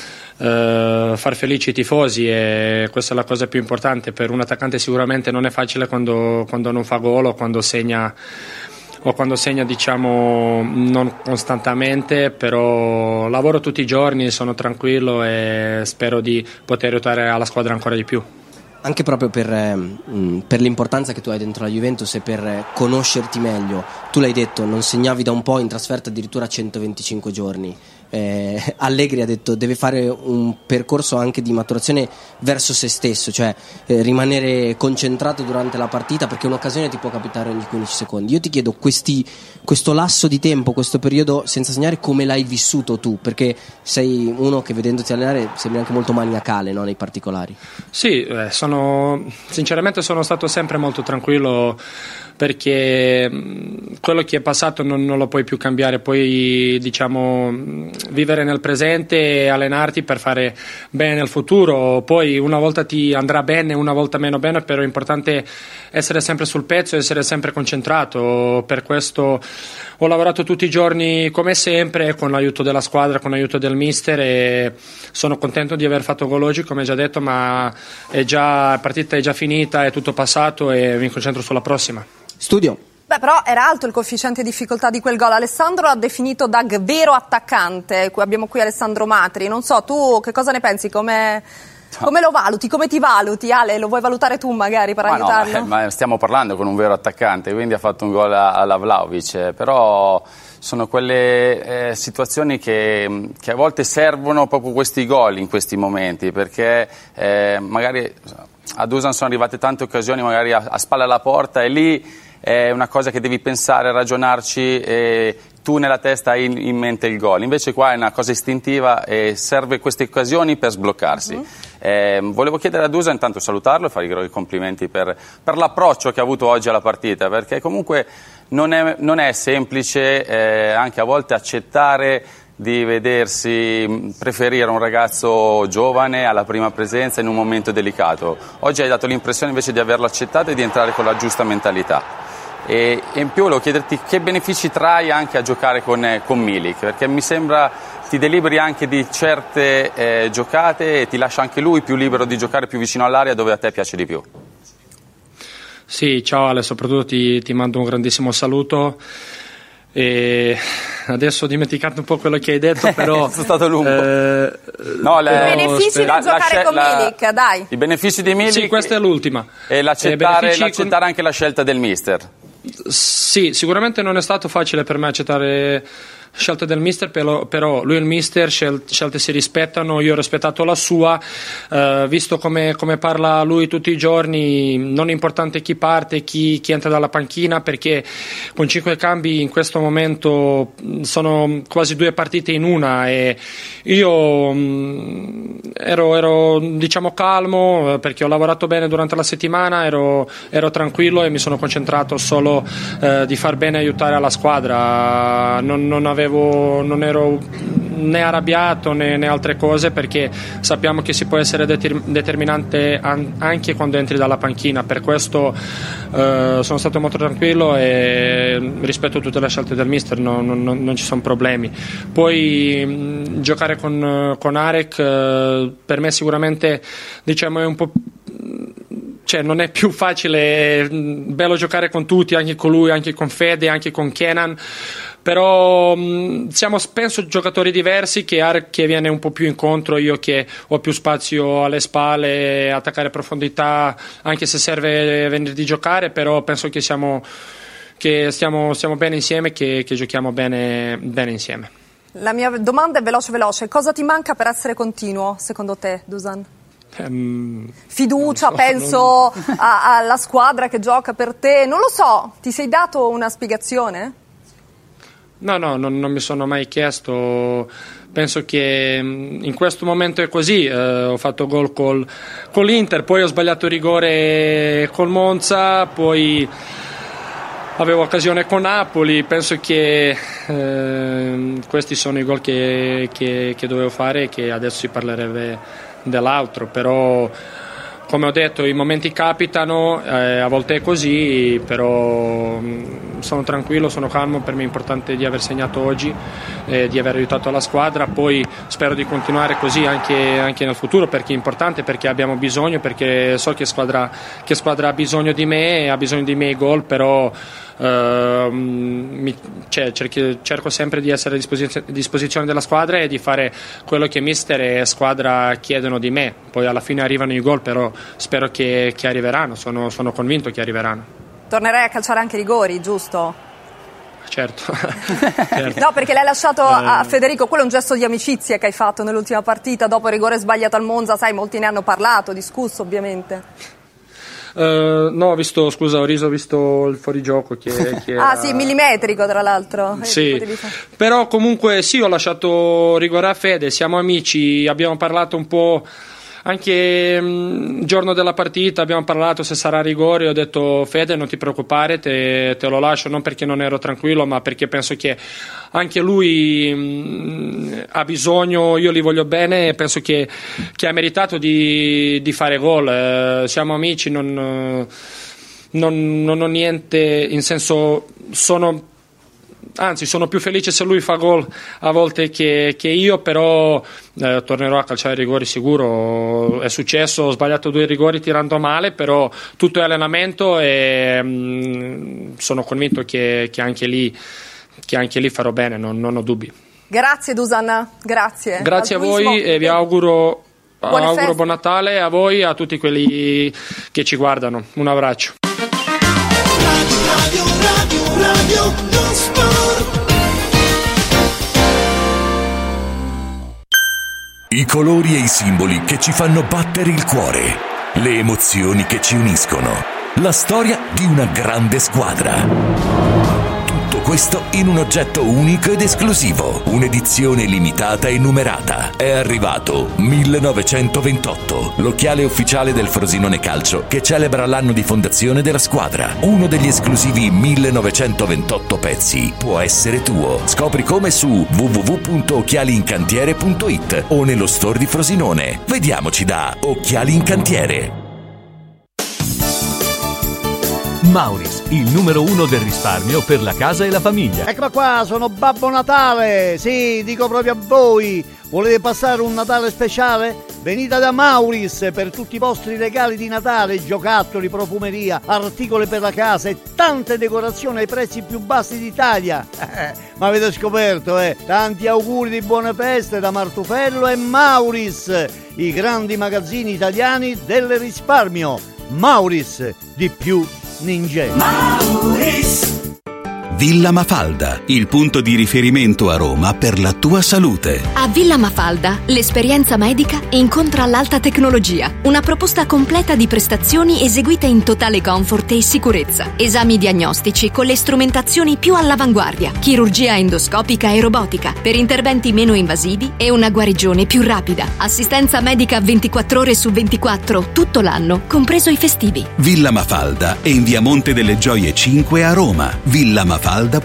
far felici i tifosi, e questa è la cosa più importante per un attaccante. Sicuramente non è facile quando non fa gol o quando segna diciamo non costantemente, però lavoro tutti i giorni, sono tranquillo e spero di poter aiutare la squadra ancora di più. Anche proprio per l'importanza che tu hai dentro la Juventus e per conoscerti meglio. Tu l'hai detto, non segnavi da un po', in trasferta addirittura 125 giorni. Allegri ha detto deve fare un percorso anche di maturazione verso se stesso, cioè rimanere concentrato durante la partita, perché un'occasione ti può capitare ogni 15 secondi. Io ti chiedo questo lasso di tempo, questo periodo senza segnare, come l'hai vissuto tu? Perché sei uno che vedendoti allenare sembri anche molto maniacale, no, nei particolari. Sì, sinceramente sono stato sempre molto tranquillo perché quello che è passato non lo puoi più cambiare, puoi vivere nel presente e allenarti per fare bene nel futuro. Poi una volta ti andrà bene, una volta meno bene, però è importante essere sempre sul pezzo, essere sempre concentrato. Per questo ho lavorato tutti i giorni come sempre, con l'aiuto della squadra, con l'aiuto del mister, e sono contento di aver fatto gol oggi, come già detto, ma la partita è già finita, è tutto passato e mi concentro sulla prossima. Studio. Beh, però era alto il coefficiente di difficoltà di quel gol. Alessandro l'ha definito Dag vero attaccante. Abbiamo qui Alessandro Matri. Non so, tu che cosa ne pensi? Come lo valuti? Come ti valuti? Ale, lo vuoi valutare tu magari per aiutarlo? Ma stiamo parlando con un vero attaccante, quindi ha fatto un gol alla Vlahovic, però sono quelle situazioni che a volte servono proprio questi gol in questi momenti, perché magari a Dusan sono arrivate tante occasioni magari a spalla alla porta, e lì è una cosa che devi pensare, ragionarci, e tu nella testa hai in mente il gol. Invece qua è una cosa istintiva e serve queste occasioni per sbloccarsi. Volevo chiedere a Dusan, intanto salutarlo e fargli i complimenti per l'approccio che ha avuto oggi alla partita, perché comunque non è semplice anche a volte accettare di vedersi preferire un ragazzo giovane alla prima presenza in un momento delicato. Oggi hai dato l'impressione invece di averlo accettato e di entrare con la giusta mentalità. E in più volevo chiederti che benefici trai anche a giocare con Milik, perché mi sembra ti deliberi anche di certe giocate e ti lascia anche lui più libero di giocare più vicino all'area dove a te piace di più. Sì, ciao Ale, soprattutto ti mando un grandissimo saluto. E adesso ho dimenticato un po' quello che hai detto, però è stato lungo. I benefici di giocare con Milik, dai. I benefici di Milik. Sì, questa è l'ultima. E l'accettare anche la scelta del mister. Sì, sicuramente non è stato facile per me accettare scelte del mister, però lui e il mister scelte si rispettano, io ho rispettato la sua, visto come parla lui tutti i giorni, non è importante chi parte, chi entra dalla panchina, perché con 5 cambi in questo momento sono quasi 2 partite in una, e io ero calmo, perché ho lavorato bene durante la settimana, ero tranquillo e mi sono concentrato solo di far bene e aiutare la squadra. Non ero né arrabbiato né altre cose, perché sappiamo che si può essere determinante anche quando entri dalla panchina. Per questo sono stato molto tranquillo e rispetto tutte le scelte del mister, non ci sono problemi. Poi giocare con Arek per me sicuramente è un po', non è più facile, è bello giocare con tutti, anche con lui, anche con Fede, anche con Kenan, però siamo penso giocatori diversi, che viene un po' più incontro, io che ho più spazio alle spalle, attaccare profondità, anche se serve venire di giocare, però penso che stiamo bene insieme, che giochiamo bene insieme. La mia domanda è veloce. Cosa ti manca per essere continuo, secondo te, Dusan? Fiducia, penso alla squadra che gioca per te, non lo so, ti sei dato una spiegazione? No, non mi sono mai chiesto, penso che in questo momento è così, ho fatto gol con l'Inter, poi ho sbagliato rigore col Monza, poi avevo occasione con Napoli, penso che questi sono i gol che dovevo fare e che adesso si parlerebbe dell'altro, però come ho detto i momenti capitano, a volte è così, però sono tranquillo, sono calmo, per me è importante di aver segnato oggi, di aver aiutato la squadra, poi spero di continuare così anche nel futuro, perché è importante, perché abbiamo bisogno, perché so che squadra ha bisogno di me, ha bisogno dei miei gol, però cerco sempre di essere a disposizione della squadra e di fare quello che mister e squadra chiedono di me. Poi alla fine arrivano i gol, però spero che arriveranno, sono convinto che arriveranno. Tornerai a calciare anche rigori, giusto? Certo. No, perché l'hai lasciato a Federico, quello è un gesto di amicizia che hai fatto nell'ultima partita dopo il rigore sbagliato al Monza, sai, molti ne hanno parlato, discusso ovviamente. No, ho visto il fuorigioco che era... sì, millimetrico tra l'altro. Sì, però comunque sì, ho lasciato rigore a Fede, siamo amici, abbiamo parlato un po' il giorno della partita abbiamo parlato se sarà rigore, ho detto Fede non ti preoccupare, te lo lascio, non perché non ero tranquillo ma perché penso che anche lui ha bisogno, io gli voglio bene e penso che ha meritato di fare gol. Siamo amici, non ho niente, in senso sono più felice se lui fa gol a volte che io, però tornerò a calciare i rigori sicuro. È successo, ho sbagliato 2 rigori tirando male, però tutto è allenamento e sono convinto che anche lì farò bene, non ho dubbi. Grazie Dusan, grazie. Grazie a voi e vi auguro buon Natale a voi e a tutti quelli che ci guardano. Un abbraccio. Radio non sport. I colori e i simboli che ci fanno battere il cuore, le emozioni che ci uniscono, la storia di una grande squadra. Tutto questo in un oggetto unico ed esclusivo, un'edizione limitata e numerata. È arrivato 1928, l'occhiale ufficiale del Frosinone Calcio che celebra l'anno di fondazione della squadra. Uno degli esclusivi 1928 pezzi può essere tuo. Scopri come su www.occhialiincantiere.it o nello store di Frosinone. Vediamoci da Occhiali in Cantiere. Mauris, il numero 1 del risparmio per la casa e la famiglia. Eccola qua, sono Babbo Natale. Sì, dico proprio a voi. Volete passare un Natale speciale? Venite da Mauris per tutti i vostri regali di Natale, giocattoli, profumeria, articoli per la casa e tante decorazioni ai prezzi più bassi d'Italia. Ma avete scoperto, Tanti auguri di buone feste da Martufello e Mauris, i grandi magazzini italiani del risparmio. Mauris, di più ninja. Mauris. Villa Mafalda, il punto di riferimento a Roma per la tua salute. A Villa Mafalda l'esperienza medica incontra l'alta tecnologia. Una proposta completa di prestazioni eseguite in totale comfort e sicurezza. Esami diagnostici con le strumentazioni più all'avanguardia. Chirurgia endoscopica e robotica per interventi meno invasivi e una guarigione più rapida. Assistenza medica 24 ore su 24 tutto l'anno, compreso i festivi. Villa Mafalda è in via Monte delle Gioie 5 a Roma. villamafalda.com.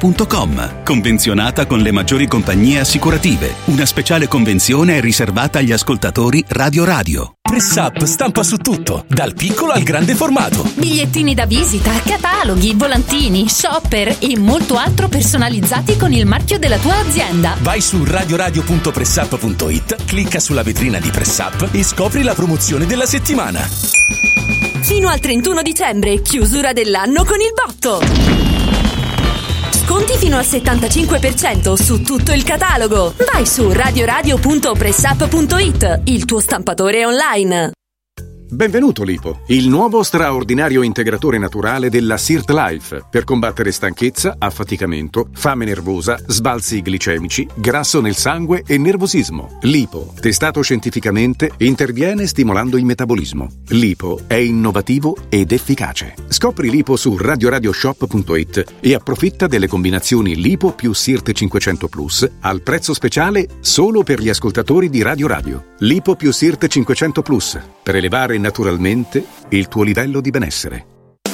Convenzionata con le maggiori compagnie assicurative. Una speciale convenzione è riservata agli ascoltatori Radio. PressUp stampa su tutto, dal piccolo al grande formato. Bigliettini da visita, cataloghi, volantini, shopper e molto altro personalizzati con il marchio della tua azienda. Vai su radioradio.pressup.it, clicca sulla vetrina di PressUp e scopri la promozione della settimana. Fino al 31 dicembre, chiusura dell'anno con il botto. Sconti fino al 75% su tutto il catalogo. Vai su radioradio.pressup.it, il tuo stampatore online. Benvenuto Lipo, il nuovo straordinario integratore naturale della Sirt Life per combattere stanchezza, affaticamento, fame nervosa, sbalzi glicemici, grasso nel sangue e nervosismo. Lipo, testato scientificamente, interviene stimolando il metabolismo. Lipo è innovativo ed efficace. Scopri Lipo su radioradioshop.it e approfitta delle combinazioni Lipo più Sirt 500 Plus al prezzo speciale solo per gli ascoltatori di Radio Radio. Lipo più Sirt 500 Plus per elevare naturalmente il tuo livello di benessere.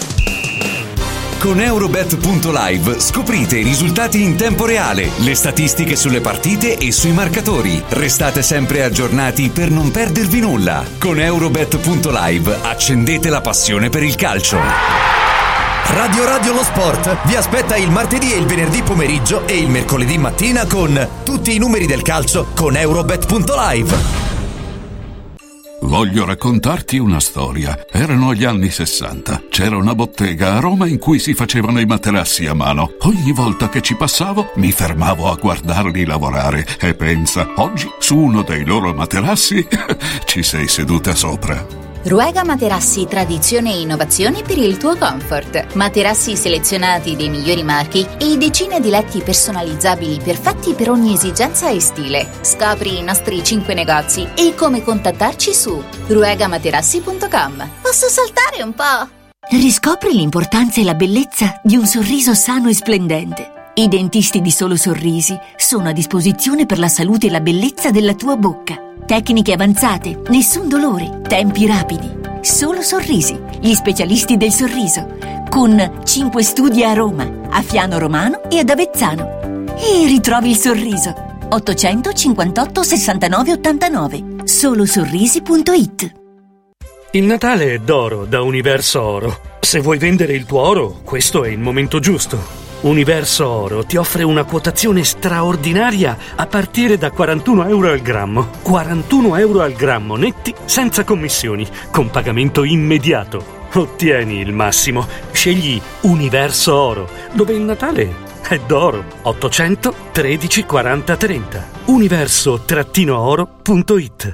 Con Eurobet.live scoprite i risultati in tempo reale, le statistiche sulle partite e sui marcatori. Restate sempre aggiornati per non perdervi nulla. Con Eurobet.live accendete la passione per il calcio. Radio lo Sport vi aspetta il martedì e il venerdì pomeriggio e il mercoledì mattina con tutti i numeri del calcio con Eurobet.live. Voglio raccontarti una storia. Erano gli anni 60. C'era una bottega a Roma in cui si facevano i materassi a mano. Ogni volta che ci passavo mi fermavo a guardarli lavorare e pensa, oggi su uno dei loro materassi ci sei seduta sopra. Ruega Materassi, tradizione e innovazione per il tuo comfort. Materassi selezionati dei migliori marchi e decine di letti personalizzabili perfetti per ogni esigenza e stile. Scopri i nostri 5 negozi e come contattarci su ruegamaterassi.com. Posso saltare un po'? Riscopri l'importanza e la bellezza di un sorriso sano e splendente. I dentisti di Solo Sorrisi sono a disposizione per la salute e la bellezza della tua bocca. Tecniche avanzate, nessun dolore, tempi rapidi. Solo Sorrisi, gli specialisti del sorriso, con 5 studi a Roma, a Fiano Romano e ad Avezzano. E ritrovi il sorriso. 858 69 89. Solosorrisi.it. Il Natale è d'oro da Universo Oro. Se vuoi vendere il tuo oro, questo è il momento giusto. Universo Oro ti offre una quotazione straordinaria a partire da 41 euro al grammo. 41 euro al grammo netti, senza commissioni, con pagamento immediato. Ottieni il massimo. Scegli Universo Oro, dove il Natale è d'oro. 800 13 40 30. Universo-oro.it.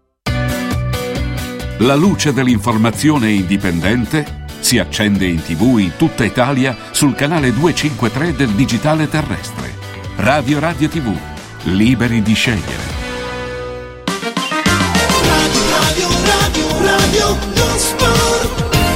La luce dell'informazione indipendente si accende in TV in tutta Italia sul canale 253 del digitale terrestre. Radio TV, liberi di scegliere. Radio lo sport.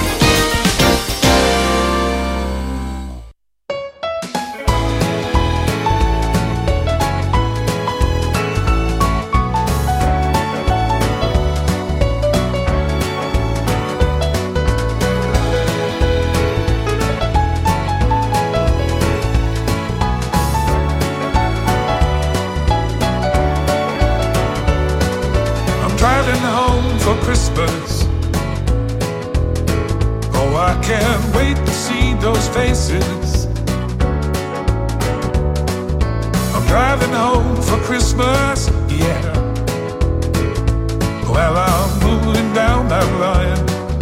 Christmas. Oh, I can't wait to see those faces. I'm driving home for Christmas, yeah. Well, I'm moving down that line,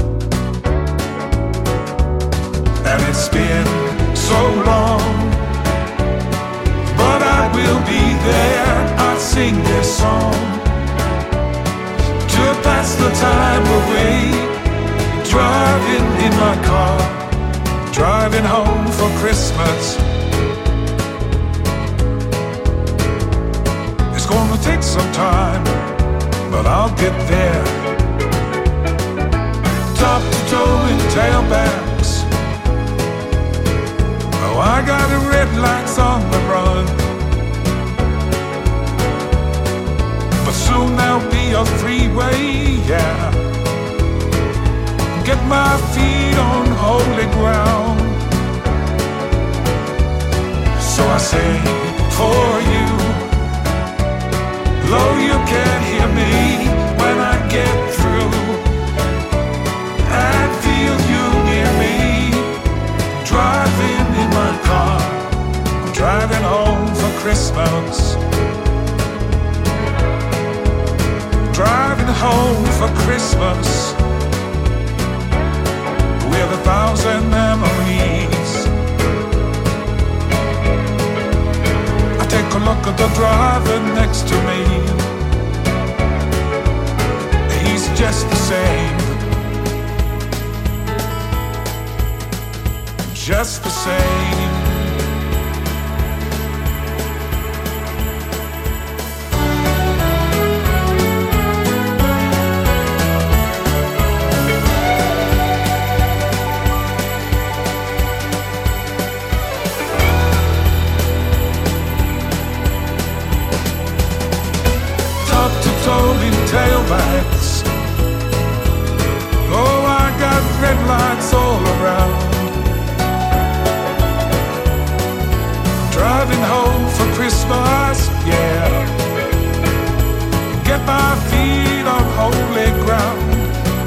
and it's been so long, but I will be there. I'll sing this song to pass the time away, driving in my car, driving home for Christmas. It's gonna take some time, but I'll get there. Top to toe in tailbacks. Oh, I got a red lights on the run, but soon there'll be a freeway, yeah. Get my feet on holy ground. So I sing for you, though you can't hear me when I get through. I feel you near me, driving in my car. I'm driving home for Christmas. Driving home for Christmas with 1,000 memories. I take a look at the driver next to me. He's just the same, just the same. Tailbacks. Oh, I got red lights all around. Driving home for Christmas, yeah. Get my feet on holy ground.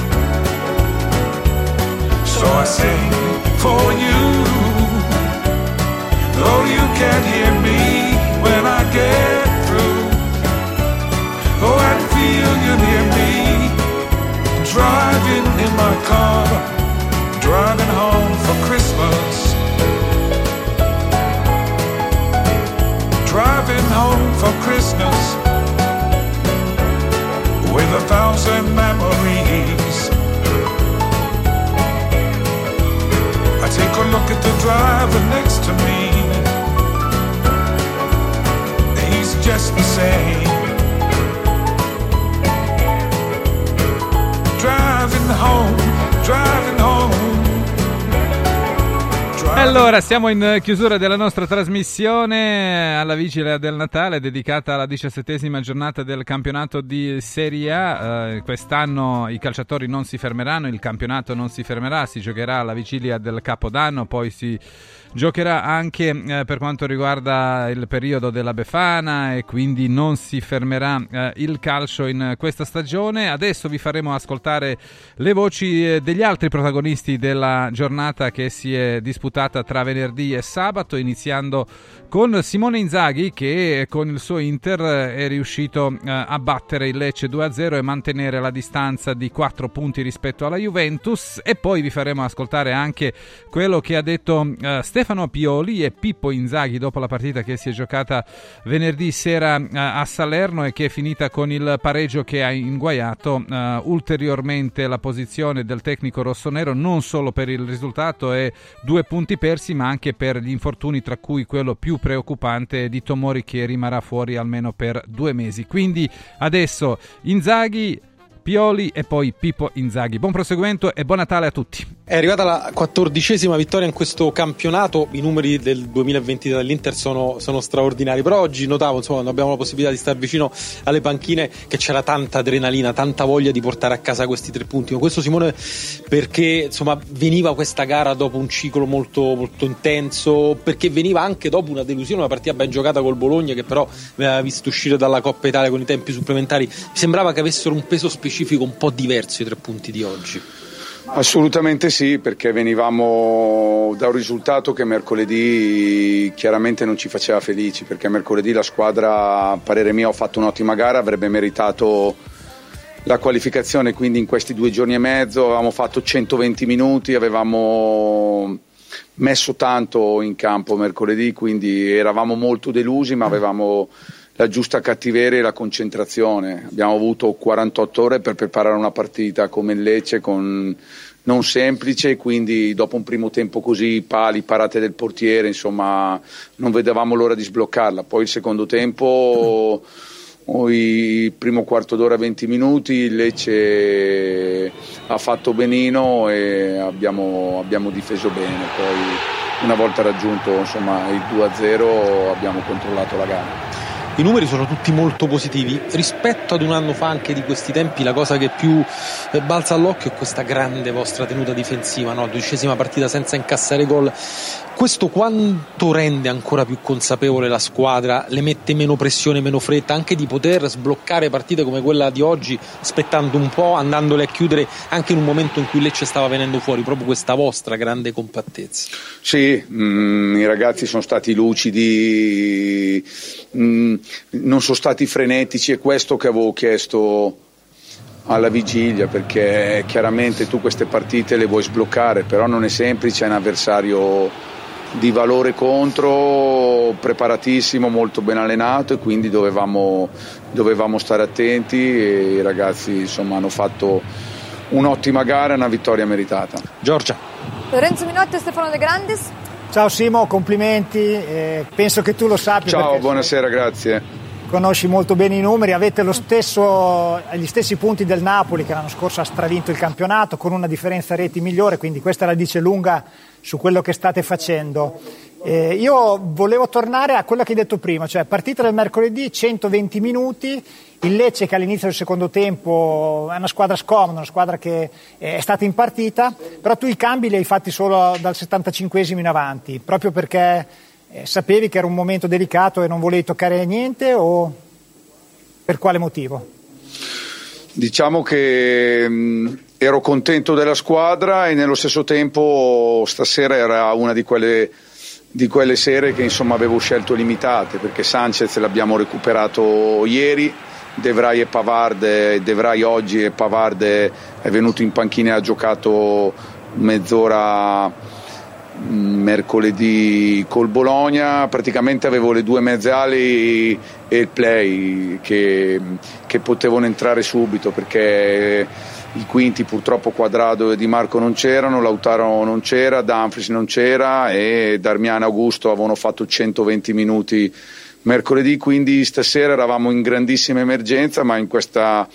So I sing for you, though you can't hear me when I get through. Oh, I feel you near me, driving in my car, driving home for Christmas. Driving home for Christmas with 1,000 memories. I take a look at the driver next to me. He's just the same. Driving home, driving home, driving Allora, siamo in chiusura della nostra trasmissione alla vigilia del Natale, dedicata alla 17ª giornata del campionato di Serie A. Quest'anno i calciatori non si fermeranno, il campionato non si fermerà, si giocherà alla vigilia del Capodanno, poi si giocherà anche per quanto riguarda il periodo della Befana e quindi non si fermerà il calcio in questa stagione. Adesso vi faremo ascoltare le voci degli altri protagonisti della giornata che si è disputata tra venerdì e sabato, iniziando con Simone Inzaghi, che con il suo Inter è riuscito a battere il Lecce 2-0 e mantenere la distanza di 4 punti rispetto alla Juventus. E poi vi faremo ascoltare anche quello che ha detto Stefano Pioli e Pippo Inzaghi dopo la partita che si è giocata venerdì sera a Salerno e che è finita con il pareggio che ha inguaiato ulteriormente la posizione del tecnico rossonero, non solo per il risultato e 2 punti persi, ma anche per gli infortuni, tra cui quello più preoccupante di Tomori, che rimarrà fuori almeno per 2 mesi. Quindi adesso Inzaghi, Pioli e poi Pippo Inzaghi. Buon proseguimento e buon Natale a tutti. È arrivata la 14ª vittoria in questo campionato, i numeri del 2020 dell'Inter sono straordinari, però oggi notavo, insomma, quando abbiamo la possibilità di stare vicino alle panchine, che c'era tanta adrenalina, tanta voglia di portare a casa questi 3 punti. Ma questo, Simone, perché insomma veniva questa gara dopo un ciclo molto, molto intenso, perché veniva anche dopo una delusione, una partita ben giocata col Bologna che però aveva visto uscire dalla Coppa Italia con i tempi supplementari. Mi sembrava che avessero un peso specifico un po' diverso i 3 punti di oggi. Assolutamente sì, perché venivamo da un risultato che mercoledì chiaramente non ci faceva felici, perché mercoledì la squadra, a parere mio, ha fatto un'ottima gara, avrebbe meritato la qualificazione, quindi in questi 2 giorni e mezzo avevamo fatto 120 minuti, avevamo messo tanto in campo mercoledì, quindi eravamo molto delusi, ma avevamo la giusta cattiveria e la concentrazione. Abbiamo avuto 48 ore per preparare una partita come il Lecce, non semplice, quindi dopo un primo tempo così, pali, parate del portiere, insomma non vedevamo l'ora di sbloccarla. Poi il secondo tempo, il primo quarto d'ora 20 minuti, il Lecce ha fatto benino e abbiamo difeso bene. Poi una volta raggiunto, insomma, il 2-0 abbiamo controllato la gara. I numeri sono tutti molto positivi. Rispetto ad un anno fa, anche di questi tempi, la cosa che più balza all'occhio è questa grande vostra tenuta difensiva, no? 12ª partita senza incassare gol. Questo quanto rende ancora più consapevole la squadra? Le mette meno pressione, meno fretta, anche di poter sbloccare partite come quella di oggi, aspettando un po', andandole a chiudere anche in un momento in cui Lecce stava venendo fuori, proprio questa vostra grande compattezza? Sì, i ragazzi sono stati lucidi, non sono stati frenetici, è questo che avevo chiesto alla vigilia, perché chiaramente tu queste partite le vuoi sbloccare, però non è semplice, è un avversario di valore contro, preparatissimo, molto ben allenato, e quindi dovevamo stare attenti, e i ragazzi insomma hanno fatto un'ottima gara e una vittoria meritata. Giorgia. Lorenzo Minotti e Stefano De Grandis. Ciao Simo, complimenti, penso che tu lo sappia. Ciao, buonasera, grazie. Conosci molto bene i numeri, avete gli stessi punti del Napoli, che l'anno scorso ha stravinto il campionato con una differenza reti migliore, quindi questa la dice lunga su quello che state facendo. Io volevo tornare a quello che hai detto prima, cioè partita del mercoledì, 120 minuti, il Lecce che all'inizio del secondo tempo è una squadra scomoda, una squadra che è stata in partita, però tu i cambi li hai fatti solo dal 75esimo in avanti, proprio perché sapevi che era un momento delicato e non volevi toccare niente, o per quale motivo? Diciamo che ero contento della squadra, e nello stesso tempo stasera era una di quelle sere che insomma avevo scelto limitate, perché Sanchez l'abbiamo recuperato ieri, De Vrij e Pavard, oggi, e Pavard è venuto in panchina e ha giocato mezz'ora mercoledì col Bologna. Praticamente avevo le 2 mezzali e il play che potevano entrare subito, perché i quinti purtroppo Quadrado e Di Marco non c'erano, Lautaro non c'era, Dumfries non c'era, e Darmian e Augusto avevano fatto 120 minuti mercoledì, quindi stasera eravamo in grandissima emergenza, ma in questa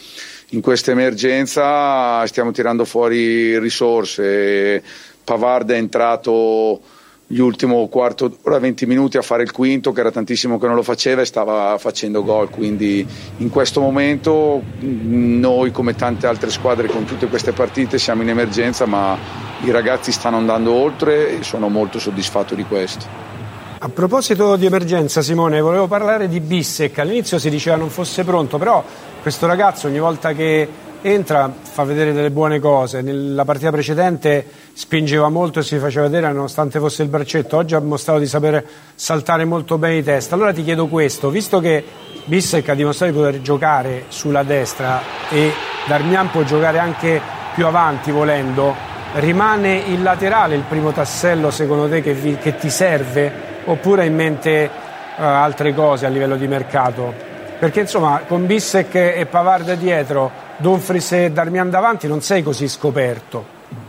emergenza stiamo tirando fuori risorse. Pavard è entrato gli ultimo quarto d'ora, 20 minuti a fare il quinto, che era tantissimo che non lo faceva e stava facendo gol, quindi in questo momento noi, come tante altre squadre con tutte queste partite, siamo in emergenza, ma i ragazzi stanno andando oltre e sono molto soddisfatto di questo. A proposito di emergenza, Simone, volevo parlare di Bissek. All'inizio si diceva non fosse pronto, però questo ragazzo ogni volta che entra fa vedere delle buone cose. Nella partita precedente spingeva molto e si faceva vedere nonostante fosse il braccetto. Oggi ha mostrato di saper saltare molto bene di testa. Allora ti chiedo questo, visto che Bissek ha dimostrato di poter giocare sulla destra e Darmian può giocare anche più avanti volendo, rimane il laterale il primo tassello secondo te che ti serve, oppure hai in mente altre cose a livello di mercato? Perché insomma con Bissek e Pavard dietro, Dumfries e Darmian davanti non sei così scoperto.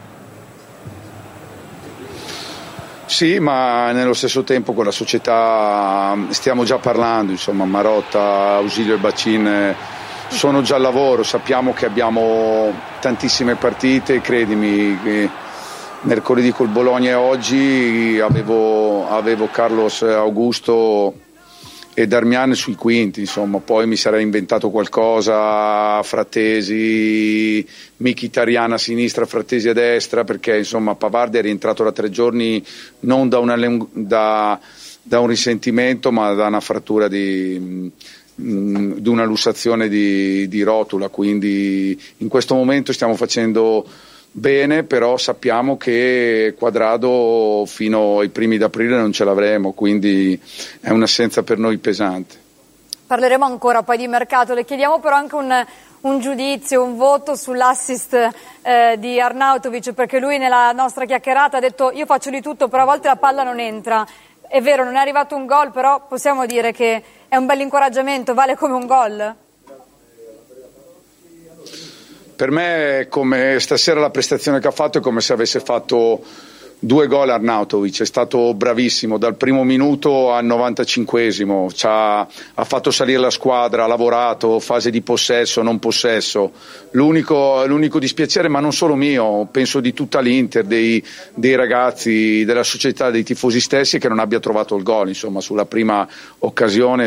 Sì, ma nello stesso tempo con la società stiamo già parlando, insomma Marotta, Ausilio e Bacin sono già al lavoro, sappiamo che abbiamo tantissime partite, credimi che mercoledì col Bologna e oggi avevo Carlos Augusto e Darmian sui quinti, insomma, poi mi sarei inventato qualcosa, Frattesi, Mkhitaryan a sinistra, Frattesi a destra, perché insomma Pavard è rientrato da 3 giorni non da un risentimento, ma da una frattura di una lussazione di rotula, quindi in questo momento stiamo facendo bene, però sappiamo che Quadrado fino ai primi d'aprile non ce l'avremo, quindi è un'assenza per noi pesante. Parleremo ancora poi di mercato, le chiediamo però anche un giudizio, un voto sull'assist di Arnautovic, perché lui nella nostra chiacchierata ha detto io faccio di tutto, però a volte la palla non entra. È vero, non è arrivato un gol, però possiamo dire che è un bel incoraggiamento, vale come un gol? Per me, come stasera la prestazione che ha fatto è come se avesse fatto 2 gol Arnautovic, è stato bravissimo dal primo minuto al 95esimo, ha fatto salire la squadra, ha lavorato, fase di possesso, non possesso. L'unico dispiacere, ma non solo mio, penso di tutta l'Inter, dei ragazzi, della società, dei tifosi stessi, che non abbia trovato il gol. Insomma, sulla prima occasione è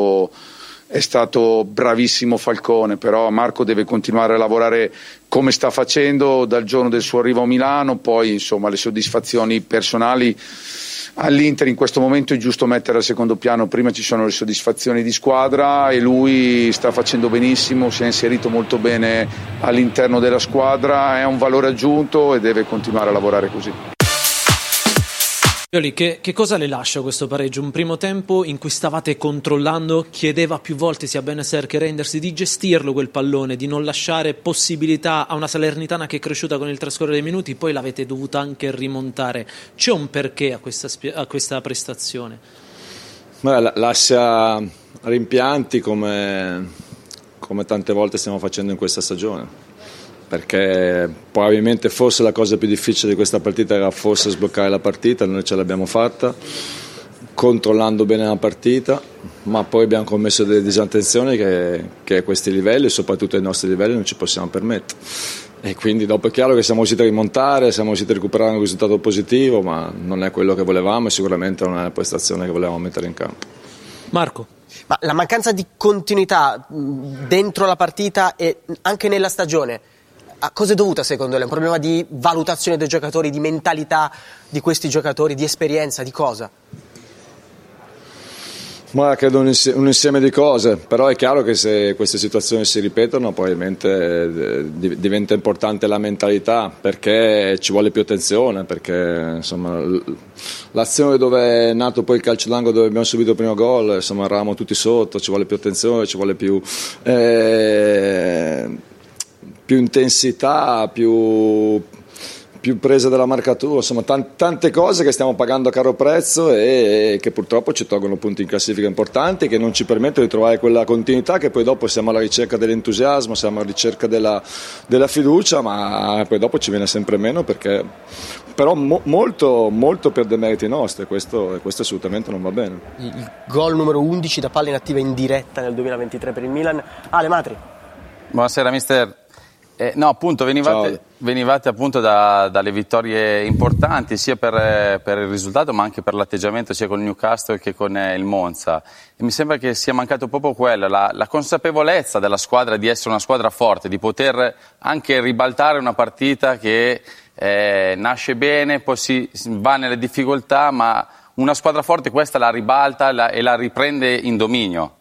stato bravissimo Falcone, però Marco deve continuare a lavorare come sta facendo dal giorno del suo arrivo a Milano. Poi insomma le soddisfazioni personali all'Inter in questo momento è giusto mettere al secondo piano. Prima ci sono le soddisfazioni di squadra e lui sta facendo benissimo, si è inserito molto bene all'interno della squadra, è un valore aggiunto e deve continuare a lavorare così. Che cosa le lascia questo pareggio? Un primo tempo in cui stavate controllando, chiedeva più volte sia Bennacer che Reinders di gestirlo quel pallone, di non lasciare possibilità a una Salernitana che è cresciuta con il trascorrere dei minuti, poi l'avete dovuta anche rimontare. C'è un perché a questa prestazione? Lascia rimpianti come tante volte stiamo facendo in questa stagione, perché probabilmente forse la cosa più difficile di questa partita era forse sbloccare la partita, noi ce l'abbiamo fatta controllando bene la partita, ma poi abbiamo commesso delle disattenzioni che a questi livelli, soprattutto ai nostri livelli, non ci possiamo permettere, e quindi dopo è chiaro che siamo riusciti a rimontare, siamo riusciti a recuperare un risultato positivo, ma non è quello che volevamo e sicuramente non è la prestazione che volevamo mettere in campo. Marco? Ma la mancanza di continuità dentro la partita e anche nella stagione, a cosa è dovuta secondo lei? Un problema di valutazione dei giocatori, di mentalità di questi giocatori, di esperienza, di cosa? Ma credo un insieme di cose, però è chiaro che se queste situazioni si ripetono probabilmente diventa importante la mentalità, perché ci vuole più attenzione, perché insomma l'azione dove è nato poi il calcio d'angolo dove abbiamo subito il primo gol, insomma eravamo tutti sotto, ci vuole più attenzione, ci vuole più intensità, più presa della marcatura, insomma tante cose che stiamo pagando a caro prezzo e che purtroppo ci tolgono punti in classifica importanti, che non ci permettono di trovare quella continuità, che poi dopo siamo alla ricerca dell'entusiasmo, siamo alla ricerca della fiducia, ma poi dopo ci viene sempre meno, perché però molto per demeriti nostri, questo assolutamente non va bene. Il gol numero 11 da palla inattiva in diretta nel 2023 per il Milan. Ale Matri. Buonasera mister. No, appunto, venivate appunto dalle vittorie importanti, sia per il risultato ma anche per l'atteggiamento, sia con il Newcastle che con il Monza. E mi sembra che sia mancato proprio quello, la consapevolezza della squadra di essere una squadra forte, di poter anche ribaltare una partita che nasce bene, poi si va nelle difficoltà, ma una squadra forte questa la ribalta e la riprende in dominio.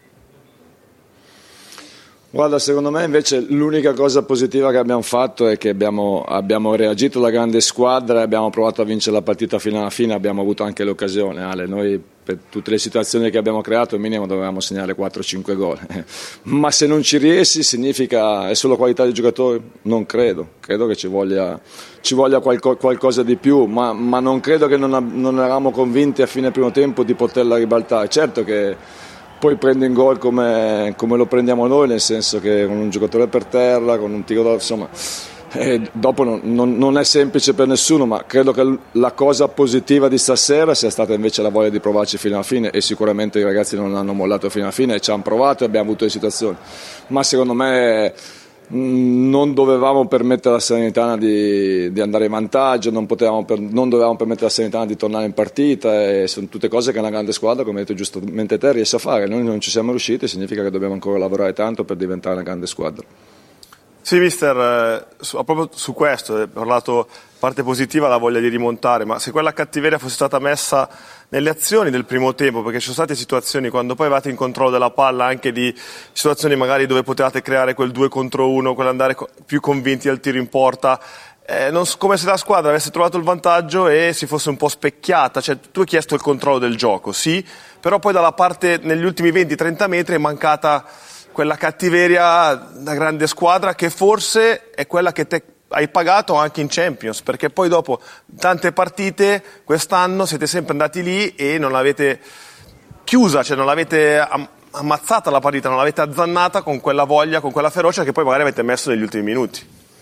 Guarda, secondo me invece l'unica cosa positiva che abbiamo fatto è che abbiamo reagito da grande squadra e abbiamo provato a vincere la partita fino alla fine, abbiamo avuto anche l'occasione. Ale, noi per tutte le situazioni che abbiamo creato al minimo dovevamo segnare 4-5 gol, ma se non ci riesci significa è solo qualità dei giocatori? Non credo che ci voglia qualcosa di più, ma non credo che non eravamo convinti a fine primo tempo di poterla ribaltare. Certo che poi prende in gol come lo prendiamo noi, nel senso che con un giocatore per terra, con un tiro insomma, dopo non è semplice per nessuno, ma credo che la cosa positiva di stasera sia stata invece la voglia di provarci fino alla fine, e sicuramente i ragazzi non hanno mollato fino alla fine e ci hanno provato e abbiamo avuto le situazioni, ma secondo me non dovevamo permettere alla Salernitana di andare in vantaggio, non dovevamo permettere alla Salernitana di tornare in partita, e sono tutte cose che una grande squadra, come hai detto giustamente te, riesce a fare. Noi non ci siamo riusciti, significa che dobbiamo ancora lavorare tanto per diventare una grande squadra. Sì, mister, proprio su questo, hai parlato parte positiva, la voglia di rimontare, ma se quella cattiveria fosse stata messa nelle azioni del primo tempo, perché ci sono state situazioni quando poi avevate in controllo della palla, anche di situazioni magari dove potevate creare quel 2 contro 1, quell'andare più convinti al tiro in porta, come se la squadra avesse trovato il vantaggio e si fosse un po' specchiata. Cioè, tu hai chiesto il controllo del gioco, sì, però poi dalla parte negli ultimi 20-30 metri è mancata quella cattiveria da grande squadra, che forse è quella che te hai pagato anche in Champions, perché poi dopo tante partite quest'anno siete sempre andati lì e non l'avete chiusa, cioè non l'avete ammazzata la partita, non l'avete azzannata con quella voglia, con quella ferocia che poi magari avete messo negli ultimi minuti.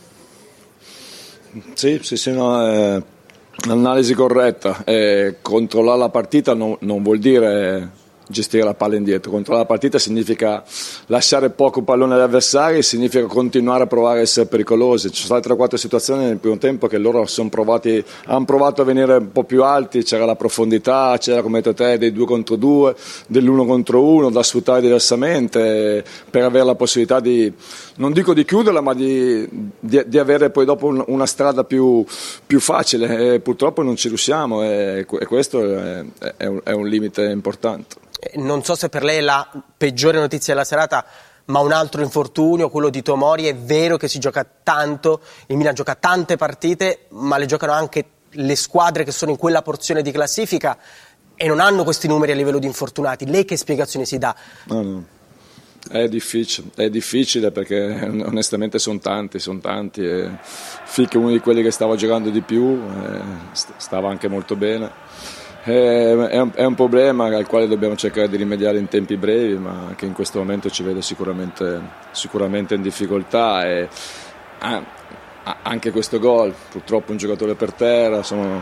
Sì, no, l'analisi corretta. Controllare la partita non vuol dire gestire la palla indietro. Controllare la partita significa lasciare poco pallone agli avversari, significa continuare a provare a essere pericolosi. Ci sono state 3-4 situazioni nel primo tempo che loro hanno provato a venire un po' più alti, c'era la profondità, c'era, come hai detto te, dei 2 contro 2, dell'1 contro 1 da sfruttare diversamente, per avere la possibilità di, non dico di chiuderla, ma di avere poi dopo una strada più facile, e purtroppo non ci riusciamo, e questo è un limite importante. Non so se per lei è la peggiore notizia della serata, ma un altro infortunio, quello di Tomori. È vero che si gioca tanto, il Milan gioca tante partite, ma le giocano anche le squadre che sono in quella porzione di classifica e non hanno questi numeri a livello di infortunati. Lei che spiegazione si dà? No. È difficile perché onestamente sono tanti, e Fick è uno di quelli che stava giocando di più, stava anche molto bene. È un problema al quale dobbiamo cercare di rimediare in tempi brevi, ma che in questo momento ci vede sicuramente in difficoltà, e anche questo gol, purtroppo un giocatore per terra,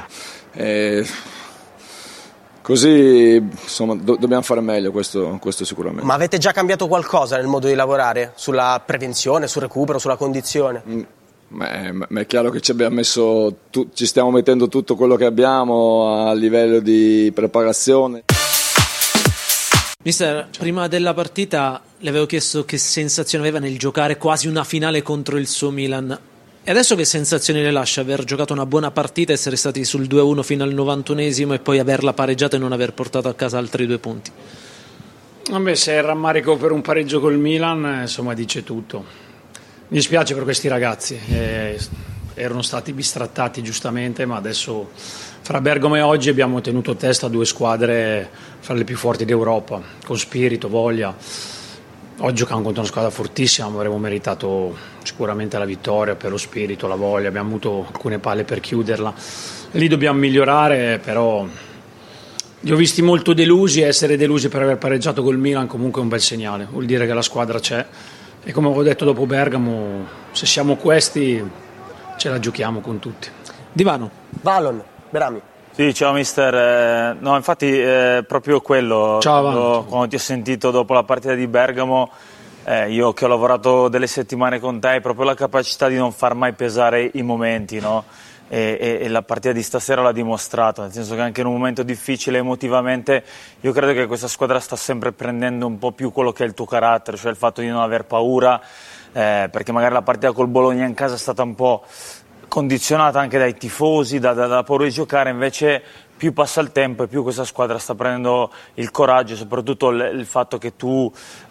così insomma, dobbiamo fare meglio, questo sicuramente. Ma avete già cambiato qualcosa nel modo di lavorare? Sulla prevenzione, sul recupero, sulla condizione? Ma è chiaro che ci stiamo mettendo tutto quello che abbiamo a livello di preparazione. Mister, prima della partita le avevo chiesto che sensazione aveva nel giocare quasi una finale contro il suo Milan, e adesso che sensazione le lascia aver giocato una buona partita, essere stati sul 2-1 fino al 91esimo e poi averla pareggiata e non aver portato a casa altri 2 punti? Vabbè, se il rammarico per un pareggio col Milan, insomma, dice tutto. Mi dispiace per questi ragazzi, erano stati bistrattati giustamente, ma adesso fra Bergamo e oggi abbiamo tenuto testa a 2 squadre fra le più forti d'Europa, con spirito, voglia. Oggi giocavamo contro una squadra fortissima, ma avremmo meritato sicuramente la vittoria per lo spirito, la voglia, abbiamo avuto alcune palle per chiuderla. Lì dobbiamo migliorare, però li ho visti molto delusi, e essere delusi per aver pareggiato col Milan comunque è un bel segnale, vuol dire che la squadra c'è. E come avevo detto dopo Bergamo, se siamo questi ce la giochiamo con tutti. Divano. Valon, Berami. Sì, ciao mister. No, infatti proprio quello. Ciao, quando ti ho sentito dopo la partita di Bergamo io che ho lavorato delle settimane con te, hai proprio la capacità di non far mai pesare i momenti, no? E la partita di stasera l'ha dimostrato, nel senso che anche in un momento difficile emotivamente io credo che questa squadra sta sempre prendendo un po' più quello che è il tuo carattere, cioè il fatto di non aver paura, perché magari la partita col Bologna in casa è stata un po' condizionata anche dai tifosi, dalla paura di giocare, invece più passa il tempo e più questa squadra sta prendendo il coraggio, soprattutto il fatto che tu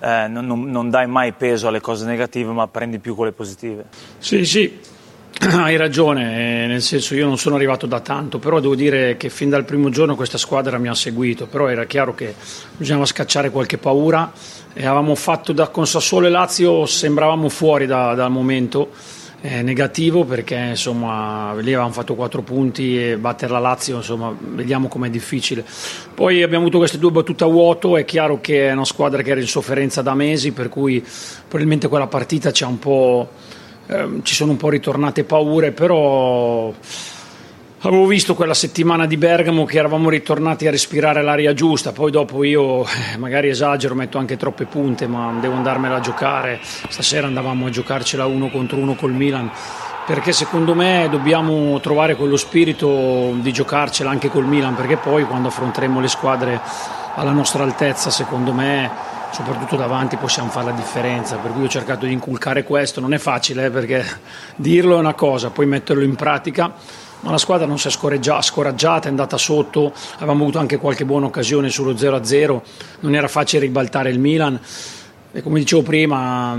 non dai mai peso alle cose negative ma prendi più quelle positive. Sì, hai ragione, nel senso io non sono arrivato da tanto, però devo dire che fin dal primo giorno questa squadra mi ha seguito, però era chiaro che bisognava scacciare qualche paura e avevamo fatto con Sassuolo e Lazio, sembravamo fuori dal momento negativo, perché insomma lì avevamo fatto 4 punti e battere la Lazio, insomma vediamo com'è difficile. Poi abbiamo avuto queste 2 battute a vuoto, è chiaro che è una squadra che era in sofferenza da mesi, per cui probabilmente quella partita ci sono un po' ritornate paure, però avevo visto quella settimana di Bergamo che eravamo ritornati a respirare l'aria giusta, poi dopo io magari esagero, metto anche troppe punte, ma devo andarmela a giocare. Stasera andavamo a giocarcela 1 contro 1 col Milan, perché secondo me dobbiamo trovare quello spirito di giocarcela anche col Milan, perché poi quando affronteremo le squadre alla nostra altezza, secondo me soprattutto davanti possiamo fare la differenza, per cui ho cercato di inculcare questo. Non è facile, perché dirlo è una cosa, poi metterlo in pratica, ma la squadra non si è scoraggiata, è andata sotto, avevamo avuto anche qualche buona occasione sullo 0-0, non era facile ribaltare il Milan e come dicevo prima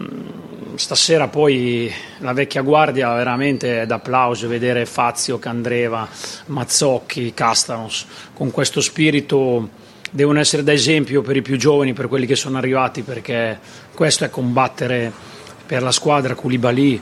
stasera poi la vecchia guardia veramente è d'applauso, vedere Fazio, Candreva, Mazzocchi, Castanos con questo spirito. Devono essere da esempio per i più giovani, per quelli che sono arrivati, perché questo è combattere per la squadra. Koulibaly,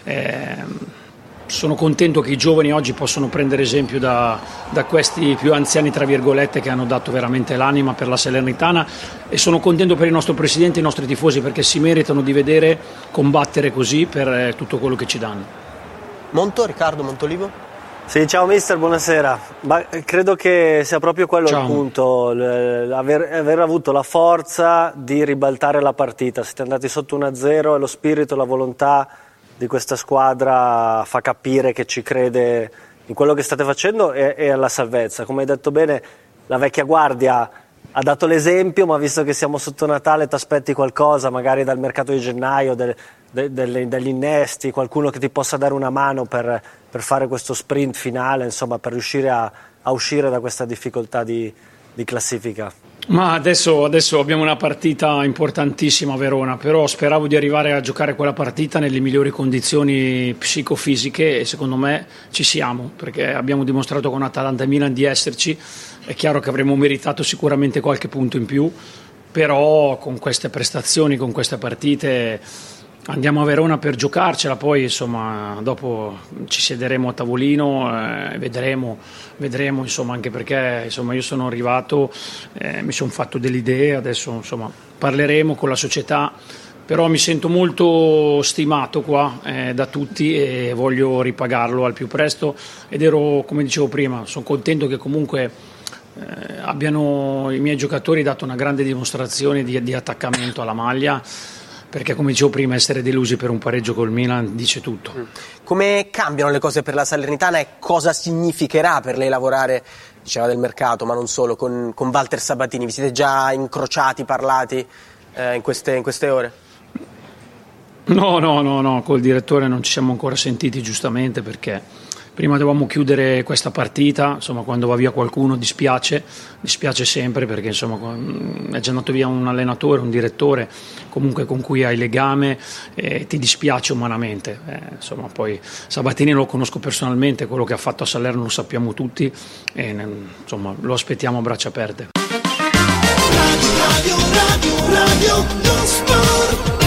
sono contento che i giovani oggi possono prendere esempio da questi più anziani, tra virgolette, che hanno dato veramente l'anima per la Salernitana, e sono contento per il nostro presidente e i nostri tifosi, perché si meritano di vedere combattere così per tutto quello che ci danno. Riccardo Montolivo? Sì, ciao mister, buonasera. Ma credo che sia proprio quello il punto, aver avuto la forza di ribaltare la partita. Siete andati sotto 1-0 e lo spirito, la volontà di questa squadra fa capire che ci crede in quello che state facendo e alla salvezza. Come hai detto bene, la vecchia guardia ha dato l'esempio, ma visto che siamo sotto Natale ti aspetti qualcosa, magari dal mercato di gennaio, degli innesti, qualcuno che ti possa dare una mano per fare questo sprint finale, insomma, per riuscire a uscire da questa difficoltà di classifica. Ma adesso abbiamo una partita importantissima a Verona, però speravo di arrivare a giocare quella partita nelle migliori condizioni psicofisiche e secondo me ci siamo, perché abbiamo dimostrato con Atalanta e Milan di esserci. È chiaro che avremmo meritato sicuramente qualche punto in più, però con queste prestazioni, con queste partite andiamo a Verona per giocarcela, poi insomma dopo ci siederemo a tavolino e vedremo insomma, anche perché insomma io sono arrivato, mi sono fatto delle idee, adesso insomma parleremo con la società, però mi sento molto stimato qua da tutti e voglio ripagarlo al più presto ed ero, come dicevo prima, sono contento che comunque abbiano i miei giocatori dato una grande dimostrazione di attaccamento alla maglia, perché come dicevo prima essere delusi per un pareggio col Milan dice tutto. Come cambiano le cose per la Salernitana e cosa significherà per lei lavorare, diceva del mercato, ma non solo, con Walter Sabatini? Vi siete già incrociati, parlati in queste ore? No, col direttore non ci siamo ancora sentiti, giustamente, perché prima dovevamo chiudere questa partita, insomma quando va via qualcuno dispiace sempre, perché insomma è già andato via un allenatore, un direttore comunque con cui hai legame e ti dispiace umanamente. Insomma poi Sabatini lo conosco personalmente, quello che ha fatto a Salerno lo sappiamo tutti e insomma lo aspettiamo a braccia aperte. Radio, non sport.